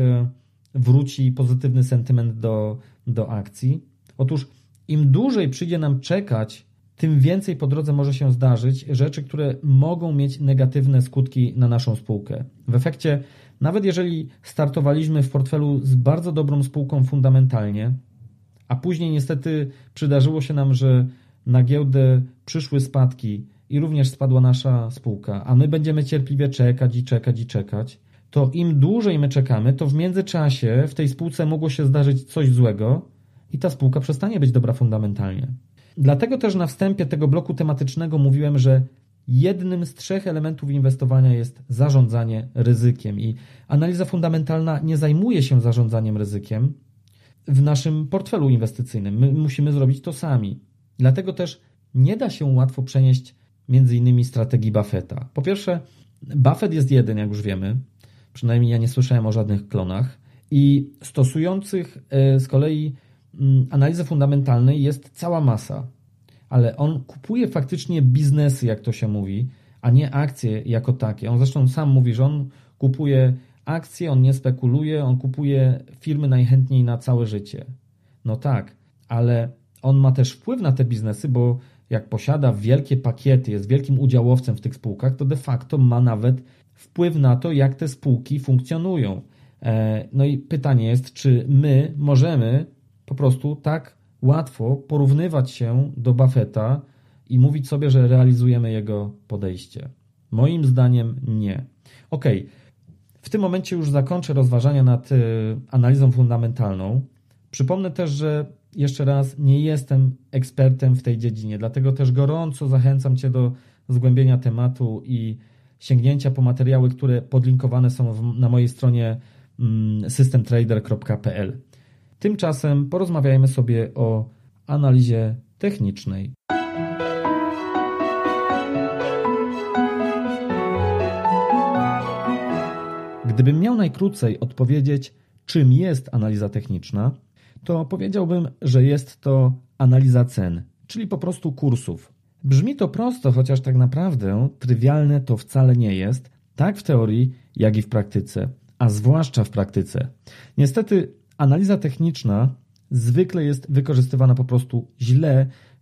wróci pozytywny sentyment do, do akcji? Otóż im dłużej przyjdzie nam czekać, tym więcej po drodze może się zdarzyć rzeczy, które mogą mieć negatywne skutki na naszą spółkę. W efekcie, nawet jeżeli startowaliśmy w portfelu z bardzo dobrą spółką fundamentalnie, a później niestety przydarzyło się nam, że na giełdę przyszły spadki i również spadła nasza spółka, a my będziemy cierpliwie czekać i czekać i czekać, to im dłużej my czekamy, to w międzyczasie w tej spółce mogło się zdarzyć coś złego i ta spółka przestanie być dobra fundamentalnie. Dlatego też na wstępie tego bloku tematycznego mówiłem, że jednym z trzech elementów inwestowania jest zarządzanie ryzykiem i analiza fundamentalna nie zajmuje się zarządzaniem ryzykiem w naszym portfelu inwestycyjnym. My musimy zrobić to sami. Dlatego też nie da się łatwo przenieść między innymi strategii Buffetta. Po pierwsze, Buffett jest jeden, jak już wiemy. Przynajmniej ja nie słyszałem o żadnych klonach. I stosujących z kolei analizy fundamentalnej jest cała masa. Ale on kupuje faktycznie biznesy, jak to się mówi, a nie akcje jako takie. On zresztą sam mówi, że on kupuje akcje, on nie spekuluje, on kupuje firmy najchętniej na całe życie. No tak, ale on ma też wpływ na te biznesy, bo jak posiada wielkie pakiety, jest wielkim udziałowcem w tych spółkach, to de facto ma nawet wpływ na to, jak te spółki funkcjonują. No i pytanie jest, czy my możemy po prostu tak łatwo porównywać się do Buffetta i mówić sobie, że realizujemy jego podejście. Moim zdaniem nie. Okej, w tym momencie już zakończę rozważania nad analizą fundamentalną. Przypomnę też, że jeszcze raz nie jestem ekspertem w tej dziedzinie, dlatego też gorąco zachęcam Cię do zgłębienia tematu i sięgnięcia po materiały, które podlinkowane są w, na mojej stronie system trader kropka p l. Tymczasem porozmawiajmy sobie o analizie technicznej. Gdybym miał najkrócej odpowiedzieć, czym jest analiza techniczna, to powiedziałbym, że jest to analiza cen, czyli po prostu kursów. Brzmi to prosto, chociaż tak naprawdę trywialne to wcale nie jest, tak w teorii, jak i w praktyce, a zwłaszcza w praktyce. Niestety analiza techniczna zwykle jest wykorzystywana po prostu źle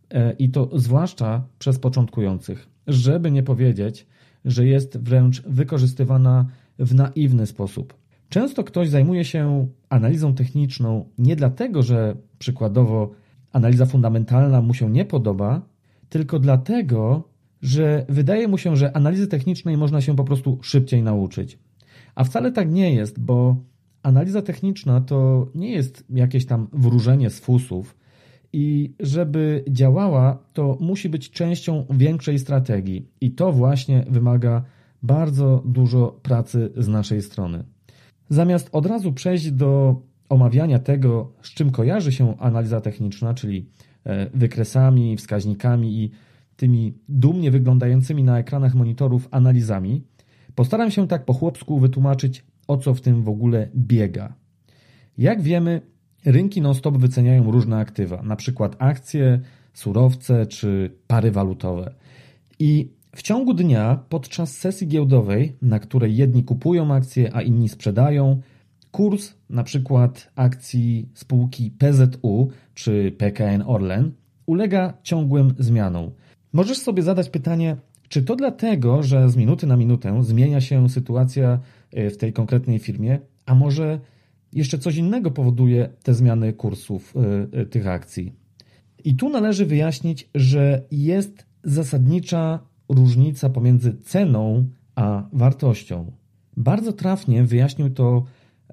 i to zwłaszcza przez początkujących, żeby nie powiedzieć, że jest wręcz wykorzystywana w naiwny sposób. Często ktoś zajmuje się analizą techniczną nie dlatego, że przykładowo analiza fundamentalna mu się nie podoba, tylko dlatego, że wydaje mu się, że analizy technicznej można się po prostu szybciej nauczyć. A wcale tak nie jest, bo analiza techniczna to nie jest jakieś tam wróżenie z fusów i żeby działała, to musi być częścią większej strategii i to właśnie wymaga bardzo dużo pracy z naszej strony. Zamiast od razu przejść do omawiania tego, z czym kojarzy się analiza techniczna, czyli wykresami, wskaźnikami i tymi dumnie wyglądającymi na ekranach monitorów analizami, postaram się tak po chłopsku wytłumaczyć, o co w tym w ogóle biega. Jak wiemy, rynki non-stop wyceniają różne aktywa, na przykład akcje, surowce czy pary walutowe. I w ciągu dnia, podczas sesji giełdowej, na której jedni kupują akcje, a inni sprzedają, kurs na przykład akcji spółki P Z U czy P K N Orlen ulega ciągłym zmianom. Możesz sobie zadać pytanie, czy to dlatego, że z minuty na minutę zmienia się sytuacja w tej konkretnej firmie, a może jeszcze coś innego powoduje te zmiany kursów tych akcji. I tu należy wyjaśnić, że jest zasadnicza różnica pomiędzy ceną a wartością. Bardzo trafnie wyjaśnił to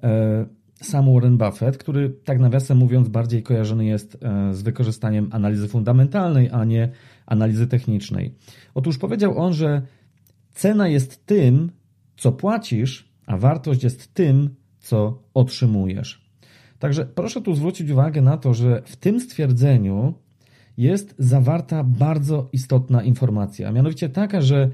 sam Warren Buffett, który tak nawiasem mówiąc bardziej kojarzony jest z wykorzystaniem analizy fundamentalnej, a nie analizy technicznej. Otóż powiedział on, że cena jest tym, co płacisz, a wartość jest tym, co otrzymujesz. Także proszę tu zwrócić uwagę na to, że w tym stwierdzeniu jest zawarta bardzo istotna informacja, a mianowicie taka, że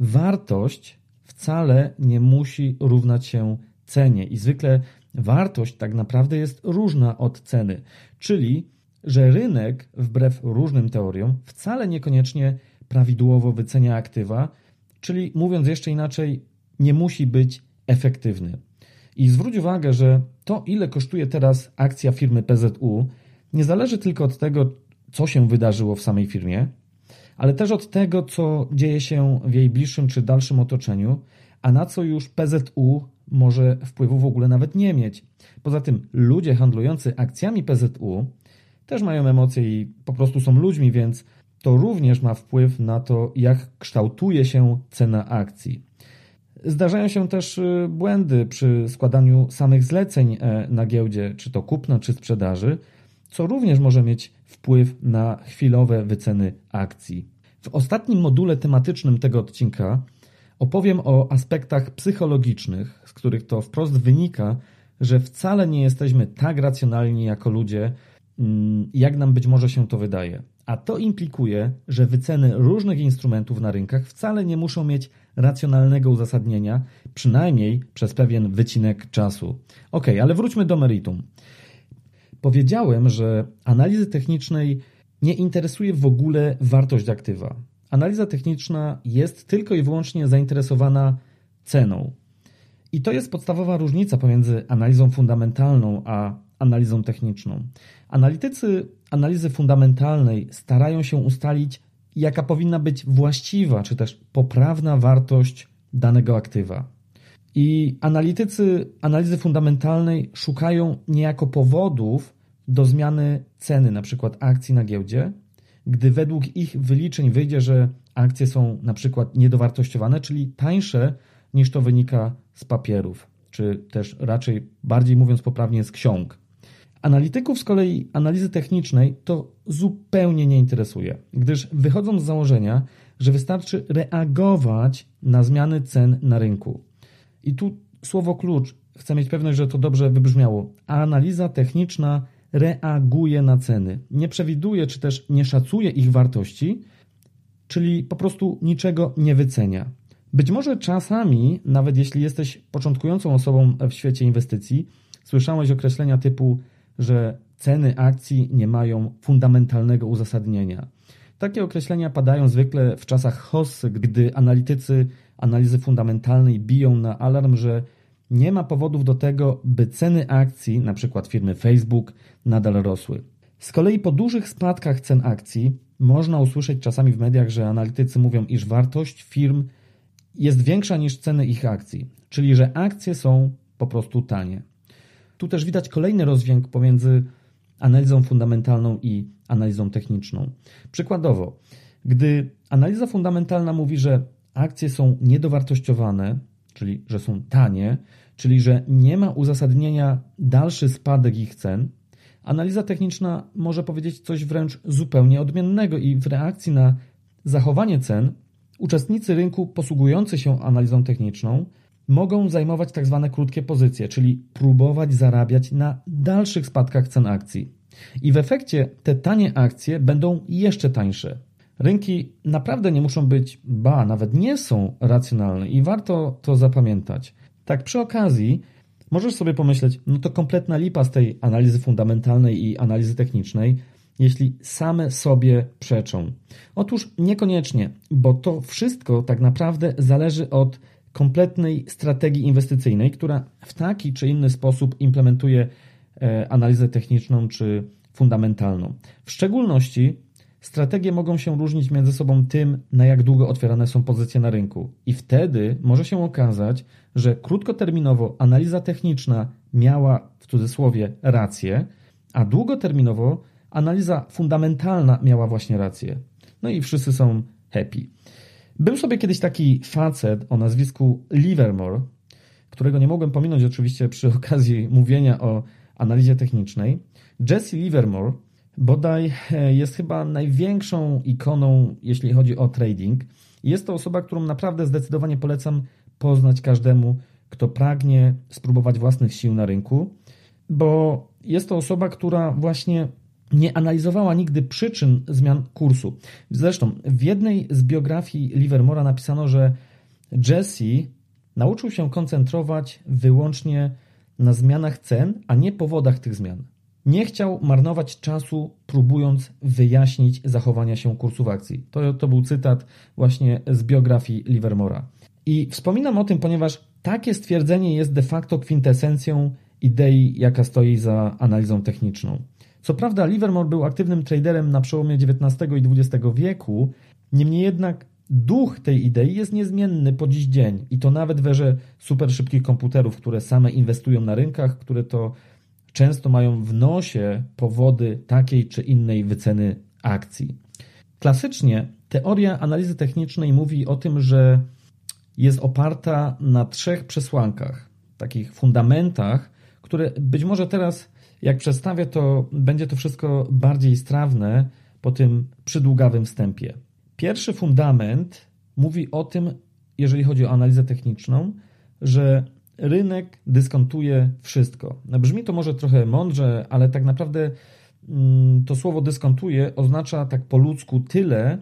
wartość wcale nie musi równać się cenie i zwykle wartość tak naprawdę jest różna od ceny, czyli że rynek wbrew różnym teoriom wcale niekoniecznie prawidłowo wycenia aktywa, czyli mówiąc jeszcze inaczej, nie musi być efektywny. I zwróć uwagę, że to, ile kosztuje teraz akcja firmy P Z U, nie zależy tylko od tego, co się wydarzyło w samej firmie, ale też od tego, co dzieje się w jej bliższym czy dalszym otoczeniu, a na co już P Z U może wpływu w ogóle nawet nie mieć. Poza tym ludzie handlujący akcjami P Z U też mają emocje i po prostu są ludźmi, więc to również ma wpływ na to, jak kształtuje się cena akcji. Zdarzają się też błędy przy składaniu samych zleceń na giełdzie, czy to kupna, czy sprzedaży, co również może mieć wpływ na chwilowe wyceny akcji. W ostatnim module tematycznym tego odcinka opowiem o aspektach psychologicznych, z których to wprost wynika, że wcale nie jesteśmy tak racjonalni jako ludzie, jak nam być może się to wydaje. A to implikuje, że wyceny różnych instrumentów na rynkach wcale nie muszą mieć racjonalnego uzasadnienia, przynajmniej przez pewien wycinek czasu. Ok, ale wróćmy do meritum. Powiedziałem, że analizy technicznej nie interesuje w ogóle wartość aktywa. Analiza techniczna jest tylko i wyłącznie zainteresowana ceną. I to jest podstawowa różnica pomiędzy analizą fundamentalną a analizą techniczną. Analitycy analizy fundamentalnej starają się ustalić, jaka powinna być właściwa, czy też poprawna wartość danego aktywa. I analitycy analizy fundamentalnej szukają niejako powodów do zmiany ceny, na przykład akcji na giełdzie, gdy według ich wyliczeń wyjdzie, że akcje są na przykład niedowartościowane, czyli tańsze niż to wynika z papierów, czy też raczej, bardziej mówiąc poprawnie, z ksiąg. Analityków z kolei analizy technicznej to zupełnie nie interesuje, gdyż wychodzą z założenia, że wystarczy reagować na zmiany cen na rynku. I tu słowo klucz, chcę mieć pewność, że to dobrze wybrzmiało. Analiza techniczna reaguje na ceny, nie przewiduje czy też nie szacuje ich wartości, czyli po prostu niczego nie wycenia. Być może czasami, nawet jeśli jesteś początkującą osobą w świecie inwestycji, słyszałeś określenia typu, że ceny akcji nie mają fundamentalnego uzasadnienia. Takie określenia padają zwykle w czasach hossy, gdy analitycy analizy fundamentalnej biją na alarm, że nie ma powodów do tego, by ceny akcji, np. firmy Facebook, nadal rosły. Z kolei po dużych spadkach cen akcji można usłyszeć czasami w mediach, że analitycy mówią, iż wartość firm jest większa niż ceny ich akcji, czyli że akcje są po prostu tanie. Tu też widać kolejny rozdźwięk pomiędzy analizą fundamentalną i analizą techniczną. Przykładowo, gdy analiza fundamentalna mówi, że akcje są niedowartościowane, czyli że są tanie, czyli że nie ma uzasadnienia dalszy spadek ich cen, analiza techniczna może powiedzieć coś wręcz zupełnie odmiennego i w reakcji na zachowanie cen uczestnicy rynku posługujący się analizą techniczną mogą zajmować tak zwane krótkie pozycje, czyli próbować zarabiać na dalszych spadkach cen akcji. I w efekcie te tanie akcje będą jeszcze tańsze. Rynki naprawdę nie muszą być, ba, nawet nie są racjonalne i warto to zapamiętać. Tak przy okazji możesz sobie pomyśleć, no to kompletna lipa z tej analizy fundamentalnej i analizy technicznej, jeśli same sobie przeczą. Otóż niekoniecznie, bo to wszystko tak naprawdę zależy od kompletnej strategii inwestycyjnej, która w taki czy inny sposób implementuje analizę techniczną czy fundamentalną. W szczególności strategie mogą się różnić między sobą tym, na jak długo otwierane są pozycje na rynku. I wtedy może się okazać, że krótkoterminowo analiza techniczna miała w cudzysłowie rację, a długoterminowo analiza fundamentalna miała właśnie rację. No i wszyscy są happy. Był sobie kiedyś taki facet o nazwisku Livermore, którego nie mogłem pominąć oczywiście przy okazji mówienia o analizie technicznej. Jesse Livermore bodaj jest chyba największą ikoną, jeśli chodzi o trading. Jest to osoba, którą naprawdę zdecydowanie polecam poznać każdemu, kto pragnie spróbować własnych sił na rynku, bo jest to osoba, która właśnie nie analizowała nigdy przyczyn zmian kursu. Zresztą w jednej z biografii Livermore'a napisano, że Jesse nauczył się koncentrować wyłącznie na zmianach cen, a nie powodach tych zmian. Nie chciał marnować czasu, próbując wyjaśnić zachowania się kursów akcji. To, to był cytat właśnie z biografii Livermore'a. I wspominam o tym, ponieważ takie stwierdzenie jest de facto kwintesencją idei, jaka stoi za analizą techniczną. Co prawda Livermore był aktywnym traderem na przełomie dziewiętnastego i dwudziestego wieku, niemniej jednak duch tej idei jest niezmienny po dziś dzień i to nawet w erze super szybkich komputerów, które same inwestują na rynkach, które to często mają w nosie powody takiej czy innej wyceny akcji. Klasycznie teoria analizy technicznej mówi o tym, że jest oparta na trzech przesłankach, takich fundamentach, które być może teraz, jak przedstawię, to będzie to wszystko bardziej strawne po tym przydługawym wstępie. Pierwszy fundament mówi o tym, jeżeli chodzi o analizę techniczną, że rynek dyskontuje wszystko. Brzmi to może trochę mądrze, ale tak naprawdę to słowo dyskontuje oznacza tak po ludzku tyle,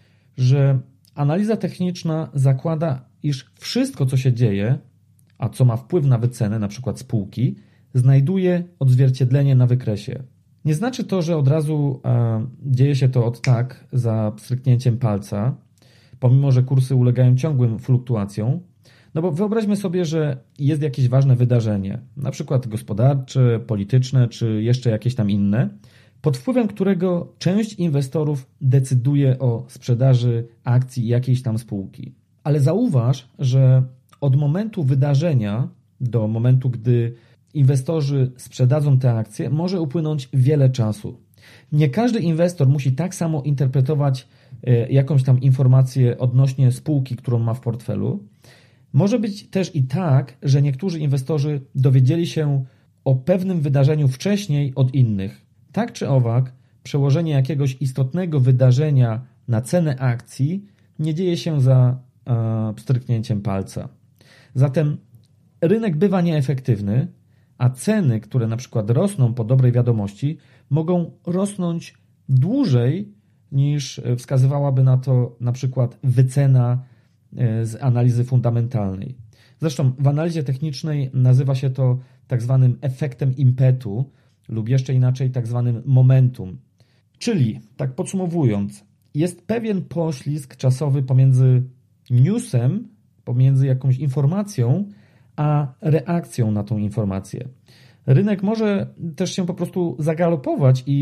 że analiza techniczna zakłada, iż wszystko, co się dzieje, a co ma wpływ na wycenę, na przykład spółki, znajduje odzwierciedlenie na wykresie. Nie znaczy to, że od razu e, dzieje się to od tak, za pstryknięciem palca, pomimo że kursy ulegają ciągłym fluktuacjom. No bo wyobraźmy sobie, że jest jakieś ważne wydarzenie, na przykład gospodarcze, polityczne, czy jeszcze jakieś tam inne, pod wpływem którego część inwestorów decyduje o sprzedaży akcji jakiejś tam spółki. Ale zauważ, że od momentu wydarzenia do momentu, gdy inwestorzy sprzedadzą te akcje, może upłynąć wiele czasu. Nie każdy inwestor musi tak samo interpretować jakąś tam informację odnośnie spółki, którą ma w portfelu. Może być też i tak, że niektórzy inwestorzy dowiedzieli się o pewnym wydarzeniu wcześniej od innych. Tak czy owak, przełożenie jakiegoś istotnego wydarzenia na cenę akcji nie dzieje się za e, pstryknięciem palca. Zatem rynek bywa nieefektywny, a ceny, które na przykład rosną po dobrej wiadomości, mogą rosnąć dłużej niż wskazywałaby na to na przykład wycena z analizy fundamentalnej. Zresztą w analizie technicznej nazywa się to tak zwanym efektem impetu lub jeszcze inaczej tak zwanym momentum. Czyli, tak podsumowując, jest pewien poślizg czasowy pomiędzy newsem, pomiędzy jakąś informacją, a reakcją na tą informację. Rynek może też się po prostu zagalopować i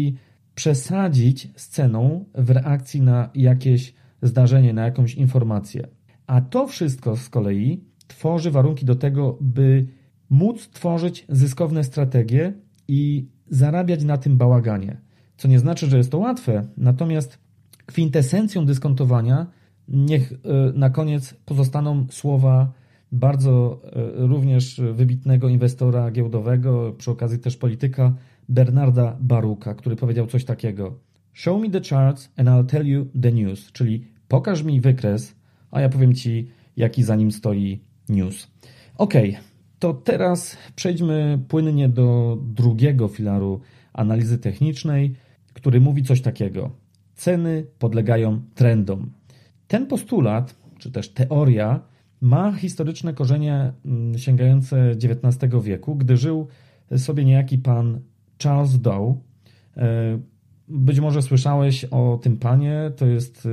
przesadzić z ceną w reakcji na jakieś zdarzenie, na jakąś informację. A to wszystko z kolei tworzy warunki do tego, by móc tworzyć zyskowne strategie i zarabiać na tym bałaganie. Co nie znaczy, że jest to łatwe, natomiast kwintesencją dyskontowania niech na koniec pozostaną słowa bardzo również wybitnego inwestora giełdowego, przy okazji też polityka, Bernarda Barucha, który powiedział coś takiego: Show me the charts and I'll tell you the news, czyli pokaż mi wykres, a ja powiem Ci, jaki za nim stoi news. Ok, to teraz przejdźmy płynnie do drugiego filaru analizy technicznej, który mówi coś takiego: ceny podlegają trendom. Ten postulat, czy też teoria, ma historyczne korzenie sięgające dziewiętnastego wieku, gdy żył sobie niejaki pan Charles Dow. Być może słyszałeś o tym panie, to jest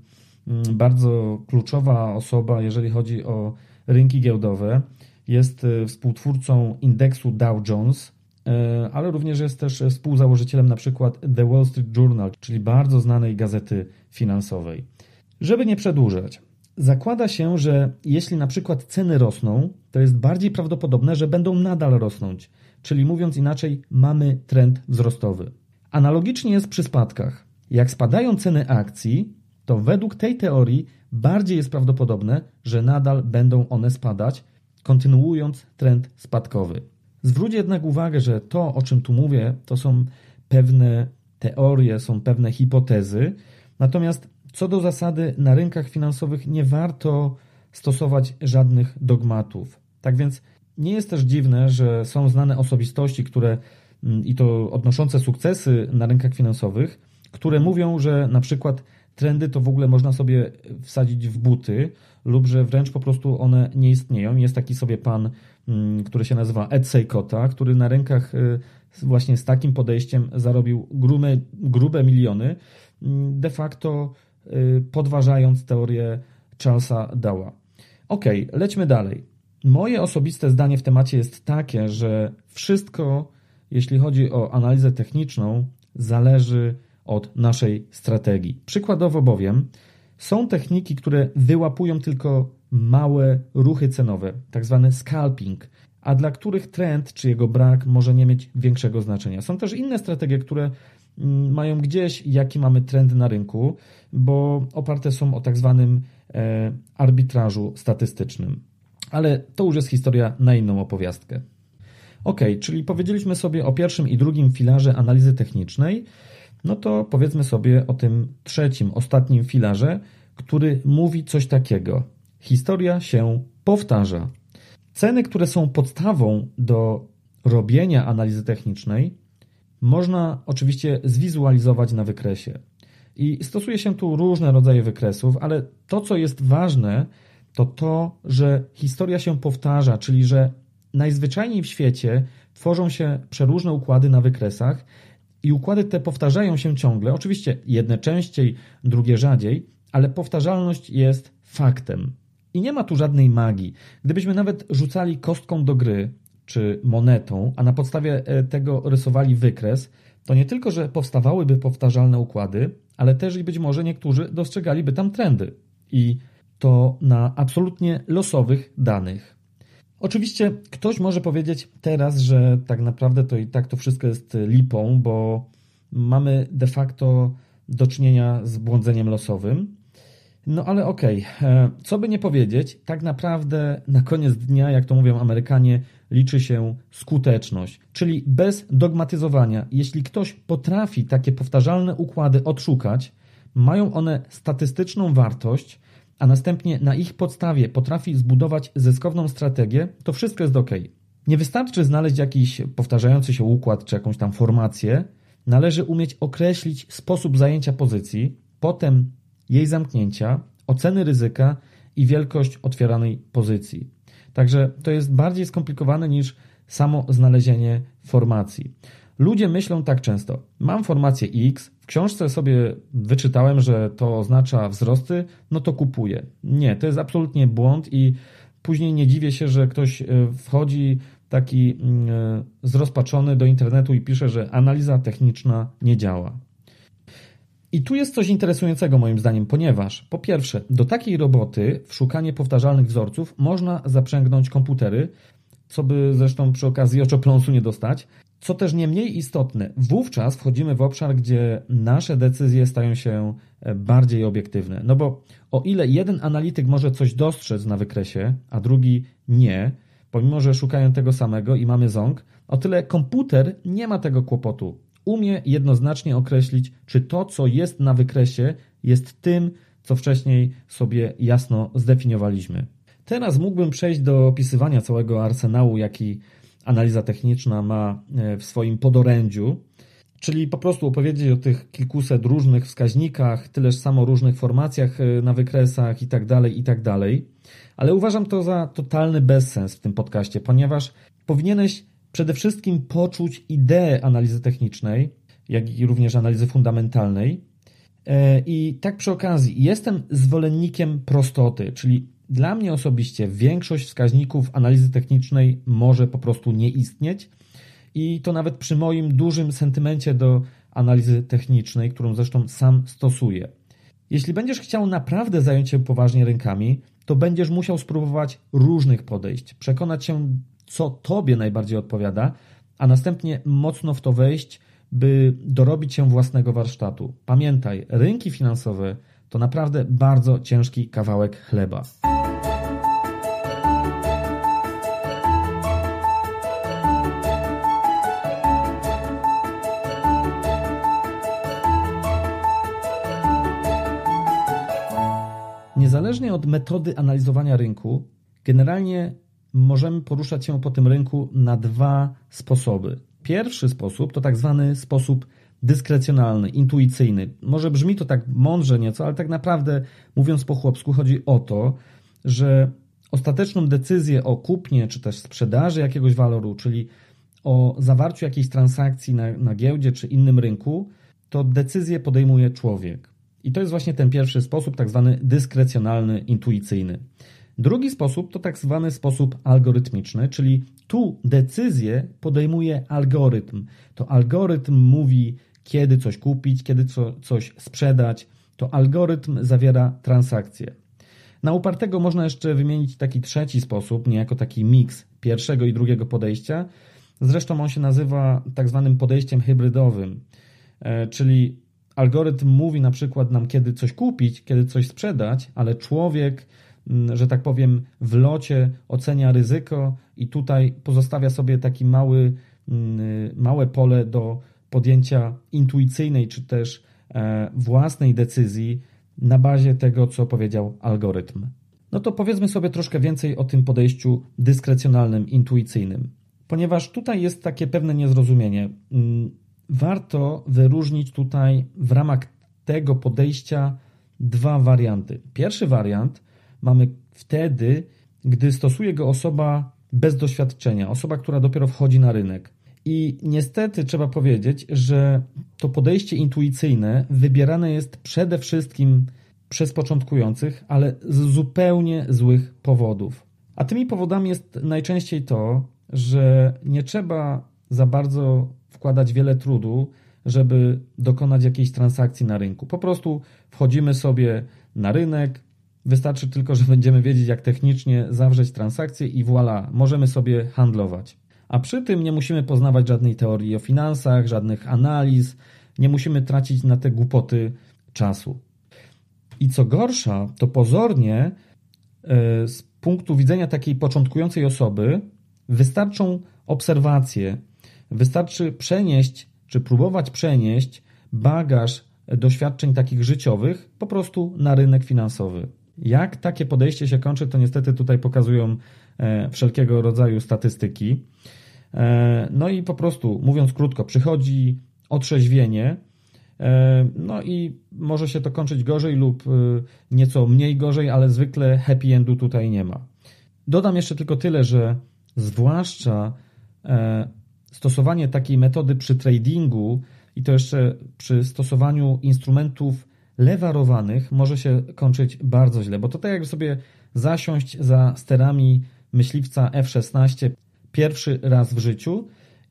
bardzo kluczowa osoba, jeżeli chodzi o rynki giełdowe. Jest współtwórcą indeksu Dow Jones, ale również jest też współzałożycielem na przykład The Wall Street Journal, czyli bardzo znanej gazety finansowej. Żeby nie przedłużać, zakłada się, że jeśli na przykład ceny rosną, to jest bardziej prawdopodobne, że będą nadal rosnąć, czyli mówiąc inaczej, mamy trend wzrostowy. Analogicznie jest przy spadkach. Jak spadają ceny akcji, to według tej teorii bardziej jest prawdopodobne, że nadal będą one spadać, kontynuując trend spadkowy. Zwróć jednak uwagę, że to, o czym tu mówię, to są pewne teorie, są pewne hipotezy, natomiast co do zasady na rynkach finansowych nie warto stosować żadnych dogmatów. Tak więc nie jest też dziwne, że są znane osobistości, które i to odnoszące sukcesy na rynkach finansowych, które mówią, że na przykład trendy to w ogóle można sobie wsadzić w buty lub że wręcz po prostu one nie istnieją. Jest taki sobie pan, który się nazywa Ed Seykota, który na rynkach właśnie z takim podejściem zarobił grube, grube miliony, de facto podważając teorię Charlesa Dowa. Ok, lećmy dalej. Moje osobiste zdanie w temacie jest takie, że wszystko, jeśli chodzi o analizę techniczną, zależy od naszej strategii. Przykładowo bowiem są techniki, które wyłapują tylko małe ruchy cenowe, tak zwany scalping, a dla których trend czy jego brak może nie mieć większego znaczenia. Są też inne strategie, które mają gdzieś, jaki mamy trend na rynku, bo oparte są o tak zwanym e, arbitrażu statystycznym. Ale to już jest historia na inną opowiastkę. Ok, czyli powiedzieliśmy sobie o pierwszym i drugim filarze analizy technicznej, no to powiedzmy sobie o tym trzecim, ostatnim filarze, który mówi coś takiego. Historia się powtarza. Ceny, które są podstawą do robienia analizy technicznej, można oczywiście zwizualizować na wykresie. I stosuje się tu różne rodzaje wykresów, ale to, co jest ważne, to to, że historia się powtarza, czyli że najzwyczajniej w świecie tworzą się przeróżne układy na wykresach i układy te powtarzają się ciągle. Oczywiście jedne częściej, drugie rzadziej, ale powtarzalność jest faktem. I nie ma tu żadnej magii. Gdybyśmy nawet rzucali kostką do gry, czy monetą, a na podstawie tego rysowali wykres, to nie tylko, że powstawałyby powtarzalne układy, ale też i być może niektórzy dostrzegaliby tam trendy. I to na absolutnie losowych danych. Oczywiście ktoś może powiedzieć teraz, że tak naprawdę to i tak to wszystko jest lipą, bo mamy de facto do czynienia z błądzeniem losowym. No ale okej, okay. Co by nie powiedzieć, tak naprawdę na koniec dnia, jak to mówią Amerykanie, liczy się skuteczność, czyli bez dogmatyzowania. Jeśli ktoś potrafi takie powtarzalne układy odszukać, mają one statystyczną wartość, a następnie na ich podstawie potrafi zbudować zyskowną strategię, to wszystko jest ok. Nie wystarczy znaleźć jakiś powtarzający się układ czy jakąś tam formację, należy umieć określić sposób zajęcia pozycji, potem jej zamknięcia, oceny ryzyka i wielkość otwieranej pozycji. Także to jest bardziej skomplikowane niż samo znalezienie formacji. Ludzie myślą tak często: mam formację X, w książce sobie wyczytałem, że to oznacza wzrosty, no to kupuję. Nie, to jest absolutnie błąd i później nie dziwię się, że ktoś wchodzi taki zrozpaczony do internetu i pisze, że analiza techniczna nie działa. I tu jest coś interesującego moim zdaniem, ponieważ po pierwsze, do takiej roboty w szukanie powtarzalnych wzorców można zaprzęgnąć komputery, co by zresztą przy okazji oczopląsu nie dostać. Co też nie mniej istotne, wówczas wchodzimy w obszar, gdzie nasze decyzje stają się bardziej obiektywne. No bo o ile jeden analityk może coś dostrzec na wykresie, a drugi nie, pomimo że szukają tego samego i mamy ząg, o tyle komputer nie ma tego kłopotu. Umie jednoznacznie określić, czy to, co jest na wykresie, jest tym, co wcześniej sobie jasno zdefiniowaliśmy. Teraz mógłbym przejść do opisywania całego arsenału, jaki analiza techniczna ma w swoim podorędziu, czyli po prostu opowiedzieć o tych kilkuset różnych wskaźnikach, tyleż samo różnych formacjach na wykresach itd., itd. Ale uważam to za totalny bezsens w tym podcaście, ponieważ powinieneś przede wszystkim poczuć ideę analizy technicznej, jak i również analizy fundamentalnej. I tak przy okazji, jestem zwolennikiem prostoty, czyli dla mnie osobiście większość wskaźników analizy technicznej może po prostu nie istnieć i to nawet przy moim dużym sentymencie do analizy technicznej, którą zresztą sam stosuję. Jeśli będziesz chciał naprawdę zająć się poważnie rynkami, to będziesz musiał spróbować różnych podejść, przekonać się, co tobie najbardziej odpowiada, a następnie mocno w to wejść, by dorobić się własnego warsztatu. Pamiętaj, rynki finansowe to naprawdę bardzo ciężki kawałek chleba. Niezależnie od metody analizowania rynku, generalnie możemy poruszać się po tym rynku na dwa sposoby. Pierwszy sposób to tak zwany sposób dyskrecjonalny, intuicyjny. Może brzmi to tak mądrze nieco, ale tak naprawdę, mówiąc po chłopsku, chodzi o to, że ostateczną decyzję o kupnie czy też sprzedaży jakiegoś waloru, czyli o zawarciu jakiejś transakcji na, na giełdzie czy innym rynku, to decyzję podejmuje człowiek. I to jest właśnie ten pierwszy sposób, tak zwany dyskrecjonalny, intuicyjny. Drugi sposób to tak zwany sposób algorytmiczny, czyli tu decyzję podejmuje algorytm. To algorytm mówi, kiedy coś kupić, kiedy co, coś sprzedać. To algorytm zawiera transakcje. Na upartego można jeszcze wymienić taki trzeci sposób, niejako taki miks pierwszego i drugiego podejścia. Zresztą on się nazywa tak zwanym podejściem hybrydowym, czyli algorytm mówi na przykład nam, kiedy coś kupić, kiedy coś sprzedać, ale człowiek, że tak powiem, w locie ocenia ryzyko i tutaj pozostawia sobie taki mały, małe pole do podjęcia intuicyjnej czy też własnej decyzji na bazie tego, co powiedział algorytm. No to powiedzmy sobie troszkę więcej o tym podejściu dyskrecjonalnym, intuicyjnym, ponieważ tutaj jest takie pewne niezrozumienie. Warto wyróżnić tutaj w ramach tego podejścia dwa warianty. Pierwszy wariant mamy wtedy, gdy stosuje go osoba bez doświadczenia, osoba, która dopiero wchodzi na rynek. I niestety trzeba powiedzieć, że to podejście intuicyjne wybierane jest przede wszystkim przez początkujących, ale z zupełnie złych powodów. A tymi powodami jest najczęściej to, że nie trzeba za bardzo wkładać wiele trudu, żeby dokonać jakiejś transakcji na rynku. Po prostu wchodzimy sobie na rynek, wystarczy tylko, że będziemy wiedzieć, jak technicznie zawrzeć transakcję i voilà, możemy sobie handlować. A przy tym nie musimy poznawać żadnej teorii o finansach, żadnych analiz, nie musimy tracić na te głupoty czasu. I co gorsza, to pozornie z punktu widzenia takiej początkującej osoby wystarczą obserwacje, wystarczy przenieść, czy próbować przenieść bagaż doświadczeń takich życiowych po prostu na rynek finansowy. Jak takie podejście się kończy, to niestety tutaj pokazują wszelkiego rodzaju statystyki. No i po prostu, mówiąc krótko, przychodzi otrzeźwienie, no i może się to kończyć gorzej lub nieco mniej gorzej, ale zwykle happy endu tutaj nie ma. Dodam jeszcze tylko tyle, że zwłaszcza stosowanie takiej metody przy tradingu i to jeszcze przy stosowaniu instrumentów lewarowanych może się kończyć bardzo źle, bo to tak jak sobie zasiąść za sterami myśliwca F szesnaście pierwszy raz w życiu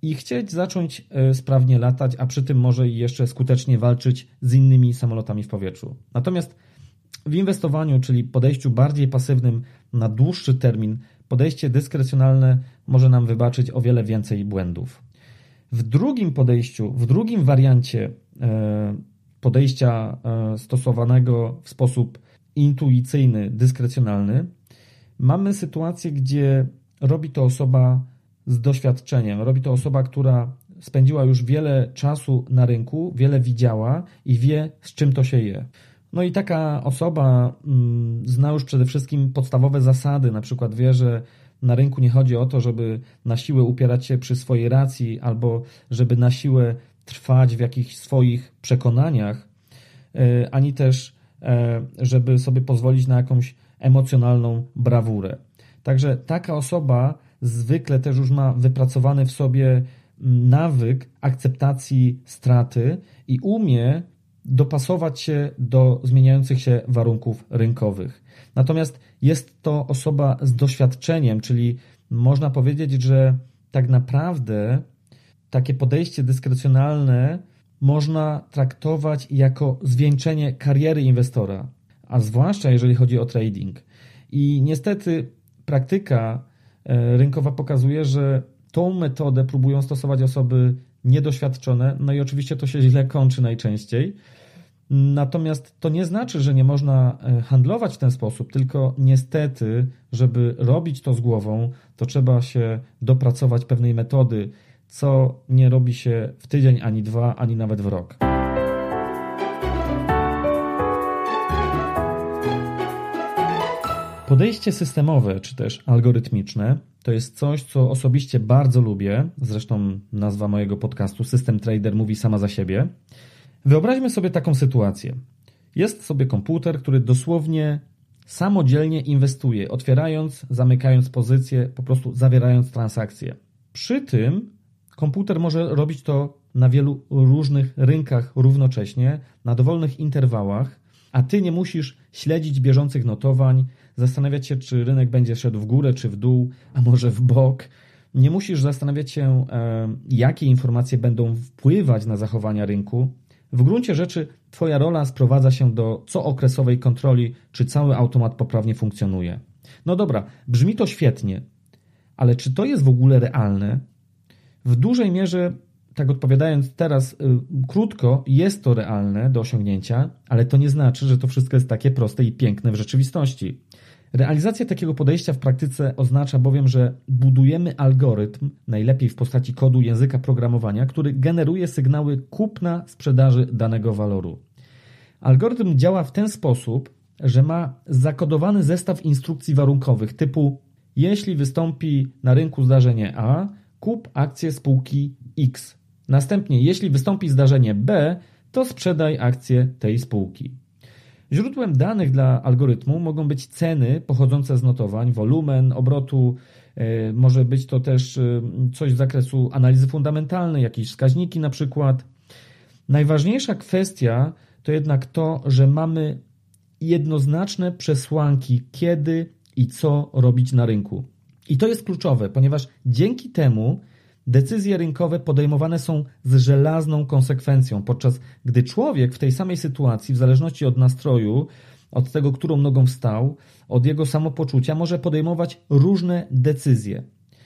i chcieć zacząć sprawnie latać, a przy tym może jeszcze skutecznie walczyć z innymi samolotami w powietrzu. Natomiast w inwestowaniu, czyli podejściu bardziej pasywnym na dłuższy termin, podejście dyskrecjonalne może nam wybaczyć o wiele więcej błędów. W drugim podejściu, w drugim wariancie podejścia stosowanego w sposób intuicyjny, dyskrecjonalny, mamy sytuację, gdzie robi to osoba z doświadczeniem, robi to osoba, która spędziła już wiele czasu na rynku, wiele widziała i wie, z czym to się je. No i taka osoba zna już przede wszystkim podstawowe zasady, na przykład wie, że na rynku nie chodzi o to, żeby na siłę upierać się przy swojej racji albo żeby na siłę trwać w jakichś swoich przekonaniach, ani też żeby sobie pozwolić na jakąś emocjonalną brawurę. Także taka osoba zwykle też już ma wypracowany w sobie nawyk akceptacji straty i umie dopasować się do zmieniających się warunków rynkowych. Natomiast jest to osoba z doświadczeniem, czyli można powiedzieć, że tak naprawdę takie podejście dyskrecjonalne można traktować jako zwieńczenie kariery inwestora, a zwłaszcza jeżeli chodzi o trading. I niestety praktyka rynkowa pokazuje, że tą metodę próbują stosować osoby niedoświadczone, no i oczywiście to się źle kończy najczęściej. Natomiast to nie znaczy, że nie można handlować w ten sposób, tylko niestety, żeby robić to z głową, to trzeba się dopracować pewnej metody, co nie robi się w tydzień, ani dwa, ani nawet w rok. Podejście systemowe, czy też algorytmiczne, to jest coś, co osobiście bardzo lubię. Zresztą nazwa mojego podcastu System Trader mówi sama za siebie. Wyobraźmy sobie taką sytuację. Jest sobie komputer, który dosłownie samodzielnie inwestuje, otwierając, zamykając pozycje, po prostu zawierając transakcje. Przy tym komputer może robić to na wielu różnych rynkach równocześnie, na dowolnych interwałach, a ty nie musisz śledzić bieżących notowań, zastanawiać się, czy rynek będzie szedł w górę, czy w dół, a może w bok. Nie musisz zastanawiać się, jakie informacje będą wpływać na zachowania rynku. W gruncie rzeczy twoja rola sprowadza się do cookresowej kontroli, czy cały automat poprawnie funkcjonuje. No dobra, brzmi to świetnie, ale czy to jest w ogóle realne? W dużej mierze, tak odpowiadając teraz y, krótko, jest to realne do osiągnięcia, ale to nie znaczy, że to wszystko jest takie proste i piękne w rzeczywistości. Realizacja takiego podejścia w praktyce oznacza bowiem, że budujemy algorytm, najlepiej w postaci kodu języka programowania, który generuje sygnały kupna, sprzedaży danego waloru. Algorytm działa w ten sposób, że ma zakodowany zestaw instrukcji warunkowych typu: jeśli wystąpi na rynku zdarzenie A, kup akcję spółki X. Następnie, jeśli wystąpi zdarzenie B, to sprzedaj akcję tej spółki. Źródłem danych dla algorytmu mogą być ceny pochodzące z notowań, wolumen obrotu, może być to też coś z zakresu analizy fundamentalnej, jakieś wskaźniki na przykład. Najważniejsza kwestia to jednak to, że mamy jednoznaczne przesłanki, kiedy i co robić na rynku. I to jest kluczowe, ponieważ dzięki temu decyzje rynkowe podejmowane są z żelazną konsekwencją, podczas gdy człowiek w tej samej sytuacji, w zależności od nastroju, od tego, którą nogą wstał, od jego samopoczucia, może podejmować różne decyzje.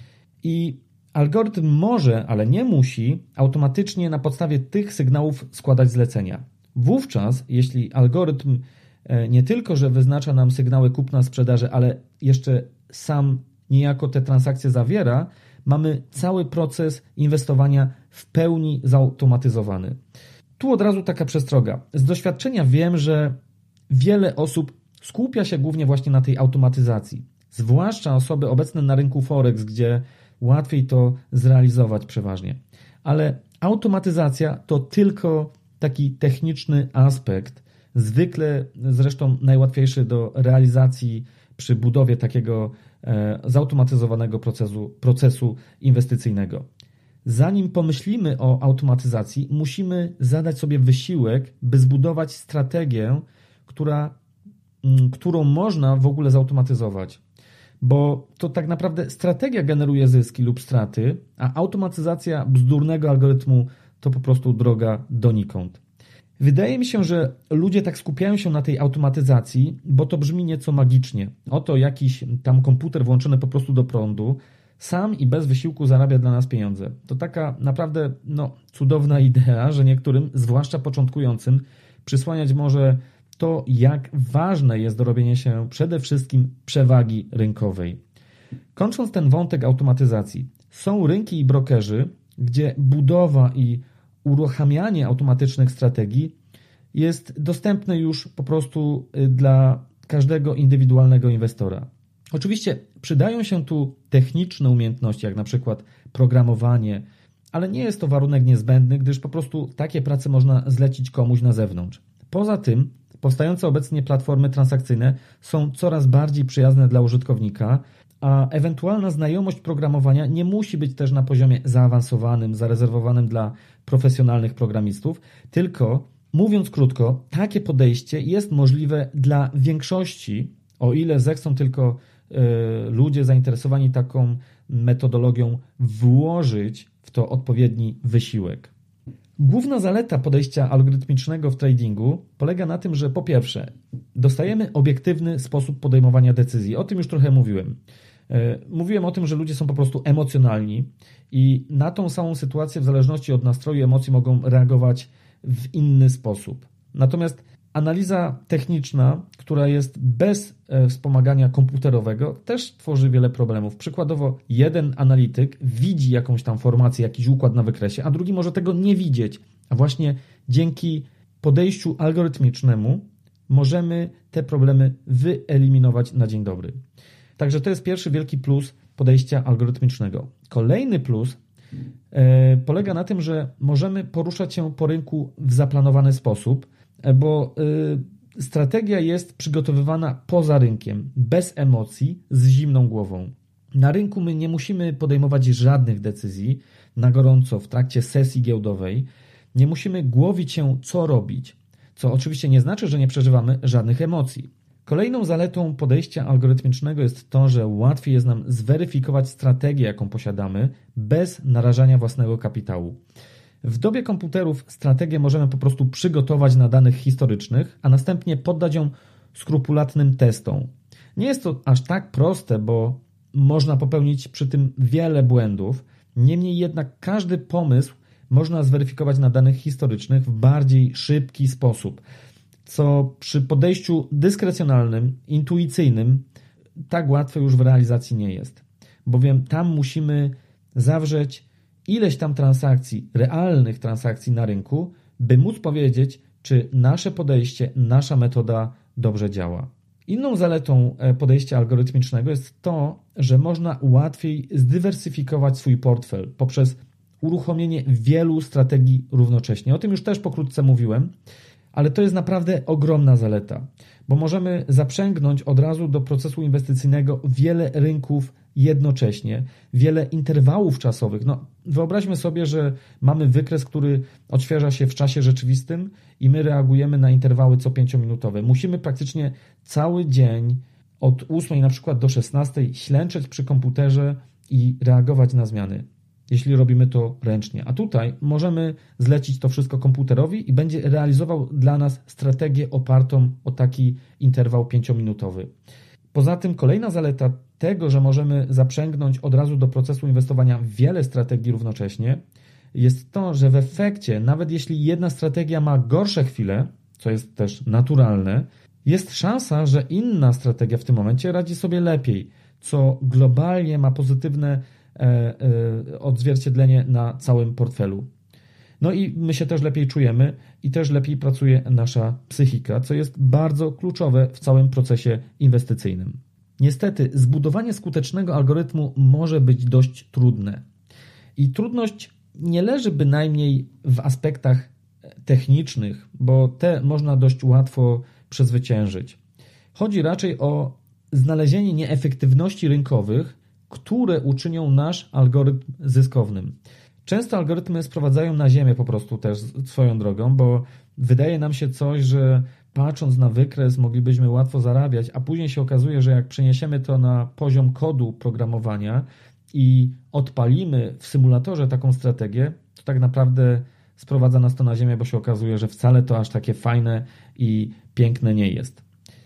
I algorytm może, ale nie musi, automatycznie na podstawie tych sygnałów składać zlecenia. Wówczas, jeśli algorytm nie tylko, że wyznacza nam sygnały kupna, sprzedaży, ale jeszcze sam niejako te transakcje zawiera, mamy cały proces inwestowania w pełni zautomatyzowany. Tu od razu taka przestroga. Z doświadczenia wiem, że wiele osób skupia się głównie właśnie na tej automatyzacji. Zwłaszcza osoby obecne na rynku Forex, gdzie łatwiej to zrealizować przeważnie. Ale automatyzacja to tylko taki techniczny aspekt, zwykle zresztą najłatwiejszy do realizacji przy budowie takiego e, zautomatyzowanego procesu, procesu inwestycyjnego. Zanim pomyślimy o automatyzacji, musimy zadać sobie wysiłek, by zbudować strategię, która, m, którą można w ogóle zautomatyzować. bo to tak naprawdę strategia generuje zyski lub straty, a automatyzacja bzdurnego algorytmu to po prostu droga donikąd. Wydaje mi się, że ludzie tak skupiają się na tej automatyzacji, bo to brzmi nieco magicznie. Oto jakiś tam komputer włączony po prostu do prądu sam i bez wysiłku zarabia dla nas pieniądze. To taka naprawdę no, cudowna idea, że niektórym, zwłaszcza początkującym, przysłaniać może to, jak ważne jest dorobienie się przede wszystkim przewagi rynkowej. Kończąc ten wątek automatyzacji, są rynki i brokerzy, gdzie budowa i uruchamianie automatycznych strategii jest dostępne już po prostu dla każdego indywidualnego inwestora. Oczywiście przydają się tu techniczne umiejętności, jak na przykład programowanie, ale nie jest to warunek niezbędny, gdyż po prostu takie prace można zlecić komuś na zewnątrz. Poza tym powstające obecnie platformy transakcyjne są coraz bardziej przyjazne dla użytkownika, a ewentualna znajomość programowania nie musi być też na poziomie zaawansowanym, zarezerwowanym dla profesjonalnych programistów, tylko mówiąc krótko, takie podejście jest możliwe dla większości, o ile zechcą tylko y, ludzie zainteresowani taką metodologią włożyć w to odpowiedni wysiłek. Główna zaleta podejścia algorytmicznego w tradingu polega na tym, że po pierwsze dostajemy obiektywny sposób podejmowania decyzji. O tym już trochę mówiłem. Mówiłem o tym, że ludzie są po prostu emocjonalni i na tą samą sytuację w zależności od nastroju i emocji mogą reagować w inny sposób. Natomiast analiza techniczna, która jest bez wspomagania komputerowego, też tworzy wiele problemów. Przykładowo jeden analityk widzi jakąś tam formację, jakiś układ na wykresie, a drugi może tego nie widzieć. A właśnie dzięki podejściu algorytmicznemu możemy te problemy wyeliminować na dzień dobry. Także to jest pierwszy wielki plus podejścia algorytmicznego. Kolejny plus e, polega na tym, że możemy poruszać się po rynku w zaplanowany sposób, bo y, strategia jest przygotowywana poza rynkiem, bez emocji, z zimną głową. Na rynku my nie musimy podejmować żadnych decyzji na gorąco w trakcie sesji giełdowej. Nie musimy głowić się, co robić, co oczywiście nie znaczy, że nie przeżywamy żadnych emocji. Kolejną zaletą podejścia algorytmicznego jest to, że łatwiej jest nam zweryfikować strategię, jaką posiadamy, bez narażania własnego kapitału. W dobie komputerów strategię możemy po prostu przygotować na danych historycznych, a następnie poddać ją skrupulatnym testom. Nie jest to aż tak proste, bo można popełnić przy tym wiele błędów. Niemniej jednak każdy pomysł można zweryfikować na danych historycznych w bardziej szybki sposób, co przy podejściu dyskrecjonalnym, intuicyjnym tak łatwe już w realizacji nie jest. Bowiem tam musimy zawrzeć ileś tam transakcji, realnych transakcji na rynku, by móc powiedzieć, czy nasze podejście, nasza metoda dobrze działa. Inną zaletą podejścia algorytmicznego jest to, że można łatwiej zdywersyfikować swój portfel poprzez uruchomienie wielu strategii równocześnie. O tym już też pokrótce mówiłem, ale to jest naprawdę ogromna zaleta, bo możemy zaprzęgnąć od razu do procesu inwestycyjnego wiele rynków jednocześnie, wiele interwałów czasowych. No, wyobraźmy sobie, że mamy wykres, który odświeża się w czasie rzeczywistym i my reagujemy na interwały co pięciominutowe. Musimy praktycznie cały dzień od ósmej na przykład do szesnastej ślęczeć przy komputerze i reagować na zmiany, jeśli robimy to ręcznie. A tutaj możemy zlecić to wszystko komputerowi i będzie realizował dla nas strategię opartą o taki interwał pięciominutowy. Poza tym kolejna zaleta tego, że możemy zaprzęgnąć od razu do procesu inwestowania wiele strategii równocześnie, jest to, że w efekcie, nawet jeśli jedna strategia ma gorsze chwile, co jest też naturalne, jest szansa, że inna strategia w tym momencie radzi sobie lepiej, co globalnie ma pozytywne e, e, odzwierciedlenie na całym portfelu. No i my się też lepiej czujemy i też lepiej pracuje nasza psychika, co jest bardzo kluczowe w całym procesie inwestycyjnym. Niestety, zbudowanie skutecznego algorytmu może być dość trudne. I trudność nie leży bynajmniej w aspektach technicznych, bo te można dość łatwo przezwyciężyć. Chodzi raczej o znalezienie nieefektywności rynkowych, które uczynią nasz algorytm zyskownym. Często algorytmy sprowadzają na ziemię po prostu też swoją drogą, bo wydaje nam się coś, że patrząc na wykres moglibyśmy łatwo zarabiać, a później się okazuje, że jak przeniesiemy to na poziom kodu programowania i odpalimy w symulatorze taką strategię, to tak naprawdę sprowadza nas to na ziemię, bo się okazuje, że wcale to aż takie fajne i piękne nie jest.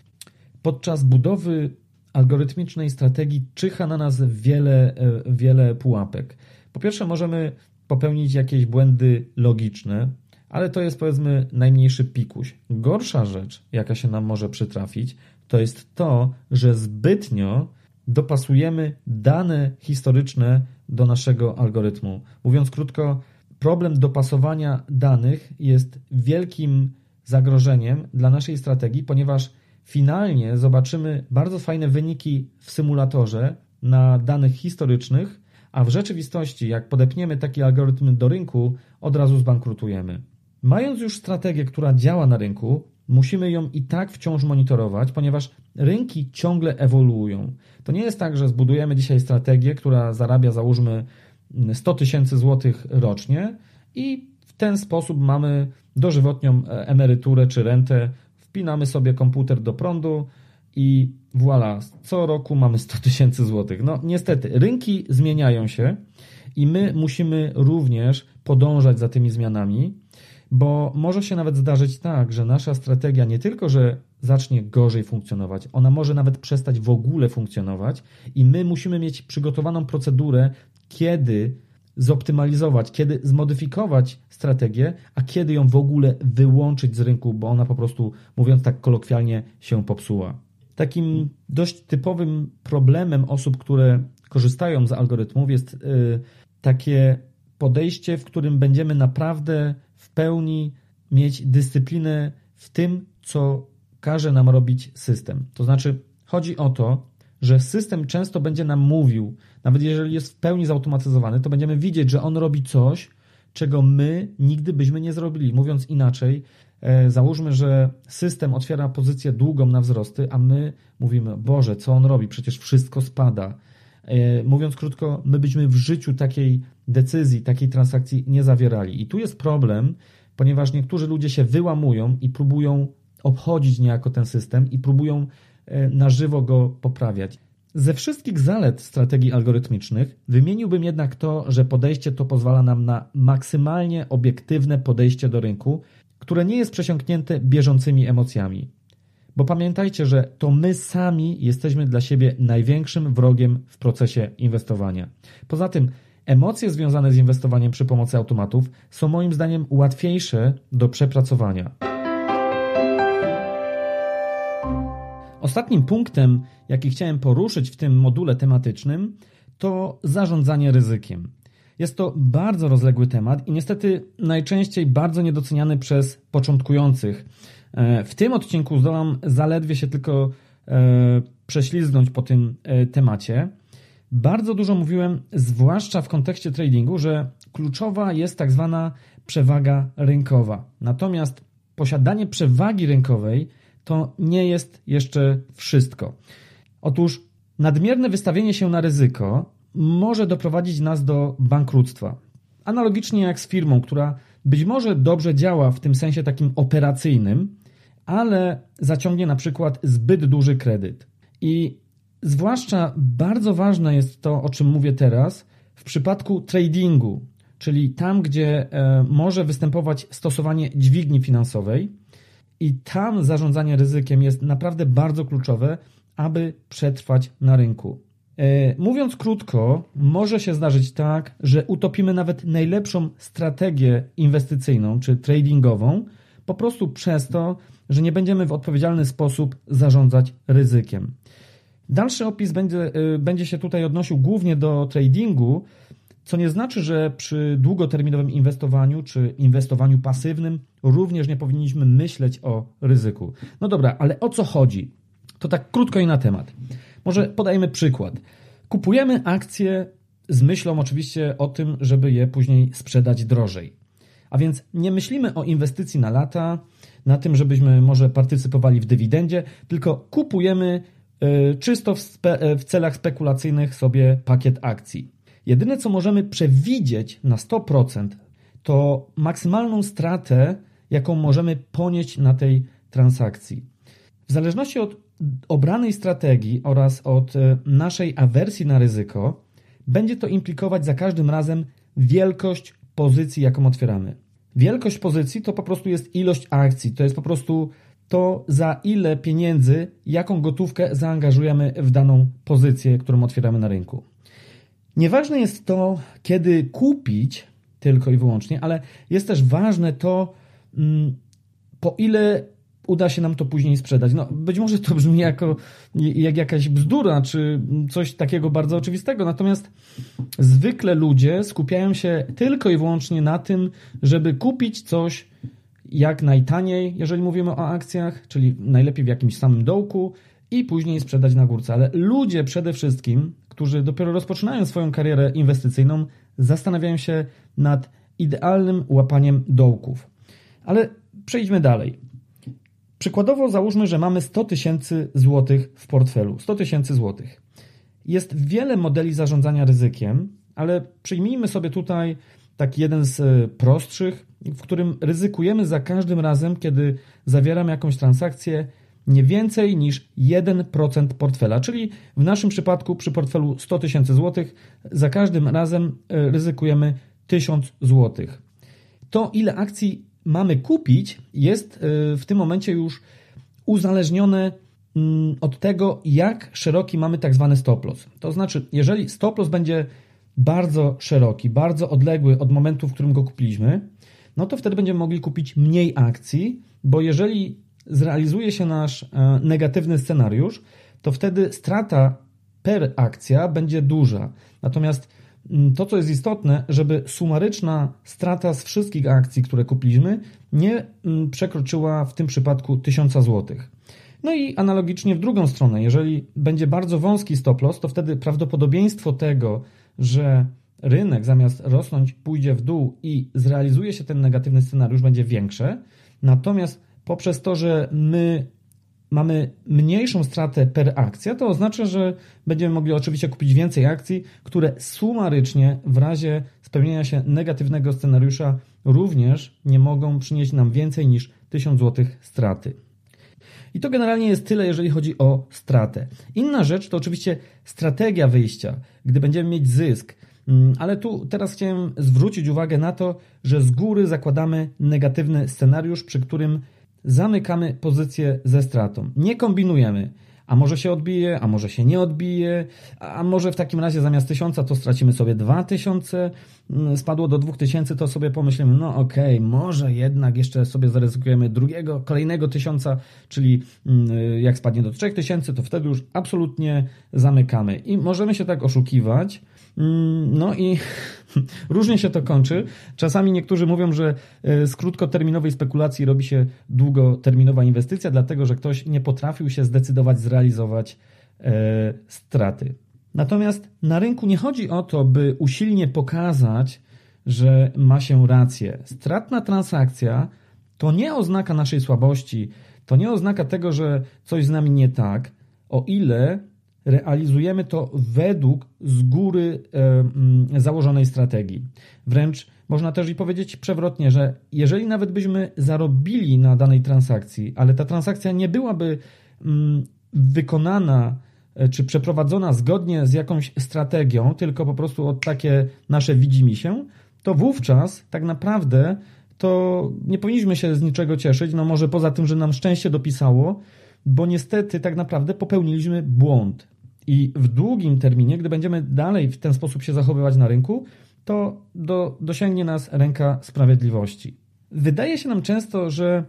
Podczas budowy algorytmicznej strategii czyha na nas wiele, wiele pułapek. Po pierwsze, możemy popełnić jakieś błędy logiczne, ale to jest, powiedzmy, najmniejszy pikuś. Gorsza rzecz, jaka się nam może przytrafić, to jest to, że zbytnio dopasujemy dane historyczne do naszego algorytmu. Mówiąc krótko, problem dopasowania danych jest wielkim zagrożeniem dla naszej strategii, ponieważ finalnie zobaczymy bardzo fajne wyniki w symulatorze na danych historycznych, a w rzeczywistości, jak podepniemy taki algorytm do rynku, od razu zbankrutujemy. Mając już strategię, która działa na rynku, musimy ją i tak wciąż monitorować, ponieważ rynki ciągle ewoluują. To nie jest tak, że zbudujemy dzisiaj strategię, która zarabia, załóżmy, sto tysięcy złotych rocznie i w ten sposób mamy dożywotnią emeryturę czy rentę, wpinamy sobie komputer do prądu i voilà, co roku mamy sto tysięcy złotych. No niestety, rynki zmieniają się i my musimy również podążać za tymi zmianami, bo może się nawet zdarzyć tak, że nasza strategia nie tylko, że zacznie gorzej funkcjonować, ona może nawet przestać w ogóle funkcjonować i my musimy mieć przygotowaną procedurę, kiedy zoptymalizować, kiedy zmodyfikować strategię, a kiedy ją w ogóle wyłączyć z rynku, bo ona po prostu, mówiąc tak kolokwialnie, się popsuła. Takim dość typowym problemem osób, które korzystają z algorytmów, jest yy, takie podejście, w którym będziemy naprawdę w pełni mieć dyscyplinę w tym, co każe nam robić system. To znaczy, chodzi o to, że system często będzie nam mówił, nawet jeżeli jest w pełni zautomatyzowany, to będziemy widzieć, że on robi coś, czego my nigdy byśmy nie zrobili. Mówiąc inaczej, e, załóżmy, że system otwiera pozycję długą na wzrosty, a my mówimy, Boże, co on robi? Przecież wszystko spada. E, mówiąc krótko, my byśmy w życiu takiej decyzji, takiej transakcji nie zawierali. I tu jest problem, ponieważ niektórzy ludzie się wyłamują i próbują obchodzić niejako ten system i próbują na żywo go poprawiać. Ze wszystkich zalet strategii algorytmicznych wymieniłbym jednak to, że podejście to pozwala nam na maksymalnie obiektywne podejście do rynku, które nie jest przesiąknięte bieżącymi emocjami. Bo pamiętajcie, że to my sami jesteśmy dla siebie największym wrogiem w procesie inwestowania. Poza tym emocje związane z inwestowaniem przy pomocy automatów są moim zdaniem łatwiejsze do przepracowania. Ostatnim punktem, jaki chciałem poruszyć w tym module tematycznym, to zarządzanie ryzykiem. Jest to bardzo rozległy temat i niestety najczęściej bardzo niedoceniany przez początkujących. W tym odcinku zdołam zaledwie się tylko prześlizgnąć po tym temacie. Bardzo dużo mówiłem, zwłaszcza w kontekście tradingu, że kluczowa jest tak zwana przewaga rynkowa. Natomiast posiadanie przewagi rynkowej to nie jest jeszcze wszystko. Otóż nadmierne wystawienie się na ryzyko może doprowadzić nas do bankructwa. Analogicznie jak z firmą, która być może dobrze działa w tym sensie takim operacyjnym, ale zaciągnie na przykład zbyt duży kredyt. I zwłaszcza bardzo ważne jest to, o czym mówię teraz, w przypadku tradingu, czyli tam, gdzie e, może występować stosowanie dźwigni finansowej, i tam zarządzanie ryzykiem jest naprawdę bardzo kluczowe, aby przetrwać na rynku. E, mówiąc krótko, może się zdarzyć tak, że utopimy nawet najlepszą strategię inwestycyjną czy tradingową, po prostu przez to, że nie będziemy w odpowiedzialny sposób zarządzać ryzykiem. Dalszy opis będzie, e, będzie się tutaj odnosił głównie do tradingu, co nie znaczy, że przy długoterminowym inwestowaniu czy inwestowaniu pasywnym również nie powinniśmy myśleć o ryzyku. No dobra, ale o co chodzi? To tak krótko i na temat. Może podajmy przykład. Kupujemy akcje z myślą oczywiście o tym, żeby je później sprzedać drożej. A więc nie myślimy o inwestycji na lata, na tym, żebyśmy może partycypowali w dywidendzie, tylko kupujemy y, czysto w, spe, w celach spekulacyjnych sobie pakiet akcji. Jedyne, co możemy przewidzieć na sto procent, to maksymalną stratę, jaką możemy ponieść na tej transakcji. W zależności od obranej strategii oraz od naszej awersji na ryzyko, będzie to implikować za każdym razem wielkość pozycji, jaką otwieramy. Wielkość pozycji to po prostu jest ilość akcji, to jest po prostu to, za ile pieniędzy, jaką gotówkę zaangażujemy w daną pozycję, którą otwieramy na rynku. Nieważne jest to, kiedy kupić tylko i wyłącznie, ale jest też ważne to, po ile uda się nam to później sprzedać. No, być może to brzmi jako, jak jakaś bzdura, czy coś takiego bardzo oczywistego, natomiast zwykle ludzie skupiają się tylko i wyłącznie na tym, żeby kupić coś jak najtaniej, jeżeli mówimy o akcjach, czyli najlepiej w jakimś samym dołku i później sprzedać na górce. Ale ludzie przede wszystkim, którzy dopiero rozpoczynają swoją karierę inwestycyjną, zastanawiają się nad idealnym łapaniem dołków. Ale przejdźmy dalej. Przykładowo załóżmy, że mamy sto tysięcy złotych w portfelu. sto tysięcy złotych. Jest wiele modeli zarządzania ryzykiem, ale przyjmijmy sobie tutaj taki jeden z prostszych, w którym ryzykujemy za każdym razem, kiedy zawieram jakąś transakcję, nie więcej niż jeden procent portfela, czyli w naszym przypadku przy portfelu sto tysięcy złotych za każdym razem ryzykujemy tysiąc złotych. To, ile akcji mamy kupić, jest w tym momencie już uzależnione od tego, jak szeroki mamy tak zwany stop loss. To znaczy, jeżeli stop loss będzie bardzo szeroki, bardzo odległy od momentu, w którym go kupiliśmy, no to wtedy będziemy mogli kupić mniej akcji, bo jeżeli zrealizuje się nasz negatywny scenariusz, to wtedy strata per akcja będzie duża. Natomiast to, co jest istotne, żeby sumaryczna strata z wszystkich akcji, które kupiliśmy, nie przekroczyła w tym przypadku tysiąc złotych. No i analogicznie w drugą stronę, jeżeli będzie bardzo wąski stop loss, to wtedy prawdopodobieństwo tego, że rynek zamiast rosnąć pójdzie w dół i zrealizuje się ten negatywny scenariusz, będzie większe. Natomiast poprzez to, że my mamy mniejszą stratę per akcja, to oznacza, że będziemy mogli oczywiście kupić więcej akcji, które sumarycznie w razie spełnienia się negatywnego scenariusza również nie mogą przynieść nam więcej niż tysiąc złotych straty. I to generalnie jest tyle, jeżeli chodzi o stratę. Inna rzecz to oczywiście strategia wyjścia, gdy będziemy mieć zysk. Ale tu teraz chciałem zwrócić uwagę na to, że z góry zakładamy negatywny scenariusz, przy którym zamykamy pozycję ze stratą. Nie kombinujemy. A może się odbije, a może się nie odbije, a może w takim razie zamiast tysiąca to stracimy sobie dwa tysiące, spadło do dwóch tysięcy, to sobie pomyślimy, no okej, okay, może jednak jeszcze sobie zaryzykujemy drugiego, kolejnego tysiąca, czyli jak spadnie do trzech tysięcy, to wtedy już absolutnie zamykamy. I możemy się tak oszukiwać, no i różnie się to kończy. Czasami niektórzy mówią, że z krótkoterminowej spekulacji robi się długoterminowa inwestycja, dlatego że ktoś nie potrafił się zdecydować zrealizować e, straty. Natomiast na rynku nie chodzi o to, by usilnie pokazać, że ma się rację. Stratna transakcja to nie oznaka naszej słabości, to nie oznaka tego, że coś z nami nie tak, o ile realizujemy to według z góry e, założonej strategii. Wręcz można też i powiedzieć przewrotnie, że jeżeli nawet byśmy zarobili na danej transakcji, ale ta transakcja nie byłaby mm, wykonana czy przeprowadzona zgodnie z jakąś strategią, tylko po prostu od takie nasze widzimisię, to wówczas tak naprawdę to nie powinniśmy się z niczego cieszyć, no może poza tym, że nam szczęście dopisało, bo niestety tak naprawdę popełniliśmy błąd. I w długim terminie, gdy będziemy dalej w ten sposób się zachowywać na rynku, to do, dosięgnie nas ręka sprawiedliwości. Wydaje się nam często, że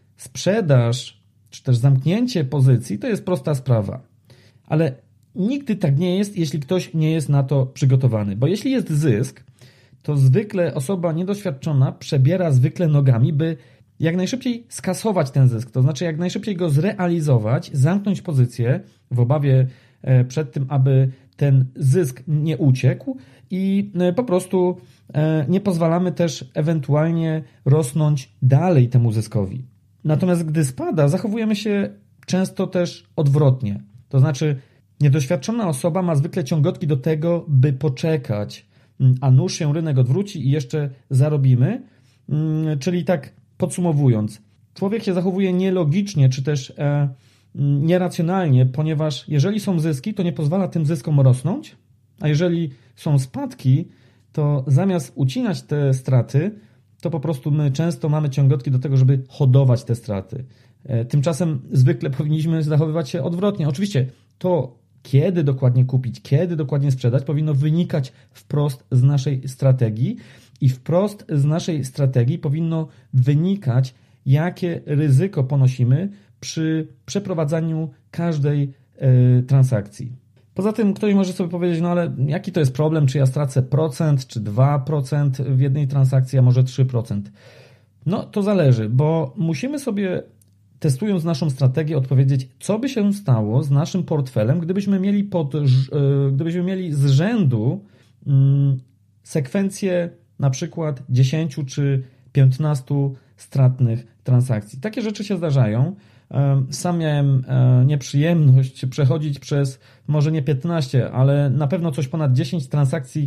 sprzedaż czy też zamknięcie pozycji to jest prosta sprawa. Ale nigdy tak nie jest, jeśli ktoś nie jest na to przygotowany. Bo jeśli jest zysk, to zwykle osoba niedoświadczona przebiera zwykle nogami, by jak najszybciej skasować ten zysk, to znaczy jak najszybciej go zrealizować, zamknąć pozycję w obawie przed tym, aby ten zysk nie uciekł i po prostu nie pozwalamy też ewentualnie rosnąć dalej temu zyskowi. Natomiast gdy spada, zachowujemy się często też odwrotnie. To znaczy niedoświadczona osoba ma zwykle ciągotki do tego, by poczekać, a nuż się rynek odwróci i jeszcze zarobimy. Czyli tak podsumowując, człowiek się zachowuje nielogicznie, czy też e, nieracjonalnie, ponieważ jeżeli są zyski, to nie pozwala tym zyskom rosnąć, a jeżeli są spadki, to zamiast ucinać te straty, to po prostu my często mamy ciągotki do tego, żeby hodować te straty. E, tymczasem zwykle powinniśmy zachowywać się odwrotnie. Oczywiście to, kiedy dokładnie kupić, kiedy dokładnie sprzedać, powinno wynikać wprost z naszej strategii i wprost z naszej strategii powinno wynikać, jakie ryzyko ponosimy przy przeprowadzaniu każdej y, transakcji. Poza tym ktoś może sobie powiedzieć, no ale jaki to jest problem, czy ja stracę procent, czy dwa procent w jednej transakcji, a może trzy procent. No to zależy, bo musimy sobie, testując naszą strategię, odpowiedzieć, co by się stało z naszym portfelem, gdybyśmy mieli, pod, y, gdybyśmy mieli z rzędu y, sekwencję na przykład dziesięć czy piętnaście stratnych transakcji. Takie rzeczy się zdarzają. Sam miałem nieprzyjemność przechodzić przez może nie piętnaście, ale na pewno coś ponad dziesięć transakcji,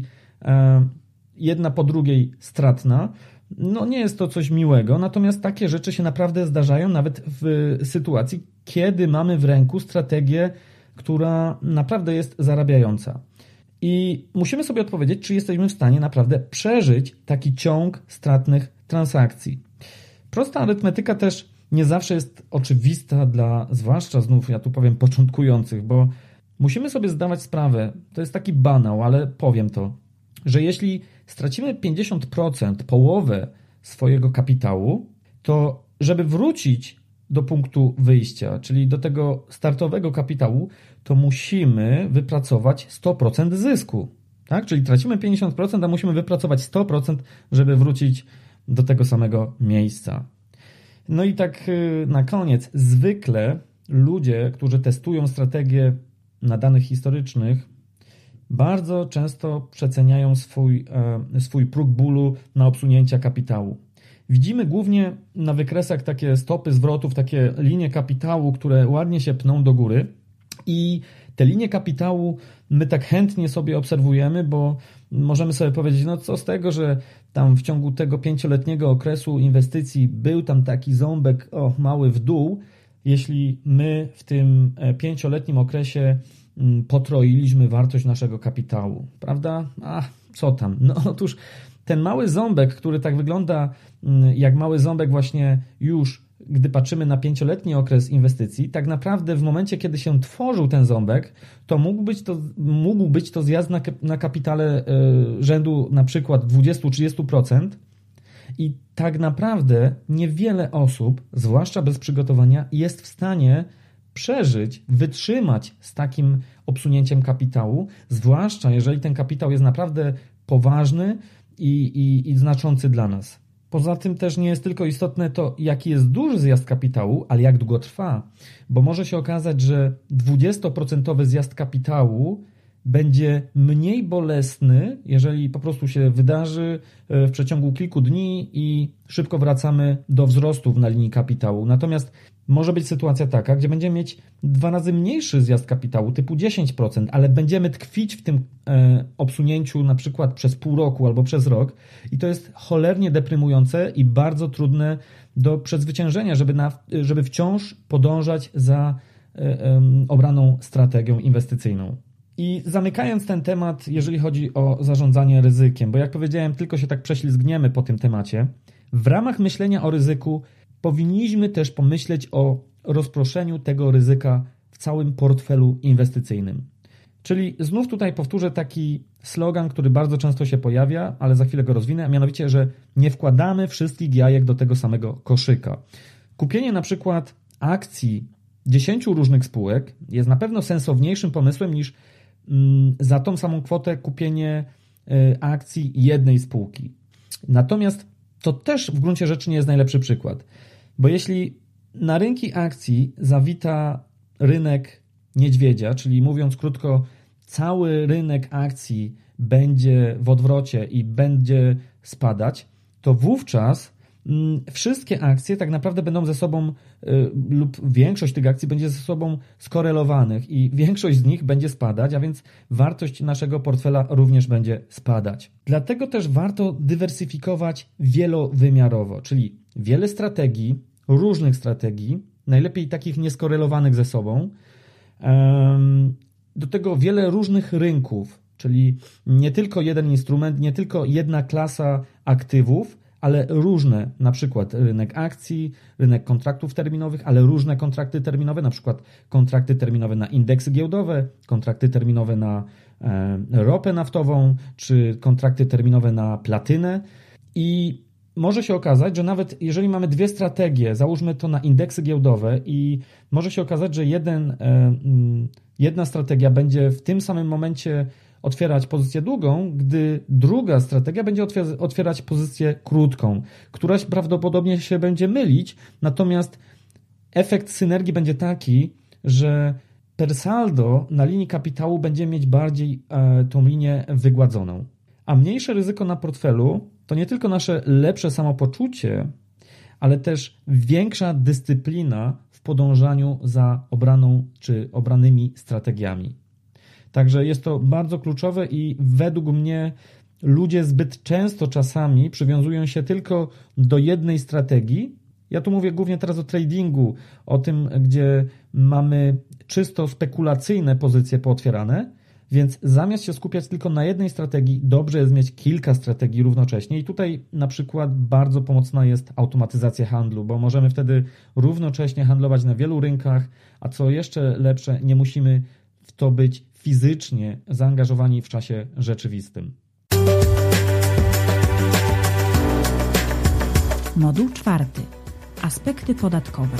jedna po drugiej stratna. No nie jest to coś miłego, natomiast takie rzeczy się naprawdę zdarzają nawet w sytuacji, kiedy mamy w ręku strategię, która naprawdę jest zarabiająca. I musimy sobie odpowiedzieć, czy jesteśmy w stanie naprawdę przeżyć taki ciąg stratnych transakcji. Prosta arytmetyka też nie zawsze jest oczywista dla, zwłaszcza znów, ja tu powiem, początkujących, bo musimy sobie zdawać sprawę, to jest taki banał, ale powiem to, że jeśli stracimy pięćdziesiąt procent, połowę swojego kapitału, to żeby wrócić do punktu wyjścia, czyli do tego startowego kapitału, to musimy wypracować sto procent zysku. Tak? Czyli tracimy pięćdziesiąt procent, a musimy wypracować sto procent, żeby wrócić do tego samego miejsca. No i tak na koniec, zwykle ludzie, którzy testują strategie na danych historycznych, bardzo często przeceniają swój, swój próg bólu na obsunięcia kapitału. Widzimy głównie na wykresach takie stopy zwrotów, takie linie kapitału, które ładnie się pną do góry i te linie kapitału my tak chętnie sobie obserwujemy, bo możemy sobie powiedzieć, no co z tego, że tam w ciągu tego pięcioletniego okresu inwestycji był tam taki ząbek, o, mały w dół, jeśli my w tym pięcioletnim okresie potroiliśmy wartość naszego kapitału, prawda? A co tam? No otóż ten mały ząbek, który tak wygląda jak mały ząbek właśnie już, gdy patrzymy na pięcioletni okres inwestycji, tak naprawdę w momencie, kiedy się tworzył ten ząbek, to mógł być to, mógł być to zjazd na, na kapitale y, rzędu na przykład dwadzieścia do trzydziestu procent i tak naprawdę niewiele osób, zwłaszcza bez przygotowania, jest w stanie przeżyć, wytrzymać z takim obsunięciem kapitału, zwłaszcza jeżeli ten kapitał jest naprawdę poważny i, i, i znaczący dla nas. Poza tym też nie jest tylko istotne to, jaki jest duży zjazd kapitału, ale jak długo trwa, bo może się okazać, że dwudziestoprocentowy zjazd kapitału będzie mniej bolesny, jeżeli po prostu się wydarzy w przeciągu kilku dni i szybko wracamy do wzrostów na linii kapitału. Natomiast może być sytuacja taka, gdzie będziemy mieć dwa razy mniejszy zjazd kapitału, typu dziesięć procent, ale będziemy tkwić w tym e, obsunięciu na przykład przez pół roku albo przez rok i to jest cholernie deprymujące i bardzo trudne do przezwyciężenia, żeby, na, żeby wciąż podążać za e, e, obraną strategią inwestycyjną. I zamykając ten temat, jeżeli chodzi o zarządzanie ryzykiem, bo jak powiedziałem, tylko się tak prześlizgniemy po tym temacie, w ramach myślenia o ryzyku powinniśmy też pomyśleć o rozproszeniu tego ryzyka w całym portfelu inwestycyjnym. Czyli znów tutaj powtórzę taki slogan, który bardzo często się pojawia, ale za chwilę go rozwinę, a mianowicie, że nie wkładamy wszystkich jajek do tego samego koszyka. Kupienie na przykład akcji dziesięciu różnych spółek jest na pewno sensowniejszym pomysłem niż za tą samą kwotę kupienie akcji jednej spółki. Natomiast to też w gruncie rzeczy nie jest najlepszy przykład, bo jeśli na rynki akcji zawita rynek niedźwiedzia, czyli mówiąc krótko, cały rynek akcji będzie w odwrocie i będzie spadać, to wówczas wszystkie akcje tak naprawdę będą ze sobą lub większość tych akcji będzie ze sobą skorelowanych i większość z nich będzie spadać, a więc wartość naszego portfela również będzie spadać. Dlatego też warto dywersyfikować wielowymiarowo, czyli wiele strategii, różnych strategii, najlepiej takich nieskorelowanych ze sobą. Do tego wiele różnych rynków, czyli nie tylko jeden instrument, nie tylko jedna klasa aktywów, ale różne, na przykład rynek akcji, rynek kontraktów terminowych, ale różne kontrakty terminowe, na przykład kontrakty terminowe na indeksy giełdowe, kontrakty terminowe na e, ropę naftową, czy kontrakty terminowe na platynę. I może się okazać, że nawet jeżeli mamy dwie strategie, załóżmy to na indeksy giełdowe i może się okazać, że jeden, e, jedna strategia będzie w tym samym momencie otwierać pozycję długą, gdy druga strategia będzie otwierać pozycję krótką. Któraś prawdopodobnie się będzie mylić, natomiast efekt synergii będzie taki, że per saldo na linii kapitału będziemy mieć bardziej e, tą linię wygładzoną. A mniejsze ryzyko na portfelu to nie tylko nasze lepsze samopoczucie, ale też większa dyscyplina w podążaniu za obraną czy obranymi strategiami. Także jest to bardzo kluczowe i według mnie ludzie zbyt często czasami przywiązują się tylko do jednej strategii. Ja tu mówię głównie teraz o tradingu, o tym, gdzie mamy czysto spekulacyjne pozycje pootwierane, więc zamiast się skupiać tylko na jednej strategii, dobrze jest mieć kilka strategii równocześnie i tutaj na przykład bardzo pomocna jest automatyzacja handlu, bo możemy wtedy równocześnie handlować na wielu rynkach, a co jeszcze lepsze, nie musimy w to być fizycznie zaangażowani w czasie rzeczywistym. Moduł czwarty. Aspekty podatkowe.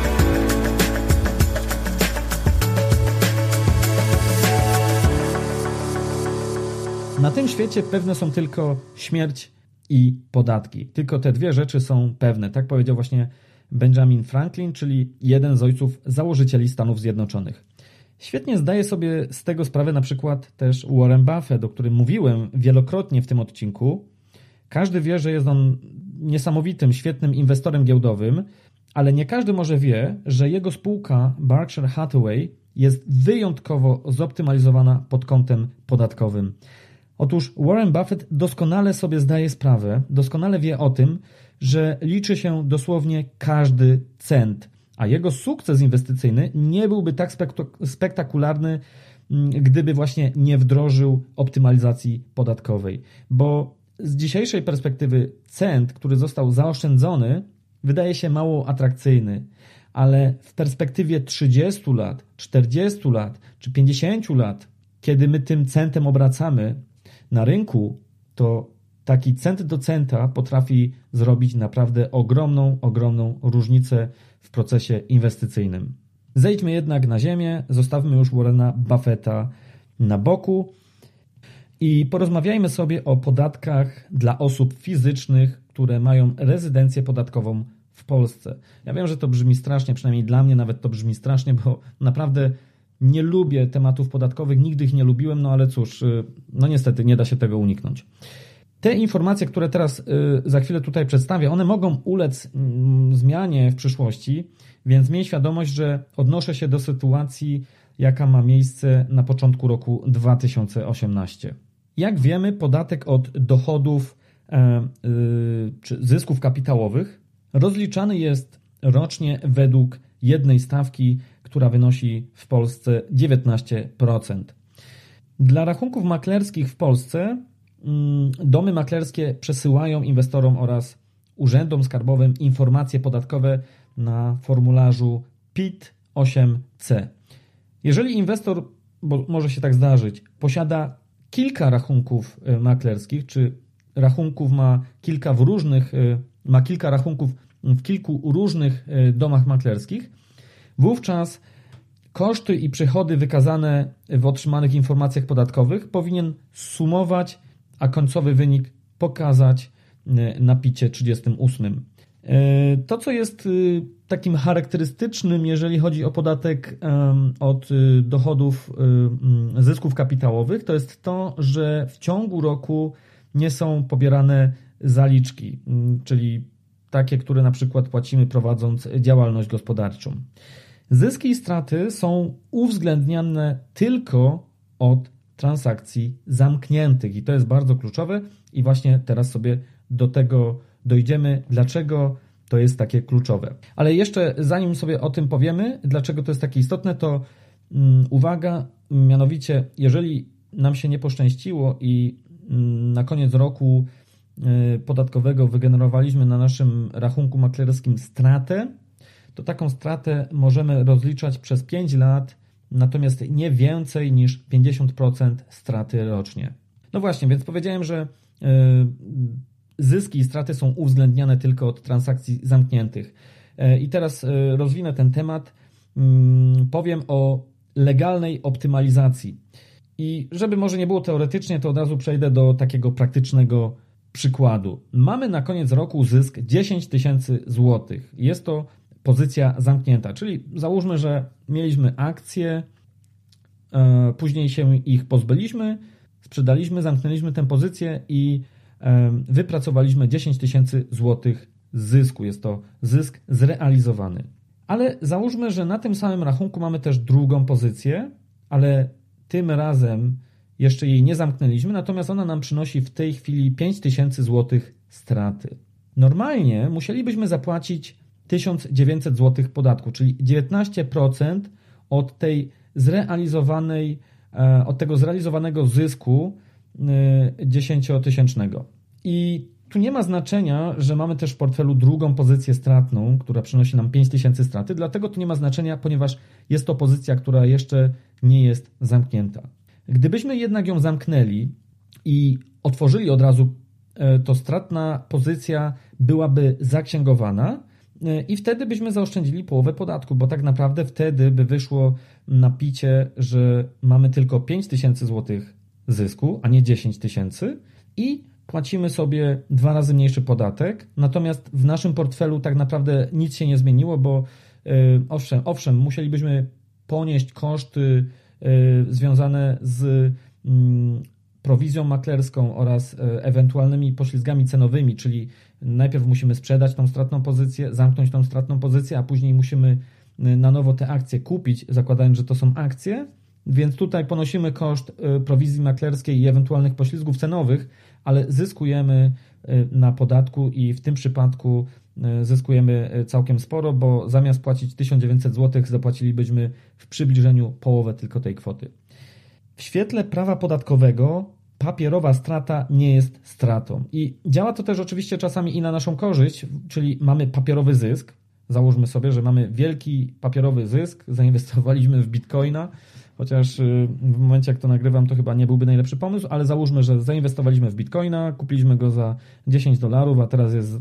Na tym świecie pewne są tylko śmierć i podatki. Tylko te dwie rzeczy są pewne. Tak powiedział właśnie Benjamin Franklin, czyli jeden z ojców założycieli Stanów Zjednoczonych. Świetnie zdaje sobie z tego sprawę na przykład też Warren Buffett, o którym mówiłem wielokrotnie w tym odcinku. Każdy wie, że jest on niesamowitym, świetnym inwestorem giełdowym, ale nie każdy może wie, że jego spółka Berkshire Hathaway jest wyjątkowo zoptymalizowana pod kątem podatkowym. Otóż Warren Buffett doskonale sobie zdaje sprawę, doskonale wie o tym, że liczy się dosłownie każdy cent, a jego sukces inwestycyjny nie byłby tak spektakularny, gdyby właśnie nie wdrożył optymalizacji podatkowej. Bo z dzisiejszej perspektywy cent, który został zaoszczędzony, wydaje się mało atrakcyjny, ale w perspektywie trzydziestu lat, czterdziestu lat czy pięćdziesięciu lat, kiedy my tym centem obracamy na rynku, to taki cent do centa potrafi zrobić naprawdę ogromną, ogromną różnicę w procesie inwestycyjnym. Zejdźmy jednak na ziemię, zostawmy już Warrena Buffetta na boku i porozmawiajmy sobie o podatkach dla osób fizycznych, które mają rezydencję podatkową w Polsce. Ja wiem, że to brzmi strasznie, przynajmniej dla mnie nawet to brzmi strasznie, bo naprawdę nie lubię tematów podatkowych, nigdy ich nie lubiłem, no ale cóż, no niestety nie da się tego uniknąć. Te informacje, które teraz za chwilę tutaj przedstawię, one mogą ulec zmianie w przyszłości, więc miej świadomość, że odnoszę się do sytuacji, jaka ma miejsce na początku roku dwa tysiące osiemnastego. Jak wiemy, podatek od dochodów czy zysków kapitałowych rozliczany jest rocznie według jednej stawki, która wynosi w Polsce dziewiętnaście procent. Dla rachunków maklerskich w Polsce domy maklerskie przesyłają inwestorom oraz urzędom skarbowym informacje podatkowe na formularzu P I T osiem C. Jeżeli inwestor, bo może się tak zdarzyć, posiada kilka rachunków maklerskich, czy rachunków ma kilka w różnych, ma kilka rachunków w kilku różnych domach maklerskich, wówczas koszty i przychody wykazane w otrzymanych informacjach podatkowych powinien sumować, a końcowy wynik pokazać na picie trzydziestym ósmym. To, co jest takim charakterystycznym, jeżeli chodzi o podatek od dochodów zysków kapitałowych, to jest to, że w ciągu roku nie są pobierane zaliczki, czyli takie, które na przykład płacimy prowadząc działalność gospodarczą. Zyski i straty są uwzględniane tylko od transakcji zamkniętych i to jest bardzo kluczowe i właśnie teraz sobie do tego dojdziemy, dlaczego To jest takie kluczowe. Ale jeszcze zanim sobie o tym powiemy, dlaczego to jest takie istotne, to um, uwaga, mianowicie jeżeli nam się nie poszczęściło i um, na koniec roku y, podatkowego wygenerowaliśmy na naszym rachunku maklerskim stratę, to taką stratę możemy rozliczać przez pięć lat, natomiast nie więcej niż pięćdziesiąt procent straty rocznie. No właśnie, więc powiedziałem, że y, zyski i straty są uwzględniane tylko od transakcji zamkniętych. I teraz rozwinę ten temat. Powiem o legalnej optymalizacji. I żeby może nie było teoretycznie, to od razu przejdę do takiego praktycznego przykładu. Mamy na koniec roku zysk dziesięć tysięcy złotych. Jest to pozycja zamknięta, czyli załóżmy, że mieliśmy akcje, później się ich pozbyliśmy, sprzedaliśmy, zamknęliśmy tę pozycję i wypracowaliśmy dziesięć tysięcy złotych zysku. Jest to zysk zrealizowany. Ale załóżmy, że na tym samym rachunku mamy też drugą pozycję, ale tym razem jeszcze jej nie zamknęliśmy, natomiast ona nam przynosi w tej chwili pięć tysięcy złotych straty. Normalnie musielibyśmy zapłacić tysiąc dziewięćset złotych podatku, czyli dziewiętnaście procent od tej zrealizowanej, od tego zrealizowanego zysku dziesięciotysięcznego. I tu nie ma znaczenia, że mamy też w portfelu drugą pozycję stratną, która przynosi nam pięć tysięcy straty, dlatego to nie ma znaczenia, ponieważ jest to pozycja, która jeszcze nie jest zamknięta. Gdybyśmy jednak ją zamknęli i otworzyli od razu, to stratna pozycja byłaby zaksięgowana i wtedy byśmy zaoszczędzili połowę podatku, bo tak naprawdę wtedy by wyszło na picie, że mamy tylko pięć tysięcy złotych zysku, a nie dziesięć tysięcy i płacimy sobie dwa razy mniejszy podatek, natomiast w naszym portfelu tak naprawdę nic się nie zmieniło, bo yy, owszem, owszem, musielibyśmy ponieść koszty yy, związane z yy, prowizją maklerską oraz yy, ewentualnymi poślizgami cenowymi, czyli najpierw musimy sprzedać tą stratną pozycję, zamknąć tą stratną pozycję, a później musimy yy, na nowo te akcje kupić, zakładając, że to są akcje. Więc tutaj ponosimy koszt prowizji maklerskiej i ewentualnych poślizgów cenowych, ale zyskujemy na podatku i w tym przypadku zyskujemy całkiem sporo, bo zamiast płacić tysiąc dziewięćset złotych zapłacilibyśmy w przybliżeniu połowę tylko tej kwoty. W świetle prawa podatkowego papierowa strata nie jest stratą i działa to też oczywiście czasami i na naszą korzyść, czyli mamy papierowy zysk. Załóżmy sobie, że mamy wielki papierowy zysk, zainwestowaliśmy w bitcoina, chociaż w momencie jak to nagrywam to chyba nie byłby najlepszy pomysł, ale załóżmy, że zainwestowaliśmy w bitcoina, kupiliśmy go za dziesięć dolarów, a teraz jest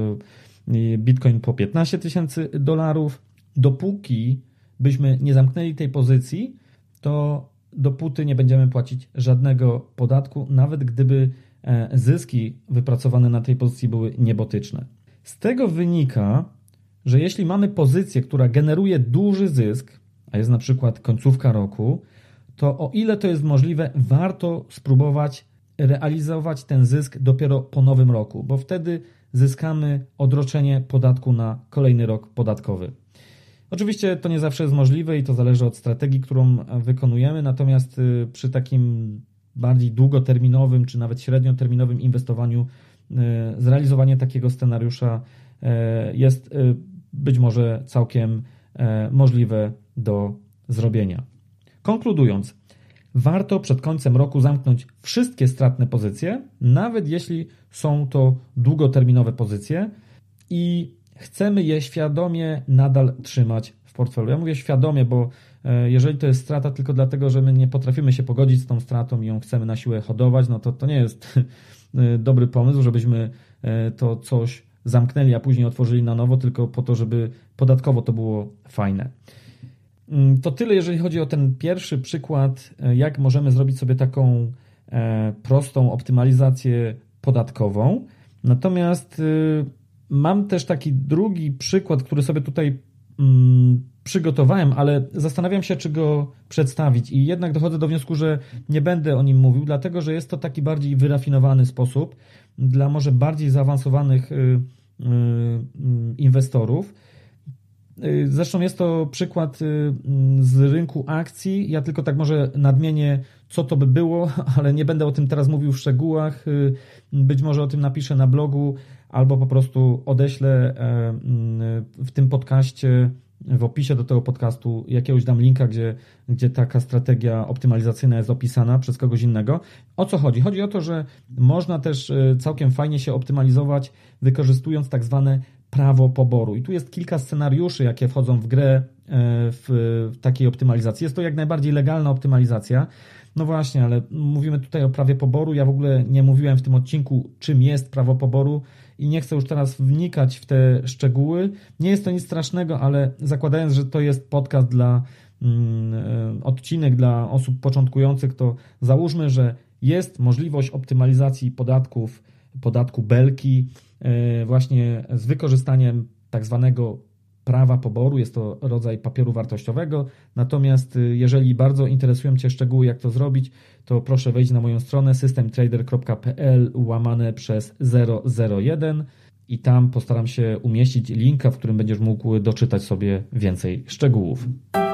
bitcoin po piętnaście tysięcy dolarów. Dopóki byśmy nie zamknęli tej pozycji, to dopóty nie będziemy płacić żadnego podatku, nawet gdyby zyski wypracowane na tej pozycji były niebotyczne. Z tego wynika, że jeśli mamy pozycję, która generuje duży zysk, a jest na przykład końcówka roku, to o ile to jest możliwe, warto spróbować realizować ten zysk dopiero po nowym roku, bo wtedy zyskamy odroczenie podatku na kolejny rok podatkowy. Oczywiście to nie zawsze jest możliwe i to zależy od strategii, którą wykonujemy, natomiast przy takim bardziej długoterminowym czy nawet średnioterminowym inwestowaniu zrealizowanie takiego scenariusza jest być może całkiem możliwe do zrobienia. Konkludując, warto przed końcem roku zamknąć wszystkie stratne pozycje, nawet jeśli są to długoterminowe pozycje i chcemy je świadomie nadal trzymać w portfelu. Ja mówię świadomie, bo jeżeli to jest strata tylko dlatego, że my nie potrafimy się pogodzić z tą stratą i ją chcemy na siłę hodować, no to to nie jest dobry pomysł, żebyśmy to coś zamknęli, a później otworzyli na nowo, tylko po to, żeby podatkowo to było fajne. To tyle, jeżeli chodzi o ten pierwszy przykład, jak możemy zrobić sobie taką prostą optymalizację podatkową. Natomiast mam też taki drugi przykład, który sobie tutaj przygotowałem, ale zastanawiam się, czy go przedstawić i jednak dochodzę do wniosku, że nie będę o nim mówił, dlatego że jest to taki bardziej wyrafinowany sposób dla może bardziej zaawansowanych inwestorów. Zresztą jest to przykład z rynku akcji. Ja tylko tak może nadmienię, co to by było, ale nie będę o tym teraz mówił w szczegółach. Być może o tym napiszę na blogu, albo po prostu odeślę w tym podcaście, w opisie do tego podcastu jakiegoś dam linka, gdzie, gdzie taka strategia optymalizacyjna jest opisana przez kogoś innego. O co chodzi? Chodzi o to, że można też całkiem fajnie się optymalizować, wykorzystując tak zwane prawo poboru. I tu jest kilka scenariuszy, jakie wchodzą w grę w, w takiej optymalizacji. Jest to jak najbardziej legalna optymalizacja. No właśnie, ale mówimy tutaj o prawie poboru. Ja w ogóle nie mówiłem w tym odcinku, czym jest prawo poboru i nie chcę już teraz wnikać w te szczegóły. Nie jest to nic strasznego, ale zakładając, że to jest podcast dla mm, odcinek dla osób początkujących, to załóżmy, że jest możliwość optymalizacji podatków, podatku belki yy, właśnie z wykorzystaniem tak zwanego prawa poboru. Jest to rodzaj papieru wartościowego. Natomiast jeżeli bardzo interesują Cię szczegóły, jak to zrobić, to proszę wejść na moją stronę system trader kropka p l łamane przez zero zero jeden i tam postaram się umieścić linka, w którym będziesz mógł doczytać sobie więcej szczegółów.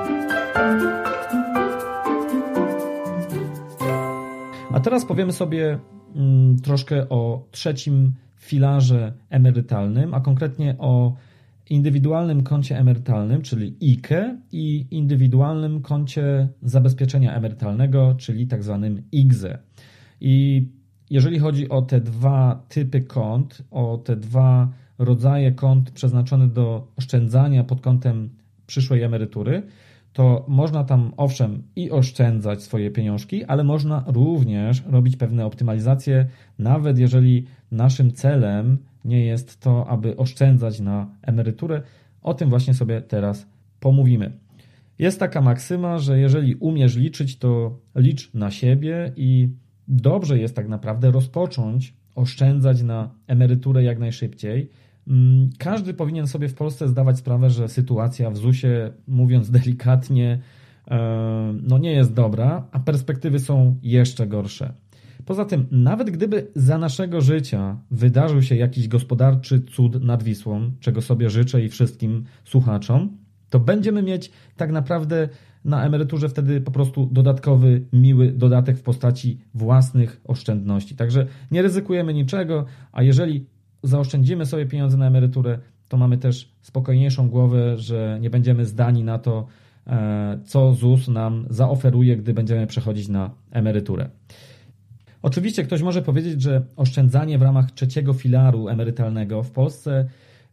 A teraz powiemy sobie mm, troszkę o trzecim filarze emerytalnym, a konkretnie o indywidualnym koncie emerytalnym, czyli I K E i indywidualnym koncie zabezpieczenia emerytalnego, czyli tak zwanym I G Z E. I jeżeli chodzi o te dwa typy kont, o te dwa rodzaje kont przeznaczone do oszczędzania pod kątem przyszłej emerytury, to można tam owszem i oszczędzać swoje pieniążki, ale można również robić pewne optymalizacje, nawet jeżeli naszym celem nie jest to, aby oszczędzać na emeryturę. O tym właśnie sobie teraz pomówimy. Jest taka maksyma, że jeżeli umiesz liczyć, to licz na siebie i dobrze jest tak naprawdę rozpocząć oszczędzać na emeryturę jak najszybciej. Każdy powinien sobie w Polsce zdawać sprawę, że sytuacja w zusie, mówiąc delikatnie, no nie jest dobra, a perspektywy są jeszcze gorsze. Poza tym, nawet gdyby za naszego życia wydarzył się jakiś gospodarczy cud nad Wisłą, czego sobie życzę i wszystkim słuchaczom, to będziemy mieć tak naprawdę na emeryturze wtedy po prostu dodatkowy, miły dodatek w postaci własnych oszczędności. Także nie ryzykujemy niczego, a jeżeli zaoszczędzimy sobie pieniądze na emeryturę, to mamy też spokojniejszą głowę, że nie będziemy zdani na to, co ZUS nam zaoferuje, gdy będziemy przechodzić na emeryturę. Oczywiście ktoś może powiedzieć, że oszczędzanie w ramach trzeciego filaru emerytalnego w Polsce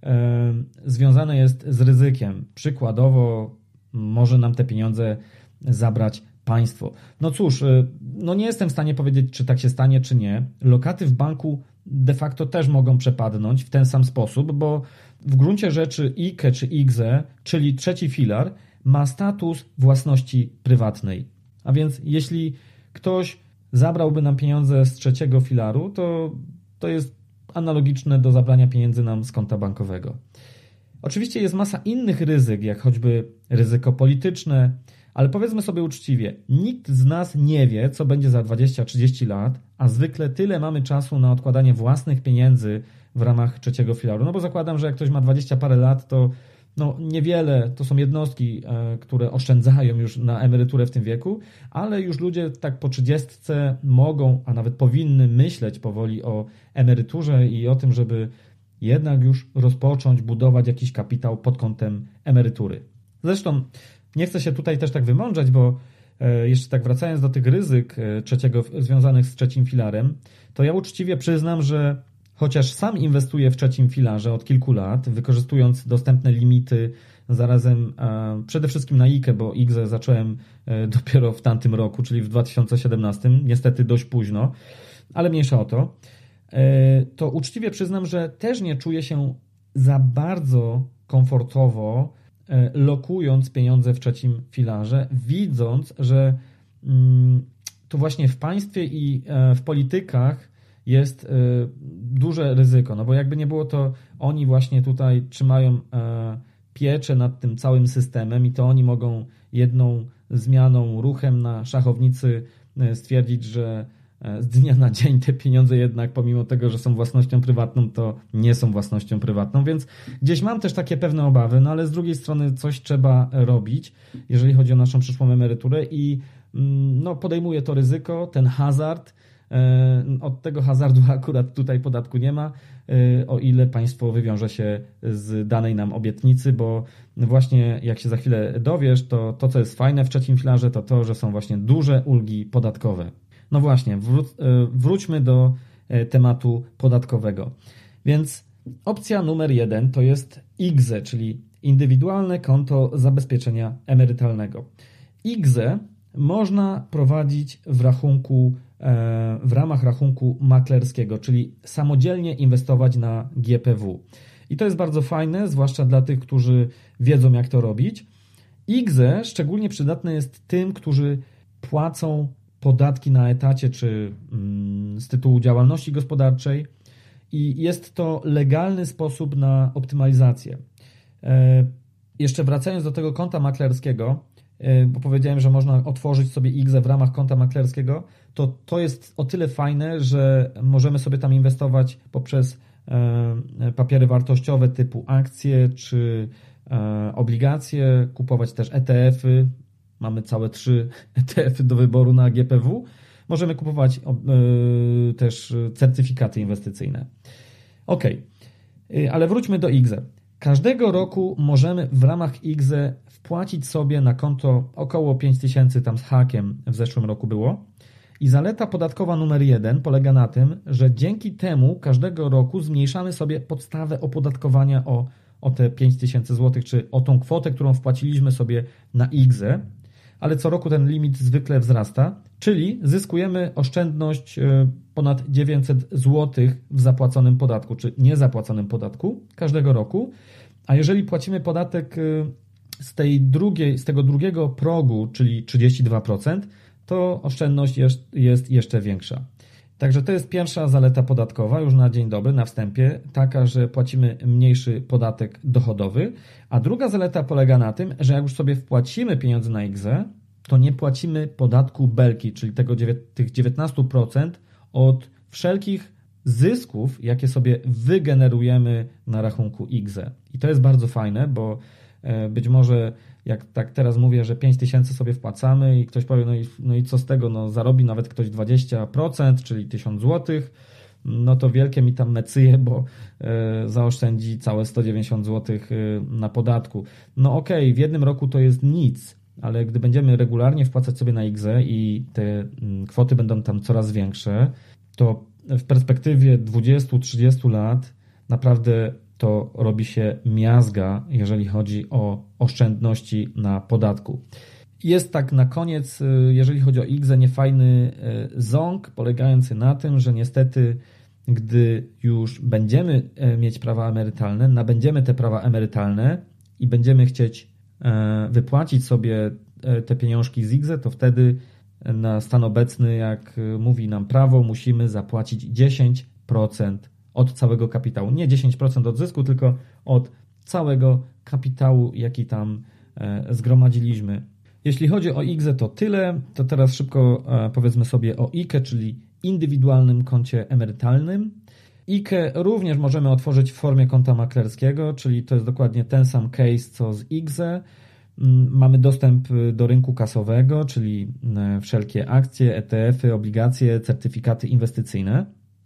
e, związane jest z ryzykiem. Przykładowo może nam te pieniądze zabrać państwo. No cóż, e, no nie jestem w stanie powiedzieć, czy tak się stanie, czy nie. Lokaty w banku de facto też mogą przepadnąć w ten sam sposób, bo w gruncie rzeczy I K E czy I G Z E, czyli trzeci filar, ma status własności prywatnej. A więc jeśli ktoś zabrałby nam pieniądze z trzeciego filaru, to, to jest analogiczne do zabrania pieniędzy nam z konta bankowego. Oczywiście jest masa innych ryzyk, jak choćby ryzyko polityczne, ale powiedzmy sobie uczciwie, nikt z nas nie wie, co będzie za dwadzieścia trzydzieści lat, a zwykle tyle mamy czasu na odkładanie własnych pieniędzy w ramach trzeciego filaru. No bo zakładam, że jak ktoś ma dwadzieścia parę lat, to no niewiele, to są jednostki, e, które oszczędzają już na emeryturę w tym wieku, ale już ludzie tak po trzydziestce mogą, a nawet powinny myśleć powoli o emeryturze i o tym, żeby jednak już rozpocząć budować jakiś kapitał pod kątem emerytury. Zresztą nie chcę się tutaj też tak wymądrzeć, bo e, jeszcze tak wracając do tych ryzyk e, trzeciego, związanych z trzecim filarem, to ja uczciwie przyznam, że chociaż sam inwestuję w trzecim filarze od kilku lat, wykorzystując dostępne limity zarazem e, przede wszystkim na I K E, bo I G Z E zacząłem e, dopiero w tamtym roku, czyli w dwa tysiące siedemnastym, niestety dość późno, ale mniejsza o to, e, to uczciwie przyznam, że też nie czuję się za bardzo komfortowo e, lokując pieniądze w trzecim filarze, widząc, że mm, to właśnie w państwie i e, w politykach jest y, duże ryzyko, no bo jakby nie było, to oni właśnie tutaj trzymają y, pieczę nad tym całym systemem i to oni mogą jedną zmianą, ruchem na szachownicy y, stwierdzić, że y, z dnia na dzień te pieniądze jednak, pomimo tego, że są własnością prywatną, to nie są własnością prywatną, więc gdzieś mam też takie pewne obawy, no ale z drugiej strony coś trzeba robić, jeżeli chodzi o naszą przyszłą emeryturę i y, no, podejmuję to ryzyko, ten hazard, Od tego hazardu akurat tutaj podatku nie ma, o ile państwo wywiąże się z danej nam obietnicy, bo właśnie jak się za chwilę dowiesz, to to, co jest fajne w trzecim filarze, to to, że są właśnie duże ulgi podatkowe. No właśnie, wró- wróćmy do tematu podatkowego. Więc opcja numer jeden to jest I G Z E, czyli Indywidualne Konto Zabezpieczenia Emerytalnego. I G Z E można prowadzić w rachunku, w ramach rachunku maklerskiego, czyli samodzielnie inwestować na G P W. I to jest bardzo fajne, zwłaszcza dla tych, którzy wiedzą, jak to robić. I G Z E szczególnie przydatne jest tym, którzy płacą podatki na etacie czy z tytułu działalności gospodarczej i jest to legalny sposób na optymalizację. Jeszcze wracając do tego konta maklerskiego, bo powiedziałem, że można otworzyć sobie I G Z E w ramach konta maklerskiego, to to jest o tyle fajne, że możemy sobie tam inwestować poprzez papiery wartościowe typu akcje czy obligacje, kupować też E T F-y. Mamy całe trzy E T F-y do wyboru na G P W. Możemy kupować też certyfikaty inwestycyjne. Ok, ale wróćmy do I G Z E. Każdego roku możemy w ramach I G Z E wpłacić sobie na konto około pięć tysięcy tam z hakiem w zeszłym roku było. I zaleta podatkowa numer jeden polega na tym, że dzięki temu każdego roku zmniejszamy sobie podstawę opodatkowania o, o te pięć tysięcy złotych, czy o tą kwotę, którą wpłaciliśmy sobie na I G Z E, ale co roku ten limit zwykle wzrasta, czyli zyskujemy oszczędność ponad dziewięćset złotych w zapłaconym podatku, czy niezapłaconym podatku każdego roku, a jeżeli płacimy podatek z, tej drugiej, z tego drugiego progu, czyli trzydzieści dwa procent, to oszczędność jest, jest jeszcze większa. Także to jest pierwsza zaleta podatkowa, już na dzień dobry, na wstępie, taka, że płacimy mniejszy podatek dochodowy, a druga zaleta polega na tym, że jak już sobie wpłacimy pieniądze na I G Z E, to nie płacimy podatku belki, czyli tego, tych dziewiętnaście procent od wszelkich zysków, jakie sobie wygenerujemy na rachunku I G Z E. I to jest bardzo fajne, bo być może jak tak teraz mówię, że pięć tysięcy sobie wpłacamy i ktoś powie, no i, no i co z tego, no zarobi nawet ktoś dwadzieścia procent, czyli tysiąc złotych, no to wielkie mi tam mecyje, bo y, zaoszczędzi całe sto dziewięćdziesiąt złotych y, na podatku. No okej, okay, w jednym roku to jest nic, ale gdy będziemy regularnie wpłacać sobie na I G Z E i te y, kwoty będą tam coraz większe, to w perspektywie dwudziestu trzydziestu lat naprawdę to robi się miazga, jeżeli chodzi o oszczędności na podatku. Jest tak na koniec, jeżeli chodzi o I G Z E, niefajny ząg polegający na tym, że niestety, gdy już będziemy mieć prawa emerytalne, nabędziemy te prawa emerytalne i będziemy chcieć wypłacić sobie te pieniążki z I G Z E, to wtedy na stan obecny, jak mówi nam prawo, musimy zapłacić dziesięć procent od całego kapitału. Nie dziesięć procent od zysku, tylko od całego kapitału, jaki tam zgromadziliśmy. Jeśli chodzi o I G Z E, to tyle. To teraz szybko powiedzmy sobie o I K E, czyli indywidualnym koncie emerytalnym. I K E również możemy otworzyć w formie konta maklerskiego, czyli to jest dokładnie ten sam case co z I G Z E. Mamy dostęp do rynku kasowego, czyli wszelkie akcje, E T F-y, obligacje, certyfikaty inwestycyjne.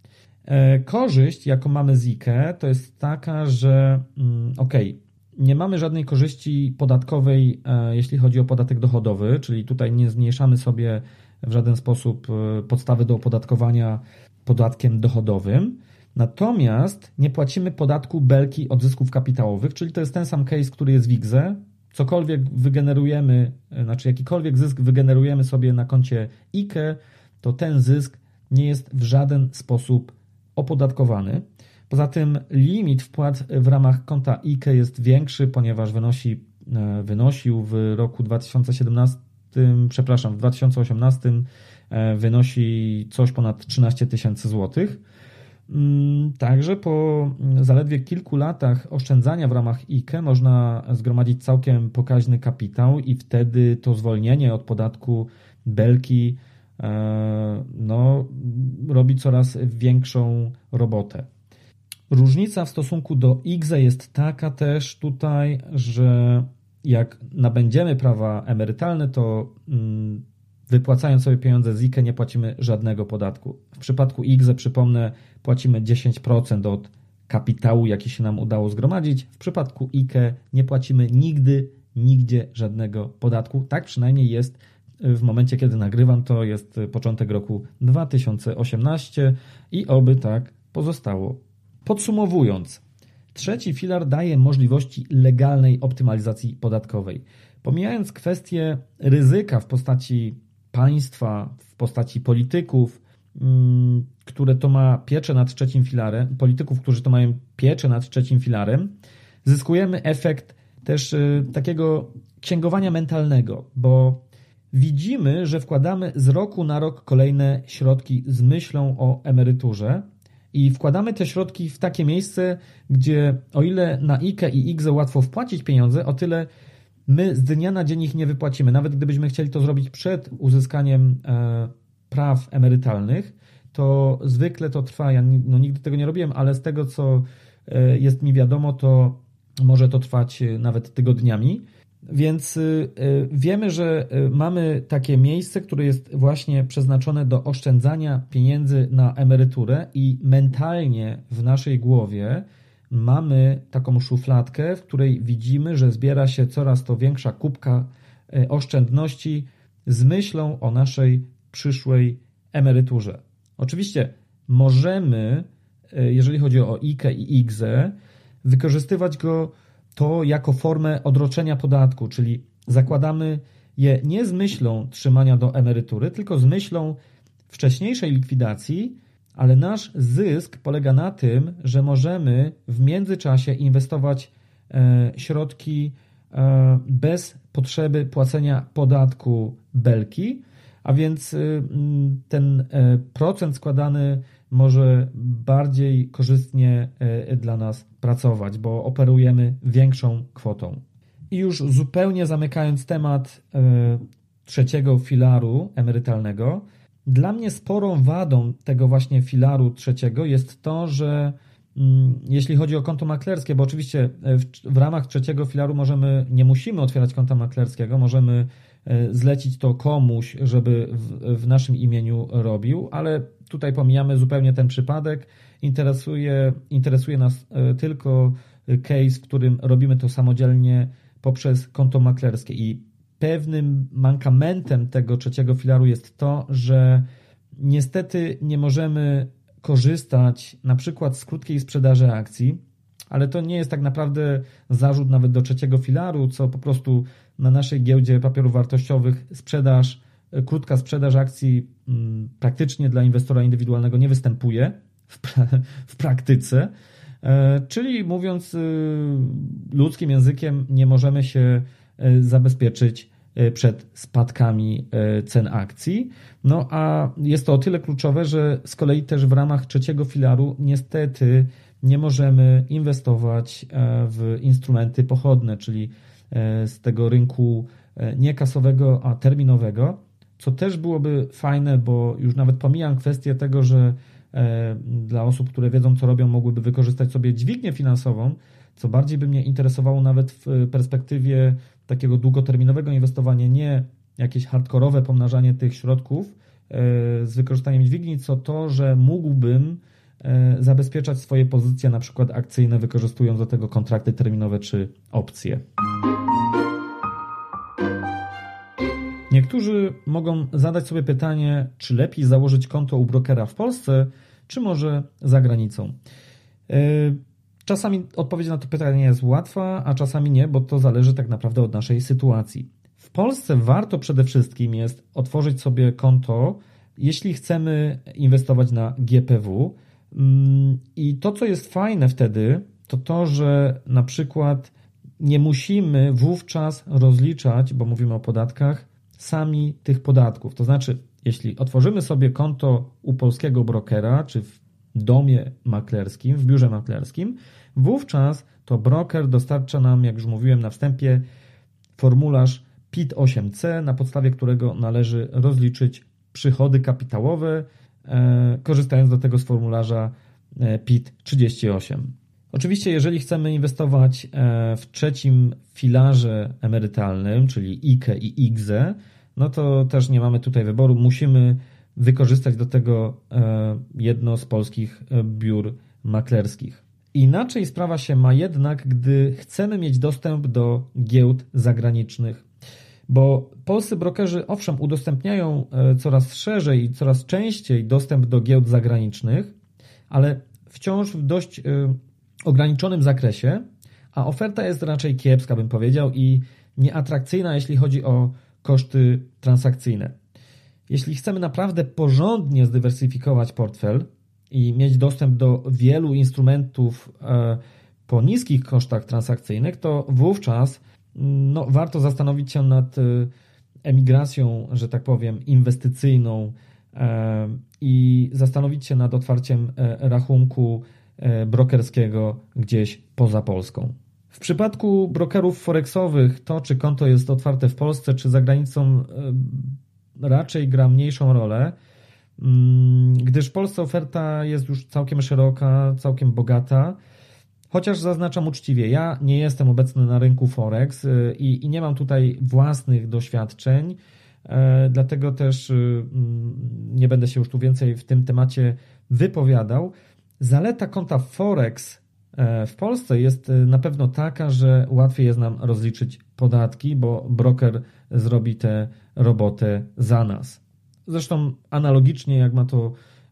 Korzyść, jaką mamy z I K E, to jest taka, że ok, nie mamy żadnej korzyści podatkowej, jeśli chodzi o podatek dochodowy, czyli tutaj nie zmniejszamy sobie w żaden sposób podstawy do opodatkowania podatkiem dochodowym. Natomiast nie płacimy podatku belki od zysków kapitałowych, czyli to jest ten sam case, który jest w I G Z E. Cokolwiek wygenerujemy, znaczy jakikolwiek zysk wygenerujemy sobie na koncie I K E, to ten zysk nie jest w żaden sposób opodatkowany. Poza tym limit wpłat w ramach konta I K E jest większy, ponieważ wynosi, wynosił w roku dwa tysiące siedemnastym, przepraszam, w dwa tysiące osiemnastym wynosi coś ponad trzynaście tysięcy złotych. Także po zaledwie kilku latach oszczędzania w ramach I K E można zgromadzić całkiem pokaźny kapitał i wtedy to zwolnienie od podatku belki no, robi coraz większą robotę. Różnica w stosunku do I G Z E jest taka też tutaj, że jak nabędziemy prawa emerytalne, to wypłacając sobie pieniądze z I K E nie płacimy żadnego podatku. W przypadku I G Z E, przypomnę, płacimy dziesięć procent od kapitału, jaki się nam udało zgromadzić. W przypadku I K E nie płacimy nigdy, nigdzie żadnego podatku. Tak przynajmniej jest w momencie, kiedy nagrywam. To jest początek roku dwa tysiące osiemnasty i oby tak pozostało. Podsumowując, trzeci filar daje możliwości legalnej optymalizacji podatkowej. Pomijając kwestię ryzyka w postaci państwa, w postaci polityków, które to ma pieczę nad trzecim filarem, polityków, którzy to mają pieczę nad trzecim filarem, zyskujemy efekt też takiego księgowania mentalnego, bo widzimy, że wkładamy z roku na rok kolejne środki z myślą o emeryturze i wkładamy te środki w takie miejsce, gdzie o ile na I K E i I G Z E łatwo wpłacić pieniądze, o tyle my z dnia na dzień ich nie wypłacimy. Nawet gdybyśmy chcieli to zrobić przed uzyskaniem e, praw emerytalnych, to zwykle to trwa, ja no, nigdy tego nie robiłem, ale z tego, co e, jest mi wiadomo, to może to trwać nawet tygodniami. Więc y, y, wiemy, że y, mamy takie miejsce, które jest właśnie przeznaczone do oszczędzania pieniędzy na emeryturę i mentalnie w naszej głowie mamy taką szufladkę, w której widzimy, że zbiera się coraz to większa kubka y, oszczędności z myślą o naszej przyszłej emeryturze. Oczywiście możemy, y, jeżeli chodzi o I K E i I G Z E, wykorzystywać go to jako formę odroczenia podatku, czyli zakładamy je nie z myślą trzymania do emerytury, tylko z myślą wcześniejszej likwidacji, ale nasz zysk polega na tym, że możemy w międzyczasie inwestować e, środki e, bez potrzeby płacenia podatku belki, a więc e, ten e, procent składany może bardziej korzystnie dla nas pracować, bo operujemy większą kwotą. I już zupełnie zamykając temat trzeciego filaru emerytalnego, dla mnie sporą wadą tego właśnie filaru trzeciego jest to, że jeśli chodzi o konto maklerskie, bo oczywiście w, w ramach trzeciego filaru możemy, nie musimy otwierać konta maklerskiego, możemy zlecić to komuś, żeby w, w naszym imieniu robił, ale tutaj pomijamy zupełnie ten przypadek. Interesuje, interesuje nas tylko case, w którym robimy to samodzielnie poprzez konto maklerskie i pewnym mankamentem tego trzeciego filaru jest to, że niestety nie możemy korzystać na przykład z krótkiej sprzedaży akcji, ale to nie jest tak naprawdę zarzut nawet do trzeciego filaru, co po prostu na naszej giełdzie papierów wartościowych sprzedaż, krótka sprzedaż akcji praktycznie dla inwestora indywidualnego nie występuje w, pra- w praktyce, czyli mówiąc ludzkim językiem, nie możemy się zabezpieczyć przed spadkami cen akcji. No a jest to o tyle kluczowe, że z kolei też w ramach trzeciego filaru niestety nie możemy inwestować w instrumenty pochodne, czyli z tego rynku nie kasowego, a terminowego, co też byłoby fajne, bo już nawet pomijam kwestię tego, że dla osób, które wiedzą, co robią, mogłyby wykorzystać sobie dźwignię finansową, co bardziej by mnie interesowało nawet w perspektywie takiego długoterminowego inwestowania, nie jakieś hardkorowe pomnażanie tych środków z wykorzystaniem dźwigni, co to, że mógłbym zabezpieczać swoje pozycje, na przykład akcyjne, wykorzystując do tego kontrakty terminowe czy opcje. Niektórzy mogą zadać sobie pytanie, czy lepiej założyć konto u brokera w Polsce, czy może za granicą. Czasami odpowiedź na to pytanie jest łatwa, a czasami nie, bo to zależy tak naprawdę od naszej sytuacji. W Polsce warto przede wszystkim jest otworzyć sobie konto, jeśli chcemy inwestować na G P W. I to, co jest fajne wtedy, to to, że na przykład nie musimy wówczas rozliczać, bo mówimy o podatkach, sami tych podatków. To znaczy, jeśli otworzymy sobie konto u polskiego brokera, czy w domie maklerskim, w biurze maklerskim, wówczas to broker dostarcza nam, jak już mówiłem na wstępie, formularz P I T osiem C, na podstawie którego należy rozliczyć przychody kapitałowe, e, korzystając do tego z formularza P I T trzydzieści osiem. Oczywiście, jeżeli chcemy inwestować w trzecim filarze emerytalnym, czyli I K E i I G Z E, no to też nie mamy tutaj wyboru. Musimy wykorzystać do tego jedno z polskich biur maklerskich. Inaczej sprawa się ma jednak, gdy chcemy mieć dostęp do giełd zagranicznych, bo polscy brokerzy owszem udostępniają coraz szerzej i coraz częściej dostęp do giełd zagranicznych, ale wciąż w dość ograniczonym zakresie, a oferta jest raczej kiepska, bym powiedział, i nieatrakcyjna, jeśli chodzi o koszty transakcyjne. Jeśli chcemy naprawdę porządnie zdywersyfikować portfel i mieć dostęp do wielu instrumentów po niskich kosztach transakcyjnych, to wówczas no, warto zastanowić się nad emigracją, że tak powiem, inwestycyjną i zastanowić się nad otwarciem rachunku brokerskiego gdzieś poza Polską. W przypadku brokerów forexowych to, czy konto jest otwarte w Polsce, czy za granicą, raczej gra mniejszą rolę, gdyż w Polsce oferta jest już całkiem szeroka, całkiem bogata, chociaż zaznaczam uczciwie, ja nie jestem obecny na rynku Forex i, i nie mam tutaj własnych doświadczeń, dlatego też nie będę się już tu więcej w tym temacie wypowiadał. Zaleta konta Forex w Polsce jest na pewno taka, że łatwiej jest nam rozliczyć podatki, bo broker zrobi tę robotę za nas. Zresztą analogicznie jak ma to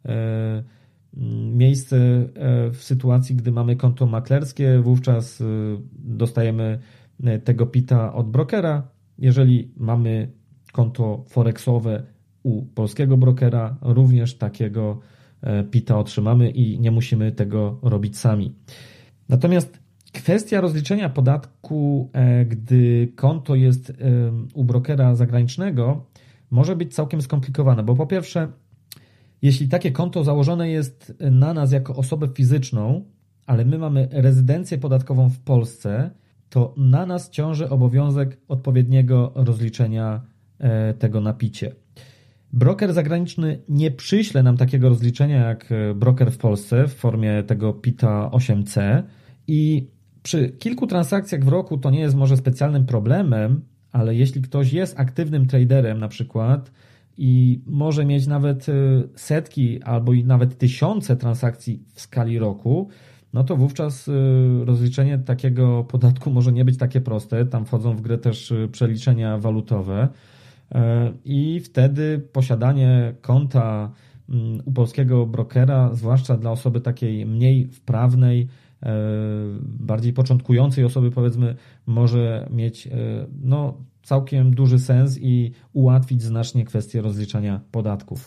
miejsce w sytuacji, gdy mamy konto maklerskie, wówczas dostajemy tego pita od brokera. Jeżeli mamy konto forexowe u polskiego brokera, również takiego pita otrzymamy i nie musimy tego robić sami. Natomiast kwestia rozliczenia podatku, gdy konto jest u brokera zagranicznego, może być całkiem skomplikowana, bo po pierwsze, jeśli takie konto założone jest na nas jako osobę fizyczną, ale my mamy rezydencję podatkową w Polsce, to na nas ciąży obowiązek odpowiedniego rozliczenia tego na picie. Broker zagraniczny nie przyśle nam takiego rozliczenia jak broker w Polsce w formie tego pita osiem C i przy kilku transakcjach w roku to nie jest może specjalnym problemem, ale jeśli ktoś jest aktywnym traderem na przykład i może mieć nawet setki albo i nawet tysiące transakcji w skali roku, no to wówczas rozliczenie takiego podatku może nie być takie proste. Tam wchodzą w grę też przeliczenia walutowe i wtedy posiadanie konta u polskiego brokera, zwłaszcza dla osoby takiej mniej wprawnej, bardziej początkującej osoby, powiedzmy, może mieć no, całkiem duży sens i ułatwić znacznie kwestię rozliczania podatków.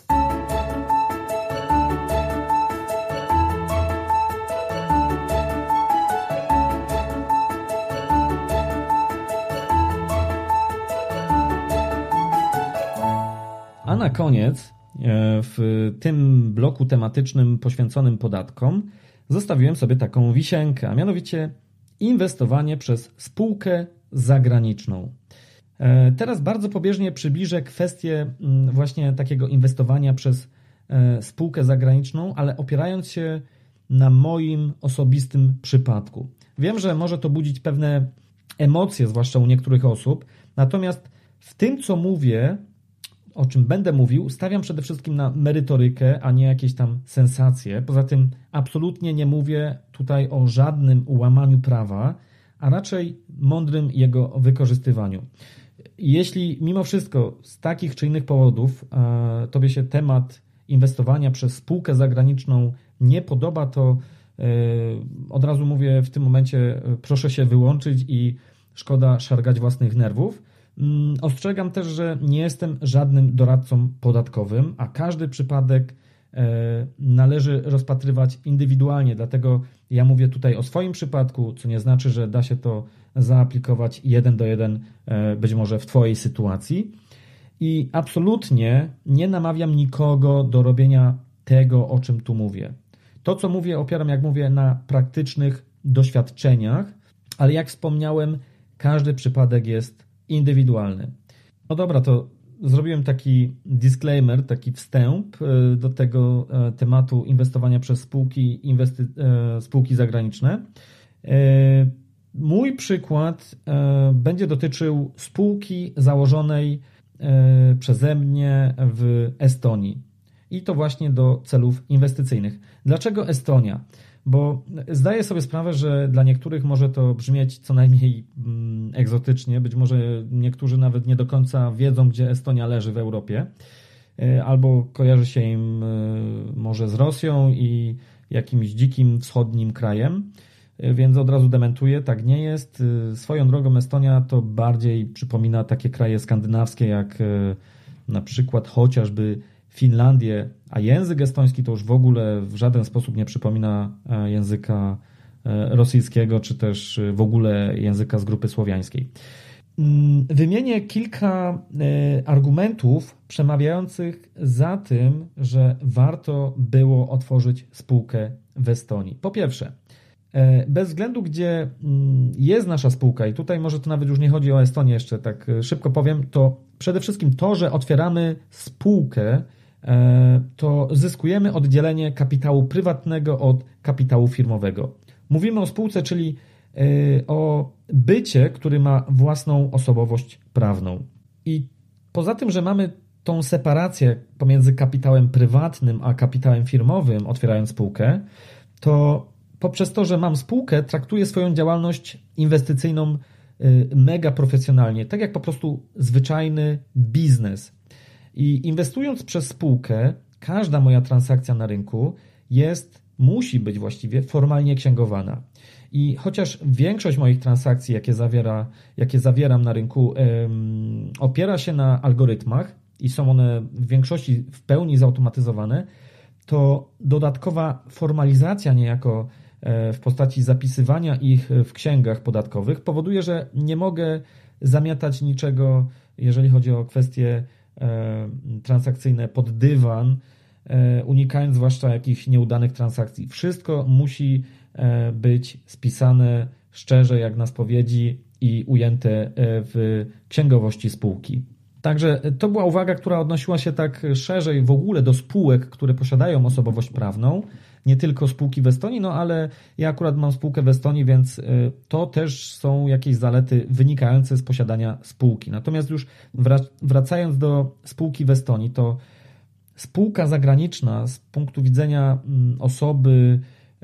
A na koniec, w tym bloku tematycznym poświęconym podatkom, zostawiłem sobie taką wisienkę, a mianowicie inwestowanie przez spółkę zagraniczną. Teraz bardzo pobieżnie przybliżę kwestię właśnie takiego inwestowania przez spółkę zagraniczną, ale opierając się na moim osobistym przypadku. Wiem, że może to budzić pewne emocje, zwłaszcza u niektórych osób, natomiast w tym, co mówię, o czym będę mówił, stawiam przede wszystkim na merytorykę, a nie jakieś tam sensacje. Poza tym absolutnie nie mówię tutaj o żadnym łamaniu prawa, a raczej mądrym jego wykorzystywaniu. Jeśli mimo wszystko z takich czy innych powodów e, Tobie się temat inwestowania przez spółkę zagraniczną nie podoba, to e, od razu mówię w tym momencie, e, proszę się wyłączyć i szkoda szargać własnych nerwów. Ostrzegam też, że nie jestem żadnym doradcą podatkowym, a każdy przypadek należy rozpatrywać indywidualnie, dlatego ja mówię tutaj o swoim przypadku, co nie znaczy, że da się to zaaplikować jeden do jeden być może w Twojej sytuacji i absolutnie nie namawiam nikogo do robienia tego, o czym tu mówię. To, co mówię, opieram, jak mówię, na praktycznych doświadczeniach, ale jak wspomniałem, każdy przypadek jest indywidualny. No dobra, to zrobiłem taki disclaimer, taki wstęp do tego tematu inwestowania przez spółki, inwesty- spółki zagraniczne. Mój przykład będzie dotyczył spółki założonej przeze mnie w Estonii. I to właśnie do celów inwestycyjnych. Dlaczego Estonia? Bo zdaję sobie sprawę, że dla niektórych może to brzmieć co najmniej mm, egzotycznie. Być może niektórzy nawet nie do końca wiedzą, gdzie Estonia leży w Europie. Albo kojarzy się im może z Rosją i jakimś dzikim wschodnim krajem. Więc od razu dementuję, tak nie jest. Swoją drogą Estonia to bardziej przypomina takie kraje skandynawskie jak na przykład chociażby Finlandię, a język estoński to już w ogóle w żaden sposób nie przypomina języka rosyjskiego, czy też w ogóle języka z grupy słowiańskiej. Wymienię kilka argumentów przemawiających za tym, że warto było otworzyć spółkę w Estonii. Po pierwsze, bez względu gdzie jest nasza spółka, i tutaj może to nawet już nie chodzi o Estonię jeszcze, tak szybko powiem, to przede wszystkim to, że otwieramy spółkę, to zyskujemy oddzielenie kapitału prywatnego od kapitału firmowego. Mówimy o spółce, czyli o bycie, który ma własną osobowość prawną. I poza tym, że mamy tą separację pomiędzy kapitałem prywatnym a kapitałem firmowym, otwierając spółkę, to poprzez to, że mam spółkę, traktuję swoją działalność inwestycyjną mega profesjonalnie, tak jak po prostu zwyczajny biznes. I inwestując przez spółkę, każda moja transakcja na rynku jest, musi być właściwie formalnie księgowana. I chociaż większość moich transakcji, jakie, zawiera, jakie zawieram na rynku, ym, opiera się na algorytmach i są one w większości w pełni zautomatyzowane, to dodatkowa formalizacja niejako w postaci zapisywania ich w księgach podatkowych powoduje, że nie mogę zamiatać niczego, jeżeli chodzi o kwestie transakcyjne, pod dywan, unikając zwłaszcza jakichś nieudanych transakcji. Wszystko musi być spisane szczerze jak na spowiedzi i ujęte w księgowości spółki. Także to była uwaga, która odnosiła się tak szerzej w ogóle do spółek, które posiadają osobowość prawną, nie tylko spółki w Estonii, no ale ja akurat mam spółkę w Estonii, więc to też są jakieś zalety wynikające z posiadania spółki. Natomiast już wracając do spółki w Estonii, to spółka zagraniczna z punktu widzenia osoby,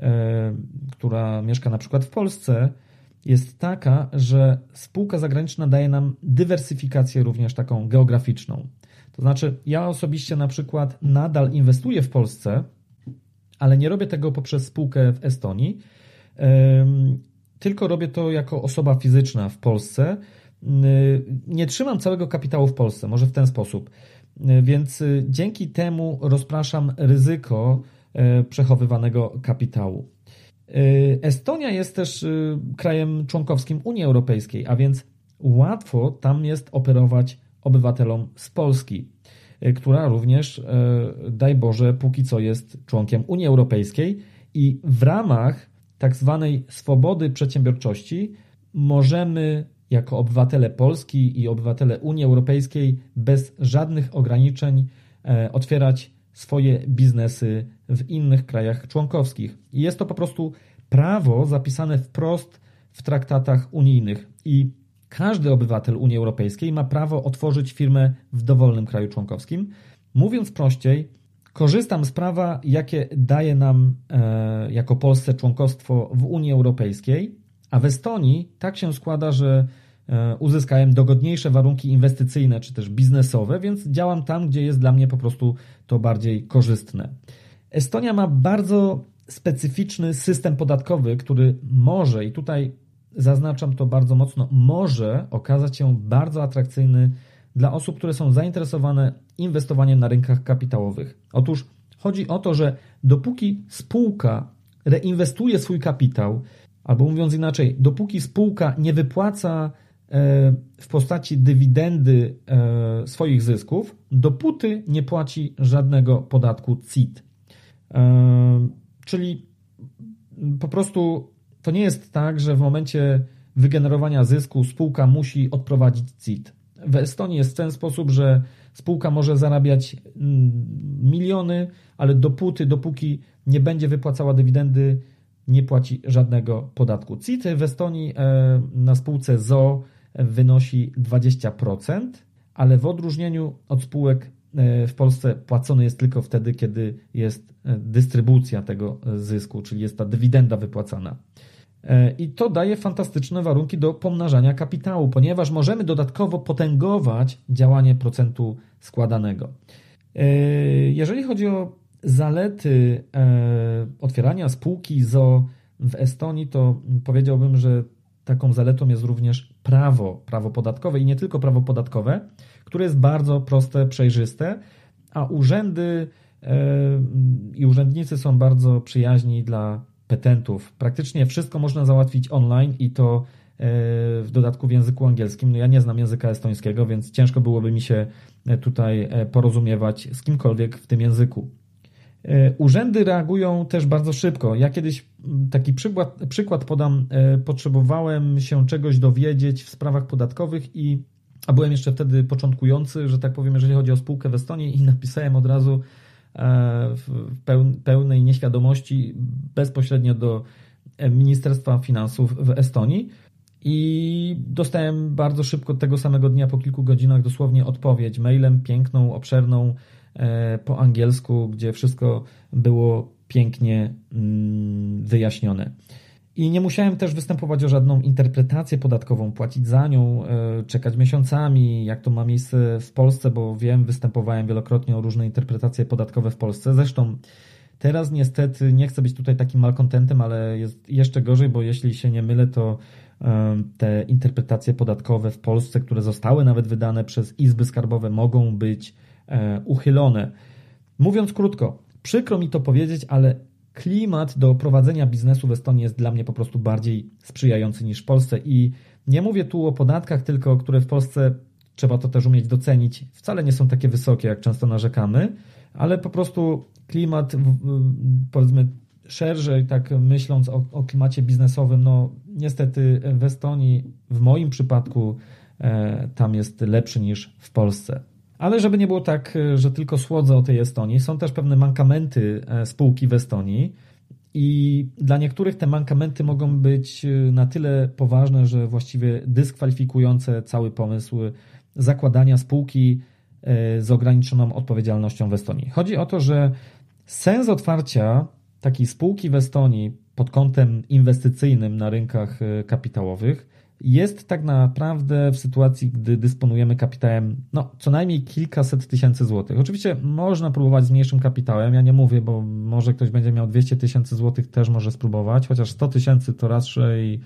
która mieszka na przykład w Polsce, jest taka, że spółka zagraniczna daje nam dywersyfikację również taką geograficzną. To znaczy ja osobiście na przykład nadal inwestuję w Polsce, ale nie robię tego poprzez spółkę w Estonii, tylko robię to jako osoba fizyczna w Polsce. Nie trzymam całego kapitału w Polsce, może w ten sposób. Więc dzięki temu rozpraszam ryzyko przechowywanego kapitału. Estonia jest też krajem członkowskim Unii Europejskiej, a więc łatwo tam jest operować obywatelom z Polski, która również, daj Boże, póki co jest członkiem Unii Europejskiej i w ramach tak zwanej swobody przedsiębiorczości możemy jako obywatele Polski i obywatele Unii Europejskiej bez żadnych ograniczeń otwierać swoje biznesy w innych krajach członkowskich. I jest to po prostu prawo zapisane wprost w traktatach unijnych i każdy obywatel Unii Europejskiej ma prawo otworzyć firmę w dowolnym kraju członkowskim. Mówiąc prościej, korzystam z prawa, jakie daje nam e, jako Polsce członkostwo w Unii Europejskiej, a w Estonii tak się składa, że e, uzyskałem dogodniejsze warunki inwestycyjne czy też biznesowe, więc działam tam, gdzie jest dla mnie po prostu to bardziej korzystne. Estonia ma bardzo specyficzny system podatkowy, który może, i tutaj zaznaczam to bardzo mocno, może okazać się bardzo atrakcyjny dla osób, które są zainteresowane inwestowaniem na rynkach kapitałowych. Otóż chodzi o to, że dopóki spółka reinwestuje swój kapitał, albo mówiąc inaczej, dopóki spółka nie wypłaca w postaci dywidendy swoich zysków, dopóty nie płaci żadnego podatku C I T. Czyli po prostu to nie jest tak, że w momencie wygenerowania zysku spółka musi odprowadzić C I T. W Estonii jest w ten sposób, że spółka może zarabiać miliony, ale dopóty, dopóki nie będzie wypłacała dywidendy, nie płaci żadnego podatku. C I T w Estonii na spółce z o o wynosi dwadzieścia procent, ale w odróżnieniu od spółek w Polsce płacony jest tylko wtedy, kiedy jest dystrybucja tego zysku, czyli jest ta dywidenda wypłacana. I to daje fantastyczne warunki do pomnażania kapitału, ponieważ możemy dodatkowo potęgować działanie procentu składanego. Jeżeli chodzi o zalety otwierania spółki z o o w Estonii, to powiedziałbym, że taką zaletą jest również prawo, prawo podatkowe i nie tylko prawo podatkowe, które jest bardzo proste, przejrzyste, a urzędy i urzędnicy są bardzo przyjaźni dla petentów. Praktycznie wszystko można załatwić online i to w dodatku w języku angielskim. No ja nie znam języka estońskiego, więc ciężko byłoby mi się tutaj porozumiewać z kimkolwiek w tym języku. Urzędy reagują też bardzo szybko. Ja kiedyś taki przykład, przykład podam. Potrzebowałem się czegoś dowiedzieć w sprawach podatkowych i a byłem jeszcze wtedy początkujący, że tak powiem, jeżeli chodzi o spółkę w Estonii i napisałem od razu w pełnej nieświadomości bezpośrednio do Ministerstwa Finansów w Estonii i dostałem bardzo szybko tego samego dnia, po kilku godzinach dosłownie odpowiedź mailem, piękną, obszerną, po angielsku, gdzie wszystko było pięknie wyjaśnione. I nie musiałem też występować o żadną interpretację podatkową, płacić za nią, czekać miesiącami, jak to ma miejsce w Polsce, bo wiem, występowałem wielokrotnie o różne interpretacje podatkowe w Polsce. Zresztą teraz niestety nie chcę być tutaj takim malkontentem, ale jest jeszcze gorzej, bo jeśli się nie mylę, to te interpretacje podatkowe w Polsce, które zostały nawet wydane przez izby skarbowe, mogą być uchylone. Mówiąc krótko, przykro mi to powiedzieć, ale klimat do prowadzenia biznesu w Estonii jest dla mnie po prostu bardziej sprzyjający niż w Polsce i nie mówię tu o podatkach, tylko które w Polsce trzeba to też umieć docenić. Wcale nie są takie wysokie, jak często narzekamy, ale po prostu klimat, powiedzmy szerzej, tak myśląc o, o klimacie biznesowym, no niestety w Estonii, w moim przypadku, e, tam jest lepszy niż w Polsce. Ale żeby nie było tak, że tylko słodzę o tej Estonii, są też pewne mankamenty spółki w Estonii i dla niektórych te mankamenty mogą być na tyle poważne, że właściwie dyskwalifikujące cały pomysł zakładania spółki z ograniczoną odpowiedzialnością w Estonii. Chodzi o to, że sens otwarcia takiej spółki w Estonii pod kątem inwestycyjnym na rynkach kapitałowych jest tak naprawdę w sytuacji, gdy dysponujemy kapitałem no, co najmniej kilkaset tysięcy złotych. Oczywiście można próbować z mniejszym kapitałem, ja nie mówię, bo może ktoś będzie miał dwieście tysięcy złotych, też może spróbować, chociaż sto tysięcy to raczej,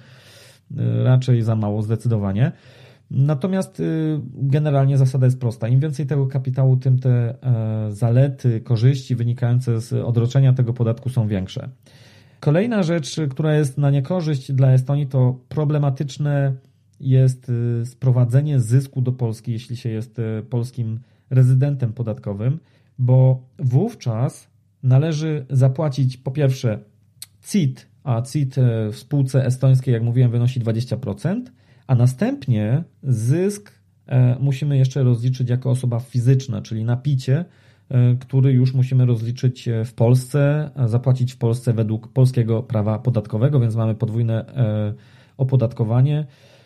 raczej za mało zdecydowanie. Natomiast generalnie zasada jest prosta. Im więcej tego kapitału, tym te zalety, korzyści wynikające z odroczenia tego podatku są większe. Kolejna rzecz, która jest na niekorzyść dla Estonii, to problematyczne jest sprowadzenie zysku do Polski, jeśli się jest polskim rezydentem podatkowym, bo wówczas należy zapłacić po pierwsze C I T, a C I T w spółce estońskiej, jak mówiłem, wynosi dwadzieścia procent, a następnie zysk musimy jeszcze rozliczyć jako osoba fizyczna, czyli na picie, który już musimy rozliczyć w Polsce, zapłacić w Polsce według polskiego prawa podatkowego, więc mamy podwójne opodatkowanie.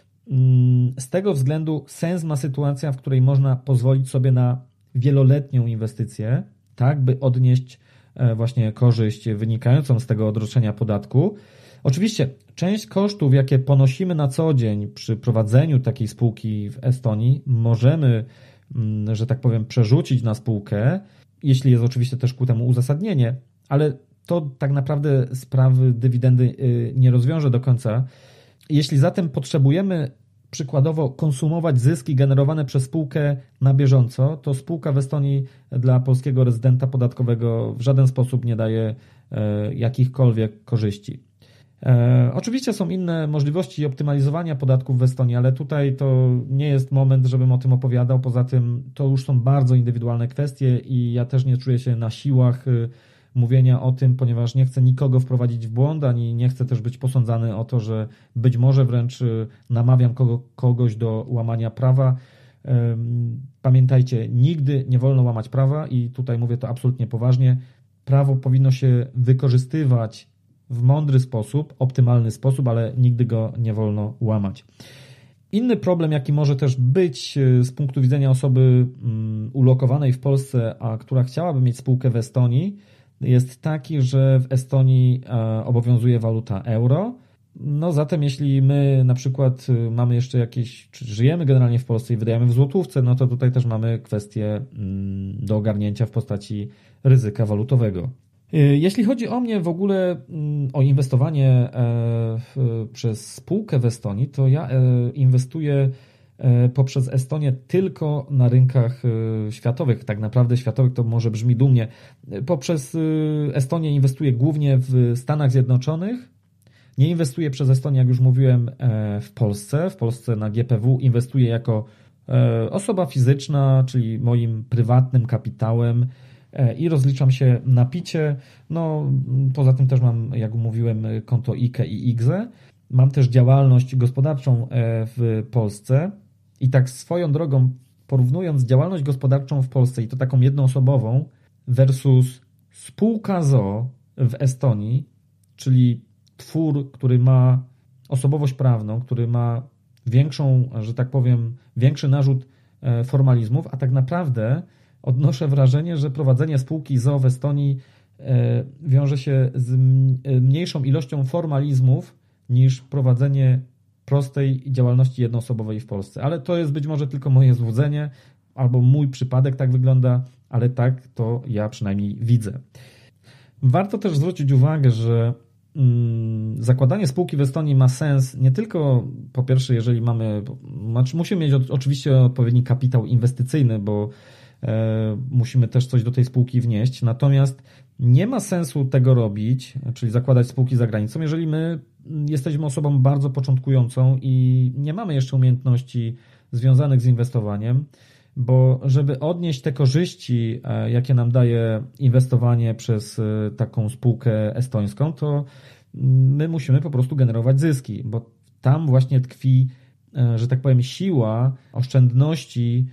Z tego względu sens ma sytuacja, w której można pozwolić sobie na wieloletnią inwestycję, tak by odnieść właśnie korzyść wynikającą z tego odroczenia podatku. Oczywiście część kosztów, jakie ponosimy na co dzień przy prowadzeniu takiej spółki w Estonii, możemy, że tak powiem, przerzucić na spółkę, jeśli jest oczywiście też ku temu uzasadnienie, ale to tak naprawdę sprawy dywidendy nie rozwiąże do końca. Jeśli zatem potrzebujemy przykładowo konsumować zyski generowane przez spółkę na bieżąco, to spółka w Estonii dla polskiego rezydenta podatkowego w żaden sposób nie daje jakichkolwiek korzyści. E, oczywiście są inne możliwości optymalizowania podatków w Estonii, ale tutaj to nie jest moment, żebym o tym opowiadał. Poza tym to już są bardzo indywidualne kwestie i ja też nie czuję się na siłach y, mówienia o tym, ponieważ nie chcę nikogo wprowadzić w błąd, ani nie chcę też być posądzany o to, że być może wręcz y, namawiam kogo, kogoś do łamania prawa. Y, pamiętajcie, nigdy nie wolno łamać prawa i tutaj mówię to absolutnie poważnie. Prawo powinno się wykorzystywać w mądry sposób, optymalny sposób, ale nigdy go nie wolno łamać. Inny problem, jaki może też być z punktu widzenia osoby ulokowanej w Polsce, a która chciałaby mieć spółkę w Estonii, jest taki, że w Estonii obowiązuje waluta euro. No zatem jeśli my na przykład mamy jeszcze jakieś, czy żyjemy generalnie w Polsce i wydajemy w złotówce, no to tutaj też mamy kwestię do ogarnięcia w postaci ryzyka walutowego. Jeśli chodzi o mnie w ogóle o inwestowanie przez spółkę w Estonii, to ja inwestuję poprzez Estonię tylko na rynkach światowych. Tak naprawdę światowych to może brzmi dumnie. Poprzez Estonię inwestuję głównie w Stanach Zjednoczonych. Nie inwestuję przez Estonię, jak już mówiłem, w Polsce. W Polsce na G P W inwestuję jako osoba fizyczna, czyli moim prywatnym kapitałem i rozliczam się na picie. No, poza tym też mam, jak mówiłem, konto I K E i I G Z E. Mam też działalność gospodarczą w Polsce i tak swoją drogą, porównując działalność gospodarczą w Polsce i to taką jednoosobową versus spółka z o o w Estonii, czyli twór, który ma osobowość prawną, który ma większą, że tak powiem, większy narzut formalizmów, a tak naprawdę odnoszę wrażenie, że prowadzenie spółki z o o w Estonii wiąże się z mniejszą ilością formalizmów niż prowadzenie prostej działalności jednoosobowej w Polsce. Ale to jest być może tylko moje złudzenie, albo mój przypadek tak wygląda, ale tak to ja przynajmniej widzę. Warto też zwrócić uwagę, że zakładanie spółki w Estonii ma sens nie tylko, po pierwsze, jeżeli mamy, znaczy musimy mieć oczywiście odpowiedni kapitał inwestycyjny, bo e, musimy też coś do tej spółki wnieść, natomiast nie ma sensu tego robić, czyli zakładać spółki za granicą, jeżeli my jesteśmy osobą bardzo początkującą i nie mamy jeszcze umiejętności związanych z inwestowaniem, bo żeby odnieść te korzyści, jakie nam daje inwestowanie przez taką spółkę estońską, to my musimy po prostu generować zyski, bo tam właśnie tkwi, że tak powiem, siła oszczędności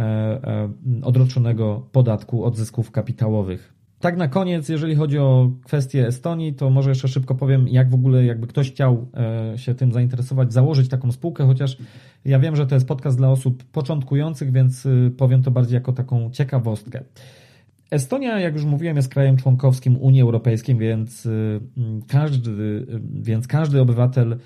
odroczonego podatku od zysków kapitałowych. Tak na koniec, jeżeli chodzi o kwestię Estonii, to może jeszcze szybko powiem, jak w ogóle jakby ktoś chciał się tym zainteresować, założyć taką spółkę, chociaż ja wiem, że to jest podcast dla osób początkujących, więc powiem to bardziej jako taką ciekawostkę. Estonia, jak już mówiłem, jest krajem członkowskim Unii Europejskiej, więc każdy, więc każdy obywatel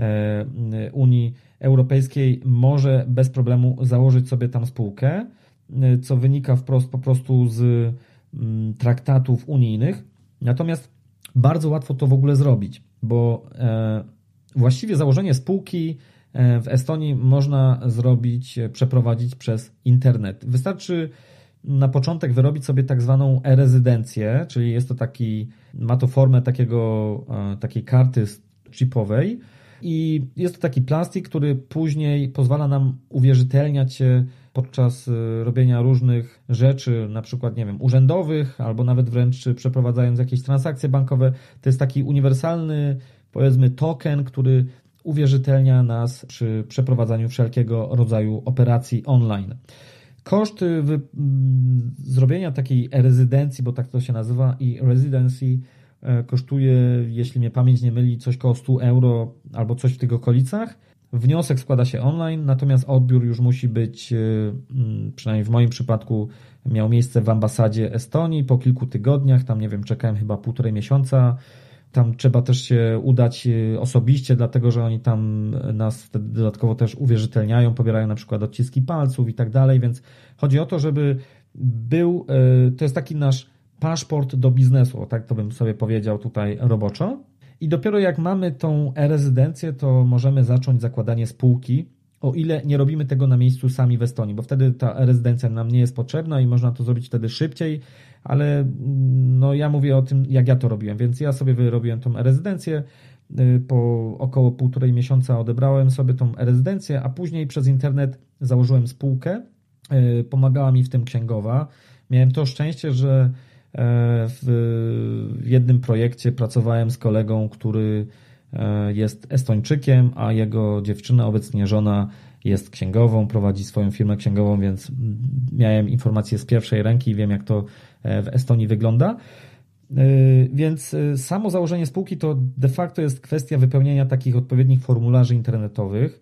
Unii Europejskiej może bez problemu założyć sobie tam spółkę, co wynika wprost po prostu z traktatów unijnych. Natomiast bardzo łatwo to w ogóle zrobić, bo właściwie założenie spółki w Estonii można zrobić, przeprowadzić przez internet. Wystarczy na początek wyrobić sobie tak zwaną e-rezydencję, czyli jest to taki, ma to formę takiego, takiej karty chipowej i jest to taki plastik, który później pozwala nam uwierzytelniać się podczas robienia różnych rzeczy, na przykład, nie wiem, urzędowych, albo nawet wręcz przeprowadzając jakieś transakcje bankowe. To jest taki uniwersalny, powiedzmy, token, który uwierzytelnia nas przy przeprowadzaniu wszelkiego rodzaju operacji online. Koszt wy... zrobienia takiej e-rezydencji, bo tak to się nazywa, i residency kosztuje, jeśli mnie pamięć nie myli, coś koło sto euro albo coś w tych okolicach. Wniosek składa się online, natomiast odbiór już musi być, przynajmniej w moim przypadku, miał miejsce w ambasadzie Estonii po kilku tygodniach, tam nie wiem, czekałem chyba półtorej miesiąca. Tam trzeba też się udać osobiście, dlatego że oni tam nas wtedy dodatkowo też uwierzytelniają, pobierają na przykład odciski palców i tak dalej, więc chodzi o to, żeby był, to jest taki nasz paszport do biznesu, o tak to bym sobie powiedział tutaj roboczo. I dopiero jak mamy tą e-rezydencję, to możemy zacząć zakładanie spółki, o ile nie robimy tego na miejscu sami w Estonii, bo wtedy ta e-rezydencja nam nie jest potrzebna i można to zrobić wtedy szybciej, ale no ja mówię o tym, jak ja to robiłem, więc ja sobie wyrobiłem tą e-rezydencję, po około półtorej miesiąca odebrałem sobie tą e-rezydencję, a później przez internet założyłem spółkę, pomagała mi w tym księgowa. Miałem to szczęście, że w jednym projekcie pracowałem z kolegą, który jest Estończykiem, a jego dziewczyna, obecnie żona, jest księgową, prowadzi swoją firmę księgową, więc miałem informacje z pierwszej ręki i wiem, jak to w Estonii wygląda. Więc samo założenie spółki to de facto jest kwestia wypełnienia takich odpowiednich formularzy internetowych.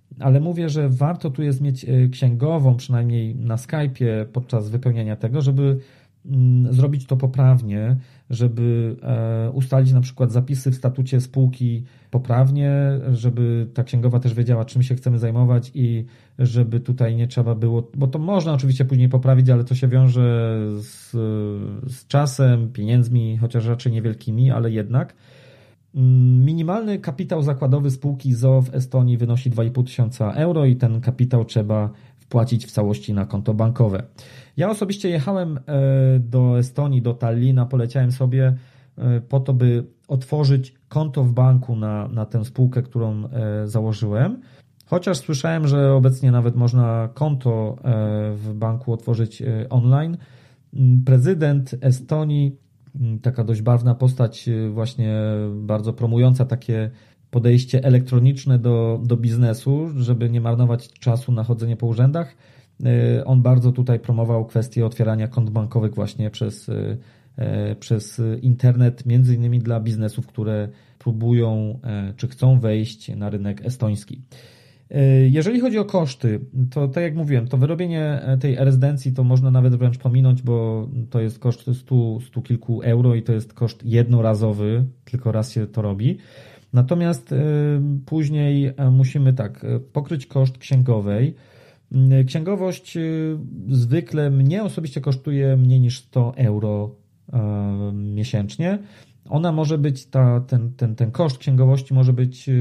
ale mówię, że warto tu jest mieć księgową, przynajmniej na Skype'ie podczas wypełniania tego, żeby zrobić to poprawnie, żeby ustalić na przykład zapisy w statucie spółki poprawnie, żeby ta księgowa też wiedziała, czym się chcemy zajmować i żeby tutaj nie trzeba było, bo to można oczywiście później poprawić, ale to się wiąże z, z czasem, pieniędzmi, chociaż raczej niewielkimi, ale jednak. Minimalny kapitał zakładowy spółki z o o w Estonii wynosi dwa i pół tysiąca euro i ten kapitał trzeba wpłacić w całości na konto bankowe. Ja osobiście jechałem do Estonii, do Tallina, poleciałem sobie po to, by otworzyć konto w banku na, na tę spółkę, którą założyłem. Chociaż słyszałem, że obecnie nawet można konto w banku otworzyć online. Prezydent Estonii, taka dość barwna postać, właśnie bardzo promująca takie podejście elektroniczne do, do biznesu, żeby nie marnować czasu na chodzenie po urzędach. On bardzo tutaj promował kwestię otwierania kont bankowych właśnie przez, przez internet, między innymi dla biznesów, które próbują czy chcą wejść na rynek estoński. Jeżeli chodzi o koszty, to tak jak mówiłem, to wyrobienie tej e-rezydencji to można nawet wręcz pominąć, bo to jest koszt stu, stu kilku euro i to jest koszt jednorazowy, tylko raz się to robi. Natomiast później musimy tak pokryć koszt księgowej. Księgowość zwykle mnie osobiście kosztuje mniej niż sto euro miesięcznie. Ona może być, ta, ten, ten, ten koszt księgowości może być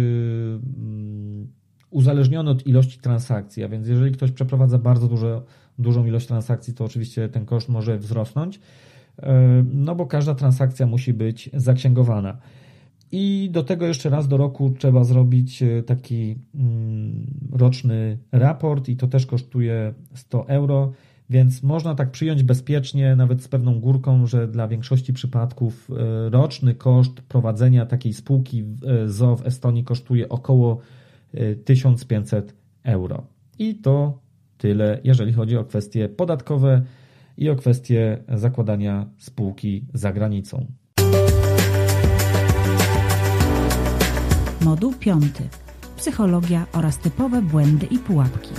uzależniony od ilości transakcji, a więc jeżeli ktoś przeprowadza bardzo duże, dużą ilość transakcji, to oczywiście ten koszt może wzrosnąć, no bo każda transakcja musi być zaksięgowana. I do tego jeszcze raz do roku trzeba zrobić taki roczny raport i to też kosztuje sto euro, więc można tak przyjąć bezpiecznie, nawet z pewną górką, że dla większości przypadków roczny koszt prowadzenia takiej spółki z o o w Estonii kosztuje około tysiąc pięćset euro. I to tyle, jeżeli chodzi o kwestie podatkowe i o kwestie zakładania spółki za granicą. Moduł piąty. Psychologia oraz typowe błędy i pułapki.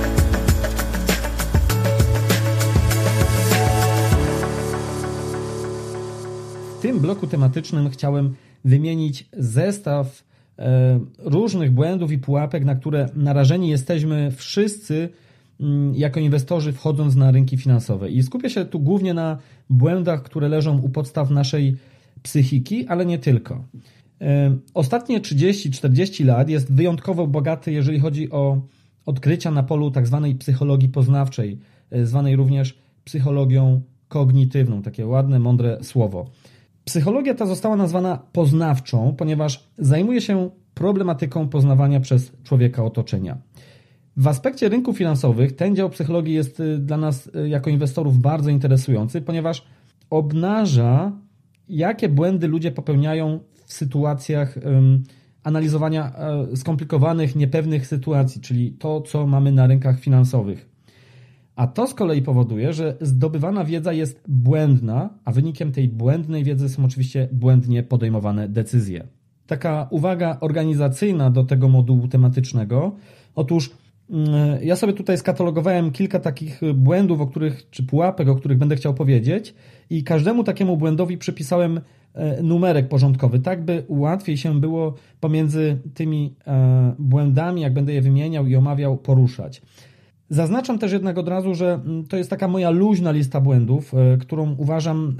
W tym bloku tematycznym chciałem wymienić zestaw e, różnych błędów i pułapek, na które narażeni jesteśmy wszyscy m, jako inwestorzy wchodząc na rynki finansowe. I skupię się tu głównie na błędach, które leżą u podstaw naszej psychiki, ale nie tylko. Ostatnie trzydzieści czterdzieści lat jest wyjątkowo bogaty, jeżeli chodzi o odkrycia na polu tak zwanej psychologii poznawczej, zwanej również psychologią kognitywną, takie ładne, mądre słowo. Psychologia ta została nazwana poznawczą, ponieważ zajmuje się problematyką poznawania przez człowieka otoczenia. W aspekcie rynków finansowych ten dział psychologii jest dla nas jako inwestorów bardzo interesujący, ponieważ obnaża, jakie błędy ludzie popełniają w sytuacjach um, analizowania um, skomplikowanych, niepewnych sytuacji, czyli to, co mamy na rynkach finansowych. A to z kolei powoduje, że zdobywana wiedza jest błędna, a wynikiem tej błędnej wiedzy są oczywiście błędnie podejmowane decyzje. Taka uwaga organizacyjna do tego modułu tematycznego. Otóż ja sobie tutaj skatalogowałem kilka takich błędów, o których, czy pułapek, o których będę chciał powiedzieć i każdemu takiemu błędowi przypisałem numerek porządkowy, tak by łatwiej się było pomiędzy tymi błędami, jak będę je wymieniał i omawiał, poruszać. Zaznaczam też jednak od razu, że to jest taka moja luźna lista błędów, którą uważam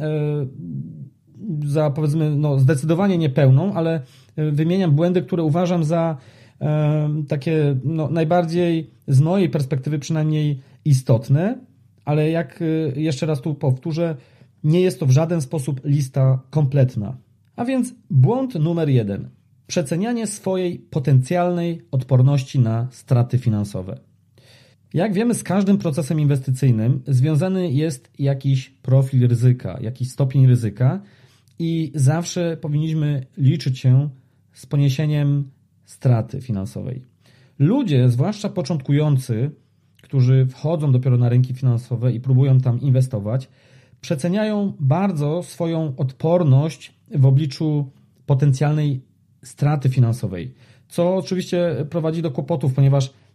za, powiedzmy, no, zdecydowanie niepełną, ale wymieniam błędy, które uważam za takie no, najbardziej z mojej perspektywy przynajmniej istotne, ale jak jeszcze raz tu powtórzę, nie jest to w żaden sposób lista kompletna. A więc błąd numer jeden. Przecenianie swojej potencjalnej odporności na straty finansowe. Jak wiemy, z każdym procesem inwestycyjnym związany jest jakiś profil ryzyka, jakiś stopień ryzyka i zawsze powinniśmy liczyć się z poniesieniem straty finansowej. Ludzie, zwłaszcza początkujący, którzy wchodzą dopiero na rynki finansowe i próbują tam inwestować, przeceniają bardzo swoją odporność w obliczu potencjalnej straty finansowej, co oczywiście prowadzi do kłopotów, ponieważ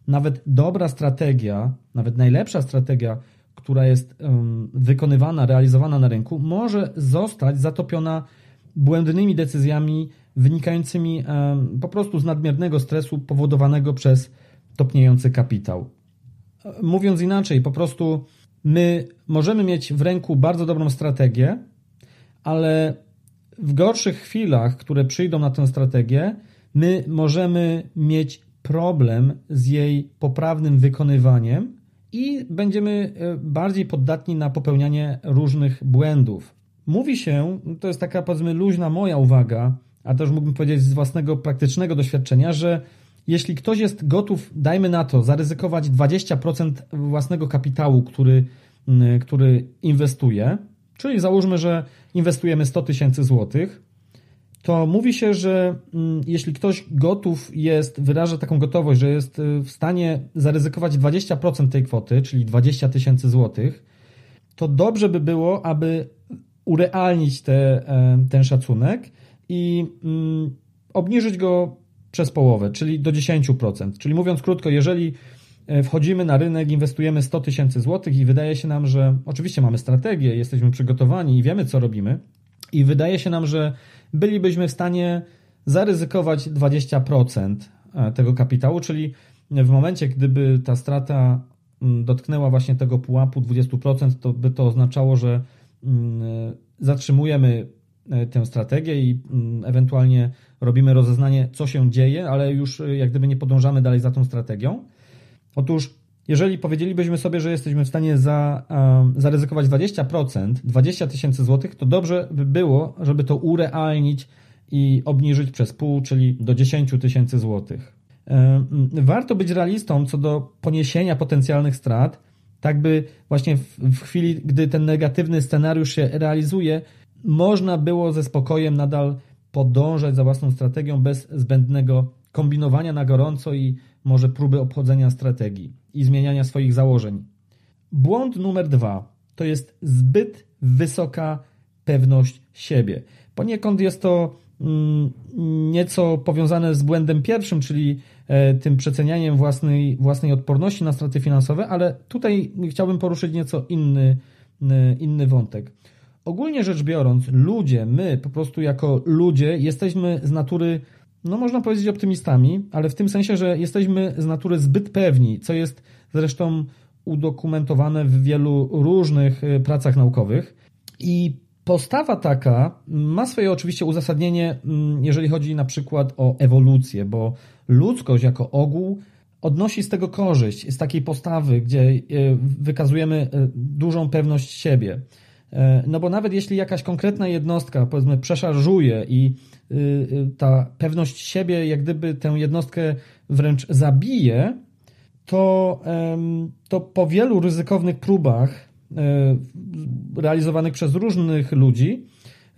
nawet dobra strategia, nawet najlepsza strategia, która jest um, wykonywana, realizowana na rynku, może zostać zatopiona błędnymi decyzjami wynikającymi um, po prostu z nadmiernego stresu powodowanego przez topniejący kapitał. Mówiąc inaczej, po prostu my możemy mieć w ręku bardzo dobrą strategię, ale w gorszych chwilach, które przyjdą na tę strategię, my możemy mieć problem z jej poprawnym wykonywaniem i będziemy bardziej poddatni na popełnianie różnych błędów. Mówi się, to jest taka powiedzmy luźna moja uwaga, a też mógłbym powiedzieć z własnego praktycznego doświadczenia, że jeśli ktoś jest gotów, dajmy na to, zaryzykować dwadzieścia procent własnego kapitału, który, który inwestuje, czyli załóżmy, że inwestujemy sto tysięcy złotych, to mówi się, że jeśli ktoś gotów jest, wyraża taką gotowość, że jest w stanie zaryzykować dwadzieścia procent tej kwoty, czyli dwadzieścia tysięcy złotych, to dobrze by było, aby urealnić te, ten szacunek i obniżyć go przez połowę, czyli do dziesięć procent. Czyli mówiąc krótko, jeżeli wchodzimy na rynek, inwestujemy sto tysięcy złotych i wydaje się nam, że oczywiście mamy strategię, jesteśmy przygotowani i wiemy, co robimy i wydaje się nam, że bylibyśmy w stanie zaryzykować dwadzieścia procent tego kapitału, czyli w momencie, gdyby ta strata dotknęła właśnie tego pułapu dwadzieścia procent, to by to oznaczało, że zatrzymujemy tę strategię i ewentualnie robimy rozeznanie, co się dzieje, ale już jak gdyby nie podążamy dalej za tą strategią. Otóż jeżeli powiedzielibyśmy sobie, że jesteśmy w stanie za, um, zaryzykować dwadzieścia procent, dwadzieścia tysięcy złotych, to dobrze by było, żeby to urealnić i obniżyć przez pół, czyli do dziesięć tysięcy złotych. Um, warto być realistą co do poniesienia potencjalnych strat, tak by właśnie w, w chwili, gdy ten negatywny scenariusz się realizuje, można było ze spokojem nadal podążać za własną strategią bez zbędnego kombinowania na gorąco i może próby obchodzenia strategii i zmieniania swoich założeń. Błąd numer dwa to jest zbyt wysoka pewność siebie. Poniekąd jest to mm, nieco powiązane z błędem pierwszym, czyli e, tym przecenianiem własnej, własnej odporności na straty finansowe, ale tutaj chciałbym poruszyć nieco inny, inny wątek. Ogólnie rzecz biorąc, ludzie, my po prostu jako ludzie jesteśmy z natury, no można powiedzieć optymistami, ale w tym sensie, że jesteśmy z natury zbyt pewni, co jest zresztą udokumentowane w wielu różnych pracach naukowych. I postawa taka ma swoje oczywiście uzasadnienie, jeżeli chodzi na przykład o ewolucję, bo ludzkość jako ogół odnosi z tego korzyść, z takiej postawy, gdzie wykazujemy dużą pewność siebie. No bo nawet jeśli jakaś konkretna jednostka, powiedzmy, przeszarżuje i ta pewność siebie jak gdyby tę jednostkę wręcz zabije, to, to po wielu ryzykownych próbach realizowanych przez różnych ludzi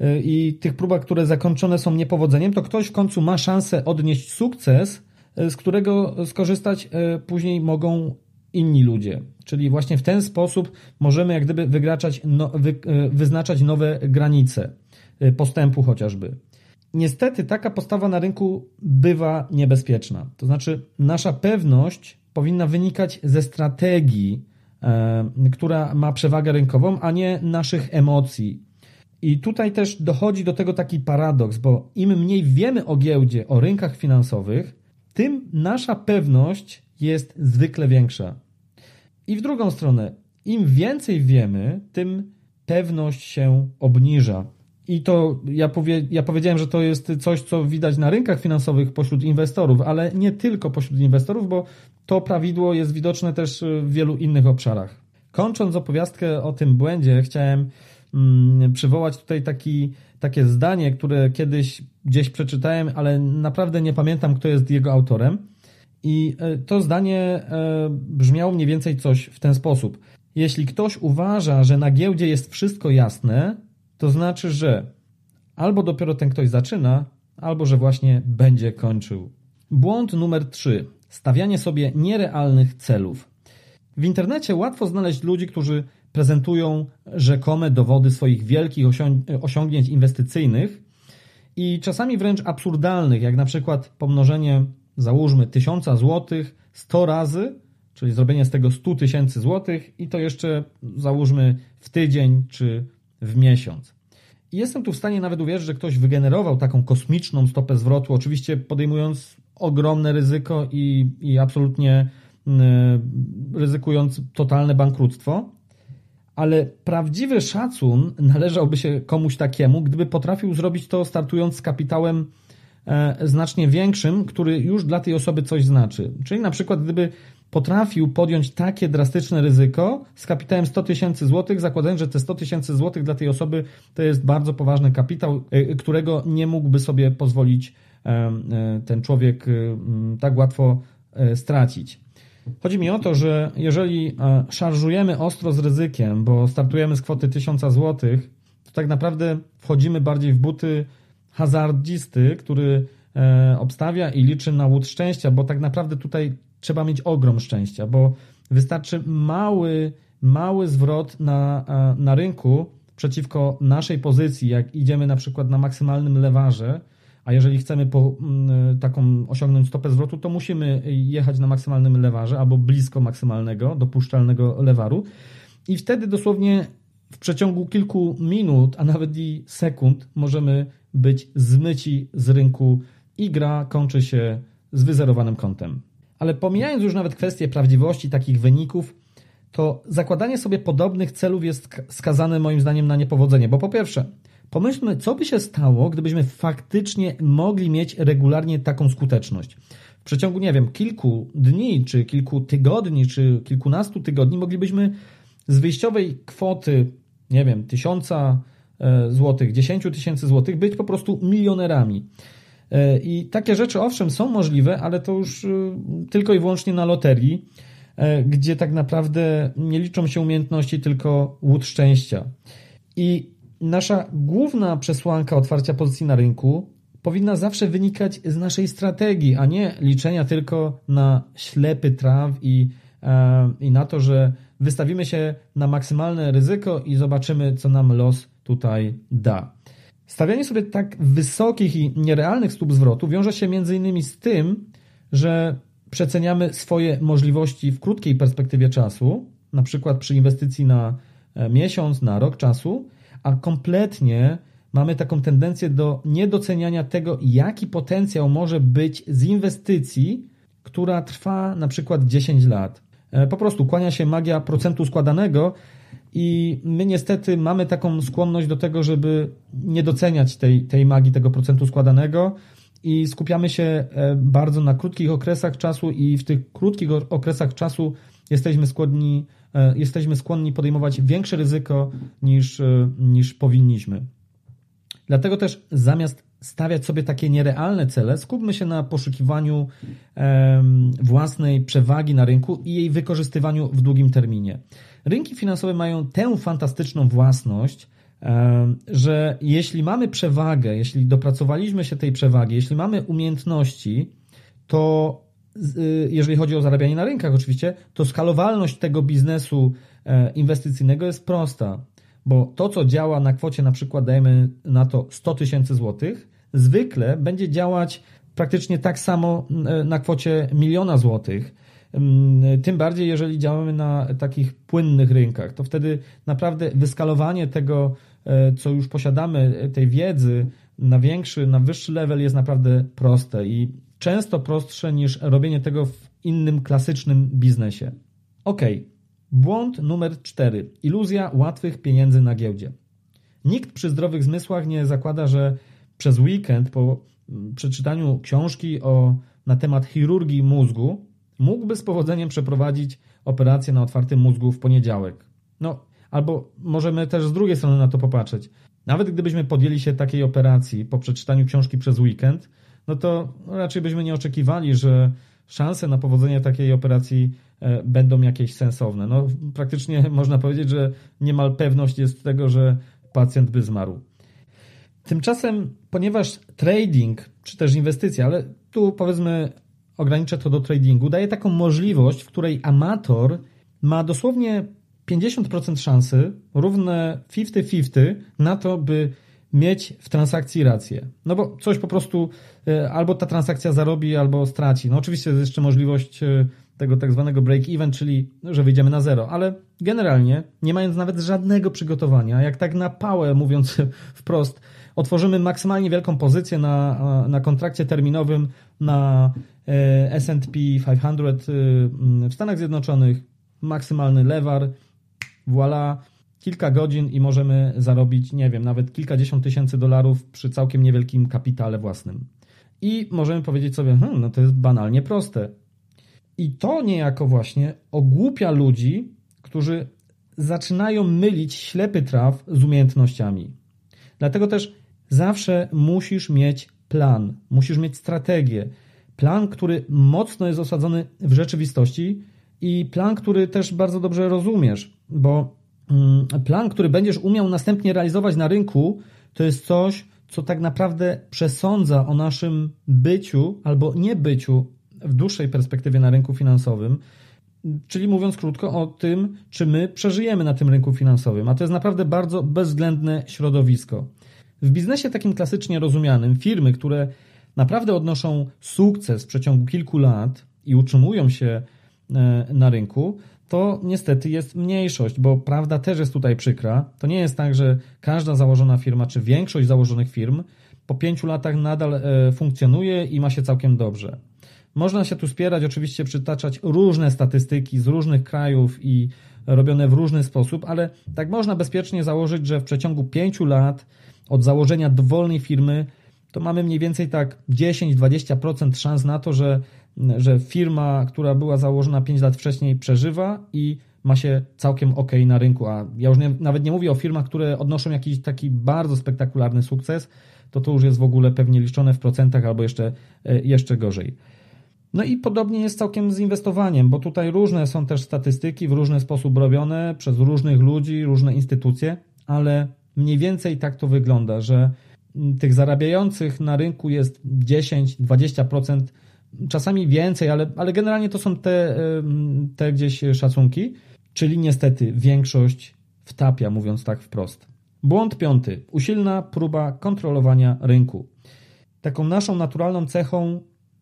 i tych próbach, które zakończone są niepowodzeniem, to ktoś w końcu ma szansę odnieść sukces, z którego skorzystać później mogą inni ludzie. Czyli właśnie w ten sposób możemy jak gdyby wygraczać, no, wy, wyznaczać nowe granice postępu chociażby. Niestety taka postawa na rynku bywa niebezpieczna. To znaczy nasza pewność powinna wynikać ze strategii, e, która ma przewagę rynkową, a nie naszych emocji. I tutaj też dochodzi do tego taki paradoks, bo im mniej wiemy o giełdzie, o rynkach finansowych, tym nasza pewność jest zwykle większa. I w drugą stronę, im więcej wiemy, tym pewność się obniża. I to ja, powie, ja powiedziałem, że to jest coś, co widać na rynkach finansowych pośród inwestorów, ale nie tylko pośród inwestorów, bo to prawidło jest widoczne też w wielu innych obszarach. Kończąc opowiastkę o tym błędzie, chciałem mm, przywołać tutaj taki, takie zdanie, które kiedyś gdzieś przeczytałem, ale naprawdę nie pamiętam, kto jest jego autorem. I to zdanie brzmiało mniej więcej coś w ten sposób. Jeśli ktoś uważa, że na giełdzie jest wszystko jasne, to znaczy, że albo dopiero ten ktoś zaczyna, albo że właśnie będzie kończył. Błąd numer trzy. Stawianie sobie nierealnych celów. W internecie łatwo znaleźć ludzi, którzy prezentują rzekome dowody swoich wielkich osiągnięć inwestycyjnych i czasami wręcz absurdalnych, jak na przykład pomnożenie, załóżmy, tysiąca złotych sto razy, czyli zrobienie z tego sto tysięcy złotych i to jeszcze załóżmy w tydzień czy w miesiąc. I jestem tu w stanie nawet uwierzyć, że ktoś wygenerował taką kosmiczną stopę zwrotu, oczywiście podejmując ogromne ryzyko i, i absolutnie yy, ryzykując totalne bankructwo, ale prawdziwy szacun należałby się komuś takiemu, gdyby potrafił zrobić to startując z kapitałem e, znacznie większym, który już dla tej osoby coś znaczy. Czyli na przykład gdyby potrafił podjąć takie drastyczne ryzyko z kapitałem sto tysięcy złotych, zakładając, że te sto tysięcy złotych dla tej osoby to jest bardzo poważny kapitał, e, którego nie mógłby sobie pozwolić e, e, ten człowiek e, tak łatwo e, stracić. Chodzi mi o to, że jeżeli szarżujemy ostro z ryzykiem, bo startujemy z kwoty tysiąc złotych, to tak naprawdę wchodzimy bardziej w buty hazardzisty, który obstawia i liczy na łód szczęścia, bo tak naprawdę tutaj trzeba mieć ogrom szczęścia, bo wystarczy mały, mały zwrot na, na rynku przeciwko naszej pozycji, jak idziemy na przykład na maksymalnym lewarze, a jeżeli chcemy po, taką osiągnąć stopę zwrotu, to musimy jechać na maksymalnym lewarze albo blisko maksymalnego, dopuszczalnego lewaru i wtedy dosłownie w przeciągu kilku minut, a nawet i sekund możemy być zmyci z rynku i gra kończy się z wyzerowanym kontem. Ale pomijając już nawet kwestię prawdziwości takich wyników, to zakładanie sobie podobnych celów jest skazane moim zdaniem na niepowodzenie, bo po pierwsze, pomyślmy, co by się stało, gdybyśmy faktycznie mogli mieć regularnie taką skuteczność. W przeciągu, nie wiem, kilku dni, czy kilku tygodni, czy kilkunastu tygodni moglibyśmy z wyjściowej kwoty, nie wiem, tysiąca złotych, dziesięciu tysięcy złotych być po prostu milionerami. I takie rzeczy owszem są możliwe, ale to już tylko i wyłącznie na loterii, gdzie tak naprawdę nie liczą się umiejętności, tylko łód szczęścia. I nasza główna przesłanka otwarcia pozycji na rynku powinna zawsze wynikać z naszej strategii, a nie liczenia tylko na ślepy traf i, e, i na to, że wystawimy się na maksymalne ryzyko i zobaczymy, co nam los tutaj da. Stawianie sobie tak wysokich i nierealnych stóp zwrotu wiąże się między innymi z tym, że przeceniamy swoje możliwości w krótkiej perspektywie czasu, na przykład przy inwestycji na miesiąc, na rok czasu, a kompletnie mamy taką tendencję do niedoceniania tego, jaki potencjał może być z inwestycji, która trwa na przykład dziesięć lat. Po prostu kłania się magia procentu składanego i my niestety mamy taką skłonność do tego, żeby nie doceniać tej, tej magii, tego procentu składanego i skupiamy się bardzo na krótkich okresach czasu i w tych krótkich okresach czasu jesteśmy skłonni, jesteśmy skłonni podejmować większe ryzyko niż, niż powinniśmy. Dlatego też zamiast stawiać sobie takie nierealne cele, skupmy się na poszukiwaniu własnej przewagi na rynku i jej wykorzystywaniu w długim terminie. Rynki finansowe mają tę fantastyczną własność, że jeśli mamy przewagę, jeśli dopracowaliśmy się tej przewagi, jeśli mamy umiejętności, to jeżeli chodzi o zarabianie na rynkach oczywiście, to skalowalność tego biznesu inwestycyjnego jest prosta, bo to, co działa na kwocie na przykład dajemy na to sto tysięcy złotych, zwykle będzie działać praktycznie tak samo na kwocie miliona złotych. Tym bardziej, jeżeli działamy na takich płynnych rynkach, to wtedy naprawdę wyskalowanie tego, co już posiadamy, tej wiedzy na większy, na wyższy level jest naprawdę proste i często prostsze niż robienie tego w innym klasycznym biznesie. Ok, błąd numer cztery. Iluzja łatwych pieniędzy na giełdzie. Nikt przy zdrowych zmysłach nie zakłada, że przez weekend po przeczytaniu książki o, na temat chirurgii mózgu mógłby z powodzeniem przeprowadzić operację na otwartym mózgu w poniedziałek. No, albo możemy też z drugiej strony na to popatrzeć. Nawet gdybyśmy podjęli się takiej operacji po przeczytaniu książki przez weekend, no to raczej byśmy nie oczekiwali, że szanse na powodzenie takiej operacji będą jakieś sensowne. No, praktycznie można powiedzieć, że niemal pewność jest tego, że pacjent by zmarł. Tymczasem, ponieważ trading, czy też inwestycja, ale tu powiedzmy ograniczę to do tradingu, daje taką możliwość, w której amator ma dosłownie pięćdziesiąt procent szansy, równe pięćdziesiąt pięćdziesiąt na to, by mieć w transakcji rację. No bo coś po prostu albo ta transakcja zarobi, albo straci. No oczywiście jest jeszcze możliwość tego tak zwanego break-even, czyli że wyjdziemy na zero, ale generalnie nie mając nawet żadnego przygotowania, jak tak na pałę mówiąc wprost, otworzymy maksymalnie wielką pozycję na, na kontrakcie terminowym na S and P pięćset w Stanach Zjednoczonych, maksymalny lewar, voilà, kilka godzin i możemy zarobić, nie wiem, nawet kilkadziesiąt tysięcy dolarów przy całkiem niewielkim kapitale własnym. I możemy powiedzieć sobie, hmm, no to jest banalnie proste. I to niejako właśnie ogłupia ludzi, którzy zaczynają mylić ślepy traf z umiejętnościami. Dlatego też zawsze musisz mieć plan, musisz mieć strategię. Plan, który mocno jest osadzony w rzeczywistości i plan, który też bardzo dobrze rozumiesz, bo plan, który będziesz umiał następnie realizować na rynku, to jest coś, co tak naprawdę przesądza o naszym byciu albo niebyciu w dłuższej perspektywie na rynku finansowym, czyli mówiąc krótko o tym, czy my przeżyjemy na tym rynku finansowym, a to jest naprawdę bardzo bezwzględne środowisko. W biznesie takim klasycznie rozumianym firmy, które naprawdę odnoszą sukces w przeciągu kilku lat i utrzymują się na rynku, to niestety jest mniejszość, bo prawda też jest tutaj przykra. To nie jest tak, że każda założona firma, czy większość założonych firm po pięciu latach nadal funkcjonuje i ma się całkiem dobrze. Można się tu spierać, oczywiście przytaczać różne statystyki z różnych krajów i robione w różny sposób, ale tak można bezpiecznie założyć, że w przeciągu pięciu lat od założenia dowolnej firmy to mamy mniej więcej tak dziesięć do dwudziestu procent szans na to, że, że firma, która była założona pięć lat wcześniej, przeżywa i ma się całkiem ok na rynku. A ja już nie, nawet nie mówię o firmach, które odnoszą jakiś taki bardzo spektakularny sukces, to to już jest w ogóle pewnie liczone w procentach albo jeszcze, jeszcze gorzej. No i podobnie jest całkiem z inwestowaniem, bo tutaj różne są też statystyki, w różny sposób robione przez różnych ludzi, różne instytucje, ale mniej więcej tak to wygląda, że tych zarabiających na rynku jest dziesięć do dwudziestu procent, czasami więcej, ale, ale generalnie to są te, te gdzieś szacunki, czyli niestety większość wtapia, mówiąc tak wprost. Błąd piąty. Usilna próba kontrolowania rynku. Taką naszą naturalną cechą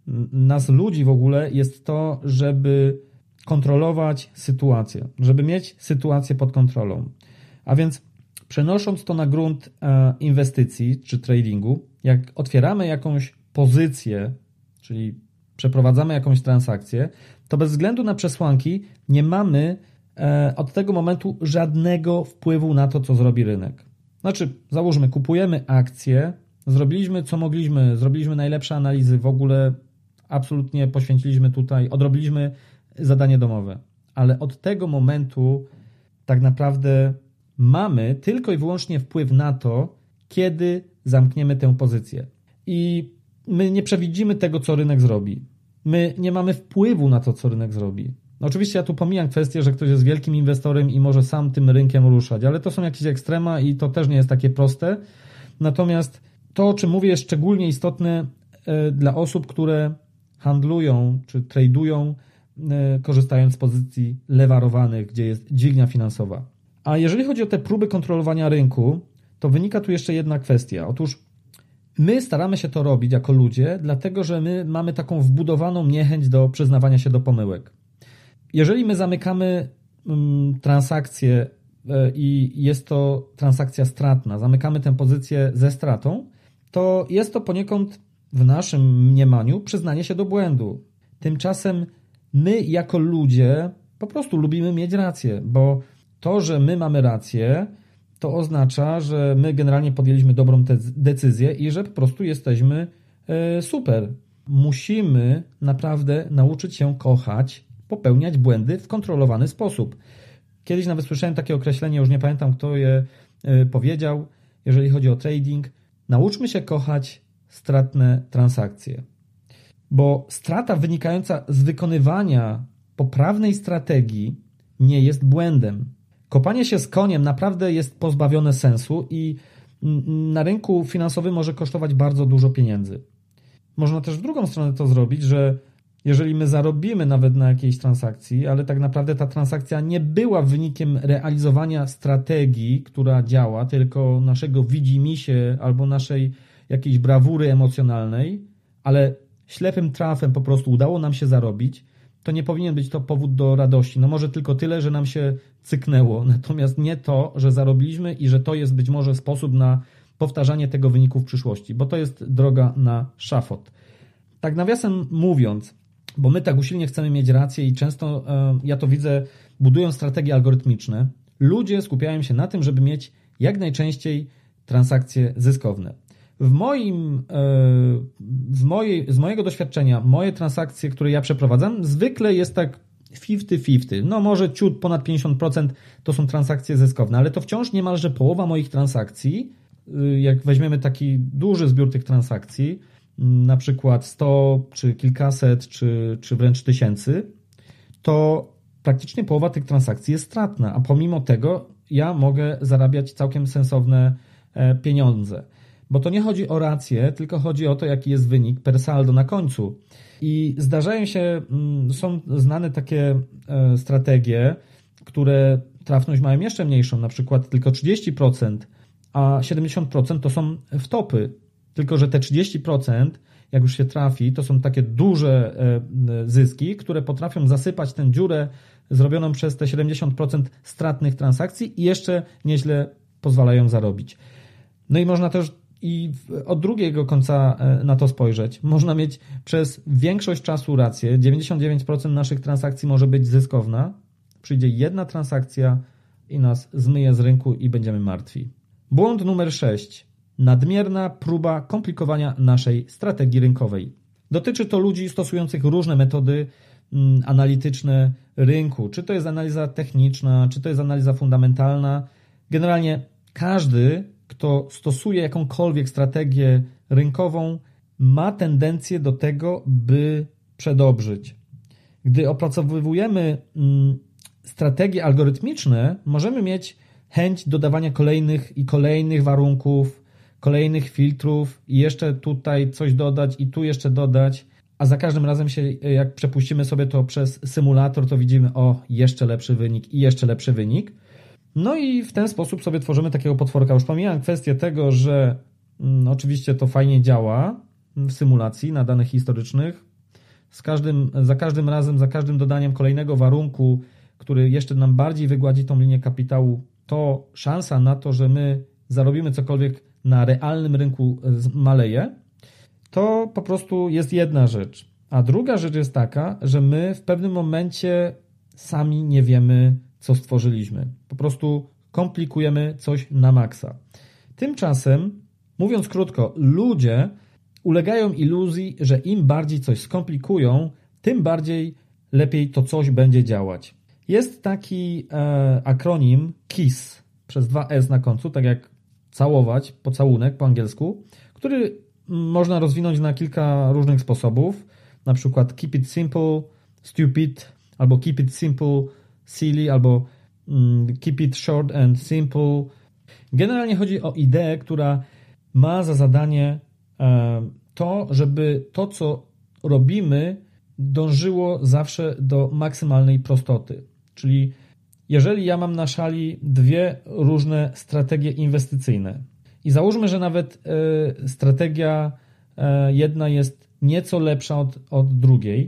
nas ludzi w ogóle jest to, żeby kontrolować sytuację, żeby mieć sytuację pod kontrolą. A więc przenosząc to na grunt inwestycji czy tradingu, jak otwieramy jakąś pozycję, czyli przeprowadzamy jakąś transakcję, to bez względu na przesłanki nie mamy od tego momentu żadnego wpływu na to, co zrobi rynek. Znaczy, załóżmy, kupujemy akcje, zrobiliśmy co mogliśmy, zrobiliśmy najlepsze analizy, w ogóle absolutnie poświęciliśmy tutaj, odrobiliśmy zadanie domowe, ale od tego momentu tak naprawdę mamy tylko i wyłącznie wpływ na to, kiedy zamkniemy tę pozycję. I my nie przewidzimy tego, co rynek zrobi. My nie mamy wpływu na to, co rynek zrobi. No oczywiście ja tu pomijam kwestię, że ktoś jest wielkim inwestorem i może sam tym rynkiem ruszać, ale to są jakieś ekstrema i to też nie jest takie proste. Natomiast to, o czym mówię, jest szczególnie istotne dla osób, które handlują czy tradują, korzystając z pozycji lewarowanych, gdzie jest dźwignia finansowa. A jeżeli chodzi o te próby kontrolowania rynku, to wynika tu jeszcze jedna kwestia. Otóż my staramy się to robić jako ludzie, dlatego że my mamy taką wbudowaną niechęć do przyznawania się do pomyłek. Jeżeli my zamykamy transakcję i jest to transakcja stratna, zamykamy tę pozycję ze stratą, to jest to poniekąd w naszym mniemaniu przyznanie się do błędu. Tymczasem my jako ludzie po prostu lubimy mieć rację, bo to, że my mamy rację, to oznacza, że my generalnie podjęliśmy dobrą te- decyzję i że po prostu jesteśmy e, super. Musimy naprawdę nauczyć się kochać, popełniać błędy w kontrolowany sposób. Kiedyś nawet słyszałem takie określenie, już nie pamiętam kto je e, powiedział, jeżeli chodzi o trading. Nauczmy się kochać stratne transakcje. Bo strata wynikająca z wykonywania poprawnej strategii nie jest błędem. Kopanie się z koniem naprawdę jest pozbawione sensu i na rynku finansowym może kosztować bardzo dużo pieniędzy. Można też w drugą stronę to zrobić, że jeżeli my zarobimy nawet na jakiejś transakcji, ale tak naprawdę ta transakcja nie była wynikiem realizowania strategii, która działa, tylko naszego widzimisię albo naszej jakiejś brawury emocjonalnej, ale ślepym trafem po prostu udało nam się zarobić, to nie powinien być to powód do radości. No może tylko tyle, że nam się cyknęło, natomiast nie to, że zarobiliśmy i że to jest być może sposób na powtarzanie tego wyniku w przyszłości, bo to jest droga na szafot. Tak nawiasem mówiąc, bo my tak usilnie chcemy mieć rację i często e, ja to widzę, budując strategie algorytmiczne, ludzie skupiają się na tym, żeby mieć jak najczęściej transakcje zyskowne. W moim, w mojej, z mojego doświadczenia, moje transakcje, które ja przeprowadzam, zwykle jest tak pięćdziesiąt pięćdziesiąt. No może ciut ponad pięćdziesiąt procent to są transakcje zyskowne, ale to wciąż niemalże połowa moich transakcji, jak weźmiemy taki duży zbiór tych transakcji, na przykład sto, czy kilkaset, czy, czy wręcz tysięcy, to praktycznie połowa tych transakcji jest stratna, a pomimo tego ja mogę zarabiać całkiem sensowne pieniądze. Bo to nie chodzi o rację, tylko chodzi o to, jaki jest wynik per saldo na końcu. I zdarzają się, są znane takie strategie, które trafność mają jeszcze mniejszą, na przykład tylko trzydzieści procent, a siedemdziesiąt procent to są wtopy. Tylko że te trzydzieści procent, jak już się trafi, to są takie duże zyski, które potrafią zasypać tę dziurę zrobioną przez te siedemdziesiąt procent stratnych transakcji i jeszcze nieźle pozwalają zarobić. No i można też i od drugiego końca na to spojrzeć. Można mieć przez większość czasu rację. dziewięćdziesiąt dziewięć procent naszych transakcji może być zyskowna. Przyjdzie jedna transakcja i nas zmyje z rynku i będziemy martwi. Błąd numer sześć. Nadmierna próba komplikowania naszej strategii rynkowej. Dotyczy to ludzi stosujących różne metody analityczne rynku. Czy to jest analiza techniczna, czy to jest analiza fundamentalna. Generalnie każdy, kto stosuje jakąkolwiek strategię rynkową, ma tendencję do tego, by przedobrzyć. Gdy opracowujemy strategie algorytmiczne, możemy mieć chęć dodawania kolejnych i kolejnych warunków, kolejnych filtrów i jeszcze tutaj coś dodać i tu jeszcze dodać, a za każdym razem się, jak przepuścimy sobie to przez symulator, to widzimy, o, jeszcze lepszy wynik i jeszcze lepszy wynik. No i w ten sposób sobie tworzymy takiego potworka. Już pomijam kwestię tego, że mm, oczywiście to fajnie działa w symulacji na danych historycznych. Z każdym, za każdym razem, za każdym dodaniem kolejnego warunku, który jeszcze nam bardziej wygładzi tą linię kapitału, to szansa na to, że my zarobimy cokolwiek na realnym rynku maleje, to po prostu jest jedna rzecz. A druga rzecz jest taka, że my w pewnym momencie sami nie wiemy, co stworzyliśmy. Po prostu komplikujemy coś na maksa. Tymczasem, mówiąc krótko, ludzie ulegają iluzji, że im bardziej coś skomplikują, tym bardziej lepiej to coś będzie działać. Jest taki e, akronim K I S przez dwa S na końcu, tak jak całować, pocałunek po angielsku, który można rozwinąć na kilka różnych sposobów, na przykład keep it simple, stupid, albo keep it simple, silly, albo mm, keep it short and simple. Generalnie chodzi o ideę, która ma za zadanie e, to, żeby to, co robimy, dążyło zawsze do maksymalnej prostoty. Czyli jeżeli ja mam na szali dwie różne strategie inwestycyjne i załóżmy, że nawet y, strategia y, jedna jest nieco lepsza od, od drugiej,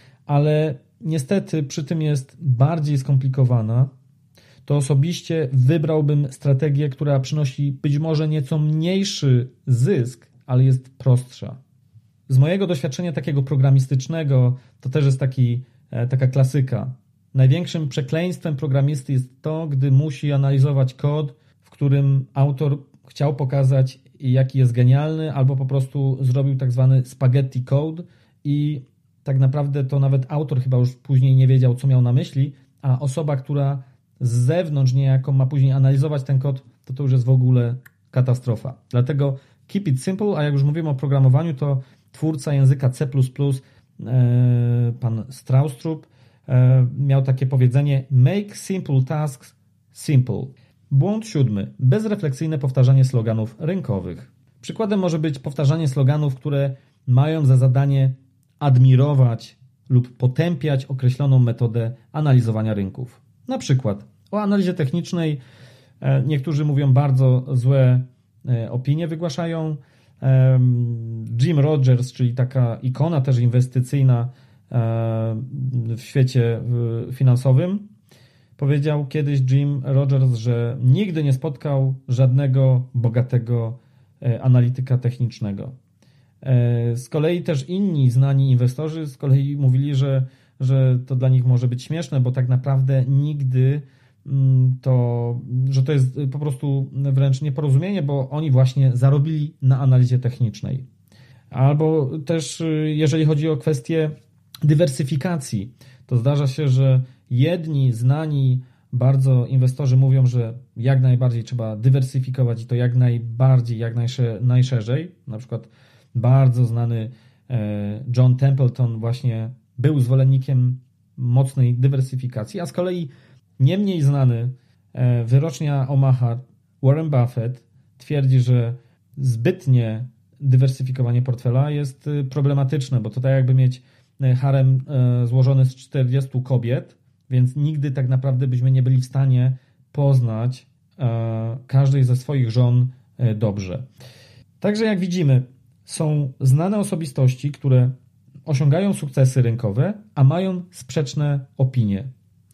ale niestety przy tym jest bardziej skomplikowana, to osobiście wybrałbym strategię, która przynosi być może nieco mniejszy zysk, ale jest prostsza. Z mojego doświadczenia takiego programistycznego to też jest taki, e, taka klasyka. Największym przekleństwem programisty jest to, gdy musi analizować kod, w którym autor chciał pokazać, jaki jest genialny, albo po prostu zrobił tak zwany spaghetti code i tak naprawdę to nawet autor chyba już później nie wiedział, co miał na myśli, a osoba, która z zewnątrz niejako ma później analizować ten kod, to to już jest w ogóle katastrofa. Dlatego keep it simple, a jak już mówimy o programowaniu, to twórca języka C plus plus, pan Stroustrup, miał takie powiedzenie make simple tasks simple. Błąd siódmy. Bezrefleksyjne powtarzanie sloganów rynkowych. Przykładem może być powtarzanie sloganów, które mają za zadanie admirować lub potępiać określoną metodę analizowania rynków. Na przykład o analizie technicznej niektórzy mówią bardzo złe opinie, wygłaszają. Jim Rogers, czyli taka ikona też inwestycyjna, w świecie finansowym. Powiedział kiedyś Jim Rogers, że nigdy nie spotkał żadnego bogatego analityka technicznego. Z kolei też inni znani inwestorzy z kolei mówili, że, że to dla nich może być śmieszne, bo tak naprawdę nigdy to, że to jest po prostu wręcz nieporozumienie, bo oni właśnie zarobili na analizie technicznej. Albo też jeżeli chodzi o kwestię dywersyfikacji, to zdarza się, że jedni znani bardzo inwestorzy mówią, że jak najbardziej trzeba dywersyfikować i to jak najbardziej, jak najszerzej. Na przykład bardzo znany John Templeton właśnie był zwolennikiem mocnej dywersyfikacji, a z kolei nie mniej znany wyrocznia Omaha Warren Buffett twierdzi, że zbytnie dywersyfikowanie portfela jest problematyczne, bo to tak jakby mieć harem złożony z czterdziestu kobiet, więc nigdy tak naprawdę byśmy nie byli w stanie poznać każdej ze swoich żon dobrze. Także jak widzimy, są znane osobistości, które osiągają sukcesy rynkowe, a mają sprzeczne opinie.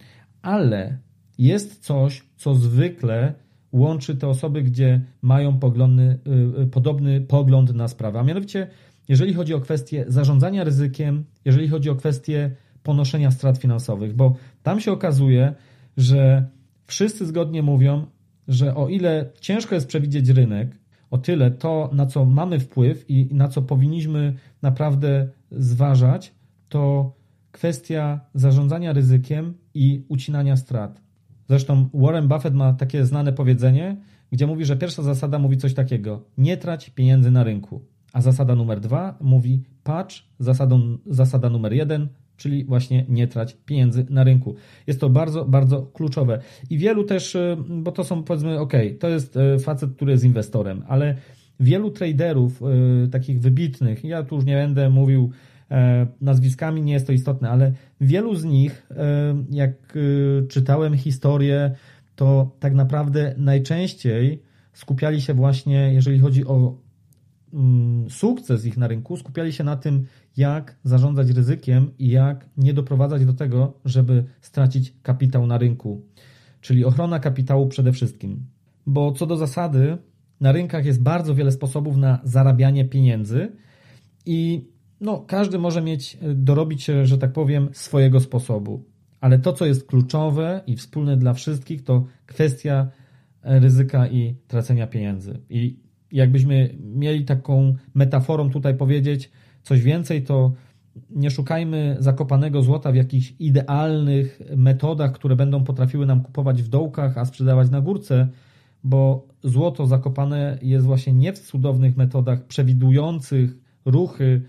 Ale jest coś, co zwykle łączy te osoby, gdzie mają poglądy, podobny pogląd na sprawę. A mianowicie, jeżeli chodzi o kwestię zarządzania ryzykiem, jeżeli chodzi o kwestię ponoszenia strat finansowych, bo tam się okazuje, że wszyscy zgodnie mówią, że o ile ciężko jest przewidzieć rynek, o tyle to, na co mamy wpływ i na co powinniśmy naprawdę zważać, to kwestia zarządzania ryzykiem i ucinania strat. Zresztą Warren Buffett ma takie znane powiedzenie, gdzie mówi, że pierwsza zasada mówi coś takiego: nie trać pieniędzy na rynku. A zasada numer dwa mówi patrz, zasadą, zasada numer jeden, czyli właśnie nie trać pieniędzy na rynku. Jest to bardzo, bardzo kluczowe. I wielu też, bo to są powiedzmy, ok, to jest facet, który jest inwestorem, ale wielu traderów takich wybitnych, ja tu już nie będę mówił nazwiskami, nie jest to istotne, ale wielu z nich, jak czytałem historię, to tak naprawdę najczęściej skupiali się właśnie, jeżeli chodzi o sukces ich na rynku, skupiali się na tym, jak zarządzać ryzykiem i jak nie doprowadzać do tego, żeby stracić kapitał na rynku. Czyli ochrona kapitału przede wszystkim. Bo co do zasady, na rynkach jest bardzo wiele sposobów na zarabianie pieniędzy i no, każdy może mieć, dorobić się, że tak powiem, swojego sposobu. Ale to, co jest kluczowe i wspólne dla wszystkich, to kwestia ryzyka i tracenia pieniędzy. I jakbyśmy mieli taką metaforą tutaj powiedzieć coś więcej, to nie szukajmy zakopanego złota w jakichś idealnych metodach, które będą potrafiły nam kupować w dołkach, a sprzedawać na górce, bo złoto zakopane jest właśnie nie w cudownych metodach przewidujących ruchy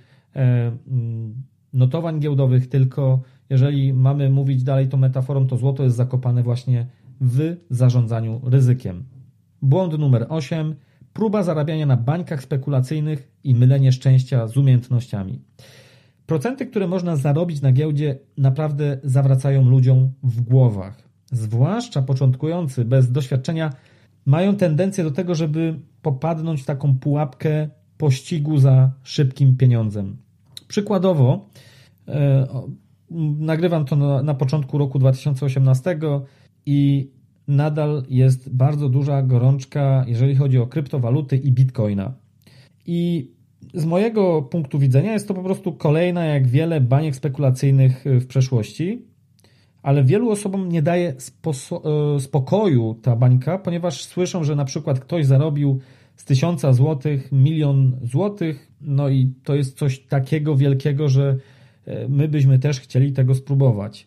notowań giełdowych, tylko jeżeli mamy mówić dalej tą metaforą, to złoto jest zakopane właśnie w zarządzaniu ryzykiem. Błąd numer osiem. Próba zarabiania na bańkach spekulacyjnych i mylenie szczęścia z umiejętnościami. Procenty, które można zarobić na giełdzie, naprawdę zawracają ludziom w głowach. Zwłaszcza początkujący, bez doświadczenia, mają tendencję do tego, żeby popadnąć w taką pułapkę pościgu za szybkim pieniądzem. Przykładowo, e, nagrywam to na, na początku roku dwa tysiące osiemnastego i nadal jest bardzo duża gorączka, jeżeli chodzi o kryptowaluty i bitcoina. I z mojego punktu widzenia jest to po prostu kolejna, jak wiele baniek spekulacyjnych w przeszłości, ale wielu osobom nie daje spo- spokoju ta bańka, ponieważ słyszą, że na przykład ktoś zarobił z tysiąca złotych milion złotych, no i to jest coś takiego wielkiego, że my byśmy też chcieli tego spróbować.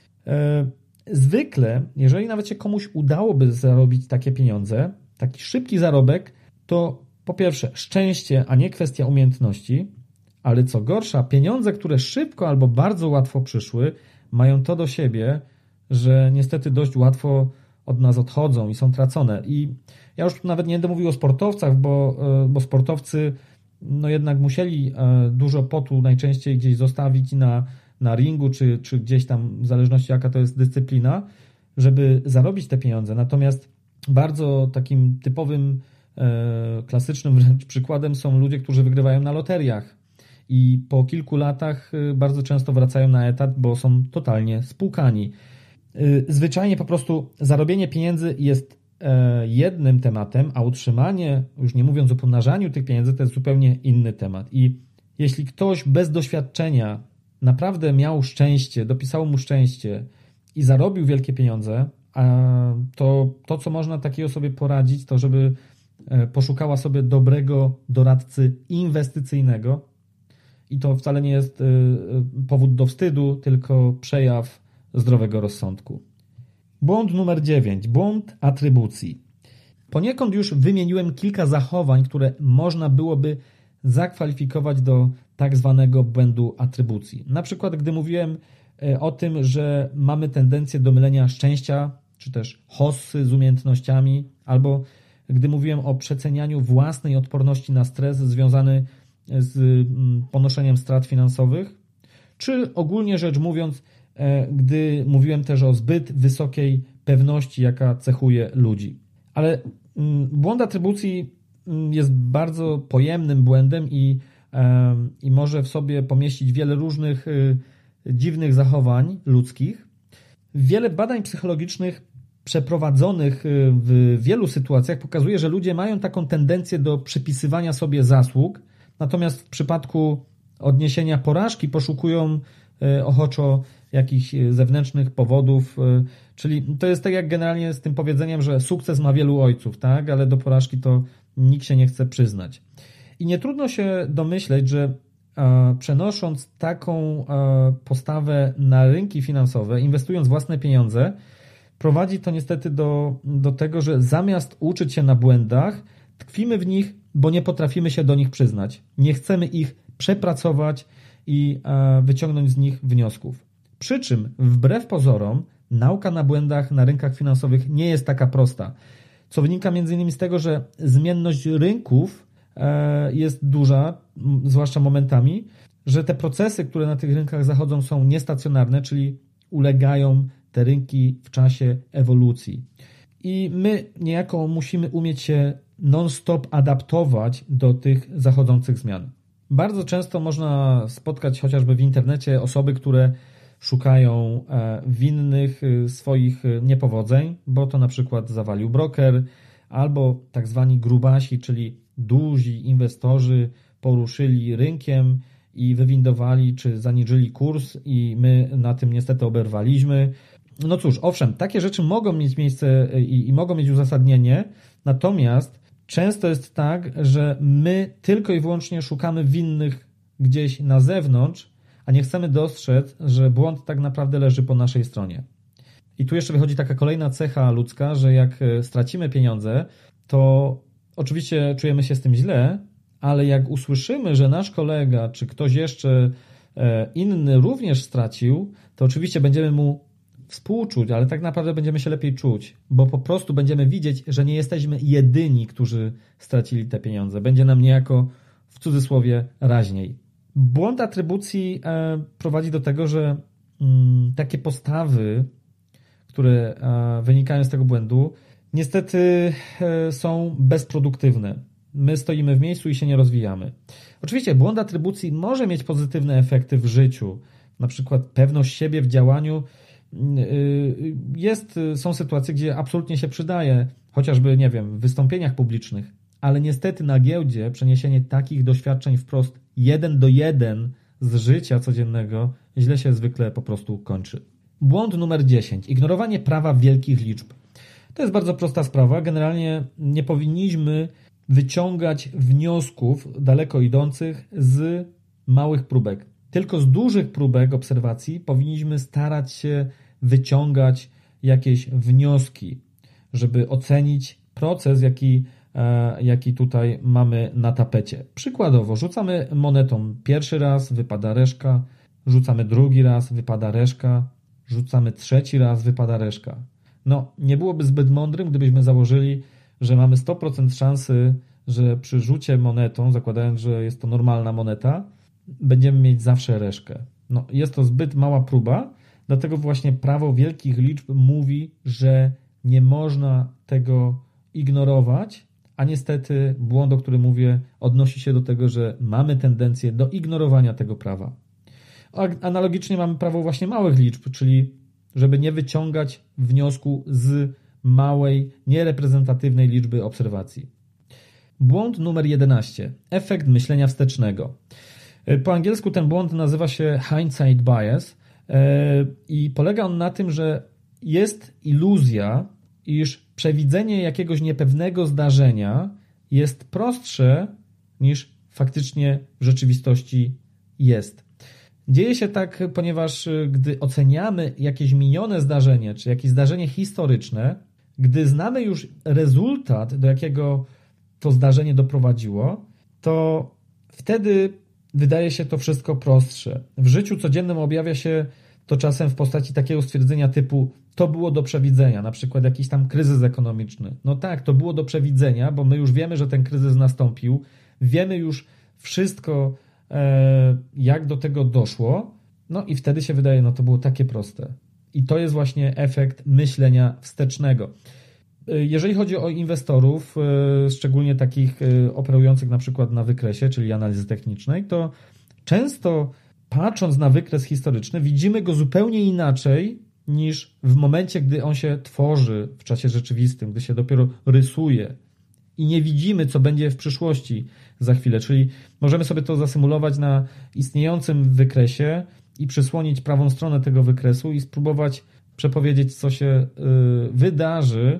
Zwykle, jeżeli nawet się komuś udałoby zarobić takie pieniądze, taki szybki zarobek, to po pierwsze szczęście, a nie kwestia umiejętności, ale co gorsza, pieniądze, które szybko albo bardzo łatwo przyszły, mają to do siebie, że niestety dość łatwo od nas odchodzą i są tracone. I ja już nawet nie będę mówił o sportowcach, bo, bo sportowcy no jednak musieli dużo potu najczęściej gdzieś zostawić na na ringu, czy, czy gdzieś tam, w zależności jaka to jest dyscyplina, żeby zarobić te pieniądze. Natomiast bardzo takim typowym, e, klasycznym wręcz przykładem są ludzie, którzy wygrywają na loteriach. i po kilku latach bardzo często wracają na etat, bo są totalnie spłukani. Zwyczajnie po prostu zarobienie pieniędzy jest jednym tematem, a utrzymanie, już nie mówiąc o pomnażaniu tych pieniędzy, to jest zupełnie inny temat. I jeśli ktoś bez doświadczenia naprawdę miał szczęście, dopisało mu szczęście i zarobił wielkie pieniądze, to to, co można takiej osobie poradzić, to żeby poszukała sobie dobrego doradcy inwestycyjnego i to wcale nie jest powód do wstydu, tylko przejaw zdrowego rozsądku. Błąd numer dziewięć. Błąd atrybucji. Poniekąd już wymieniłem kilka zachowań, które można byłoby zakwalifikować do tak zwanego błędu atrybucji. Na przykład, gdy mówiłem o tym, że mamy tendencję do mylenia szczęścia, czy też hossy z umiejętnościami, albo gdy mówiłem o przecenianiu własnej odporności na stres związany z ponoszeniem strat finansowych, czy ogólnie rzecz mówiąc, gdy mówiłem też o zbyt wysokiej pewności, jaka cechuje ludzi. Ale błąd atrybucji jest bardzo pojemnym błędem i, i może w sobie pomieścić wiele różnych dziwnych zachowań ludzkich. Wiele badań psychologicznych przeprowadzonych w wielu sytuacjach pokazuje, że ludzie mają taką tendencję do przypisywania sobie zasług, natomiast w przypadku odniesienia porażki poszukują ochoczo jakichś zewnętrznych powodów, czyli to jest tak jak generalnie z tym powiedzeniem, że sukces ma wielu ojców, tak, ale do porażki to nikt się nie chce przyznać. I nie trudno się domyśleć, że przenosząc taką postawę na rynki finansowe, inwestując własne pieniądze, prowadzi to niestety do, do tego, że zamiast uczyć się na błędach, tkwimy w nich, bo nie potrafimy się do nich przyznać. Nie chcemy ich przepracować i wyciągnąć z nich wniosków. Przy czym, wbrew pozorom, nauka na błędach na rynkach finansowych nie jest taka prosta, co wynika między innymi z tego, że zmienność rynków jest duża, zwłaszcza momentami, że te procesy, które na tych rynkach zachodzą, są niestacjonarne, czyli ulegają te rynki w czasie ewolucji. I my niejako musimy umieć się non-stop adaptować do tych zachodzących zmian. Bardzo często można spotkać chociażby w internecie osoby, które szukają winnych swoich niepowodzeń, bo to na przykład zawalił broker, albo tak zwani grubasi, czyli duzi inwestorzy poruszyli rynkiem i wywindowali czy zaniżyli kurs i my na tym niestety oberwaliśmy. No cóż, owszem, takie rzeczy mogą mieć miejsce i, i mogą mieć uzasadnienie, natomiast często jest tak, że my tylko i wyłącznie szukamy winnych gdzieś na zewnątrz, a nie chcemy dostrzec, że błąd tak naprawdę leży po naszej stronie. I tu jeszcze wychodzi taka kolejna cecha ludzka, że jak stracimy pieniądze, to oczywiście czujemy się z tym źle, ale jak usłyszymy, że nasz kolega czy ktoś jeszcze inny również stracił, to oczywiście będziemy mu współczuć, ale tak naprawdę będziemy się lepiej czuć, bo po prostu będziemy widzieć, że nie jesteśmy jedyni, którzy stracili te pieniądze. Będzie nam niejako w cudzysłowie raźniej. Błąd atrybucji prowadzi do tego, że takie postawy, które wynikają z tego błędu, niestety są bezproduktywne. My stoimy w miejscu i się nie rozwijamy. Oczywiście błąd atrybucji może mieć pozytywne efekty w życiu, na przykład pewność siebie w działaniu. Jest, są sytuacje, gdzie absolutnie się przydaje, chociażby, nie wiem, w wystąpieniach publicznych, ale niestety na giełdzie przeniesienie takich doświadczeń wprost jeden do jeden z życia codziennego źle się zwykle po prostu kończy. Błąd numer dziesięć. Ignorowanie prawa wielkich liczb. To jest bardzo prosta sprawa. Generalnie nie powinniśmy wyciągać wniosków daleko idących z małych próbek. Tylko z dużych próbek obserwacji powinniśmy starać się wyciągać jakieś wnioski, żeby ocenić proces, jaki, jaki tutaj mamy na tapecie. Przykładowo, rzucamy monetą pierwszy raz, wypada reszka, rzucamy drugi raz, wypada reszka, rzucamy trzeci raz, wypada reszka. No, nie byłoby zbyt mądrym, gdybyśmy założyli, że mamy sto procent szansy, że przy rzucie monetą, zakładając, że jest to normalna moneta, będziemy mieć zawsze reszkę. No, jest to zbyt mała próba, dlatego właśnie prawo wielkich liczb mówi, że nie można tego ignorować, a niestety błąd, o którym mówię, odnosi się do tego, że mamy tendencję do ignorowania tego prawa. Analogicznie mamy prawo właśnie małych liczb, czyli żeby nie wyciągać wniosku z małej, niereprezentatywnej liczby obserwacji. Błąd numer jedenaście. Efekt myślenia wstecznego. Po angielsku ten błąd nazywa się hindsight bias i polega on na tym, że jest iluzja, iż przewidzenie jakiegoś niepewnego zdarzenia jest prostsze niż faktycznie w rzeczywistości jest. Dzieje się tak, ponieważ gdy oceniamy jakieś minione zdarzenie, czy jakieś zdarzenie historyczne, gdy znamy już rezultat, do jakiego to zdarzenie doprowadziło, to wtedy wydaje się to wszystko prostsze. W życiu codziennym objawia się to czasem w postaci takiego stwierdzenia typu to było do przewidzenia, na przykład jakiś tam kryzys ekonomiczny. No tak, to było do przewidzenia, bo my już wiemy, że ten kryzys nastąpił, wiemy już wszystko, jak do tego doszło, no i wtedy się wydaje, no to było takie proste. I to jest właśnie efekt myślenia wstecznego. Jeżeli chodzi o inwestorów, szczególnie takich operujących na przykład na wykresie, czyli analizy technicznej, to często patrząc na wykres historyczny widzimy go zupełnie inaczej niż w momencie, gdy on się tworzy w czasie rzeczywistym, gdy się dopiero rysuje i nie widzimy, co będzie w przyszłości za chwilę. Czyli możemy sobie to zasymulować na istniejącym wykresie i przysłonić prawą stronę tego wykresu i spróbować przepowiedzieć, co się wydarzy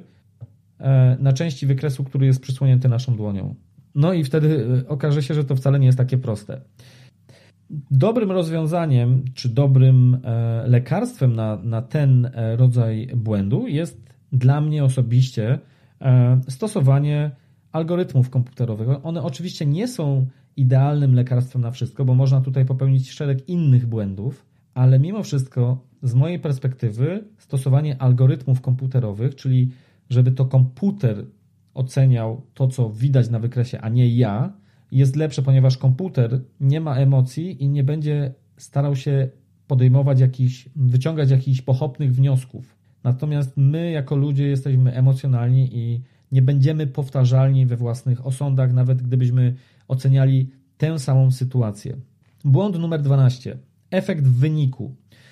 na części wykresu, który jest przysłonięty naszą dłonią. No i wtedy okaże się, że to wcale nie jest takie proste. Dobrym rozwiązaniem, czy dobrym lekarstwem na, na ten rodzaj błędu jest dla mnie osobiście stosowanie algorytmów komputerowych. One oczywiście nie są idealnym lekarstwem na wszystko, bo można tutaj popełnić szereg innych błędów, ale mimo wszystko z mojej perspektywy stosowanie algorytmów komputerowych, czyli żeby to komputer oceniał to, co widać na wykresie, a nie ja, jest lepsze, ponieważ komputer nie ma emocji i nie będzie starał się podejmować jakichś, wyciągać jakichś pochopnych wniosków. Natomiast my jako ludzie jesteśmy emocjonalni i nie będziemy powtarzalni we własnych osądach, nawet gdybyśmy oceniali tę samą sytuację. Błąd numer dwanaście. Efekt wyniku,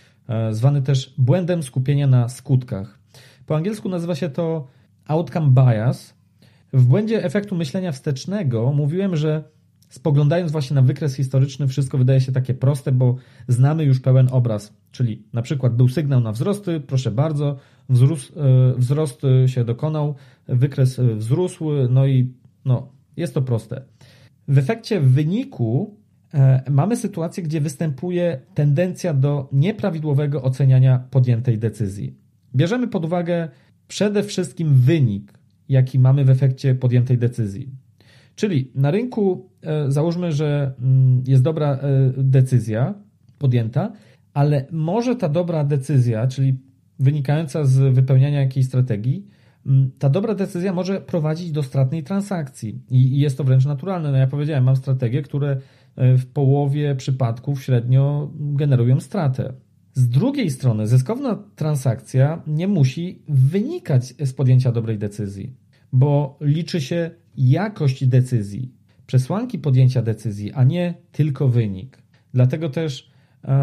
zwany też błędem skupienia na skutkach. Po angielsku nazywa się to outcome bias. W błędzie efektu myślenia wstecznego mówiłem, że spoglądając właśnie na wykres historyczny wszystko wydaje się takie proste, bo znamy już pełen obraz. Czyli na przykład był sygnał na wzrosty, proszę bardzo, wzrósł, wzrost się dokonał, wykres wzrósł, no i no, jest to proste. W efekcie wyniku e, mamy sytuację, gdzie występuje tendencja do nieprawidłowego oceniania podjętej decyzji. Bierzemy pod uwagę przede wszystkim wynik, jaki mamy w efekcie podjętej decyzji. Czyli na rynku e, załóżmy, że mm, jest dobra e, decyzja podjęta, ale może ta dobra decyzja, czyli wynikająca z wypełniania jakiejś strategii, ta dobra decyzja może prowadzić do stratnej transakcji i jest to wręcz naturalne. No ja powiedziałem, mam strategie, które w połowie przypadków średnio generują stratę. Z drugiej strony zyskowna transakcja nie musi wynikać z podjęcia dobrej decyzji, bo liczy się jakość decyzji, przesłanki podjęcia decyzji, a nie tylko wynik. Dlatego też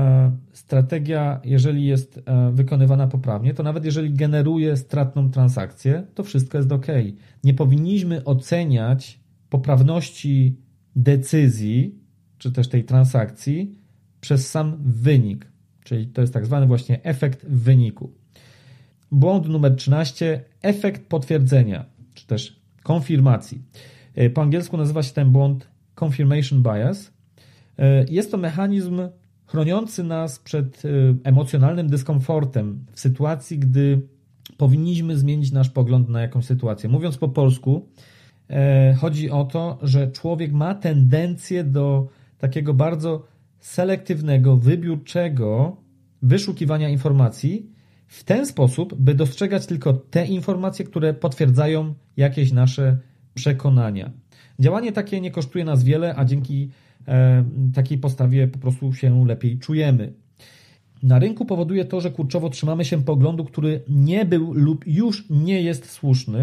strategia, jeżeli jest wykonywana poprawnie, to nawet jeżeli generuje stratną transakcję, to wszystko jest ok. Nie powinniśmy oceniać poprawności decyzji, czy też tej transakcji przez sam wynik, czyli to jest tak zwany właśnie efekt wyniku. Błąd numer trzynaście, efekt potwierdzenia, czy też konfirmacji. Po angielsku nazywa się ten błąd confirmation bias. Jest to mechanizm chroniący nas przed emocjonalnym dyskomfortem w sytuacji, gdy powinniśmy zmienić nasz pogląd na jakąś sytuację. Mówiąc po polsku, chodzi o to, że człowiek ma tendencję do takiego bardzo selektywnego, wybiórczego wyszukiwania informacji w ten sposób, by dostrzegać tylko te informacje, które potwierdzają jakieś nasze przekonania. Działanie takie nie kosztuje nas wiele, a dzięki takiej postawie po prostu się lepiej czujemy. Na rynku powoduje to, że kurczowo trzymamy się poglądu, który nie był lub już nie jest słuszny,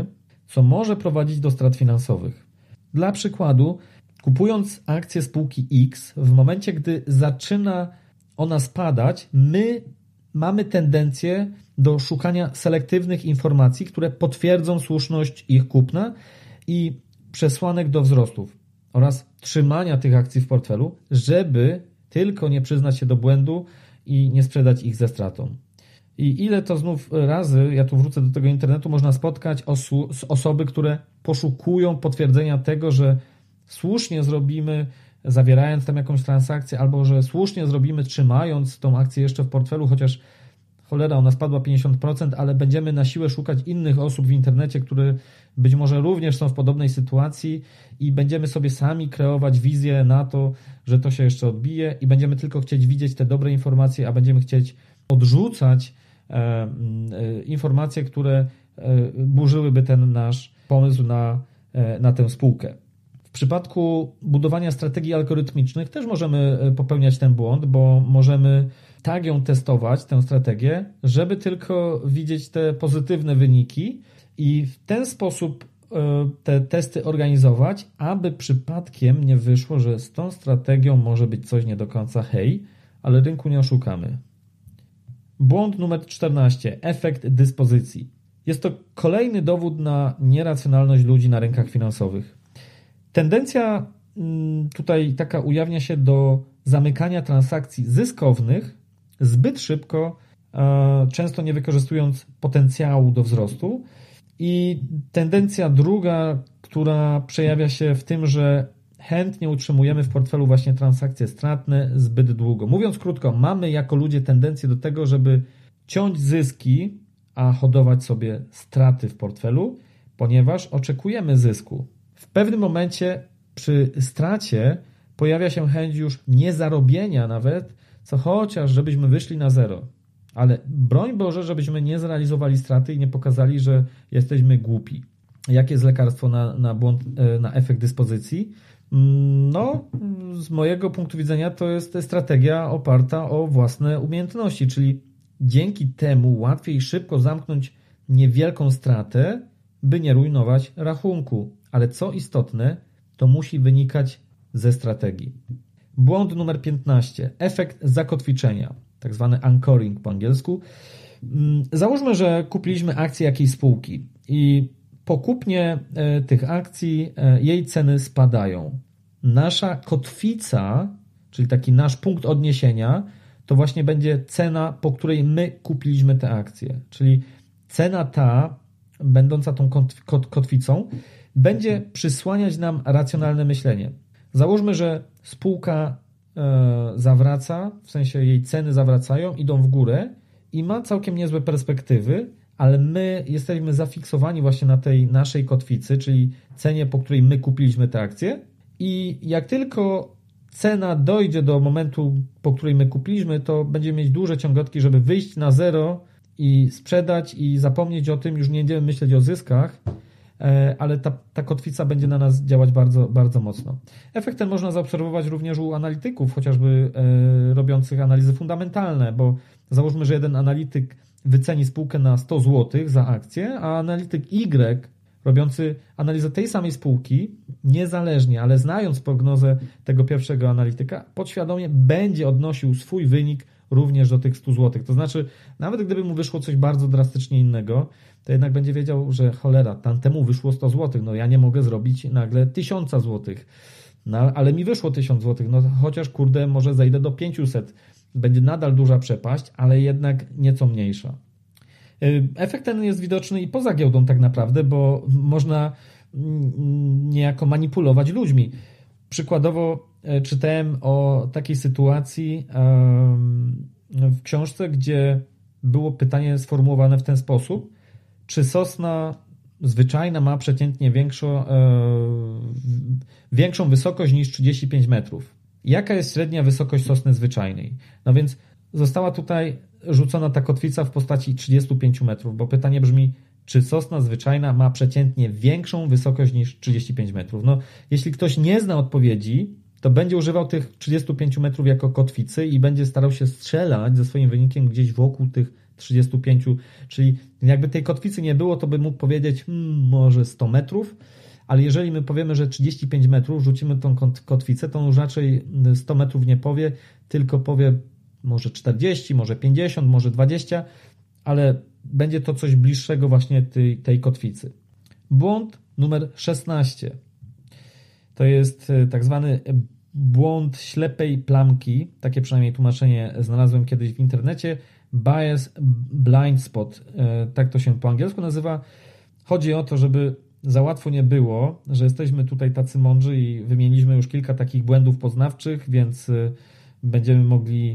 co może prowadzić do strat finansowych. Dla przykładu, kupując akcję spółki X, w momencie, gdy zaczyna ona spadać, my mamy tendencję do szukania selektywnych informacji, które potwierdzą słuszność ich kupna i przesłanek do wzrostów oraz trzymania tych akcji w portfelu, żeby tylko nie przyznać się do błędu i nie sprzedać ich ze stratą. I ile to znów razy, ja tu wrócę do tego internetu, można spotkać osu- osoby, które poszukują potwierdzenia tego, że słusznie zrobimy, zawierając tam jakąś transakcję, albo że słusznie zrobimy, trzymając tą akcję jeszcze w portfelu, chociaż cholera, ona spadła pięćdziesiąt procent, ale będziemy na siłę szukać innych osób w internecie, które być może również są w podobnej sytuacji i będziemy sobie sami kreować wizję na to, że to się jeszcze odbije i będziemy tylko chcieć widzieć te dobre informacje, a będziemy chcieć odrzucać e, e, informacje, które e, burzyłyby ten nasz pomysł na, e, na tę spółkę. W przypadku budowania strategii algorytmicznych też możemy popełniać ten błąd, bo możemy tak ją testować, tę strategię, żeby tylko widzieć te pozytywne wyniki i w ten sposób te testy organizować, aby przypadkiem nie wyszło, że z tą strategią może być coś nie do końca hej, ale rynku nie oszukamy. Błąd numer czternaście. Efekt dyspozycji. Jest to kolejny dowód na nieracjonalność ludzi na rynkach finansowych. Tendencja tutaj taka ujawnia się do zamykania transakcji zyskownych zbyt szybko, często nie wykorzystując potencjału do wzrostu. I tendencja druga, która przejawia się w tym, że chętnie utrzymujemy w portfelu właśnie transakcje stratne zbyt długo. Mówiąc krótko, mamy jako ludzie tendencję do tego, żeby ciąć zyski, a hodować sobie straty w portfelu, ponieważ oczekujemy zysku. W pewnym momencie przy stracie pojawia się chęć już nie zarobienia nawet, co chociaż żebyśmy wyszli na zero. Ale broń Boże, żebyśmy nie zrealizowali straty i nie pokazali, że jesteśmy głupi. Jakie jest lekarstwo na, na błąd, na efekt dyspozycji? No, z mojego punktu widzenia to jest strategia oparta o własne umiejętności, czyli dzięki temu łatwiej i szybko zamknąć niewielką stratę, by nie rujnować rachunku. Ale co istotne, to musi wynikać ze strategii. Błąd numer piętnaście. Efekt zakotwiczenia, tak zwany anchoring po angielsku. Załóżmy, że kupiliśmy akcję jakiejś spółki i po kupnie tych akcji jej ceny spadają. Nasza kotwica, czyli taki nasz punkt odniesienia, to właśnie będzie cena, po której my kupiliśmy te akcje. Czyli cena ta, będąca tą kotwicą, będzie przysłaniać nam racjonalne myślenie. Załóżmy, że spółka e, zawraca, w sensie jej ceny zawracają, idą w górę i ma całkiem niezłe perspektywy, ale my jesteśmy zafiksowani właśnie na tej naszej kotwicy, czyli cenie, po której my kupiliśmy te akcje i jak tylko cena dojdzie do momentu, po której my kupiliśmy, to będziemy mieć duże ciągotki, żeby wyjść na zero i sprzedać i zapomnieć o tym, już nie będziemy myśleć o zyskach, ale ta, ta kotwica będzie na nas działać bardzo, bardzo mocno. Efekt ten można zaobserwować również u analityków, chociażby e, robiących analizy fundamentalne, bo załóżmy, że jeden analityk wyceni spółkę na sto złotych za akcję, a analityk Y, robiący analizę tej samej spółki, niezależnie, ale znając prognozę tego pierwszego analityka, podświadomie będzie odnosił swój wynik również do tych stu złotych. To znaczy, nawet gdyby mu wyszło coś bardzo drastycznie innego, to jednak będzie wiedział, że cholera, tamtemu wyszło sto złotych, no ja nie mogę zrobić nagle tysiąc złotych, no, ale mi wyszło tysiąc złotych, no chociaż kurde, może zejdę do pięćset. Będzie nadal duża przepaść, ale jednak nieco mniejsza. Efekt ten jest widoczny i poza giełdą tak naprawdę, bo można niejako manipulować ludźmi. Przykładowo czytałem o takiej sytuacji w książce, gdzie było pytanie sformułowane w ten sposób, czy sosna zwyczajna ma przeciętnie większą, większą wysokość niż trzydzieści pięć metrów. Jaka jest średnia wysokość sosny zwyczajnej? No więc została tutaj rzucona ta kotwica w postaci trzydzieści pięć metrów, bo pytanie brzmi, czy sosna zwyczajna ma przeciętnie większą wysokość niż trzydzieści pięć metrów? No, jeśli ktoś nie zna odpowiedzi, to będzie używał tych trzydziestu pięciu metrów jako kotwicy i będzie starał się strzelać ze swoim wynikiem gdzieś wokół tych trzydzieści pięć, czyli jakby tej kotwicy nie było, to by mógł powiedzieć hmm, może sto metrów, ale jeżeli my powiemy, że trzydzieści pięć metrów, rzucimy tą kotwicę, to on już raczej sto metrów nie powie, tylko powie może czterdzieści, może pięćdziesiąt, może dwadzieścia, ale będzie to coś bliższego właśnie tej, tej kotwicy. Błąd numer szesnaście. To jest tak zwany błąd ślepej plamki. Takie przynajmniej tłumaczenie znalazłem kiedyś w internecie. Bias blind spot. Tak to się po angielsku nazywa. Chodzi o to, żeby za łatwo nie było, że jesteśmy tutaj tacy mądrzy i wymieniliśmy już kilka takich błędów poznawczych, więc będziemy mogli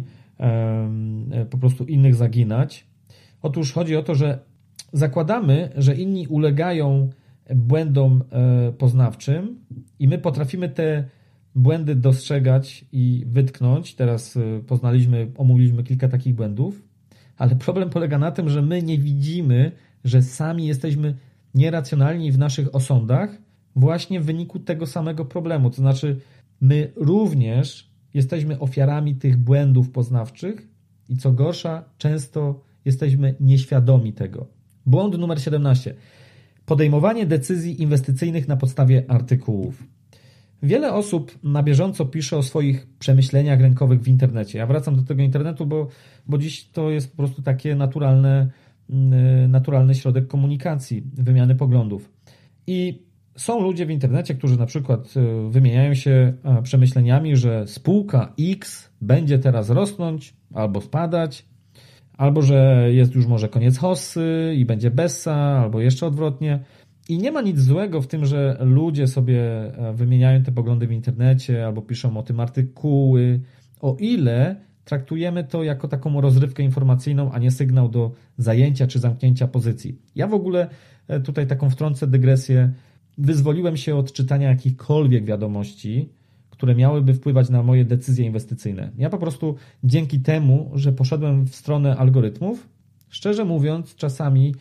po prostu innych zaginać. Otóż chodzi o to, że zakładamy, że inni ulegają błędom poznawczym i my potrafimy te błędy dostrzegać i wytknąć. Teraz poznaliśmy, omówiliśmy kilka takich błędów, ale problem polega na tym, że my nie widzimy, że sami jesteśmy nieracjonalni w naszych osądach właśnie w wyniku tego samego problemu. To znaczy my również jesteśmy ofiarami tych błędów poznawczych i co gorsza, często jesteśmy nieświadomi tego. Błąd numer siedemnaście. Podejmowanie decyzji inwestycyjnych na podstawie artykułów. Wiele osób na bieżąco pisze o swoich przemyśleniach rynkowych w internecie. Ja wracam do tego internetu, bo, bo dziś to jest po prostu takie naturalne, naturalny środek komunikacji, wymiany poglądów. I są ludzie w internecie, którzy na przykład wymieniają się przemyśleniami, że spółka X będzie teraz rosnąć albo spadać, albo że jest już może koniec hossy i będzie bessa, albo jeszcze odwrotnie. I nie ma nic złego w tym, że ludzie sobie wymieniają te poglądy w internecie albo piszą o tym artykuły, o ile traktujemy to jako taką rozrywkę informacyjną, a nie sygnał do zajęcia czy zamknięcia pozycji. Ja w ogóle tutaj taką wtrącę dygresję. Wyzwoliłem się od czytania jakichkolwiek wiadomości, które miałyby wpływać na moje decyzje inwestycyjne. Ja po prostu dzięki temu, że poszedłem w stronę algorytmów, szczerze mówiąc, czasami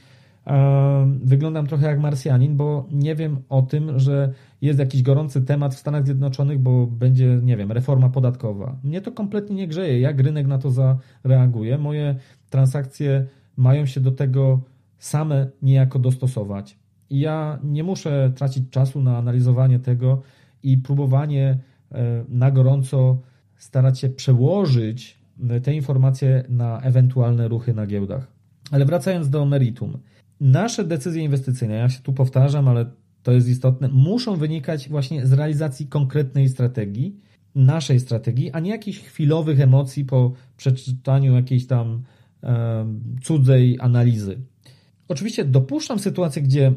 e, wyglądam trochę jak Marsjanin, bo nie wiem o tym, że jest jakiś gorący temat w Stanach Zjednoczonych, bo będzie, nie wiem, reforma podatkowa. Mnie to kompletnie nie grzeje. Jak rynek na to zareaguje? Moje transakcje mają się do tego same niejako dostosować. I ja nie muszę tracić czasu na analizowanie tego i próbowanie na gorąco starać się przełożyć te informacje na ewentualne ruchy na giełdach. Ale wracając do meritum. Nasze decyzje inwestycyjne, ja się tu powtarzam, ale to jest istotne, muszą wynikać właśnie z realizacji konkretnej strategii, naszej strategii, a nie jakichś chwilowych emocji po przeczytaniu jakiejś tam e, cudzej analizy. Oczywiście dopuszczam sytuację, gdzie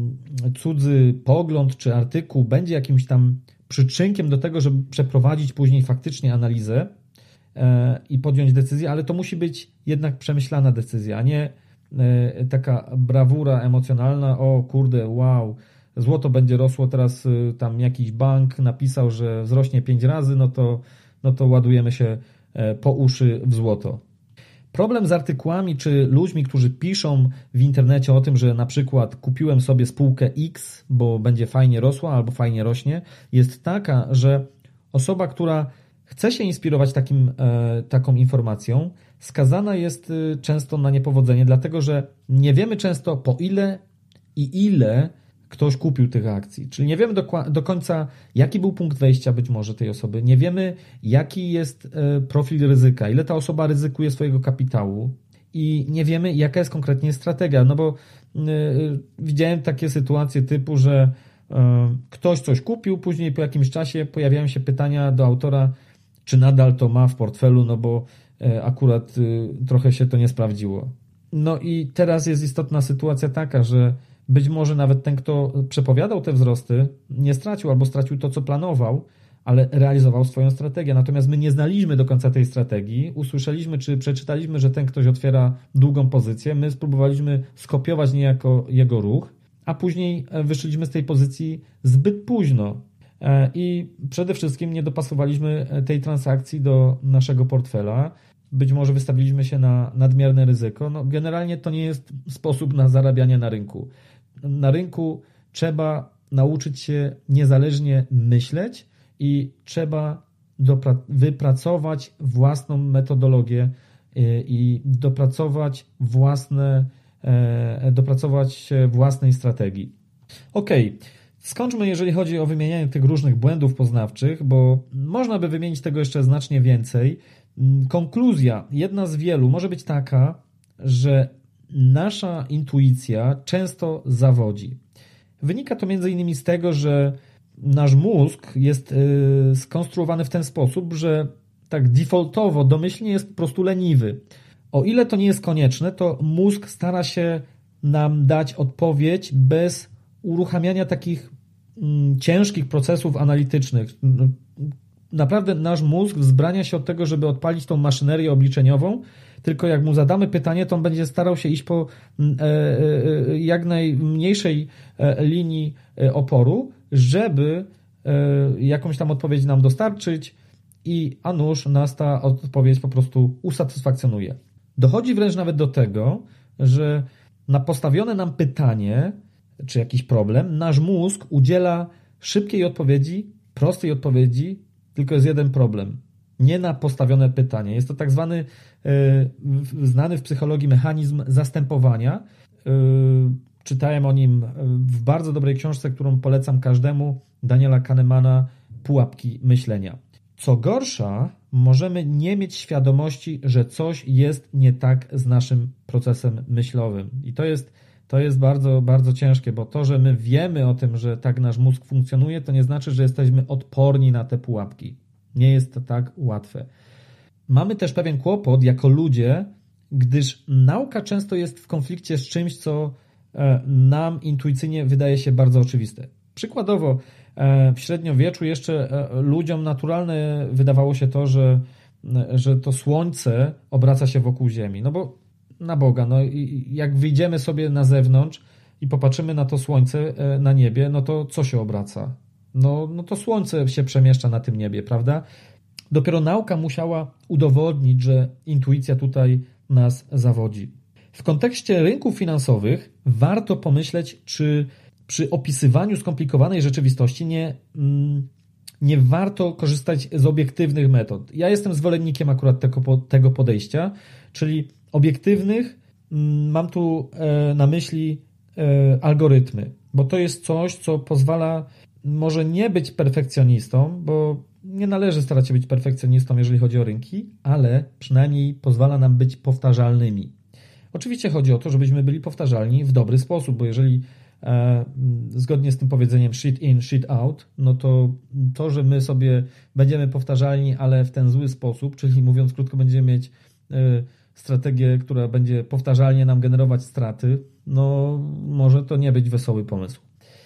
cudzy pogląd czy artykuł będzie jakimś tam przyczynkiem do tego, żeby przeprowadzić później faktycznie analizę i podjąć decyzję, ale to musi być jednak przemyślana decyzja, a nie taka brawura emocjonalna, o kurde, wow, złoto będzie rosło, teraz tam jakiś bank napisał, że wzrośnie pięć razy, no to, no to ładujemy się po uszy w złoto. Problem z artykułami czy ludźmi, którzy piszą w internecie o tym, że na przykład kupiłem sobie spółkę X, bo będzie fajnie rosła albo fajnie rośnie, jest taka, że osoba, która chce się inspirować takim, e, taką informacją, skazana jest często na niepowodzenie, dlatego że nie wiemy często po ile i ile ktoś kupił tych akcji. Czyli nie wiemy do, do końca, jaki był punkt wejścia być może tej osoby. Nie wiemy, jaki jest profil ryzyka, ile ta osoba ryzykuje swojego kapitału i nie wiemy, jaka jest konkretnie strategia. No bo yy, widziałem takie sytuacje typu, że yy, ktoś coś kupił, później po jakimś czasie pojawiają się pytania do autora, czy nadal to ma w portfelu, no bo yy, akurat yy, trochę się to nie sprawdziło. No i teraz jest istotna sytuacja taka, że być może nawet ten, kto przepowiadał te wzrosty, nie stracił albo stracił to, co planował, ale realizował swoją strategię. Natomiast my nie znaliśmy do końca tej strategii, usłyszeliśmy czy przeczytaliśmy, że ten ktoś otwiera długą pozycję, my spróbowaliśmy skopiować niejako jego ruch, a później wyszliśmy z tej pozycji zbyt późno i przede wszystkim nie dopasowaliśmy tej transakcji do naszego portfela. Być może wystawiliśmy się na nadmierne ryzyko. No, generalnie to nie jest sposób na zarabianie na rynku. Na rynku trzeba nauczyć się niezależnie myśleć i trzeba dopra- wypracować własną metodologię i dopracować własne, dopracować własnej strategii. Ok, skończmy, jeżeli chodzi o wymienianie tych różnych błędów poznawczych, bo można by wymienić tego jeszcze znacznie więcej. Konkluzja, jedna z wielu, może być taka, że nasza intuicja często zawodzi. Wynika to między innymi z tego, że nasz mózg jest skonstruowany w ten sposób, że tak defaultowo, domyślnie jest po prostu leniwy. O ile to nie jest konieczne, to mózg stara się nam dać odpowiedź bez uruchamiania takich mm, ciężkich procesów analitycznych. Naprawdę nasz mózg wzbrania się od tego, żeby odpalić tą maszynerię obliczeniową, tylko jak mu zadamy pytanie, to on będzie starał się iść po e, e, jak najmniejszej e, linii e, oporu, żeby e, jakąś tam odpowiedź nam dostarczyć i a nuż nas ta odpowiedź po prostu usatysfakcjonuje. Dochodzi wręcz nawet do tego, że na postawione nam pytanie czy jakiś problem, nasz mózg udziela szybkiej odpowiedzi, prostej odpowiedzi, tylko jest jeden problem. Nie na postawione pytanie. Jest to tak zwany yy, znany w psychologii mechanizm zastępowania. Yy, czytałem o nim w bardzo dobrej książce, którą polecam każdemu, Daniela Kahnemana, Pułapki myślenia. Co gorsza, możemy nie mieć świadomości, że coś jest nie tak z naszym procesem myślowym. I to jest, to jest bardzo, bardzo ciężkie, bo to, że my wiemy o tym, że tak nasz mózg funkcjonuje, to nie znaczy, że jesteśmy odporni na te pułapki. Nie jest to tak łatwe. Mamy też pewien kłopot jako ludzie, gdyż nauka często jest w konflikcie z czymś, co nam intuicyjnie wydaje się bardzo oczywiste. Przykładowo, w średniowieczu jeszcze ludziom naturalne wydawało się to, że, że to słońce obraca się wokół Ziemi. No bo na Boga, no jak wyjdziemy sobie na zewnątrz i popatrzymy na to słońce na niebie, no to co się obraca? No, no to słońce się przemieszcza na tym niebie, prawda? Dopiero nauka musiała udowodnić, że intuicja tutaj nas zawodzi. W kontekście rynków finansowych warto pomyśleć, czy przy opisywaniu skomplikowanej rzeczywistości nie, nie warto korzystać z obiektywnych metod. Ja jestem zwolennikiem akurat tego, tego podejścia, czyli obiektywnych, mam tu na myśli algorytmy, bo to jest coś, co pozwala może nie być perfekcjonistą, bo nie należy starać się być perfekcjonistą, jeżeli chodzi o rynki, ale przynajmniej pozwala nam być powtarzalnymi. Oczywiście chodzi o to, żebyśmy byli powtarzalni w dobry sposób, bo jeżeli e, zgodnie z tym powiedzeniem shit in, shit out, no to to, że my sobie będziemy powtarzalni, ale w ten zły sposób, czyli mówiąc krótko, będziemy mieć e, strategię, która będzie powtarzalnie nam generować straty, no może to nie być wesoły pomysł.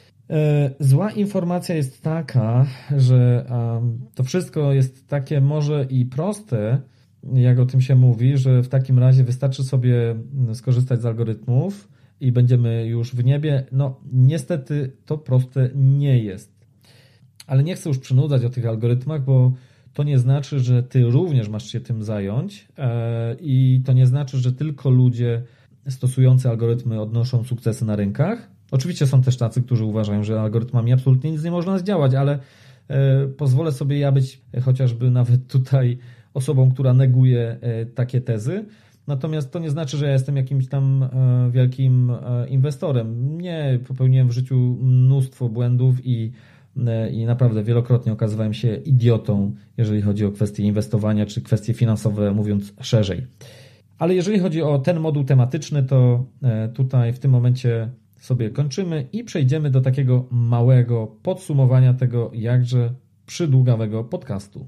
Zła informacja jest taka, że to wszystko jest takie może i proste, jak o tym się mówi, że w takim razie wystarczy sobie skorzystać z algorytmów i będziemy już w niebie. No niestety to proste nie jest. Ale nie chcę już przynudzać o tych algorytmach, bo to nie znaczy, że ty również masz się tym zająć i to nie znaczy, że tylko ludzie stosujący algorytmy odnoszą sukcesy na rynkach. Oczywiście są też tacy, którzy uważają, że algorytmami absolutnie nic nie można zdziałać, ale e, pozwolę sobie ja być chociażby nawet tutaj osobą, która neguje e, takie tezy. Natomiast to nie znaczy, że ja jestem jakimś tam e, wielkim e, inwestorem. Nie, popełniłem w życiu mnóstwo błędów i, e, i naprawdę wielokrotnie okazywałem się idiotą, jeżeli chodzi o kwestie inwestowania czy kwestie finansowe, mówiąc szerzej. Ale jeżeli chodzi o ten moduł tematyczny, to e, tutaj w tym momencie sobie kończymy i przejdziemy do takiego małego podsumowania tego jakże przydługawego podcastu.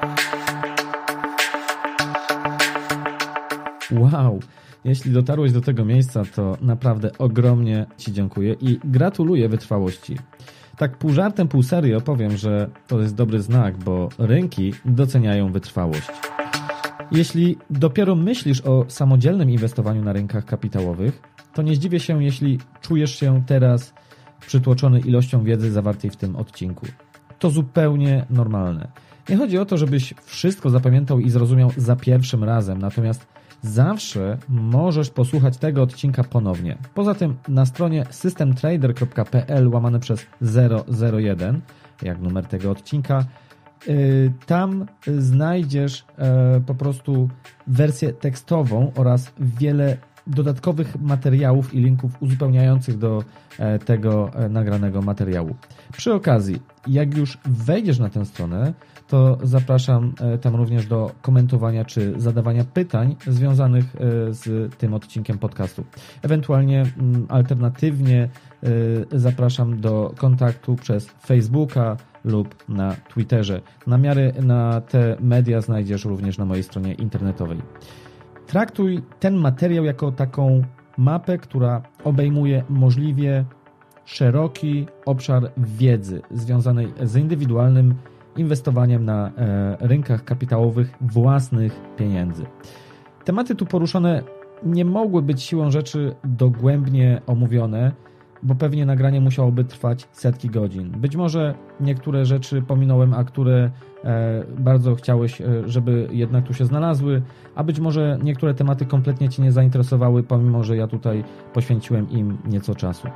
Wow! Jeśli dotarłeś do tego miejsca, to naprawdę ogromnie Ci dziękuję i gratuluję wytrwałości. Tak pół żartem, pół serio powiem, że to jest dobry znak, bo rynki doceniają wytrwałość. Jeśli dopiero myślisz o samodzielnym inwestowaniu na rynkach kapitałowych, to nie zdziwię się, jeśli czujesz się teraz przytłoczony ilością wiedzy zawartej w tym odcinku. To zupełnie normalne. Nie chodzi o to, żebyś wszystko zapamiętał i zrozumiał za pierwszym razem, natomiast zawsze możesz posłuchać tego odcinka ponownie. Poza tym na stronie systemtrader kropka p l łamane przez zero zero jeden, jak numer tego odcinka, Tam znajdziesz po prostu wersję tekstową oraz wiele dodatkowych materiałów i linków uzupełniających do tego nagranego materiału. Przy okazji, jak już wejdziesz na tę stronę, to zapraszam tam również do komentowania czy zadawania pytań związanych z tym odcinkiem podcastu. Ewentualnie alternatywnie zapraszam do kontaktu przez Facebooka lub na Twitterze. Namiary na te media znajdziesz również na mojej stronie internetowej. Traktuj ten materiał jako taką mapę, która obejmuje możliwie szeroki obszar wiedzy związanej z indywidualnym inwestowaniem na rynkach kapitałowych własnych pieniędzy. Tematy tu poruszone nie mogły być siłą rzeczy dogłębnie omówione, bo pewnie nagranie musiałoby trwać setki godzin. Być może niektóre rzeczy pominąłem, a które bardzo chciałeś, żeby jednak tu się znalazły, a być może niektóre tematy kompletnie Cię nie zainteresowały, pomimo że ja tutaj poświęciłem im nieco czasu.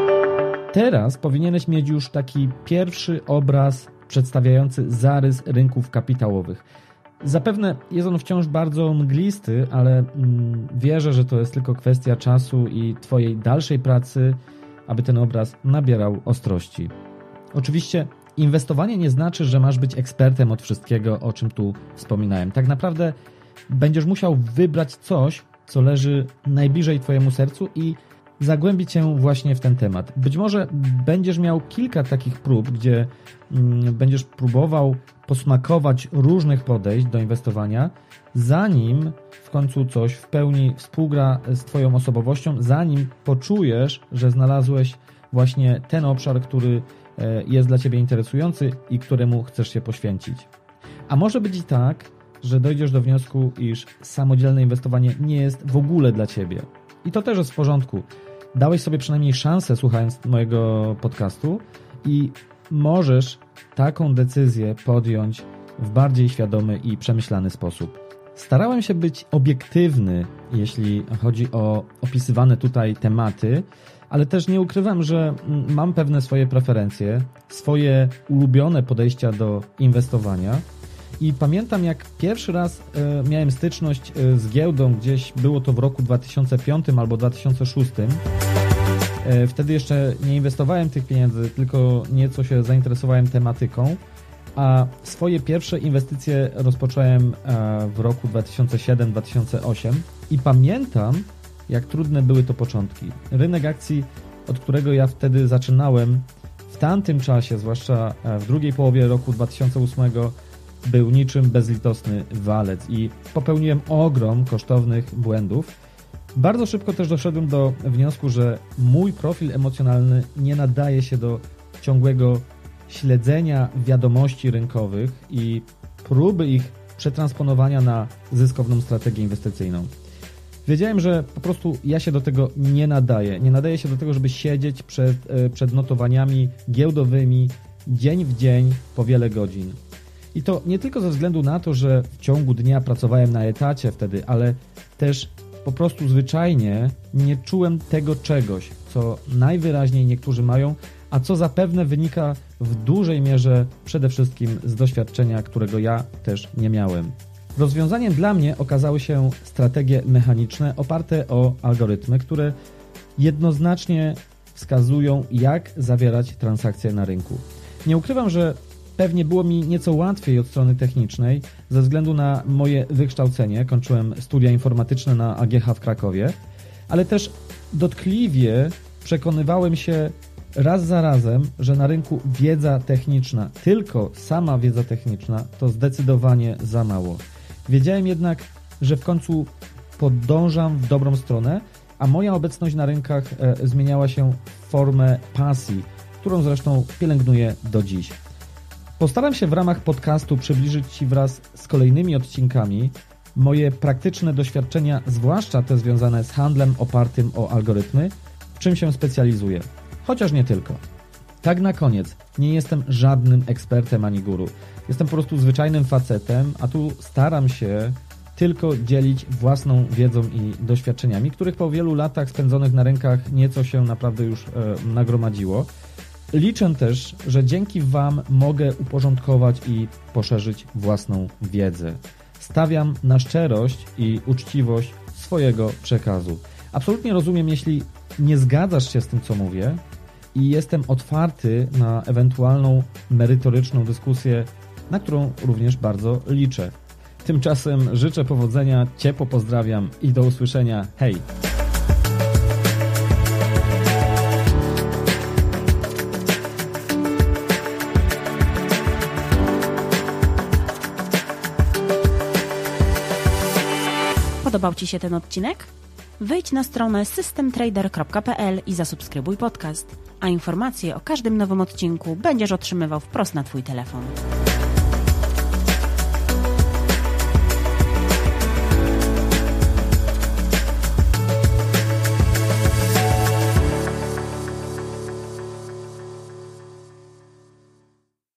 Teraz powinieneś mieć już taki pierwszy obraz przedstawiający zarys rynków kapitałowych. Zapewne jest on wciąż bardzo mglisty, ale mm, wierzę, że to jest tylko kwestia czasu i Twojej dalszej pracy, aby ten obraz nabierał ostrości. Oczywiście inwestowanie nie znaczy, że masz być ekspertem od wszystkiego, o czym tu wspominałem. Tak naprawdę będziesz musiał wybrać coś, co leży najbliżej Twojemu sercu i zagłębić się właśnie w ten temat. Być może będziesz miał kilka takich prób, gdzie mm, będziesz próbował posmakować różnych podejść do inwestowania, zanim w końcu coś w pełni współgra z Twoją osobowością, zanim poczujesz, że znalazłeś właśnie ten obszar, który jest dla Ciebie interesujący i któremu chcesz się poświęcić. A może być i tak, że dojdziesz do wniosku, iż samodzielne inwestowanie nie jest w ogóle dla Ciebie. I to też jest w porządku. Dałeś sobie przynajmniej szansę, słuchając mojego podcastu, i możesz taką decyzję podjąć w bardziej świadomy i przemyślany sposób. Starałem się być obiektywny, jeśli chodzi o opisywane tutaj tematy, ale też nie ukrywam, że mam pewne swoje preferencje, swoje ulubione podejścia do inwestowania. I pamiętam, jak pierwszy raz e, miałem styczność e, z giełdą, gdzieś było to w roku dwa tysiące piątym albo dwa tysiące szóstym. E, wtedy jeszcze nie inwestowałem tych pieniędzy, tylko nieco się zainteresowałem tematyką, a swoje pierwsze inwestycje rozpocząłem e, w roku dwa tysiące siódmym dwa tysiące ósmym i pamiętam, jak trudne były to początki. Rynek akcji, od którego ja wtedy zaczynałem, w tamtym czasie, zwłaszcza w drugiej połowie roku dwa tysiące ósmego, był niczym bezlitosny walec i popełniłem ogrom kosztownych błędów. Bardzo szybko też doszedłem do wniosku, że mój profil emocjonalny nie nadaje się do ciągłego śledzenia wiadomości rynkowych i próby ich przetransponowania na zyskowną strategię inwestycyjną. Wiedziałem, że po prostu ja się do tego nie nadaję. Nie nadaję się do tego, żeby siedzieć przed, przed notowaniami giełdowymi dzień w dzień po wiele godzin. I to nie tylko ze względu na to, że w ciągu dnia pracowałem na etacie wtedy, ale też po prostu zwyczajnie nie czułem tego czegoś, co najwyraźniej niektórzy mają, a co zapewne wynika w dużej mierze przede wszystkim z doświadczenia, którego ja też nie miałem. Rozwiązaniem dla mnie okazały się strategie mechaniczne oparte o algorytmy, które jednoznacznie wskazują, jak zawierać transakcje na rynku. Nie ukrywam, że pewnie było mi nieco łatwiej od strony technicznej ze względu na moje wykształcenie. Kończyłem studia informatyczne na A G H w Krakowie, ale też dotkliwie przekonywałem się raz za razem, że na rynku wiedza techniczna, tylko sama wiedza techniczna, to zdecydowanie za mało. Wiedziałem jednak, że w końcu podążam w dobrą stronę, a moja obecność na rynkach e, zmieniała się w formę pasji, którą zresztą pielęgnuję do dziś. Postaram się w ramach podcastu przybliżyć Ci wraz z kolejnymi odcinkami moje praktyczne doświadczenia, zwłaszcza te związane z handlem opartym o algorytmy, w czym się specjalizuję. Chociaż nie tylko. Tak na koniec, nie jestem żadnym ekspertem ani guru. Jestem po prostu zwyczajnym facetem, a tu staram się tylko dzielić własną wiedzą i doświadczeniami, których po wielu latach spędzonych na rynkach nieco się naprawdę już e, nagromadziło. Liczę też, że dzięki Wam mogę uporządkować i poszerzyć własną wiedzę. Stawiam na szczerość i uczciwość swojego przekazu. Absolutnie rozumiem, jeśli nie zgadzasz się z tym, co mówię, i jestem otwarty na ewentualną merytoryczną dyskusję, na którą również bardzo liczę. Tymczasem życzę powodzenia, ciepło pozdrawiam i do usłyszenia. Hej! Podobał Ci się ten odcinek? Wejdź na stronę system trader kropka p l i zasubskrybuj podcast, a informacje o każdym nowym odcinku będziesz otrzymywał wprost na Twój telefon.